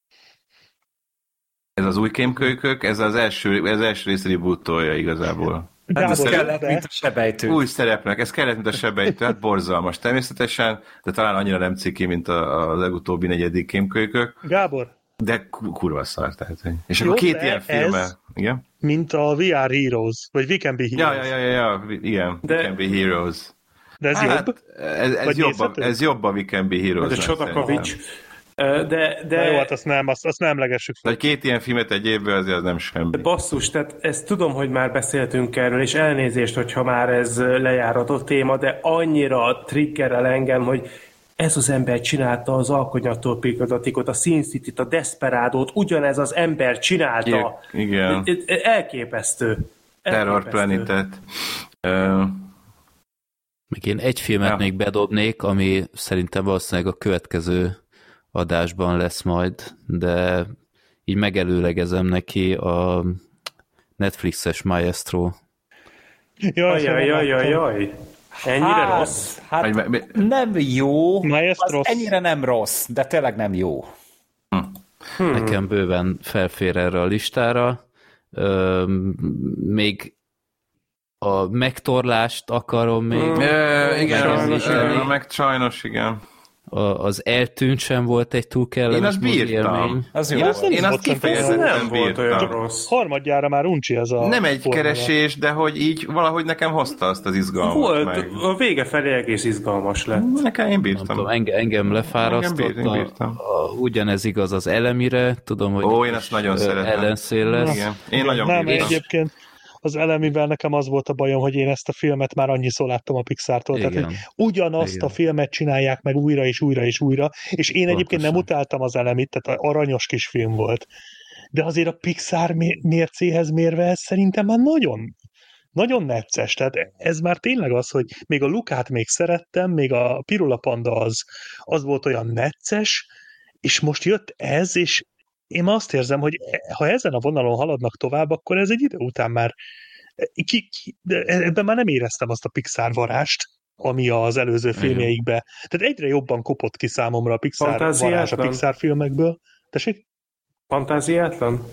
Ez az új Kémkölykök, ez az első rész rebootolja igazából. Hát ez kellett, mint a sebejtő. Új szerepnek, ez kellett, mint a sebejtő, hát borzalmas természetesen, de talán annyira nem ciki, mint a legutóbbi 4. Kémkölykök. Gábor. De kurva szar, tehát. És jó, akkor 2 ilyen filmmel. Igen? Mint a VR Heroes, vagy We Can Be Heroes. Ja, igen, We Can Be Heroes. De ez jobb? Ez jobb a We Can Be Heroes. Ez a Csodakovics. De jó, hát azt nem legessük fel. De 2 ilyen filmet egy évben azért az nem semmi. De basszus, tehát ezt tudom, hogy már beszéltünk erről, és elnézést, hogyha már ez lejáratott téma, de annyira triggerel engem, hogy ez az ember csinálta az Alkonyattól Pikadatikot, a Sin City-t, a Desperádót, ugyanez az ember csinálta. Igen. Elképesztő. Terror Planetet. Még én egy filmet még bedobnék, ami szerintem valószínűleg a következő adásban lesz majd, de így megelőlegezem neki a Netflixes Maestro. Jaj. Ennyire rossz? Hát nem jó, Maestro. ennyire nem rossz, de tényleg nem jó. Nekem bőven felfér erre a listára. Még a megtorlást akarom még. Sajnos, igen. Az eltűnt sem volt egy túl kellemes élmény. Én azt kifejezetten bírtam. Harmadjára már uncsi ez a... Nem egy formula. Keresés, de hogy így valahogy nekem hozta azt az izgalmat. Volt, meg. A vége felé egész izgalmas lett. Nekem én bírtam. Engem lefárasztott. Ugyanez igaz az Elemire. Tudom, hogy én azt nagyon szeretem. Ellenszél lesz. Igen. Én nagyon bírtam. Egyébként az Elemivel nekem az volt a bajom, hogy én ezt a filmet már annyiszor láttam a Pixar-tól, tehát hogy ugyanazt a filmet csinálják meg újra és újra és újra, és én egyébként nem utáltam az Elemit, tehát aranyos kis film volt. De azért a Pixar mércéhez mérve ez szerintem már nagyon, nagyon necces, tehát ez már tényleg az, hogy még a Lukát még szerettem, még a Pirula Panda az volt olyan necces, és most jött ez, és én azt érzem, hogy ha ezen a vonalon haladnak tovább, akkor ez egy idő után már de ebben már nem éreztem azt a Pixar varást, ami az előző filmjeikben. Tehát egyre jobban kopott ki számomra a Pixar varázs a Pixar filmekből. Tessék? Fantáziátlan?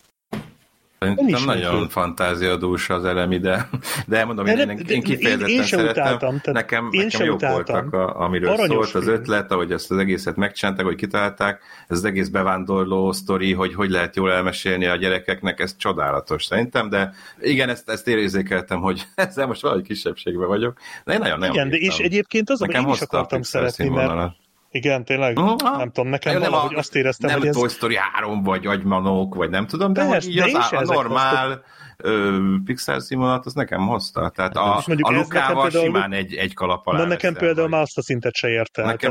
Nem nagyon fantáziadús az Elemi, de mondom, én kifejezetten szerettem. Nekem jó voltak, amiről szólt az ötlet, ahogy ezt az egészet megcsinálták, hogy kitalálták, ez az egész bevándorló sztori, hogy lehet jól elmesélni a gyerekeknek, ez csodálatos szerintem, de igen, ezt érzékeltem, hogy ezzel most valahogy kisebbségben vagyok, de én nagyon igen, de és egyébként az, amit én is akartam szeretni, mert igen, tényleg, nem tudom, nekem valahogy azt éreztem, hogy ez... Nem Toy Story 3, vagy Agymanók, vagy nem tudom, de hogy így a normál Pixar színvonalat, az nekem hozta. Tehát a Lukával simán egy kalap alá. Na nekem például már azt a szintet se érte. Nekem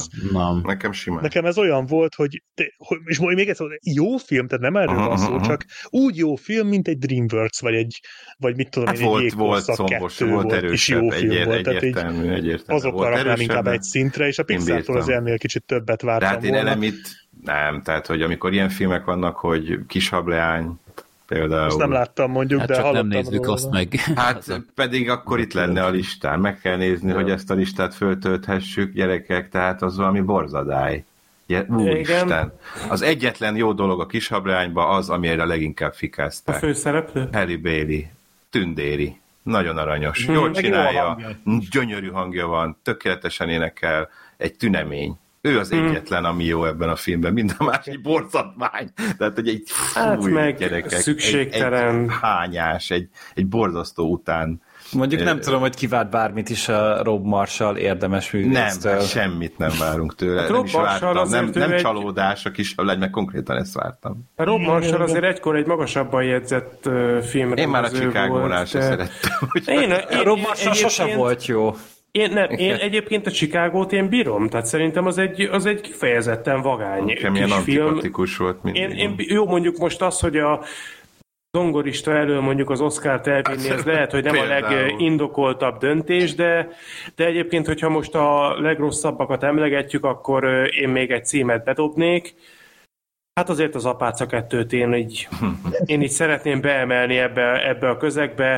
simán. Nekem ez olyan volt, hogy és még egyszer, jó film, tehát nem erről van szó, csak úgy jó film, mint egy DreamWorks, vagy mit tudom én, egy Jégkorszak 2 volt, és jó film volt. Egyértelmű. Azokkal raknám inkább egy szintre, és a Pixar-tól az ennél kicsit többet vártam volna. Tehát én Elemit nem, tehát hogy amikor ilyen filmek vannak, hogy Kishableány, például. Azt nem láttam mondjuk, hát de csak nem nézzük azt meg. Hát pedig akkor itt lenne a listán. Meg kell nézni, hogy ezt a listát föltölthessük, gyerekek, tehát az valami borzadály. Úristen. Az egyetlen jó dolog a Kishableányban az, amire leginkább fikázták. A főszereplő? Harry Bailey. Tündéri. Nagyon aranyos. Jól csinálja. Gyönyörű hangja van. Tökéletesen énekel. Egy tünemény. Ő az egyetlen, ami jó ebben a filmben, mind a más egy borzatmány. Tehát, hogy egy gyerekek, szükségtelen. Egy hányás, egy borzasztó után. Mondjuk nem tudom, hogy kivárt bármit is a Rob Marshall érdemes művésztől. Nem, semmit nem várunk tőle. Hát nem is vártam. Nem csalódás, a Kishableány, meg konkrétan ezt vártam. A Rob Marshall azért egykor egy magasabban jegyzett filmre. Én már a Chicagónál se szerettem. Rob Marshall sosem volt jó. Én egyébként a Chicagót én bírom, tehát szerintem az egy kifejezetten vagány kis film. Volt mindig. Jó, mondjuk most az, hogy a zongorista elől mondjuk az Oscart elvinni, ez lehet, hogy nem a legindokoltabb döntés, de egyébként, hogyha most a legrosszabbakat emlegetjük, akkor én még egy címet bedobnék. Hát azért az Apáca 2-t én így szeretném beemelni ebbe a közegbe.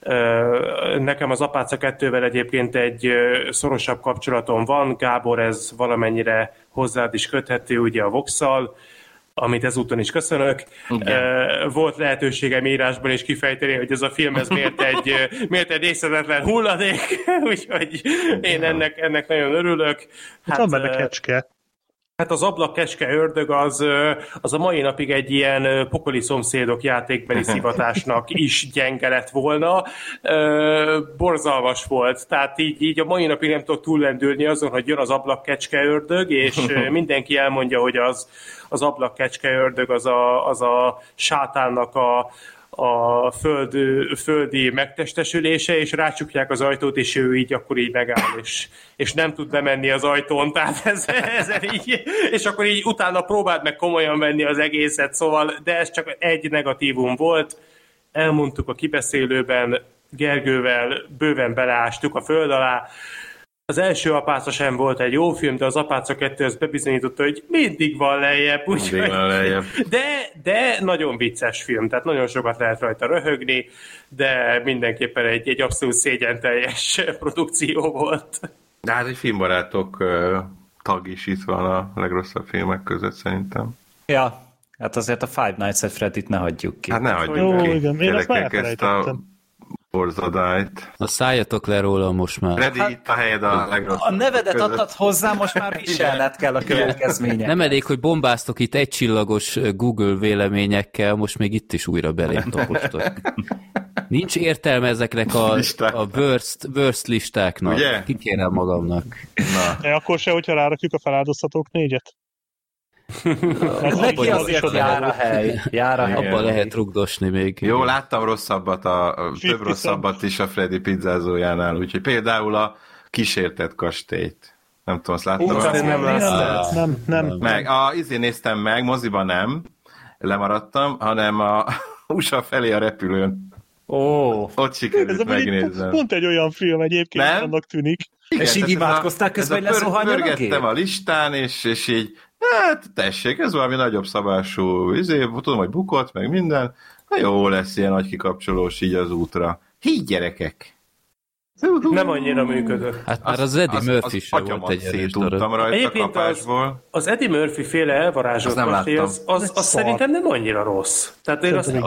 Nekem az Apáca 2-vel egyébként egy szorosabb kapcsolatom van. Gábor, ez valamennyire hozzád is köthető, ugye a Vox-szal, amit ezúton is köszönök. Volt lehetőségem írásban is kifejteni, hogy ez a film ez miért egy észrevetlen hulladék, úgyhogy én ennek nagyon örülök. Hát van benne kecske. Hát az Ablak kecske ördög az a mai napig egy ilyen pokoli szomszédok játékbeli szivatásnak is gyenge lett volna. Borzalmas volt. Tehát így a mai napig nem tudok túllendülni azon, hogy jön az Ablak kecske ördög, és mindenki elmondja, hogy az Ablak kecske ördög az a sátánnak a földi megtestesülése, és rácsukják az ajtót, és ő így akkor így megáll, és nem tud bemenni az ajtón, tehát ezen így, és akkor így utána próbáld meg komolyan venni az egészet, szóval, de ez csak egy negatívum volt. Elmondtuk a kibeszélőben, Gergővel bőven beleástuk a föld alá. Az első Apáca sem volt egy jó film, de az Apáca 2 az bebizonyította, hogy mindig van lejjebb. De nagyon vicces film, tehát nagyon sokat lehet rajta röhögni, de mindenképpen egy abszolút szégyenteljes produkció volt. De hát egy filmbarátok tag is itt van a legrosszabb filmek között szerintem. Ja, hát azért a Five Nights at Freddyt ne hagyjuk ki. Hát ne hagyjuk ki. Igen. Én ezt már ezt a borzadályt. Na szálljatok le róla most már. Freddy, itt a helyed a legrosszabb. A nevedet adtad hozzá, most már viselned kell a következményeket. Nem elég, hogy bombáztok itt egycsillagos Google véleményekkel, most még itt is újra belém tapostok. Nincs értelme ezeknek a worst listáknak. Ugye? Kikérem magamnak. Na. De akkor se, hogyha rárakjuk a feláldoztatók 4-et. Neki azért jár a hely. Abban lehet rugdosni még. Jó, láttam rosszabbat, több rosszabbat is a Freddy pizzázójánál, úgyhogy például a kísértett kastélyt. Nem tudom, azt láttam. Nem. Meg, néztem meg, moziban nem, lemaradtam, hanem a USA felé a repülőn. Ott sikerült megnéznem. Pont egy olyan film egyébként, annak tűnik. Igen, és így imádkoztál közben, hogy leszuhanjon a gép? Pörgettem a listán, és így, hát tessék, ez valami nagyobb szabású, tudom, hogy bukott, meg minden, na jó lesz ilyen nagy kikapcsolós így az útra. Hí, gyerekek! Nem annyira működött. Hát már az Eddie Murphy se volt egy erős darab. Egyébként az Eddie Murphy féle elvarázsolt kastély, az szerintem nem annyira rossz. Tehát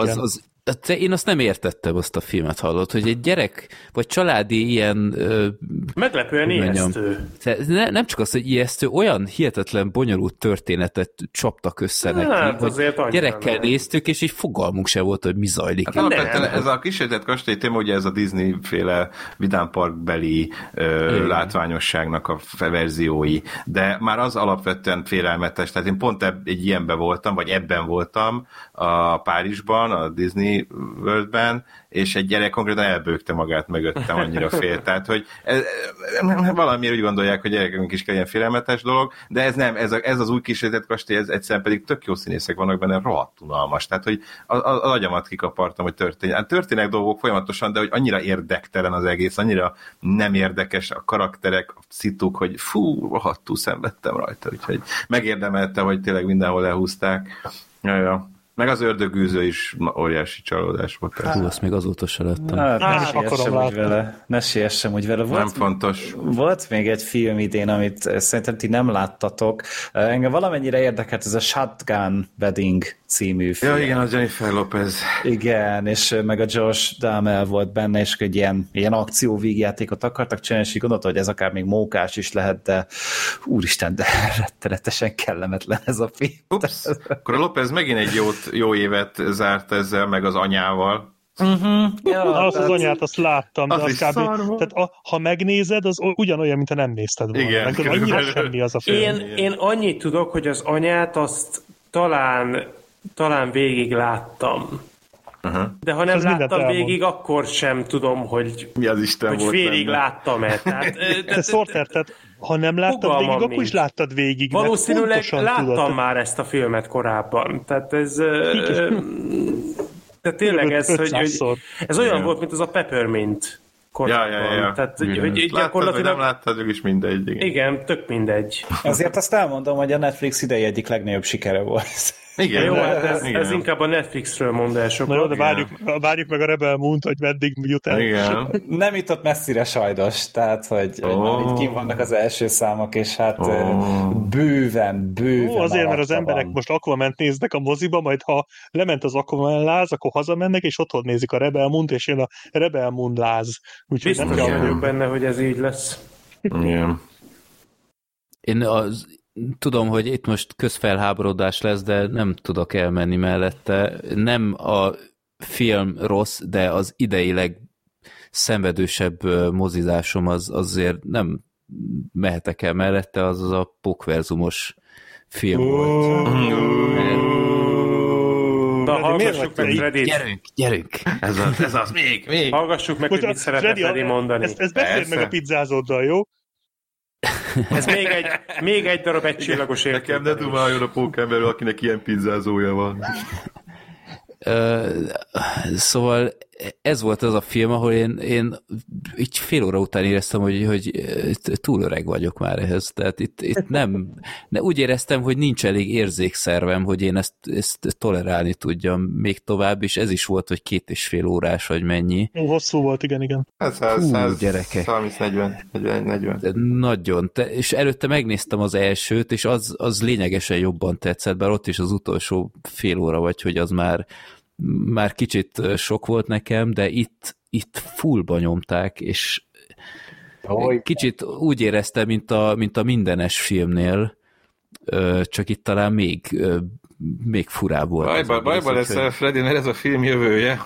én azt nem értettem, azt a filmet, hallott, hogy egy gyerek, vagy családi ilyen... meglepően ijesztő. Nem csak az, hogy ijesztő, olyan hihetetlen bonyolult történetet csaptak össze neki, hogy gyerekkel néztük, és így fogalmunk sem volt, hogy mi zajlik. Hát ez a kísértett kastély téma, ugye ez a Disney-féle vidámparkbeli látványosságnak a verziói, de már az alapvetően félelmetes, tehát én pont egy ilyenben voltam, vagy ebben voltam a Párizsban, a Disney Worldben, és egy gyerek konkrétan elbőgte magát mögöttem, annyira fél. Tehát, hogy valamiért úgy gondolják, hogy gyerekeknek is kell ilyen félelmetes dolog, de ez nem, ez az új kísérletett kastély, ez egyszerűen pedig tök jó színészek vannak benne, rohadt unalmas. Tehát, hogy az agyamat kikapartam, hogy történnek dolgok folyamatosan, de hogy annyira érdektelen az egész, annyira nem érdekes a karakterek, a szituk, hogy rohadtul szenvedtem rajta, úgyhogy megérdemelte, hogy tényleg mindenhol lehúzták. Ja. Meg az ördögűző is óriási csalódás volt. Azt még azóta se lettem. Ne siessem úgy vele. Nem fontos. Volt még egy film idén, amit szerintem ti nem láttatok. Engem valamennyire érdekelt ez a Shotgun Wedding című film. Ja, igen, a Jennifer Lopez. Igen, és meg a Josh Duhamel volt benne, és egy ilyen akcióvígjátékot akartak csinálni, és így gondolta, hogy ez akár még mókás is lehet, de úristen, de rettenetesen kellemetlen ez a film. Ups, akkor a Lopez megint egy jó évet zárt ezzel, meg az anyával. Ja, az anyát azt láttam, de az kb. Tehát ha megnézed, az ugyanolyan, mint ha nem nézted volna. Igen. Meg annyira semmi az a film. Én annyit tudok, hogy az anyát azt talán végig láttam. De ha nem láttam végig, akkor sem tudom, hogy mi az Isten hogy volt félig benne. láttam-e. Te Sorter, tehát ha nem láttad végig, akkor is láttad végig. Valószínűleg láttam már ezt a filmet korábban. Tehát ez... Tehát tényleg ez, hogy ez olyan volt, mint az a Peppermint korábban. Ja. Tehát, hogy gyakorlatilag... nem láttad, is mindegy. Igen, tök mindegy. Azért azt elmondom, hogy a Netflix idei egyik legnagyobb sikere volt. Igen, jó, ez inkább a Netflixről mond el sokat. Na jó, de várjuk meg a Rebel Moon-t, hogy meddig jut el. Igen. Nem jutott messzire sajnos, tehát, hogy itt kint vannak az első számok, és hát bőven azért, mert az emberek most Aquament néznek a moziba, majd ha lement az Aquaman láz, akkor hazamennek, és otthon nézik a Rebel Moon-t, és jön a Rebel Moon láz. Úgyhogy nem vagyok benne, hogy ez így lesz. Igen. Én tudom, hogy itt most közfelháborodás lesz, de nem tudok elmenni mellette. Nem a film rossz, de az idei legszenvedősebb mozizásom azért nem mehetek el mellette, az a Pokverzumos film volt. Na, hallgassuk meg Freddyt. Gyerünk! Ez az, még. Hallgassuk meg, hogy mit szeretne Freddy mondani. Ezt beszéld meg a pizzázóddal, jó? Ez még egy darab egycsillagos érték. Nekem ne dumáljon a pókemberről, akinek ilyen pizzázója van. Szóval ez volt az a film, ahol én így fél óra után éreztem, hogy túl öreg vagyok már ehhez. Tehát itt nem úgy éreztem, hogy nincs elég érzékszervem, hogy én ezt tolerálni tudjam még tovább, és ez is volt, hogy 2,5 órás, vagy mennyi. Hosszú volt, igen. Gyerekek. 30-40. Nagyon. És előtte megnéztem az elsőt, és az lényegesen jobban tetszett, bár ott is az utolsó fél óra, vagy hogy az már kicsit sok volt nekem, de itt fullba nyomták, és kicsit úgy éreztem, mint a mindenes filmnél, csak itt talán még furább volt. Bajba leszel, Freddy, mert ez a film jövője.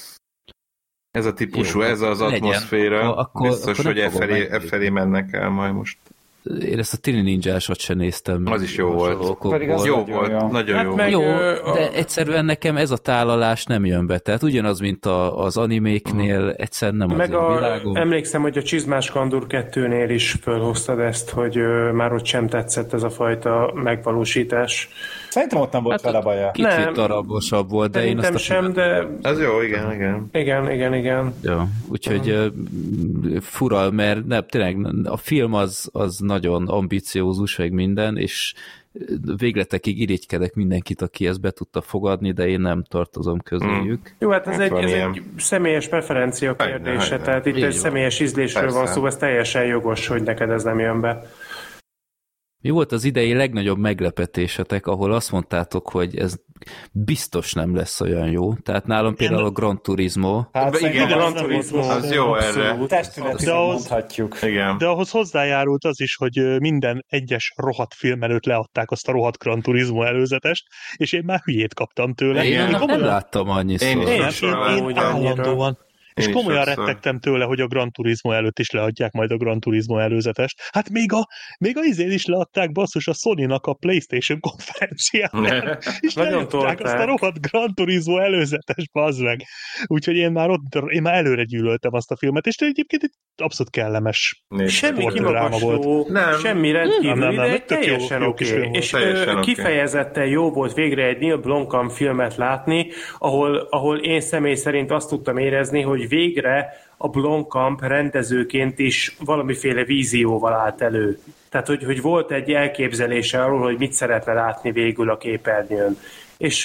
Ez a típusú, jó, ez az atmoszféra. Akkor biztos, hogy felé mennek el majd most. Én ezt a Tini Ninjásot sem néztem. Az is jó volt. Jó volt, nagyon jó. Jó, de egyszerűen nekem ez a tálalás nem jön be. Tehát ugyanaz, mint az animéknél, egyszerűen nem az a világom. Emlékszem, hogy a Csizmás Kandúr 2-nél is fölhoztad ezt, hogy már ott sem tetszett ez a fajta megvalósítás. Szerintem ott nem volt vele baja. Kicsit darabosabb volt, de én azt sem, de... Ez jó, igen. Igen. Ja, úgyhogy fura, mert tényleg a film az nagyon ambiciózus, meg minden, és végletekig irigykedek mindenkit, aki ezt be tudta fogadni, de én nem tartozom közéjük. Jó, hát ez egy személyes preferencia kérdése, tehát itt egy személyes ízlésről van szó, ez teljesen jogos, hogy neked ez nem jön be. Mi volt az idei legnagyobb meglepetésetek, ahol azt mondtátok, hogy ez biztos nem lesz olyan jó? Tehát nálam például a Gran Turismo. Hát igen, a Gran Turismo az jó erre. Testületileg mondhatjuk. Igen. De ahhoz hozzájárult az is, hogy minden egyes rohadt film előtt leadták azt a rohadt Gran Turismo előzetest, és én már hülyét kaptam tőle. Én nem láttam annyiszor. Én állandóan. És komolyan rettegtem tőle, hogy a Gran Turismo előtt is leadják majd a Gran Turismo előzetest. Hát még a izén is leadták, basszus, a Sony-nak a PlayStation konferencián. És leadták azt a rohadt Gran Turismo előzetes, bazd meg. Úgyhogy én már előre gyűlöltem azt a filmet, és egyébként egy abszolút kellemes semmi kimagasló, semmi rendkívüli, de teljesen oké. És kifejezetten jó volt végre egy Neil Blomkamp filmet látni, ahol én személy szerint azt tudtam érezni, hogy végre a Blomkamp rendezőként is valamiféle vízióval állt elő. Tehát, hogy volt egy elképzelése arról, hogy mit szeretne látni végül a képernyőn. És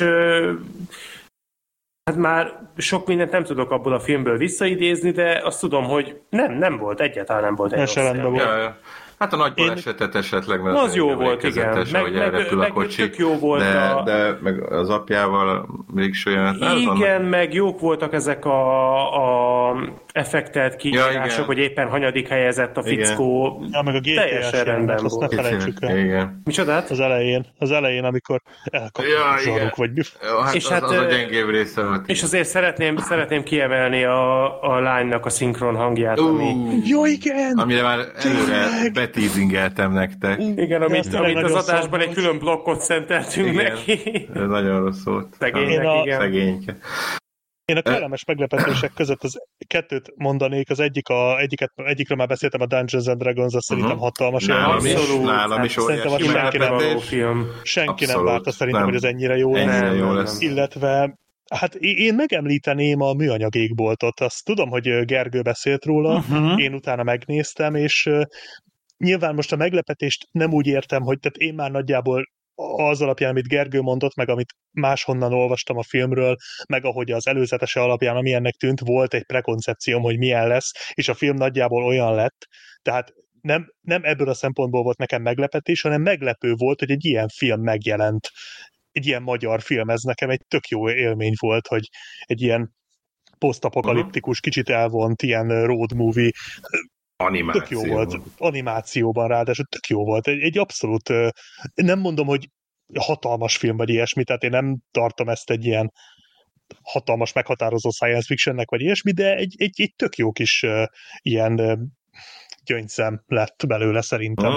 hát már sok mindent nem tudok abból a filmből visszaidézni, de azt tudom, hogy egyáltalán nem volt egy rossz film. Hát a nagy balesetet esetleg, mert az jó volt, igen. Meg tök jó volt de meg az apjával végső jelenet. Igen, meg jók voltak ezek a effektelt kiírások, hogy éppen hanyadik helyezett a fickó. Ja, meg a GTS jelenet, azt ne felejtsük el. Igen. Micsodát? Az elején, amikor elkapjuk a zsaruk, vagy mi. Hát és az a gyengébb része volt. És azért szeretném kiemelni a lánynak a szinkron hangját, Jó, igen! Amire már előre betízingeltem nektek. Igen, amit az adásban egy külön blokkot szenteltünk neki. Ez nagyon rossz volt. Szegényke. Én a kellemes meglepetések között az kettőt mondanék, az egyikről már beszéltem, a Dungeons and Dragons, azt szerintem hatalmas. Nálam is óriási meglepetés. Senki nem várta szerintem, hogy ez ennyire jó lesz. Illetve hát én megemlíteném a műanyag égboltot. Azt tudom, hogy Gergő beszélt róla, én utána megnéztem, és nyilván most a meglepetést nem úgy értem, hogy tehát én már nagyjából az alapján, amit Gergő mondott, meg amit máshonnan olvastam a filmről, meg ahogy az előzetese alapján, amilyennek tűnt, volt egy prekoncepcióm, hogy milyen lesz, és a film nagyjából olyan lett. Tehát nem ebből a szempontból volt nekem meglepetés, hanem meglepő volt, hogy egy ilyen film megjelent. Egy ilyen magyar film, ez nekem egy tök jó élmény volt, hogy egy ilyen posztapokaliptikus, kicsit elvont, ilyen road movie, tök jó volt. Animációban ráadásul tök jó volt. Egy abszolút, nem mondom, hogy hatalmas film vagy ilyesmi, tehát én nem tartom ezt egy ilyen hatalmas, meghatározó science fictionnek vagy ilyesmi, de egy tök jó kis ilyen gyöngyszem lett belőle szerintem.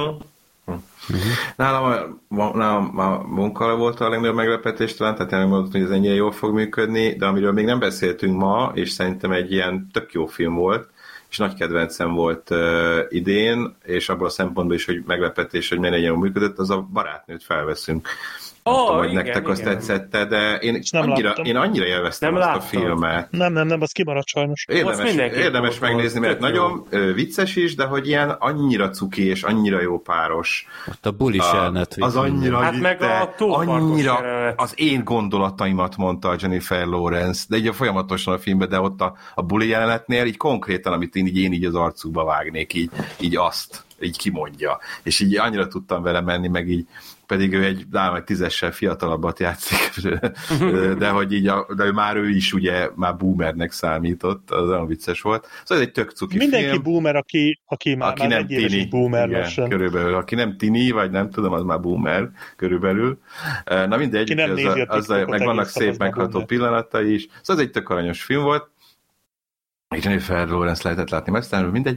Nálam a munka volt a legnagyobb meglepetés talán, tehát nem mondtam, hogy ez ennyire jól fog működni, de amiről még nem beszéltünk ma, és szerintem egy ilyen tök jó film volt, és nagy kedvencem volt idén, és abból a szempontból is, hogy meglepetés, hogy mennyire jól működött, az a Barátnőt felveszünk. tudom, hogy nektek azt tetszette, de én annyira élveztem azt a filmet. Nem, az kimaradt sajnos. Érdemes megnézni, mert nagyon vicces is, de hogy ilyen annyira cuki és annyira jó páros. Ott a bulis elnet. Az annyira hát meg a annyira az én gondolataimat mondta a Jennifer Lawrence, de így folyamatosan a filmben, de ott a buli jelenetnél így konkrétan, amit én így az arcukba vágnék, így azt, így kimondja. És így annyira tudtam vele menni, meg így pedig ő egy 10-essel fiatalabbat játszik, de hogy így, de ő is ugye már boomernek számított, az olyan vicces volt. Szóval ez egy tök cuki Mindenki film. Boomer, aki már nem tini, boomer igen, körülbelül. Aki nem tini, vagy nem tudom, az már boomer körülbelül. Na mindegy, az meg vannak szép megható pillanatai is. Szóval ez egy tök aranyos film volt. Jennifer Lawrence lehetett látni mesztelenül, mindegy.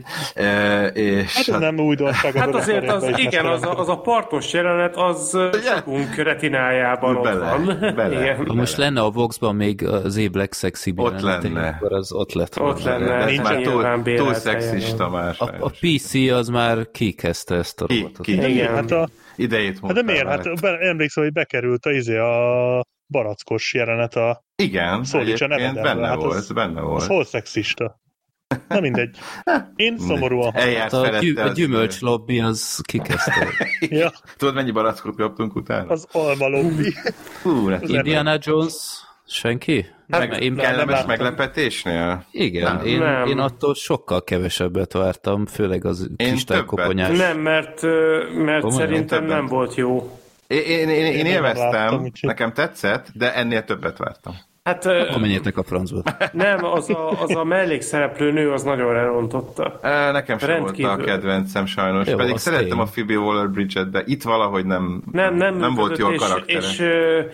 És hát nem újdonság. Hát azért az a partos jelenet, az sokunk retinájában ott van. Ha most lenne a Vox-ban még az év legszexi lenne. Akkor az ott lett volna. Ott lenne. Ez már túl szexista más. A PC az már kikezdte ezt a robotot. Igen. Hát idejét mondta. De miért? Hát emlékszem, hogy bekerült a barackos jelenet igen, Szólítsa egyébként benne volt. Az hol szexista? Na mindegy. Én szomorúan. A gyümölcs lobby az kikezdte. Ja. Tudod, mennyi barackot kaptunk utána? Az alma lobby. Indiana Jones? Senki? Kellemes meglepetésnél? Igen, én attól sokkal kevesebbet vártam, főleg az kristálykoponyás. Nem, mert szerintem nem volt jó. Én élveztem, nekem tetszett, de ennél többet vártam. Hát, akkor menjetek a francba. Nem, az a mellékszereplő nő az nagyon elrontotta. Nekem sem volt a kedvencem sajnos, jó, pedig szerettem a Phoebe Waller-Bridget, de itt valahogy nem volt jó a karaktere. És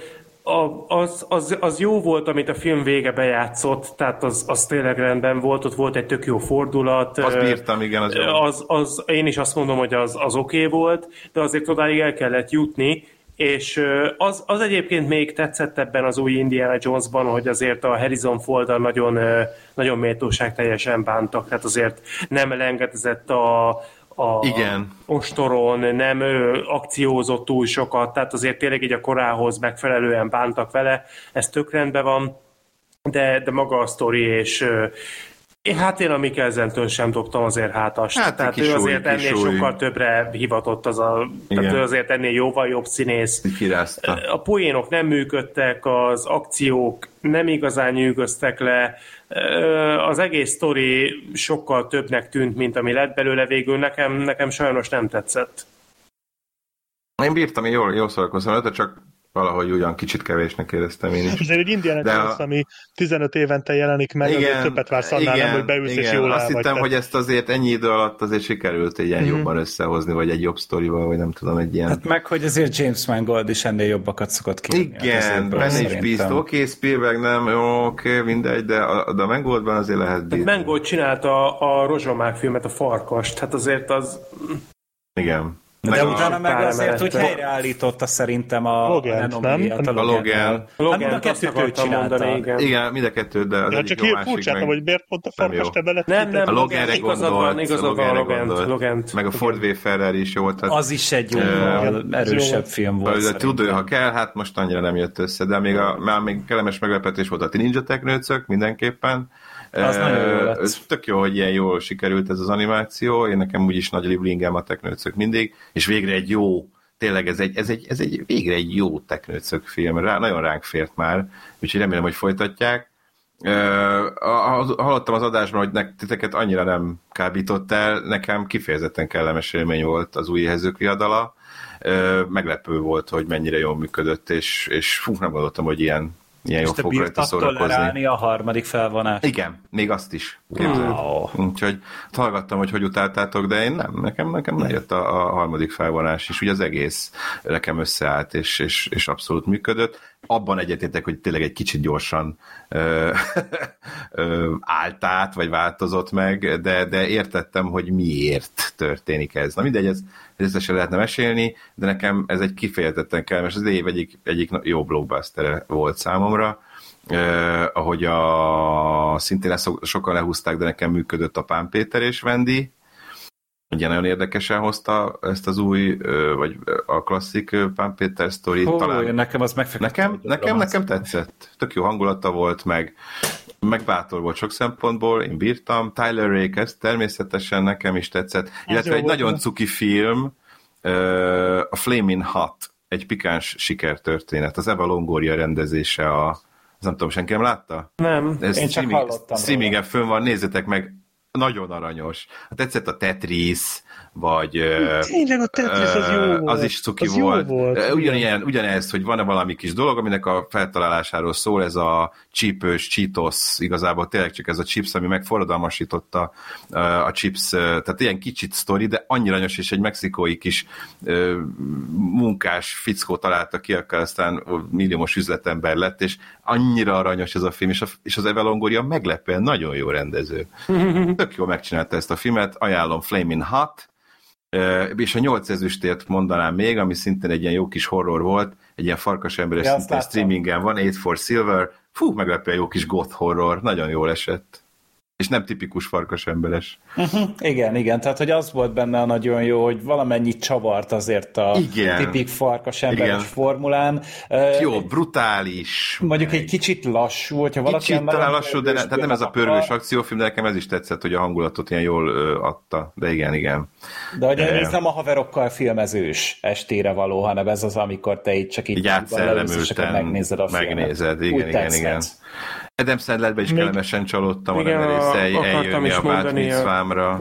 az jó volt, amit a film vége bejátszott, tehát az tényleg rendben volt, ott volt egy tök jó fordulat. Azt bírtam, igen, az jó. Én is azt mondom, hogy az oké volt, de azért odáig el kellett jutni, és az egyébként még tetszett ebben az új Indiana Jonesban, hogy azért a Harrison Forddal nagyon méltóságteljesen bántak, tehát azért nem elengedezett a ostoron, nem akciózott túl sokat, tehát azért tényleg így a korához megfelelően bántak vele, ez tök rendben van, de maga a sztori, és hát én a Mikkelsentől sem dobtam azért hátast. Tehát ő azért ennél sokkal többre hivatott, tehát ő azért ennél jóval jobb színész. Kirázta. A poénok nem működtek, az akciók nem igazán nyűgöztek le, az egész sztori sokkal többnek tűnt, mint ami lett belőle végül. Nekem sajnos nem tetszett. Én bírtam, én jól szórakoztam, de csak valahogy ugyan kicsit kevésnek éreztem én is. Azért egy Indiana Jones, ami 15 évente jelenik meg, azért többet vársz annál, nem, hogy beülsz és jól Azt hittem, hogy ezt azért ennyi idő alatt azért sikerült egy ilyen jobban összehozni, vagy egy jobb sztorival, vagy nem tudom, egy ilyen... Hát meg, hogy azért James Mangold is ennél jobbakat szokott kérni. Igen, benne is bízt. Oké, Spielberg nem, jó, oké, mindegy, de a Mangoldban azért lehet bízni. Mangold csinálta a Rozsomák filmet, a Farkast, hát azért az... Igen. De utána meg azért, hogy helyreállította szerintem a Logant, a Logan. A kettőt csinálta. Igen, mind a kettőt, de az egyik jó másik meg... hogy miért pont a Farkast ebben lett? Nem, a Loganre gondolt. Logant. Meg a Ford V. Ferrari is volt. Az is egy jó, erősebb film volt. Tudod, ha kell, hát most annyira nem jött össze, de még kellemes meglepetés volt a Ninja Teknőcök mindenképpen. Az nagyon jó lett. Tök jó, hogy ilyen jól sikerült ez az animáció, én nekem úgyis nagy lieblingem a Teknőcök mindig, és végre egy jó, tényleg ez egy végre egy jó Teknőcök film, nagyon ránk fért már, úgyhogy remélem, hogy folytatják. Hallottam az adásban, hogy titeket annyira nem kábított el, nekem kifejezetten kellemes élmény volt az új éhezők viadala, meglepő volt, hogy mennyire jól működött, és nem gondoltam, hogy ilyen jól fog rajta szórakozni. Tolerálni a harmadik felvonást? Igen, még azt is. Úgyhogy hallgattam, hogy utáltátok, de én nem. Nekem lejött a harmadik felvonás is, ugye az egész nekem összeállt, és abszolút működött. Abban egyetértek, hogy tényleg egy kicsit gyorsan állt át, vagy változott meg, de értettem, hogy miért történik ez. Na mindegy, ez összesen lehetne mesélni, de nekem ez egy kifejezetten kellemes, az év egyik jó blockbuster volt számomra, ahogy szintén sokan lehúzták, de nekem működött a Pán Péter és Vendi, ugye nagyon érdekesen hozta ezt az új, vagy a klasszik Pán Péter sztorit. Talán... Nekem az megfeküdt. Nekem tetszett. Tök jó hangulata volt, meg bátor volt sok szempontból, én bírtam. Tyler Rake, ez természetesen nekem is tetszett. Illetve egy nagyon cuki film, a Flamin' Hot, egy pikáns sikertörténet. Az Eva Longoria rendezése, nem tudom, senki nem látta? Nem, én csak hallottam. Streamingen fönn van, nézzetek meg, nagyon aranyos. Tetszett a Tetris, vagy... Tényleg a Tetris az jó volt. Az is cuki volt. Ugyanez, hogy van-e valami kis dolog, aminek a feltalálásáról szól, ez a csípős Cheetos, igazából tényleg csak ez a chips, ami megforradalmasította a chips, tehát ilyen kicsit sztori, de annyira aranyos, és egy mexikói kis munkás fickó találta ki, akkor aztán milliómos üzletember lett, és annyira aranyos ez a film, és az Eva Longoria meglepően nagyon jó rendező. Tök jól megcsinálta ezt a filmet, ajánlom, Flamin' Hot, és a 8 ezüstért mondanám még, ami szintén egy ilyen jó kis horror volt, egy ilyen farkasemberes szintén streamingen van, 8 for Silver, meglepően jó kis goth horror, nagyon jól esett. És nem tipikus farkasemberes. Igen, tehát hogy az volt benne nagyon jó, hogy valamennyit csavart azért a tipik farkasemberes formulán. Jó, brutális. Mondjuk egy kicsit lassú, hogyha valaki... Kicsit talán lassú, de tehát nem ez a pörgős akciófilm, de nekem ez is tetszett, hogy a hangulatot ilyen jól adta. De igen. De hogy ez nem a haverokkal filmezős estére való, hanem ez az, amikor te itt csak így átszellemülten megnézed a filmet. Megnézed, igen. Adam Sandlerbe is kellemesen csalódtam a eljönni a Bát Mitzvámra.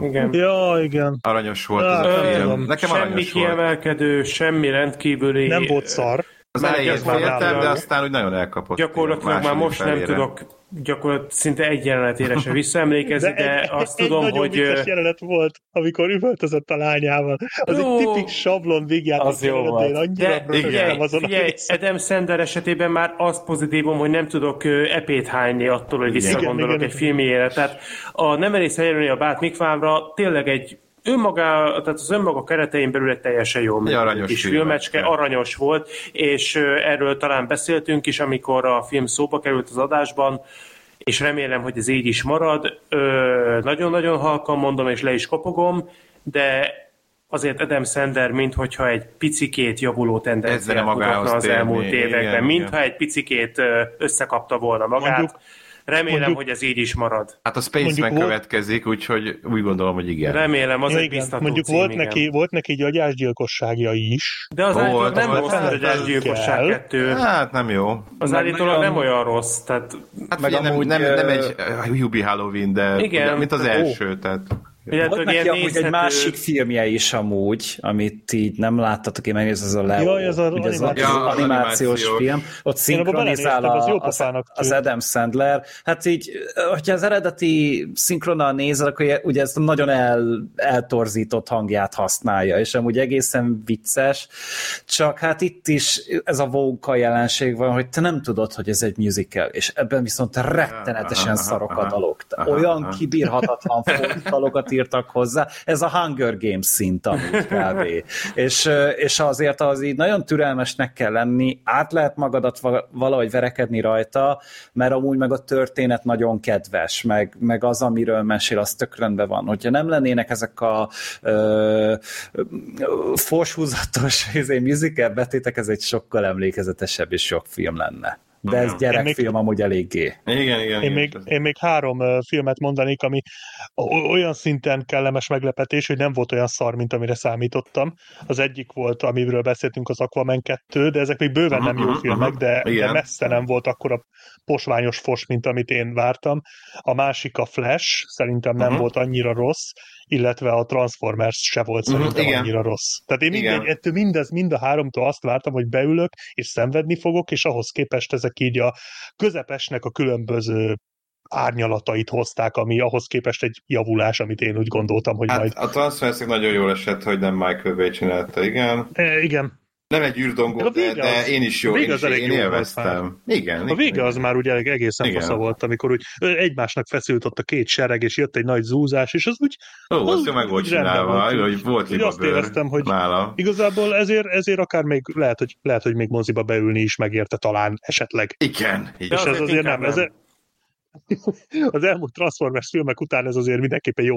Igen. Aranyos volt ez a film. Nekem semmi kiemelkedő, semmi rendkívüli. Nem volt szar. Az elején féltem, de aztán úgy nagyon elkapott. Gyakorlatilag már most nem tudok szinte egy jelenetére se visszaemlékezni, de azt tudom, hogy... Egy nagyon vicces jelenet volt, amikor üvöltözött a lányával. Az egy tipik sablon vígjáték jelenetén, annyira rögtem azon. Figyelj, Adam Sandler esetében már az pozitívum, hogy nem tudok epét hányni attól, hogy visszagondolok egy filmjére. Tehát a Nem merész eljönni a Bát Mikvámra tényleg egy tehát az önmaga keretein belül egy teljesen jó kis filmecske, aranyos volt, és erről talán beszéltünk is, amikor a film szóba került az adásban, és remélem, hogy ez így is marad. Nagyon-nagyon halkan mondom, és le is kopogom, de azért Adam Sandler, minthogyha egy picikét javuló tendenciát mutatna az elmúlt években, mintha egy picikét összekapta volna magát. Remélem, hogy ez így is marad. Hát a Spaceman következik, úgyhogy úgy gondolom, hogy igen. Remélem, az egy biztató mondjuk cím, volt neki gyógyásgyilkosságja is. De az állítólag nem rossz a gyógyásgyilkosság 2. Hát nem jó. Az állítólag nem olyan rossz. Tehát... Hát meg nem egy Hubie Halloween, de igen, mint az első. Tehát... Volt neki amúgy egy másik filmje is amúgy, amit így nem láttatok, én megnézem, ez a Leo, az animációs film, ott szinkronizál az Adam Sandler. Hát így, hogyha az eredeti szinkronnal nézel, akkor ugye ezt nagyon eltorzított hangját használja, és amúgy egészen vicces, csak hát itt is ez a Vogue jelenség van, hogy te nem tudod, hogy ez egy musical, és ebben viszont rettenetesen szarok a dalok. Olyan kibírhatatlan dalokat írtak hozzá, ez a Hunger Games szint amúgy kb. és azért az így nagyon türelmesnek kell lenni, át lehet magadat valahogy verekedni rajta, mert amúgy meg a történet nagyon kedves, meg az, amiről mesél, az tök rendben van. Hogyha nem lennének ezek a forshúzatos musical betétek, ez egy sokkal emlékezetesebb és sok film lenne. De ez gyerekfilm amúgy eléggé. Igen. Én még 3 filmet mondanék, ami olyan szinten kellemes meglepetés, hogy nem volt olyan szar, mint amire számítottam. Az egyik volt, amiről beszéltünk, az Aquaman 2, de ezek még bőven nem jó filmek, de messze nem volt akkora posványos fos, mint amit én vártam. A másik a Flash, szerintem nem volt annyira rossz, illetve a Transformers se volt szerintem annyira rossz. Tehát én mind a 3-tól azt vártam, hogy beülök, és szenvedni fogok, és ahhoz képest ezek így a közepesnek a különböző árnyalatait hozták, ami ahhoz képest egy javulás, amit én úgy gondoltam, hogy majd... A Transformersnek nagyon jól esett, hogy nem Michael Bay csinálta, igen. Igen. Nem egy űrdongó, de én is jó, én élveztem. Igen. A vége az már ugye egészen fasza volt, amikor úgy egymásnak feszült ott a két sereg, és jött egy nagy zúzás, és az úgy... az jó meg volt csinálva, hogy volt libabőr. Azt éreztem, hogy nála. Igazából ezért akár még lehet, hogy még moziba beülni is megérte talán esetleg. Igen. És ez azért nem. Az elmúlt Transformers filmek után ez azért mindenképpen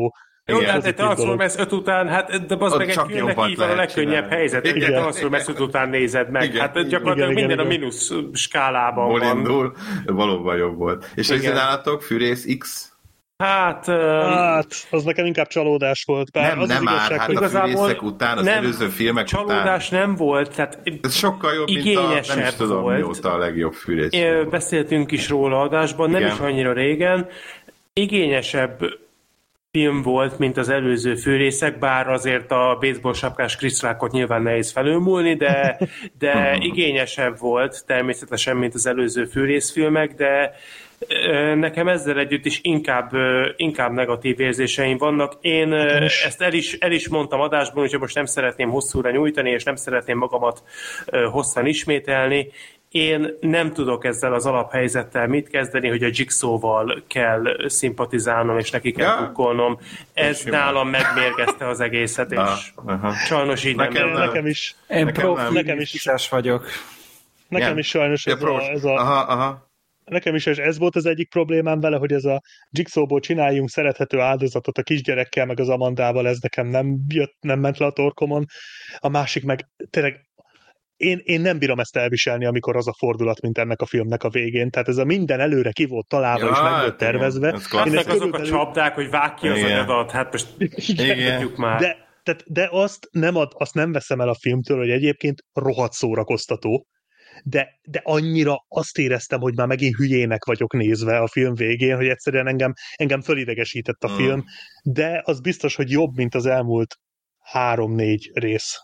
Jó, hát egy Transformers 5 után, hát de az meg egy filmnek így van a legkönnyebb helyzet. Egy Transformers 5 után nézed meg. Igen, hát gyakorlatilag minden a mínusz skálában van. Indul, valóban jobb volt. És az nálatok, Fűrész X? Hát, az nekem inkább csalódás volt. Bár nem, nem már, hát a Fűrészek után, az előző filmek után. Csalódás nem volt, tehát ez sokkal jobb, mint a, nem is tudom volt. Mióta a legjobb Fűrész. Beszéltünk is róla adásban, nem is annyira régen. Igényesebb film volt, mint az előző Fűrészek, bár azért a baseball sapkás Krisztrákot nyilván nehéz felülmúlni, de igényesebb volt természetesen, mint az előző Fűrészfilmek, de nekem ezzel együtt is inkább negatív érzéseim vannak. Én ezt el is mondtam adásban, úgyhogy most nem szeretném hosszúra nyújtani, és nem szeretném magamat hosszan ismételni. Én nem tudok ezzel az alaphelyzettel mit kezdeni, hogy a Jigsaw-val kell szimpatizálnom, és neki kell kukkolnom. Ez nálam megmérgezte az egészet, és sajnos így nekem is. Én profilizás vagyok. Nekem is sajnos ez a nekem is ez volt az egyik problémám vele, hogy ez a Jigsawból csináljunk szerethető áldozatot a kisgyerekkel, meg az Amandával, ez nekem nem ment le a torkomon. A másik meg tényleg én nem bírom ezt elviselni, amikor az a fordulat, mint ennek a filmnek a végén. Tehát ez a minden előre ki volt találva, és meg volt tervezve. Azok azok a csapdák, hogy vág ki az anyadat, hát most tudjuk már. De azt nem veszem el a filmtől, hogy egyébként rohadt szórakoztató, de annyira azt éreztem, hogy már megint hülyének vagyok nézve a film végén, hogy egyszerűen engem fölidegesített a film, de az biztos, hogy jobb, mint az elmúlt 3-4 rész.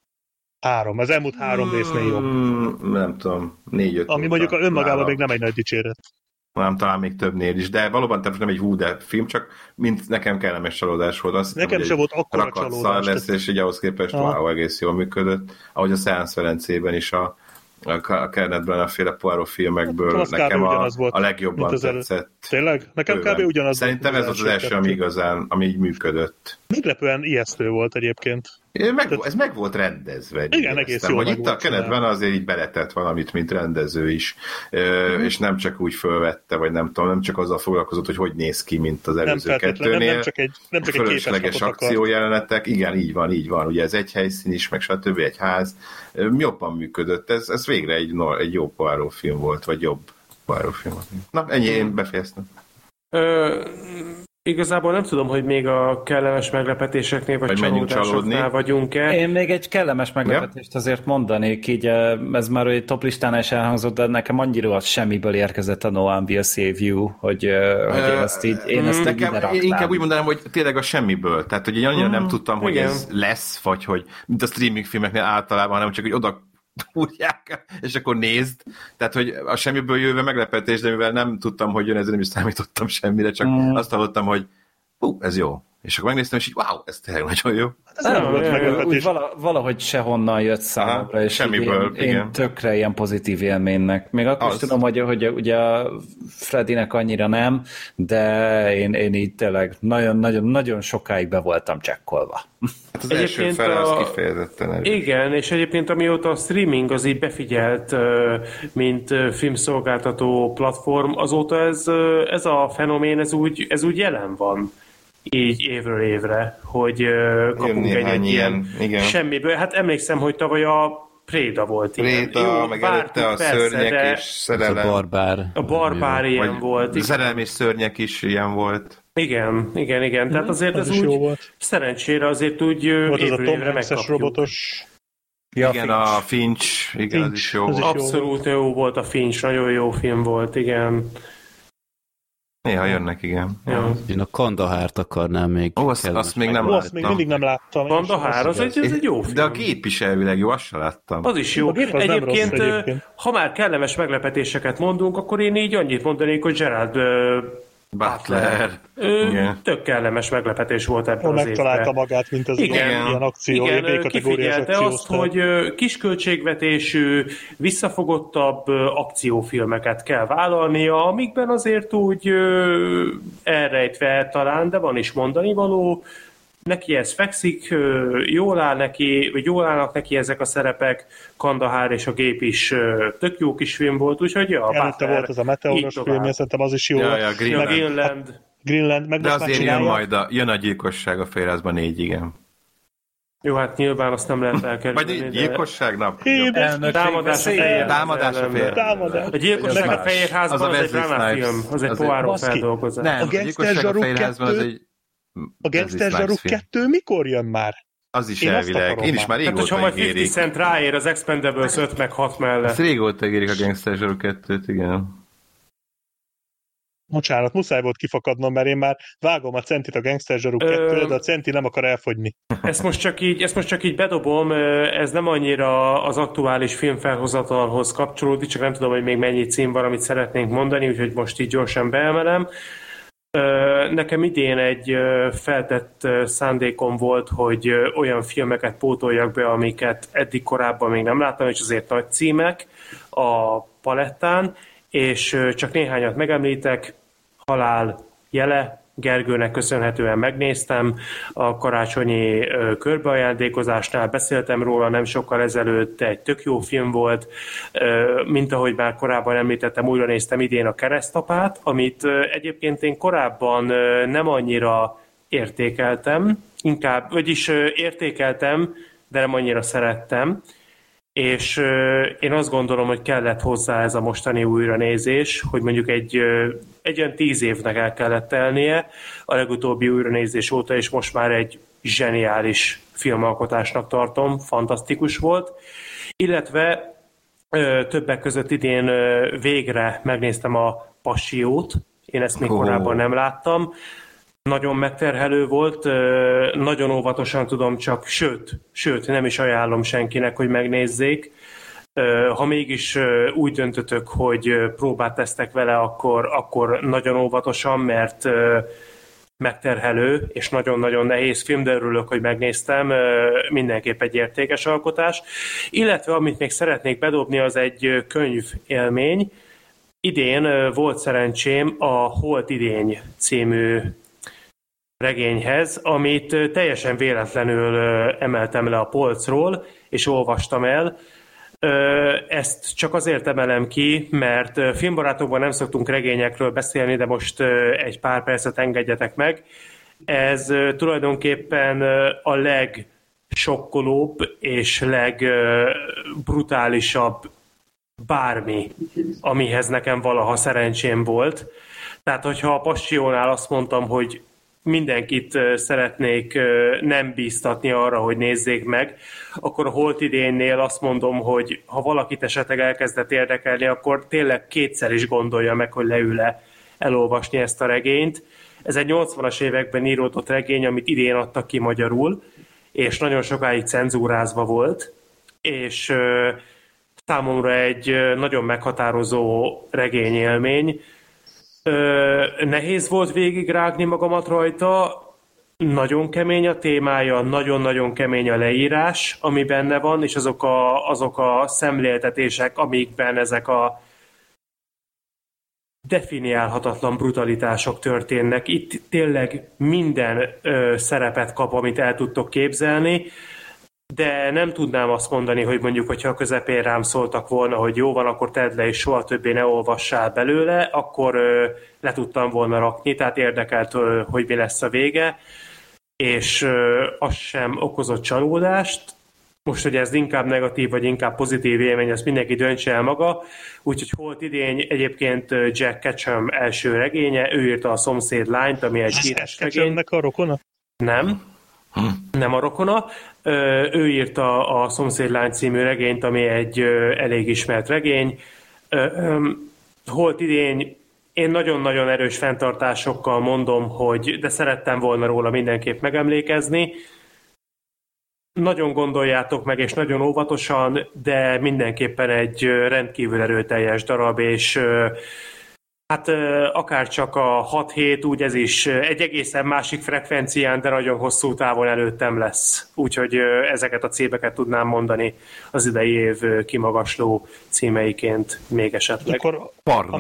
Az elmúlt 3 résznél jobb. Nem tudom, 4-5. Ami mondjuk önmagában még nem egy nagy dicséret. Nem, talán még többnél is, de valóban nem egy húde film, csak mint nekem kellemes csalódás volt. Azt nekem sem volt akkora csalódás. Lesz, és így ahhoz képest egész jól működött. Ahogy a Science Ferencében is a Kenneth Branagh-féle Poirot filmekből nekem a legjobban tetszett. Tényleg? Nekem kb. Ugyanaz. Szerintem ez az első, ami így működött. Meglepően ijesztő volt egyébként. Ez meg volt rendezve. Igen, egész jól itt a Kenneth Branagh azért így beletett valamit, mint rendező is, és nem csak úgy fölvette, vagy nem tudom, nem csak azzal foglalkozott, hogy néz ki, mint az előző kettőnél. Nem csak egy fölösleges akciójelenetek. Igen, így van. Ugye ez egy helyszín is, meg stb. Egy ház. Jobban működött. Ez végre egy jó Poirot film volt, vagy jobb Poirot film volt. Na, ennyi, én befejeztem. Igazából nem tudom, hogy még a kellemes meglepetéseknél, vagy csalódásoknál vagyunk-e. Én még egy kellemes meglepetést azért mondanék, így ez már egy top listán is elhangzott, de nekem annyira az semmiből érkezett a No One Will Save You, hogy én ezt nekem inkább úgy mondanám, hogy tényleg a semmiből. Tehát, hogy én annyira nem tudtam, hogy ez lesz, vagy hogy mint a streaming filmeknél általában, hanem csak, hogy oda húrják, és akkor nézd. Tehát, hogy a semmiből jövő meglepetés, de mivel nem tudtam, hogy jön, ezért nem is számítottam semmire, csak azt hallottam, hogy ez jó. És akkor megnéztem, és így, wow, ez tényleg nagyon jó. Ez nem volt meglepetés. Valahogy sehonnan jött számomra, és semmiből, én tökre ilyen pozitív élménynek. Még akkor is tudom, hogy ugye a Freddynek annyira nem, de én így tényleg nagyon sokáig be voltam csekkolva. Hát az első fele az kifejezetten erős. Igen, és egyébként amióta a streaming az így befigyelt, mint filmszolgáltató platform, azóta ez a fenomén, ez úgy jelen van. Így évről évre, hogy kapunk egy ilyen semmiből. Hát emlékszem, hogy tavaly a Préda volt ilyen. Préda, meg előtte a Szörnyek és Szerelem. A Barbár ilyen volt. A Szerelem és Szörnyek is ilyen volt. Igen. Tehát azért ez úgy szerencsére azért úgy volt évről évre megkapjuk. Robotos. Igen, a Finch. Igen, az is jó volt. Abszolút jó volt a Finch, nagyon jó film volt, igen. Néha jönnek, igen. Ja. Én a Kandahárt akarnám még. Azt még nem láttam. Még mindig nem láttam. Kandahár, az egy jó film. De a gép is elvileg jó, azt sem láttam. Az is jó. Egyébként, ha már kellemes meglepetéseket mondunk, akkor én így annyit mondanék, hogy Gerard Butler. Tök kellemes meglepetés volt ebben az évben. Megtalálta magát, mint az ilyen akció, igen, kifigyelte azt, hogy kisköltségvetésű, visszafogottabb akciófilmeket kell vállalnia, amikben azért úgy elrejtve talán, de van is mondani való. Neki ez fekszik, jól állnak neki ezek a szerepek, Kandahár és a gép is tök jó kis film volt, úgyhogy előtte volt ez a meteoros film, szerintem az is jó. Greenland. Greenland meg de azért jön a gyilkosság a Félreházban 4, igen. Jó, hát nyilván azt nem lehet elkerülni. Vagy gyilkosság nap. Támadás a Fehérházban. A gyilkosság a Fehérházban az egy drámafilm, az egy Poirot feldolgozás. Nem, a gyilkosság a Fehérházban az egy... A Gangster Zsaruk 2 mikor jön már? Az is elvileg. Én is már régóta ígérik. Tehát, ha majd 50 Cent ráér az Expendables 5 meg 6 mellett. Ezt régóta ígérik a Gangster Zsaruk 2-t, igen. Bocsánat, muszáj volt kifakadnom, mert én már vágom a centit a Gangster Zsaruk 2-re, de a centi nem akar elfogyni. Ezt most csak így bedobom, ez nem annyira az aktuális filmfelhozatalhoz kapcsolódik, csak nem tudom, hogy még mennyi cím van, amit szeretnénk mondani, úgyhogy most így gyorsan beemelem. Nekem idén egy feltett szándékom volt, hogy olyan filmeket pótoljak be, amiket eddig korábban még nem láttam, és azért nagy címek a palettán, és csak néhányat megemlítek. Halál jele, Gergőnek köszönhetően megnéztem, a karácsonyi körbeajándékozásnál beszéltem róla nem sokkal ezelőtt, egy tök jó film volt, mint ahogy már korábban említettem, újra néztem idén a Keresztapát, amit egyébként én korábban nem annyira értékeltem, vagyis értékeltem, de nem annyira szerettem, és én azt gondolom, hogy kellett hozzá ez a mostani újranézés, hogy mondjuk egy olyan 10 évnek el kellett telnie a legutóbbi újranézés óta, és most már egy zseniális filmalkotásnak tartom, fantasztikus volt. Illetve többek között idén végre megnéztem a Passiót, én ezt még korábban nem láttam. Nagyon megterhelő volt, nagyon óvatosan tudom csak, sőt, nem is ajánlom senkinek, hogy megnézzék. Ha mégis úgy döntötök, hogy próbát tesztek vele, akkor nagyon óvatosan, mert megterhelő, és nagyon-nagyon nehéz film, de örülök, hogy megnéztem, mindenképp egy értékes alkotás. Illetve, amit még szeretnék bedobni, az egy könyv élmény. Idén volt szerencsém a Holt idény című regényhez, amit teljesen véletlenül emeltem le a polcról, és olvastam el. Ezt csak azért emelem ki, mert filmbarátokban nem szoktunk regényekről beszélni, de most egy pár percet engedjetek meg. Ez tulajdonképpen a legsokkolóbb és legbrutálisabb bármi, amihez nekem valaha szerencsém volt. Tehát, hogyha a Passiónál azt mondtam, hogy mindenkit szeretnék nem bíztatni arra, hogy nézzék meg, akkor a Holt idénnél azt mondom, hogy ha valakit esetleg elkezdett érdekelni, akkor tényleg kétszer is gondolja meg, hogy leül-e elolvasni ezt a regényt. Ez egy 80-as években íródott regény, amit idén adtak ki magyarul, és nagyon sokáig cenzúrázva volt, és számomra egy nagyon meghatározó regényélmény. Nehéz volt végigrágni magamat rajta, nagyon kemény a témája, nagyon-nagyon kemény a leírás, ami benne van, és azok a szemléltetések, amikben ezek a definiálhatatlan brutalitások történnek. Itt tényleg minden szerepet kap, amit el tudtok képzelni, de nem tudnám azt mondani, hogy mondjuk, hogyha a közepén rám szóltak volna, hogy jó van, akkor tedd le, és soha többé ne olvassál belőle, akkor le tudtam volna rakni, tehát érdekelt, hogy mi lesz a vége, és az sem okozott csalódást. Most, hogy ez inkább negatív, vagy inkább pozitív élmény, ezt mindenki döntse el maga. Úgyhogy Holt idény egyébként Jack Ketchum első regénye, ő írta a Szomszéd lányt, ami egy híres regény. Ketchumnek a rokona? Nem a rokona. Ő írta a Szomszédlány című regényt, ami egy elég ismert regény. Holt idény, én nagyon-nagyon erős fenntartásokkal mondom, hogy de szerettem volna róla mindenképp megemlékezni. Nagyon gondoljátok meg, és nagyon óvatosan, de mindenképpen egy rendkívül erőteljes darab, és hát akár csak a 6-7, úgy ez is egy egészen másik frekvencián, de nagyon hosszú távon előttem lesz. Úgyhogy ezeket a címeket tudnám mondani az idei év kimagasló címeiként még esetleg. Akkor, ha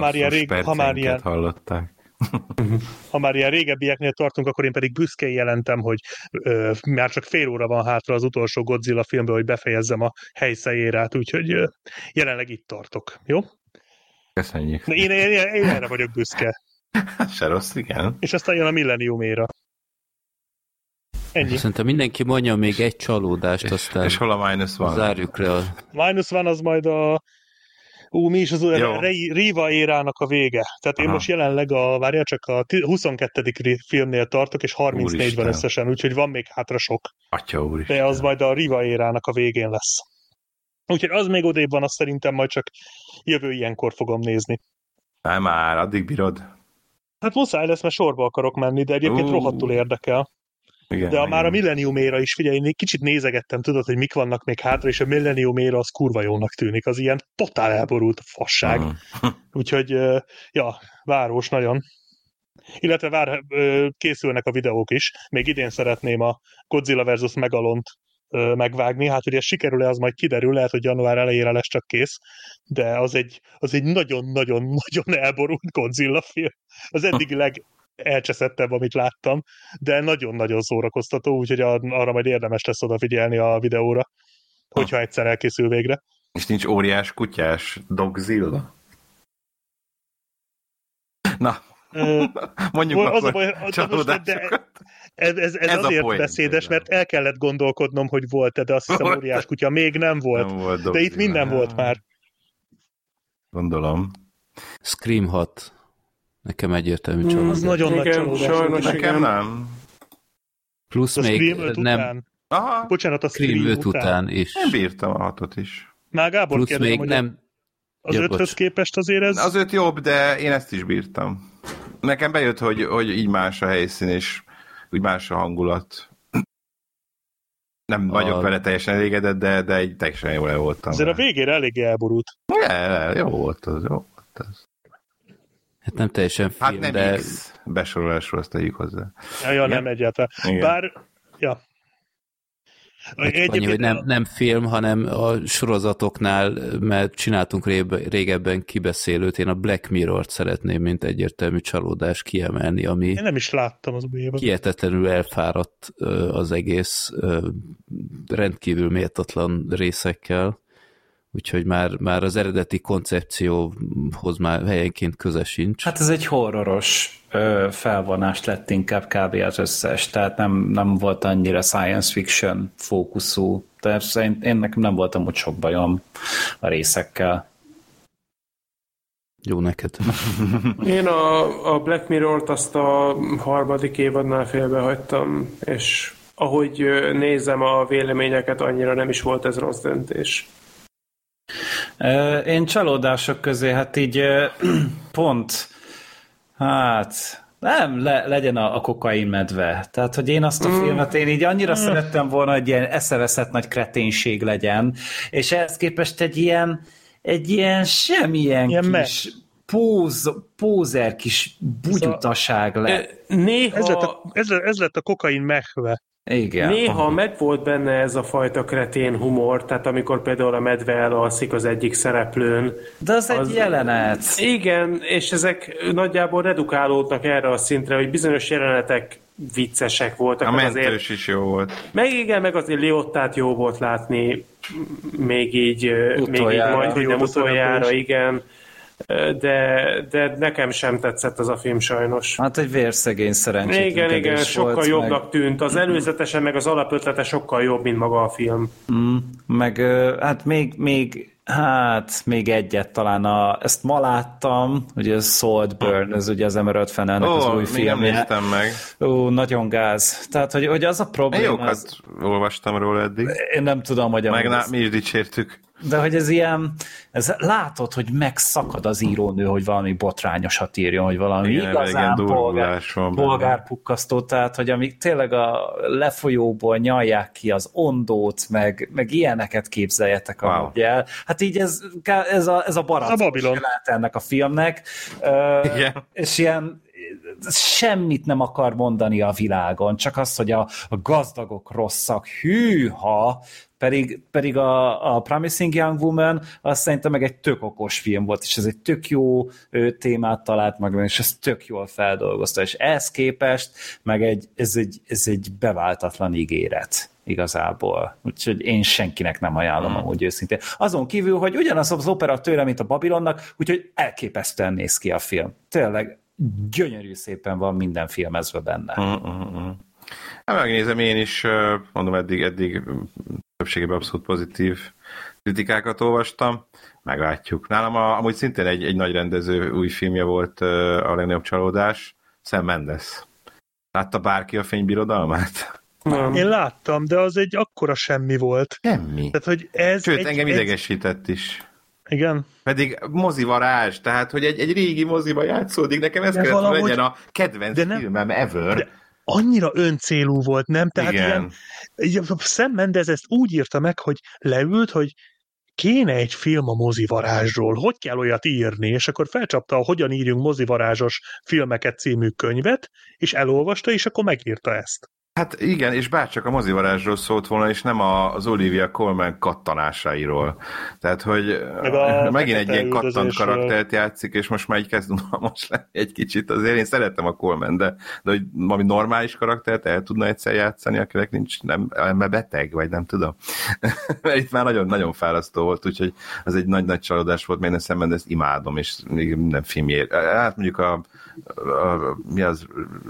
már ilyen régebbieknél tartunk, akkor én pedig büszkén jelentem, hogy már csak fél óra van hátra az utolsó Godzilla filmből, hogy befejezzem a helyszejérát, úgyhogy jelenleg itt tartok. Jó? Köszönjük. Én erre vagyok büszke. Se rossz, igen. És aztán jön a Millennium éra. Ennyi. Szerintem mindenki mondja még egy csalódást, aztán és hol a mínusz van? Zárjuk le a... Mínusz van, az majd a mi is az Riva érának a vége. Tehát én most jelenleg csak a 22. filmnél tartok, és 34 Úristen. Van összesen, úgyhogy van még hátra sok. Atya úristen. De az majd a Riva érának a végén lesz. Úgyhogy az még odébb van, azt szerintem majd csak jövő ilyenkor fogom nézni. Nem már, addig bírod. Hát muszáj lesz, mert sorba akarok menni, de egyébként rohadtul érdekel. Igen, de már a Millennium éra is, figyelj, én kicsit nézegettem, tudod, hogy mik vannak még hátra, és a Millennium éra az kurva jónak tűnik, az ilyen totál elborult fasság. Úgyhogy, ja, város nagyon. Illetve készülnek a videók is. Még idén szeretném a Godzilla vs. Megalont megvágni, hát hogy ez sikerül-e, az majd kiderül, lehet, hogy január elejére lesz csak kész, de az egy nagyon-nagyon-nagyon elborult Godzilla film. Az eddigi elcseszettebb, amit láttam, de nagyon-nagyon szórakoztató, úgyhogy arra majd érdemes lesz odafigyelni a videóra, hogyha egyszer elkészül végre. És nincs óriás kutyás Dogzilla? Na, mondjuk az akkor csalódásokat. Ez azért beszédes, mert el kellett gondolkodnom, hogy volt-e, de azt hiszem óriás kutya még nem volt. Nem volt de itt minden volt már. Gondolom. Scream 6. Nekem egyértelmű csalódás. Az nagyon nagy csalódás. Nekem nem. Plusz még nem... Aha. Bocsánat, a Scream 5 után is. Nem bírtam a 6-ot is. Már Gábor plusz kérdezem, még nem... Az 5-höz képest azért ez... Az 5 jobb, de én ezt is bírtam. Nekem bejött, hogy így más a helyszín, és úgy más a hangulat. Nem vagyok vele teljesen elégedett, de egy teljesen jól el voltam. Azért a végére elég elborult. Jó volt az. Hát nem teljesen film, hát nem de... X besorolásról azt tegyük hozzá. Ja, nem egyáltalán. Igen. Bár, ja. Annyi, hogy nem film, hanem a sorozatoknál, mert csináltunk régebben kibeszélőt, én a Black Mirror-t szeretném, mint egyértelmű csalódás kiemelni, ami én nem is láttam az újjában. Hihetetlenül elfáradt az egész, rendkívül méltatlan részekkel, úgyhogy már az eredeti koncepcióhoz már helyenként köze sincs. Hát ez egy horroros felvonást lett inkább kb. Az összes, tehát nem volt annyira science fiction fókuszú, tehát én nekem nem voltam úgy sok bajom a részekkel. Jó neked. Én a Black Mirror-t azt a 3. évadnál félbehagytam, és ahogy nézem a véleményeket, annyira nem is volt ez rossz döntés. Én csalódások közé, hát így pont, hát nem, legyen a kokain medve. Tehát, hogy én azt a filmet, én így annyira szerettem volna, hogy ilyen eszeveszett nagy kreténség legyen, és ehhez képest egy ilyen semmilyen ilyen kis pózer kis bugyutaság lett. Néha... Ez lett a kokain mehve. Igen. Néha megvolt benne ez a fajta kretén humor, tehát amikor például a medve elalszik az egyik szereplőn. De az egy jelenet. Igen, és ezek nagyjából redukálódnak erre a szintre, hogy bizonyos jelenetek viccesek voltak. A mentős azért, is jó volt. Meg azért Liottát jó volt látni, még így majd, hogy nem utoljára, igen. De nekem sem tetszett ez a film sajnos. Hát egy vérszegény szerencsétlenkedés volt. Igen, sokkal jobbnak tűnt. Az előzetesen, meg az alapötlete sokkal jobb, mint maga a film. Meg hát még egyet talán ezt ma láttam, ugye a Saltburn, ez ugye az Emerald Fennelnek az új filmje. Még emléztem meg. Nagyon gáz. Tehát, hogy az a probléma... Jókat olvastam róla eddig. Én nem tudom, hogy... Mi is dicsértük. De hogy ez látod, hogy megszakad az írónő, hogy valami botrányosat írjon, hogy valami igen, igazán polgárpukkasztó, tehát hogy amíg tényleg a lefolyóból nyalják ki az ondót, meg ilyeneket képzeljetek amúgy el. Hát így ez a barackos jelent ennek a filmnek. És ilyen semmit nem akar mondani a világon, csak azt, hogy a gazdagok rosszak, hűha, pedig a Promising Young Woman azt szerintem meg egy tök okos film volt, és ez egy tök jó témát talált meg, és ez tök jól feldolgozta, és ehhez képest meg ez egy beváltatlan ígéret igazából. Úgyhogy én senkinek nem ajánlom amúgy őszintén. Azon kívül, hogy ugyanaz az opera tőle, mint a Babylonnak, úgyhogy elképesztően néz ki a film. Tényleg gyönyörű szépen van minden filmezve benne. Hát megnézem én is, mondom, eddig többségében abszolút pozitív kritikákat olvastam, meglátjuk. Nálam amúgy szintén egy nagy rendező új filmje volt a legnagyobb csalódás, Sam Mendes. Látta bárki a Fénybirodalmát? Nem. Én láttam, de az egy akkora semmi volt. Semmi. Tehát, hogy ez sőt, engem idegesített is. Igen. Pedig mozivarázs, tehát, hogy egy régi moziba játszódik, nekem ez kellett, hogy legyen a kedvenc filmem ever. De annyira öncélú volt, nem? Tehát ilyen, Sam Mendes ezt úgy írta meg, hogy leült, hogy kéne egy film a mozivarázsról, hogy kell olyat írni, és akkor felcsapta a Hogyan írjunk mozivarázsos filmeket című könyvet, és elolvasta, és akkor megírta ezt. Hát igen, és bárcsak a mozivarázsról szólt volna, és nem az Olivia Colman kattanásairól. Tehát, hogy megint egy ilyen kattant karaktert játszik, és most már így kezd most lenni egy kicsit. Azért én szeretem a Colman, de hogy valami normális karaktert el tudna egyszer játszani, akinek nincs, nem beteg, vagy nem tudom. Mert itt már nagyon-nagyon fárasztó volt, úgyhogy az egy nagy-nagy csalódás volt, mert én szemben ezt imádom, és még minden filmjét. Hát mondjuk mi az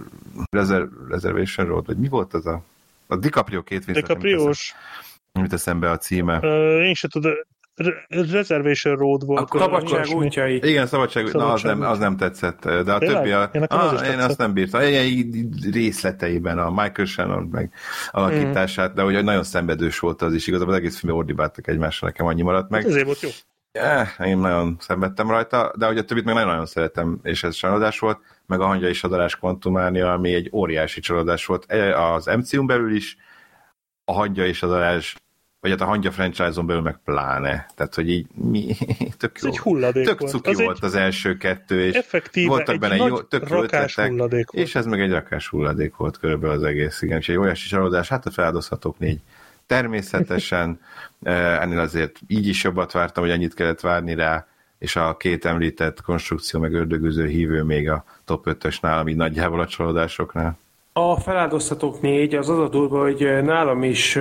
Reservation Road, vagy mi volt az a DiCaprio két visszat? DiCaprio-s. Mit eszembe a címe? Én sem tudom. Reservation Road volt. A Szabadság útjai. Igen, Szabadság az nem tetszett, de a többi én azt nem bírtam. Részleteiben a Michael Shannon meg alakítását, de hogy nagyon szenvedős volt az is, igazából az egész filmben ordibáltak egymásra, nekem annyi maradt meg. Ezért volt jó. Én nagyon szenvedtem rajta, de hogy a többit meg nagyon szeretem, és ez csalódás volt, meg a Hangya és a Darázs Kvantumánia, ami egy óriási csalódás volt az MCU-n belül is, a Hangya és a Darázs, vagy hát a Hangya franchise-on belül meg pláne. Tehát, hogy így tök jó. Ez egy hulladék tök volt. cuki volt az első kettő, és voltak benne jó, tök jó ötletek, és ez meg egy rakás hulladék volt körülbelül az egész. Igen, és egy óriási csalódás, hát a Feláldozhatók 4. Természetesen ennél azért így is jobbat vártam, hogy annyit kellett várni rá, és a két említett konstrukció meg ördögűző hívő még a top 5-ös nálam, így nagyjából a csalódásoknál. A Feláldozhatók 4 az a durva, hogy nálam is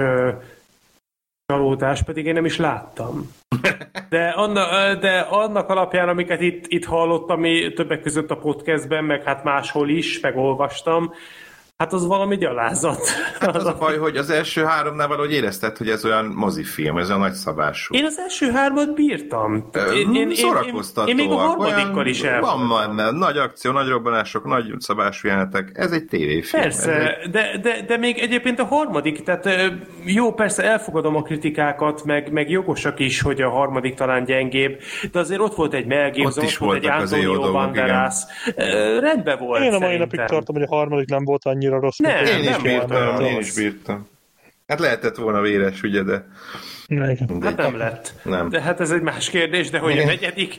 csalódás, pedig én nem is láttam. De annak alapján, amiket itt hallottam, többek között a podcastben, meg hát máshol is, meg olvastam, hát az valami gyalázat. Hát az a baj, hogy az első 3-nál valahogy érezted, hogy ez olyan mozifilm, ez olyan nagyszabású. Én az első 3-at bírtam. Szórakoztatóak. Én még a harmadikkal is elfogadtam. Van nagy akció, nagy robbanások, nagy szabású jelenetek. Ez egy tévéfilm. Persze, de még egyébként a harmadik, tehát jó, persze elfogadom a kritikákat, meg jogosak is, hogy a harmadik talán gyengébb, de azért ott volt egy Mel Gibson, ott volt egy Antonio Banderas. Rendben volt. Én a mai napig tartom, hogy a harmadik nem volt annyira rossz. Én is bírtam. Hát lehetett volna véres, ugye, de... Hát nem lett. Nem. De hát ez egy más kérdés, de hogy a negyedik...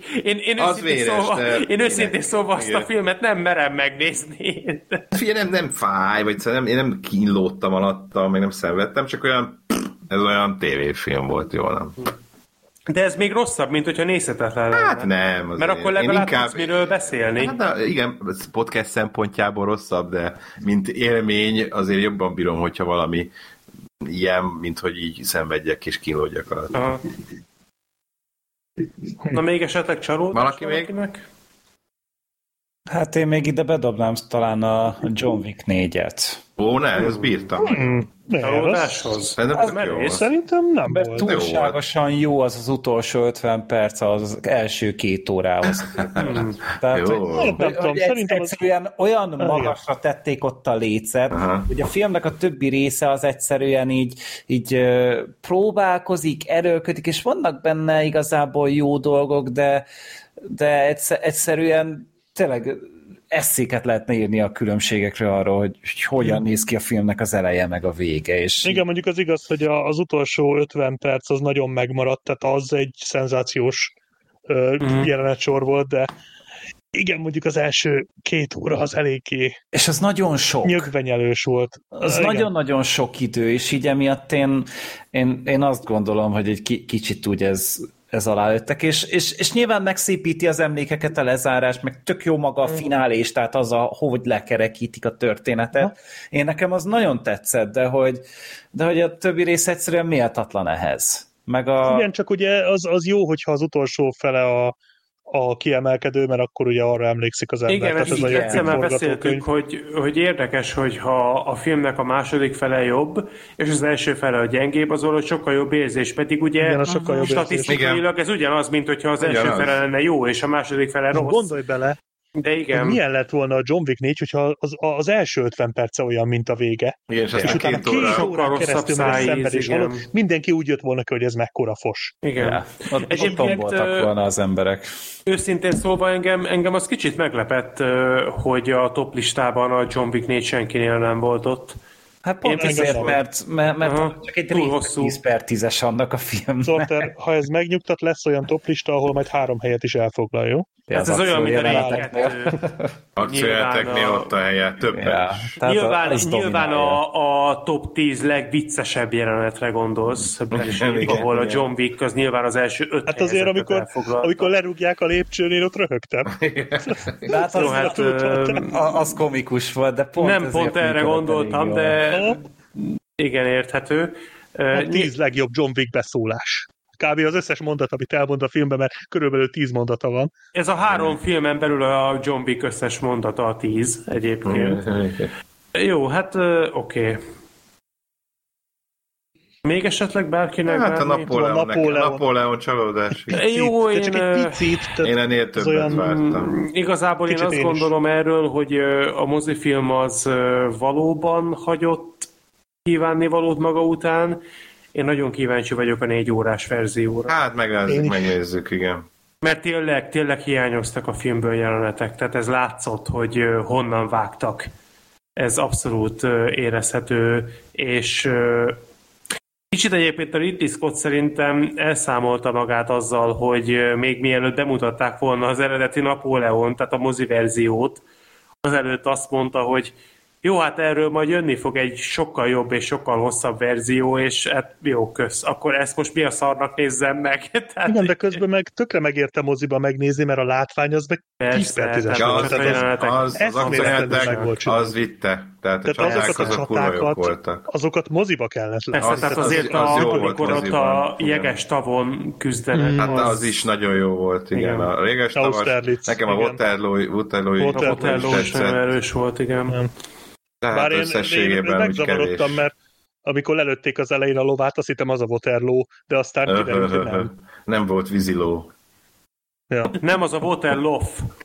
Én őszintén szóval azt a filmet nem merem megnézni. Figyelj, nem fáj, vagy én nem kínlódtam alatta, meg nem szenvedtem, csak ez olyan tévéfilm volt, jól nem? De ez még rosszabb, mint hogyha nézhetetlen lenne. Hát nem. Mert akkor legalább tudsz miről beszélni. Hát igen, podcast szempontjából rosszabb, de mint élmény azért jobban bírom, hogyha valami ilyen, mint hogy így szenvedjek és kínlódjak alatt. Aha. Na még esetleg csalódás valaki valakinek? Hát én még ide bedobnám talán a John Wick 4-et. Ó, ne, ezt bírtam. Csalódáshoz? Szerintem nem volt. Túlságosan jó az utolsó 50 perc az első 2 órához. Tehát, egyszerűen olyan magasra tették ott a lécet, hogy a filmnek a többi része az egyszerűen így próbálkozik, erőlködik, és vannak benne igazából jó dolgok, de egyszerűen tényleg eszéket lehetne írni a különbségekre arról, hogy hogyan néz ki a filmnek az eleje meg a vége. És igen, mondjuk az igaz, hogy az utolsó 50 perc az nagyon megmaradt, tehát az egy szenzációs jelenetsor volt, de igen, mondjuk az első 2 óra az eléggé és az nagyon sok. Nyögvenyelős volt. Az nagyon-nagyon sok idő, és így emiatt én azt gondolom, hogy egy kicsit úgy ez alá jöttek, és nyilván megszépíti az emlékeket a lezárás, meg tök jó maga a finálés, tehát az, hogy lekerekítik a történetet. Én nekem az nagyon tetszett, de hogy a többi rész egyszerűen méltatlan ehhez. Igen, csak ugye az jó, hogyha az utolsó fele a kiemelkedő, mert akkor ugye arra emlékszik az ember. Igen, ezt egyszer már beszéltük, hogy érdekes, hogy ha a filmnek a második fele jobb, és az első fele a gyengébb, az valahogy sokkal jobb érzés, pedig ugye igen, statisztikailag ez ugyanaz, mint hogyha az első fele lenne jó, és a második fele rossz. Gondolj bele, de igen. Milyen lett volna a John Wick 4, hogyha az első 50 perce olyan, mint a vége. Igen, és utána két órán keresztül szenvedés alatt mindenki úgy jött volna ki, hogy ez mekkora fos. Igen. Ja. Ott tomboltak volna az emberek. Őszintén szólva engem az kicsit meglepett, hogy a top listában a John Wick 4 senkinél nem volt ott. Hát pont ezért, mert csak egy 10/10-es annak a filmnek. Zoltán, ha ez megnyugtat, lesz olyan toplista, ahol majd 3 helyet is elfoglal, jó? Hát ez olyan, mint a Régeteknél. Akciójáteknél ott a helye, többet. Ja, nyilván a top 10 legviccesebb jelenetre gondolsz, ahol a John Wick az nyilván az első 5 hát azért, amikor lerúgják a lépcsőn, én ott röhögtem. De hát az komikus volt, de pont nem pont erre gondoltam, de igen, érthető. A 10 legjobb John Wick beszólás. Kb. Az összes mondat, amit elmond a filmben, mert körülbelül 10 mondata van. Ez a 3 filmen belül a John Wick összes mondata a 10 egyébként. Jó, hát oké. Még esetleg bárkinek? Hát a Napóleon csalódás. Jó, én ennél többet vártam. Igazából én azt gondolom erről, hogy a mozifilm az valóban hagyott kívánnivalót maga után. Én nagyon kíváncsi vagyok a 4 órás verzióra. Hát megnézzük, igen. Mert tényleg hiányoztak a filmből jelenetek, tehát ez látszott, hogy honnan vágtak. Ez abszolút érezhető, és kicsit egyébként a Ridley Scott szerintem elszámolta magát azzal, hogy még mielőtt bemutatták volna az eredeti Napóleon, tehát a mozi verziót, azelőtt azt mondta, hogy jó, hát erről majd jönni fog egy sokkal jobb és sokkal hosszabb verzió, és hát jó, kösz. Akkor ezt most mi a szarnak nézzem meg? Tehát... Igen, de közben meg tökre megérte moziba megnézni, mert a látvány az meg 10/10. Az vitte. Tehát a csaták azok kurva jók voltak. Azokat moziba kellett látni. Persze, tehát azért amikor ott a jeges tavon küzdenek. Hát az is nagyon jó volt, igen. A jeges tavas, nekem a Waterloo is nagyon erős volt, igen. Bár én megzavarodtam, mert amikor lelőtték az elején a lovát, azt hittem az a Waterloo, de aztán kiderült, hogy nem. Nem volt víziló. Ja. Nem, az a Waterloo.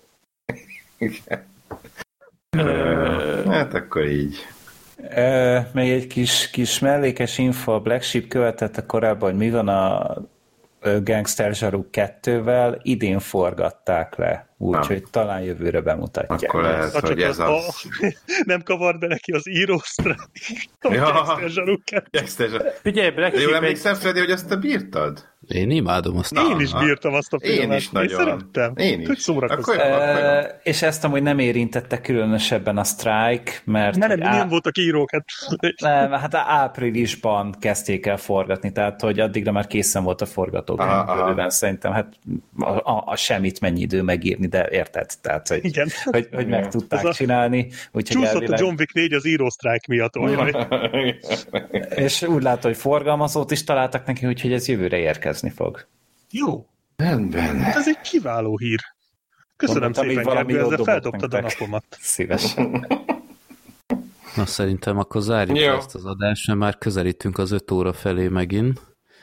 Hát akkor így. Még egy kis mellékes info, a Black Sheep követette korábban, hogy mi van a Gangster Zsaru 2-vel, idén forgatták le, úgyhogy talán jövőre bemutatják. Akkor lehet, hogy ez az. Nem kavard be neki az írósztrák. A Gangster Zsaru 2. Figyelj, Black Sheep... Jól emlékszem, Freddy, hogy azt te bírtad? Én imádom azt. Én is bírtam azt a filmet. Én is nagyon. Én szerettem. Én is. És ezt amúgy nem érintette különösebben a Strike, mert... Nem voltak írók. Nem, hát áprilisban kezdték el forgatni, tehát hogy addigra már készen volt a forgatókönyv. Szerintem hát a semmit mennyi idő megírni, de érted? Tehát, hogy meg tudták csinálni. Csúszott a John Wick 4 az írósztrájk miatt. És úgy látom, hogy forgalmazót is találtak neki, úgyhogy ez jövőre érkezni fog. Jó. Rendben. Hát ez egy kiváló hír. Köszönöm szépen, Gergő, ezzel feldobtad a napomat. Szívesen. Na szerintem akkor zárjuk ezt az adást, mert már közelítünk az 5 óra felé megint.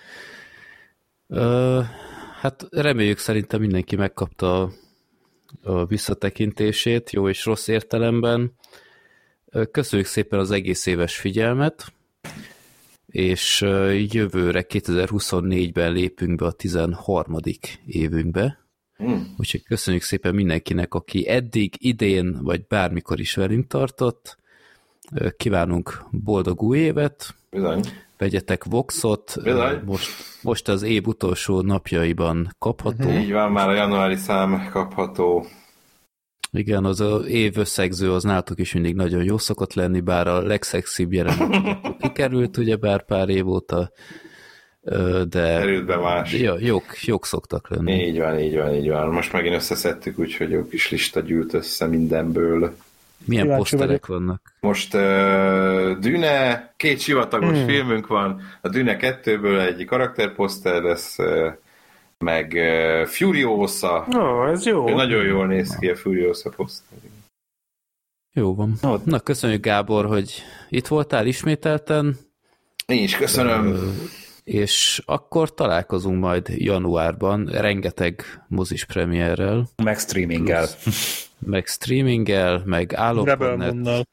Hát reméljük, szerintem mindenki megkapta a visszatekintését, jó és rossz értelemben. Köszönjük szépen az egész éves figyelmet, és jövőre 2024-ben lépünk be a 13. évünkbe. Úgyhogy köszönjük szépen mindenkinek, aki eddig, idén, vagy bármikor is velünk tartott. Kívánunk boldog új évet. Bizony. Vegyetek Voxot. Most az év utolsó napjaiban kapható. Így van, már a januári szám kapható. Igen, az év összegző az nálatok is mindig nagyon jó szokott lenni, bár a legszexibb jelenet kikerült, ugye bár pár év óta, de került be más. Jók szoktak lenni. Így van. Most megint összeszedtük, úgyhogy jó kis lista gyűlt össze mindenből. Milyen poszterek vannak? Most Dune, 2 sivatagos filmünk van, a Dune 2-ből egy karakterposzter lesz, meg Furiosa. Ez jó. Nagyon jól néz ki a Furiosa poszter. Jó van. Na, köszönjük, Gábor, hogy itt voltál ismételten. Én is köszönöm. És akkor találkozunk majd januárban, rengeteg mozis premierrel. Meg streaminggel. Meg streaminggel, meg Álom.net.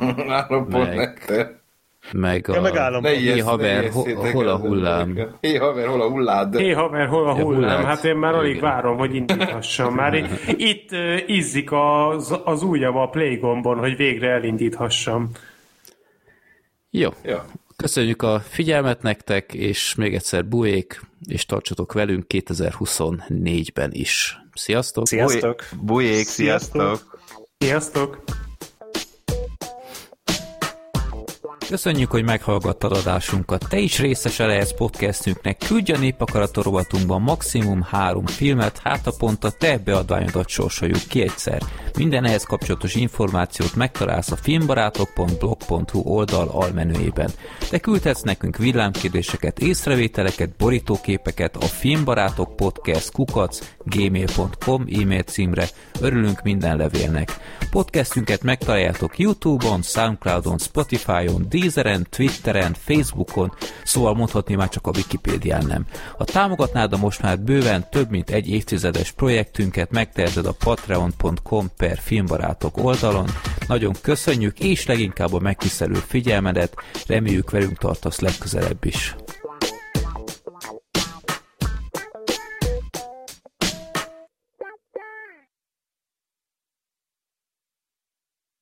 Meg a Hé haver, hol a hullám. Hé haver, hol a hullád. Hé haver, hol a hullám. Hát én már alig várom, hogy indíthassam. Már itt izzik az ujjam a play gombon, hogy végre elindíthassam. Jó. Köszönjük a figyelmet nektek, és még egyszer bujék, és tartsatok velünk 2024-ben is. Sziasztok! Sziasztok! Bujék, sziasztok! Sziasztok! Köszönjük, hogy meghallgattad adásunkat. Te is részese lehetsz podcastünknek. Küldj a Népakarator rovatunkban maximum 3 filmet, hát a pont a te beadványodat sorsoljuk ki egyszer. Minden ehhez kapcsolatos információt megtalálsz a filmbarátok.blog.hu oldal almenüjében. Te küldhetsz nekünk villámkérdéseket, észrevételeket, borítóképeket a filmbarátokpodcast@gmail.com e-mail címre. Örülünk minden levélnek. Podcastünket megtaláljátok YouTube-on, Soundcloudon, Spotify-on, Deezeren, Twitteren, Facebookon, szóval mondhatni már csak a Wikipédián nem. Ha támogatnád a most már bőven több mint egy évtizedes projektünket, megteheted a patreon.com/filmbarátok oldalon. Nagyon köszönjük, és leginkább a megtisztelő figyelmedet, reméljük velünk tartasz legközelebb is.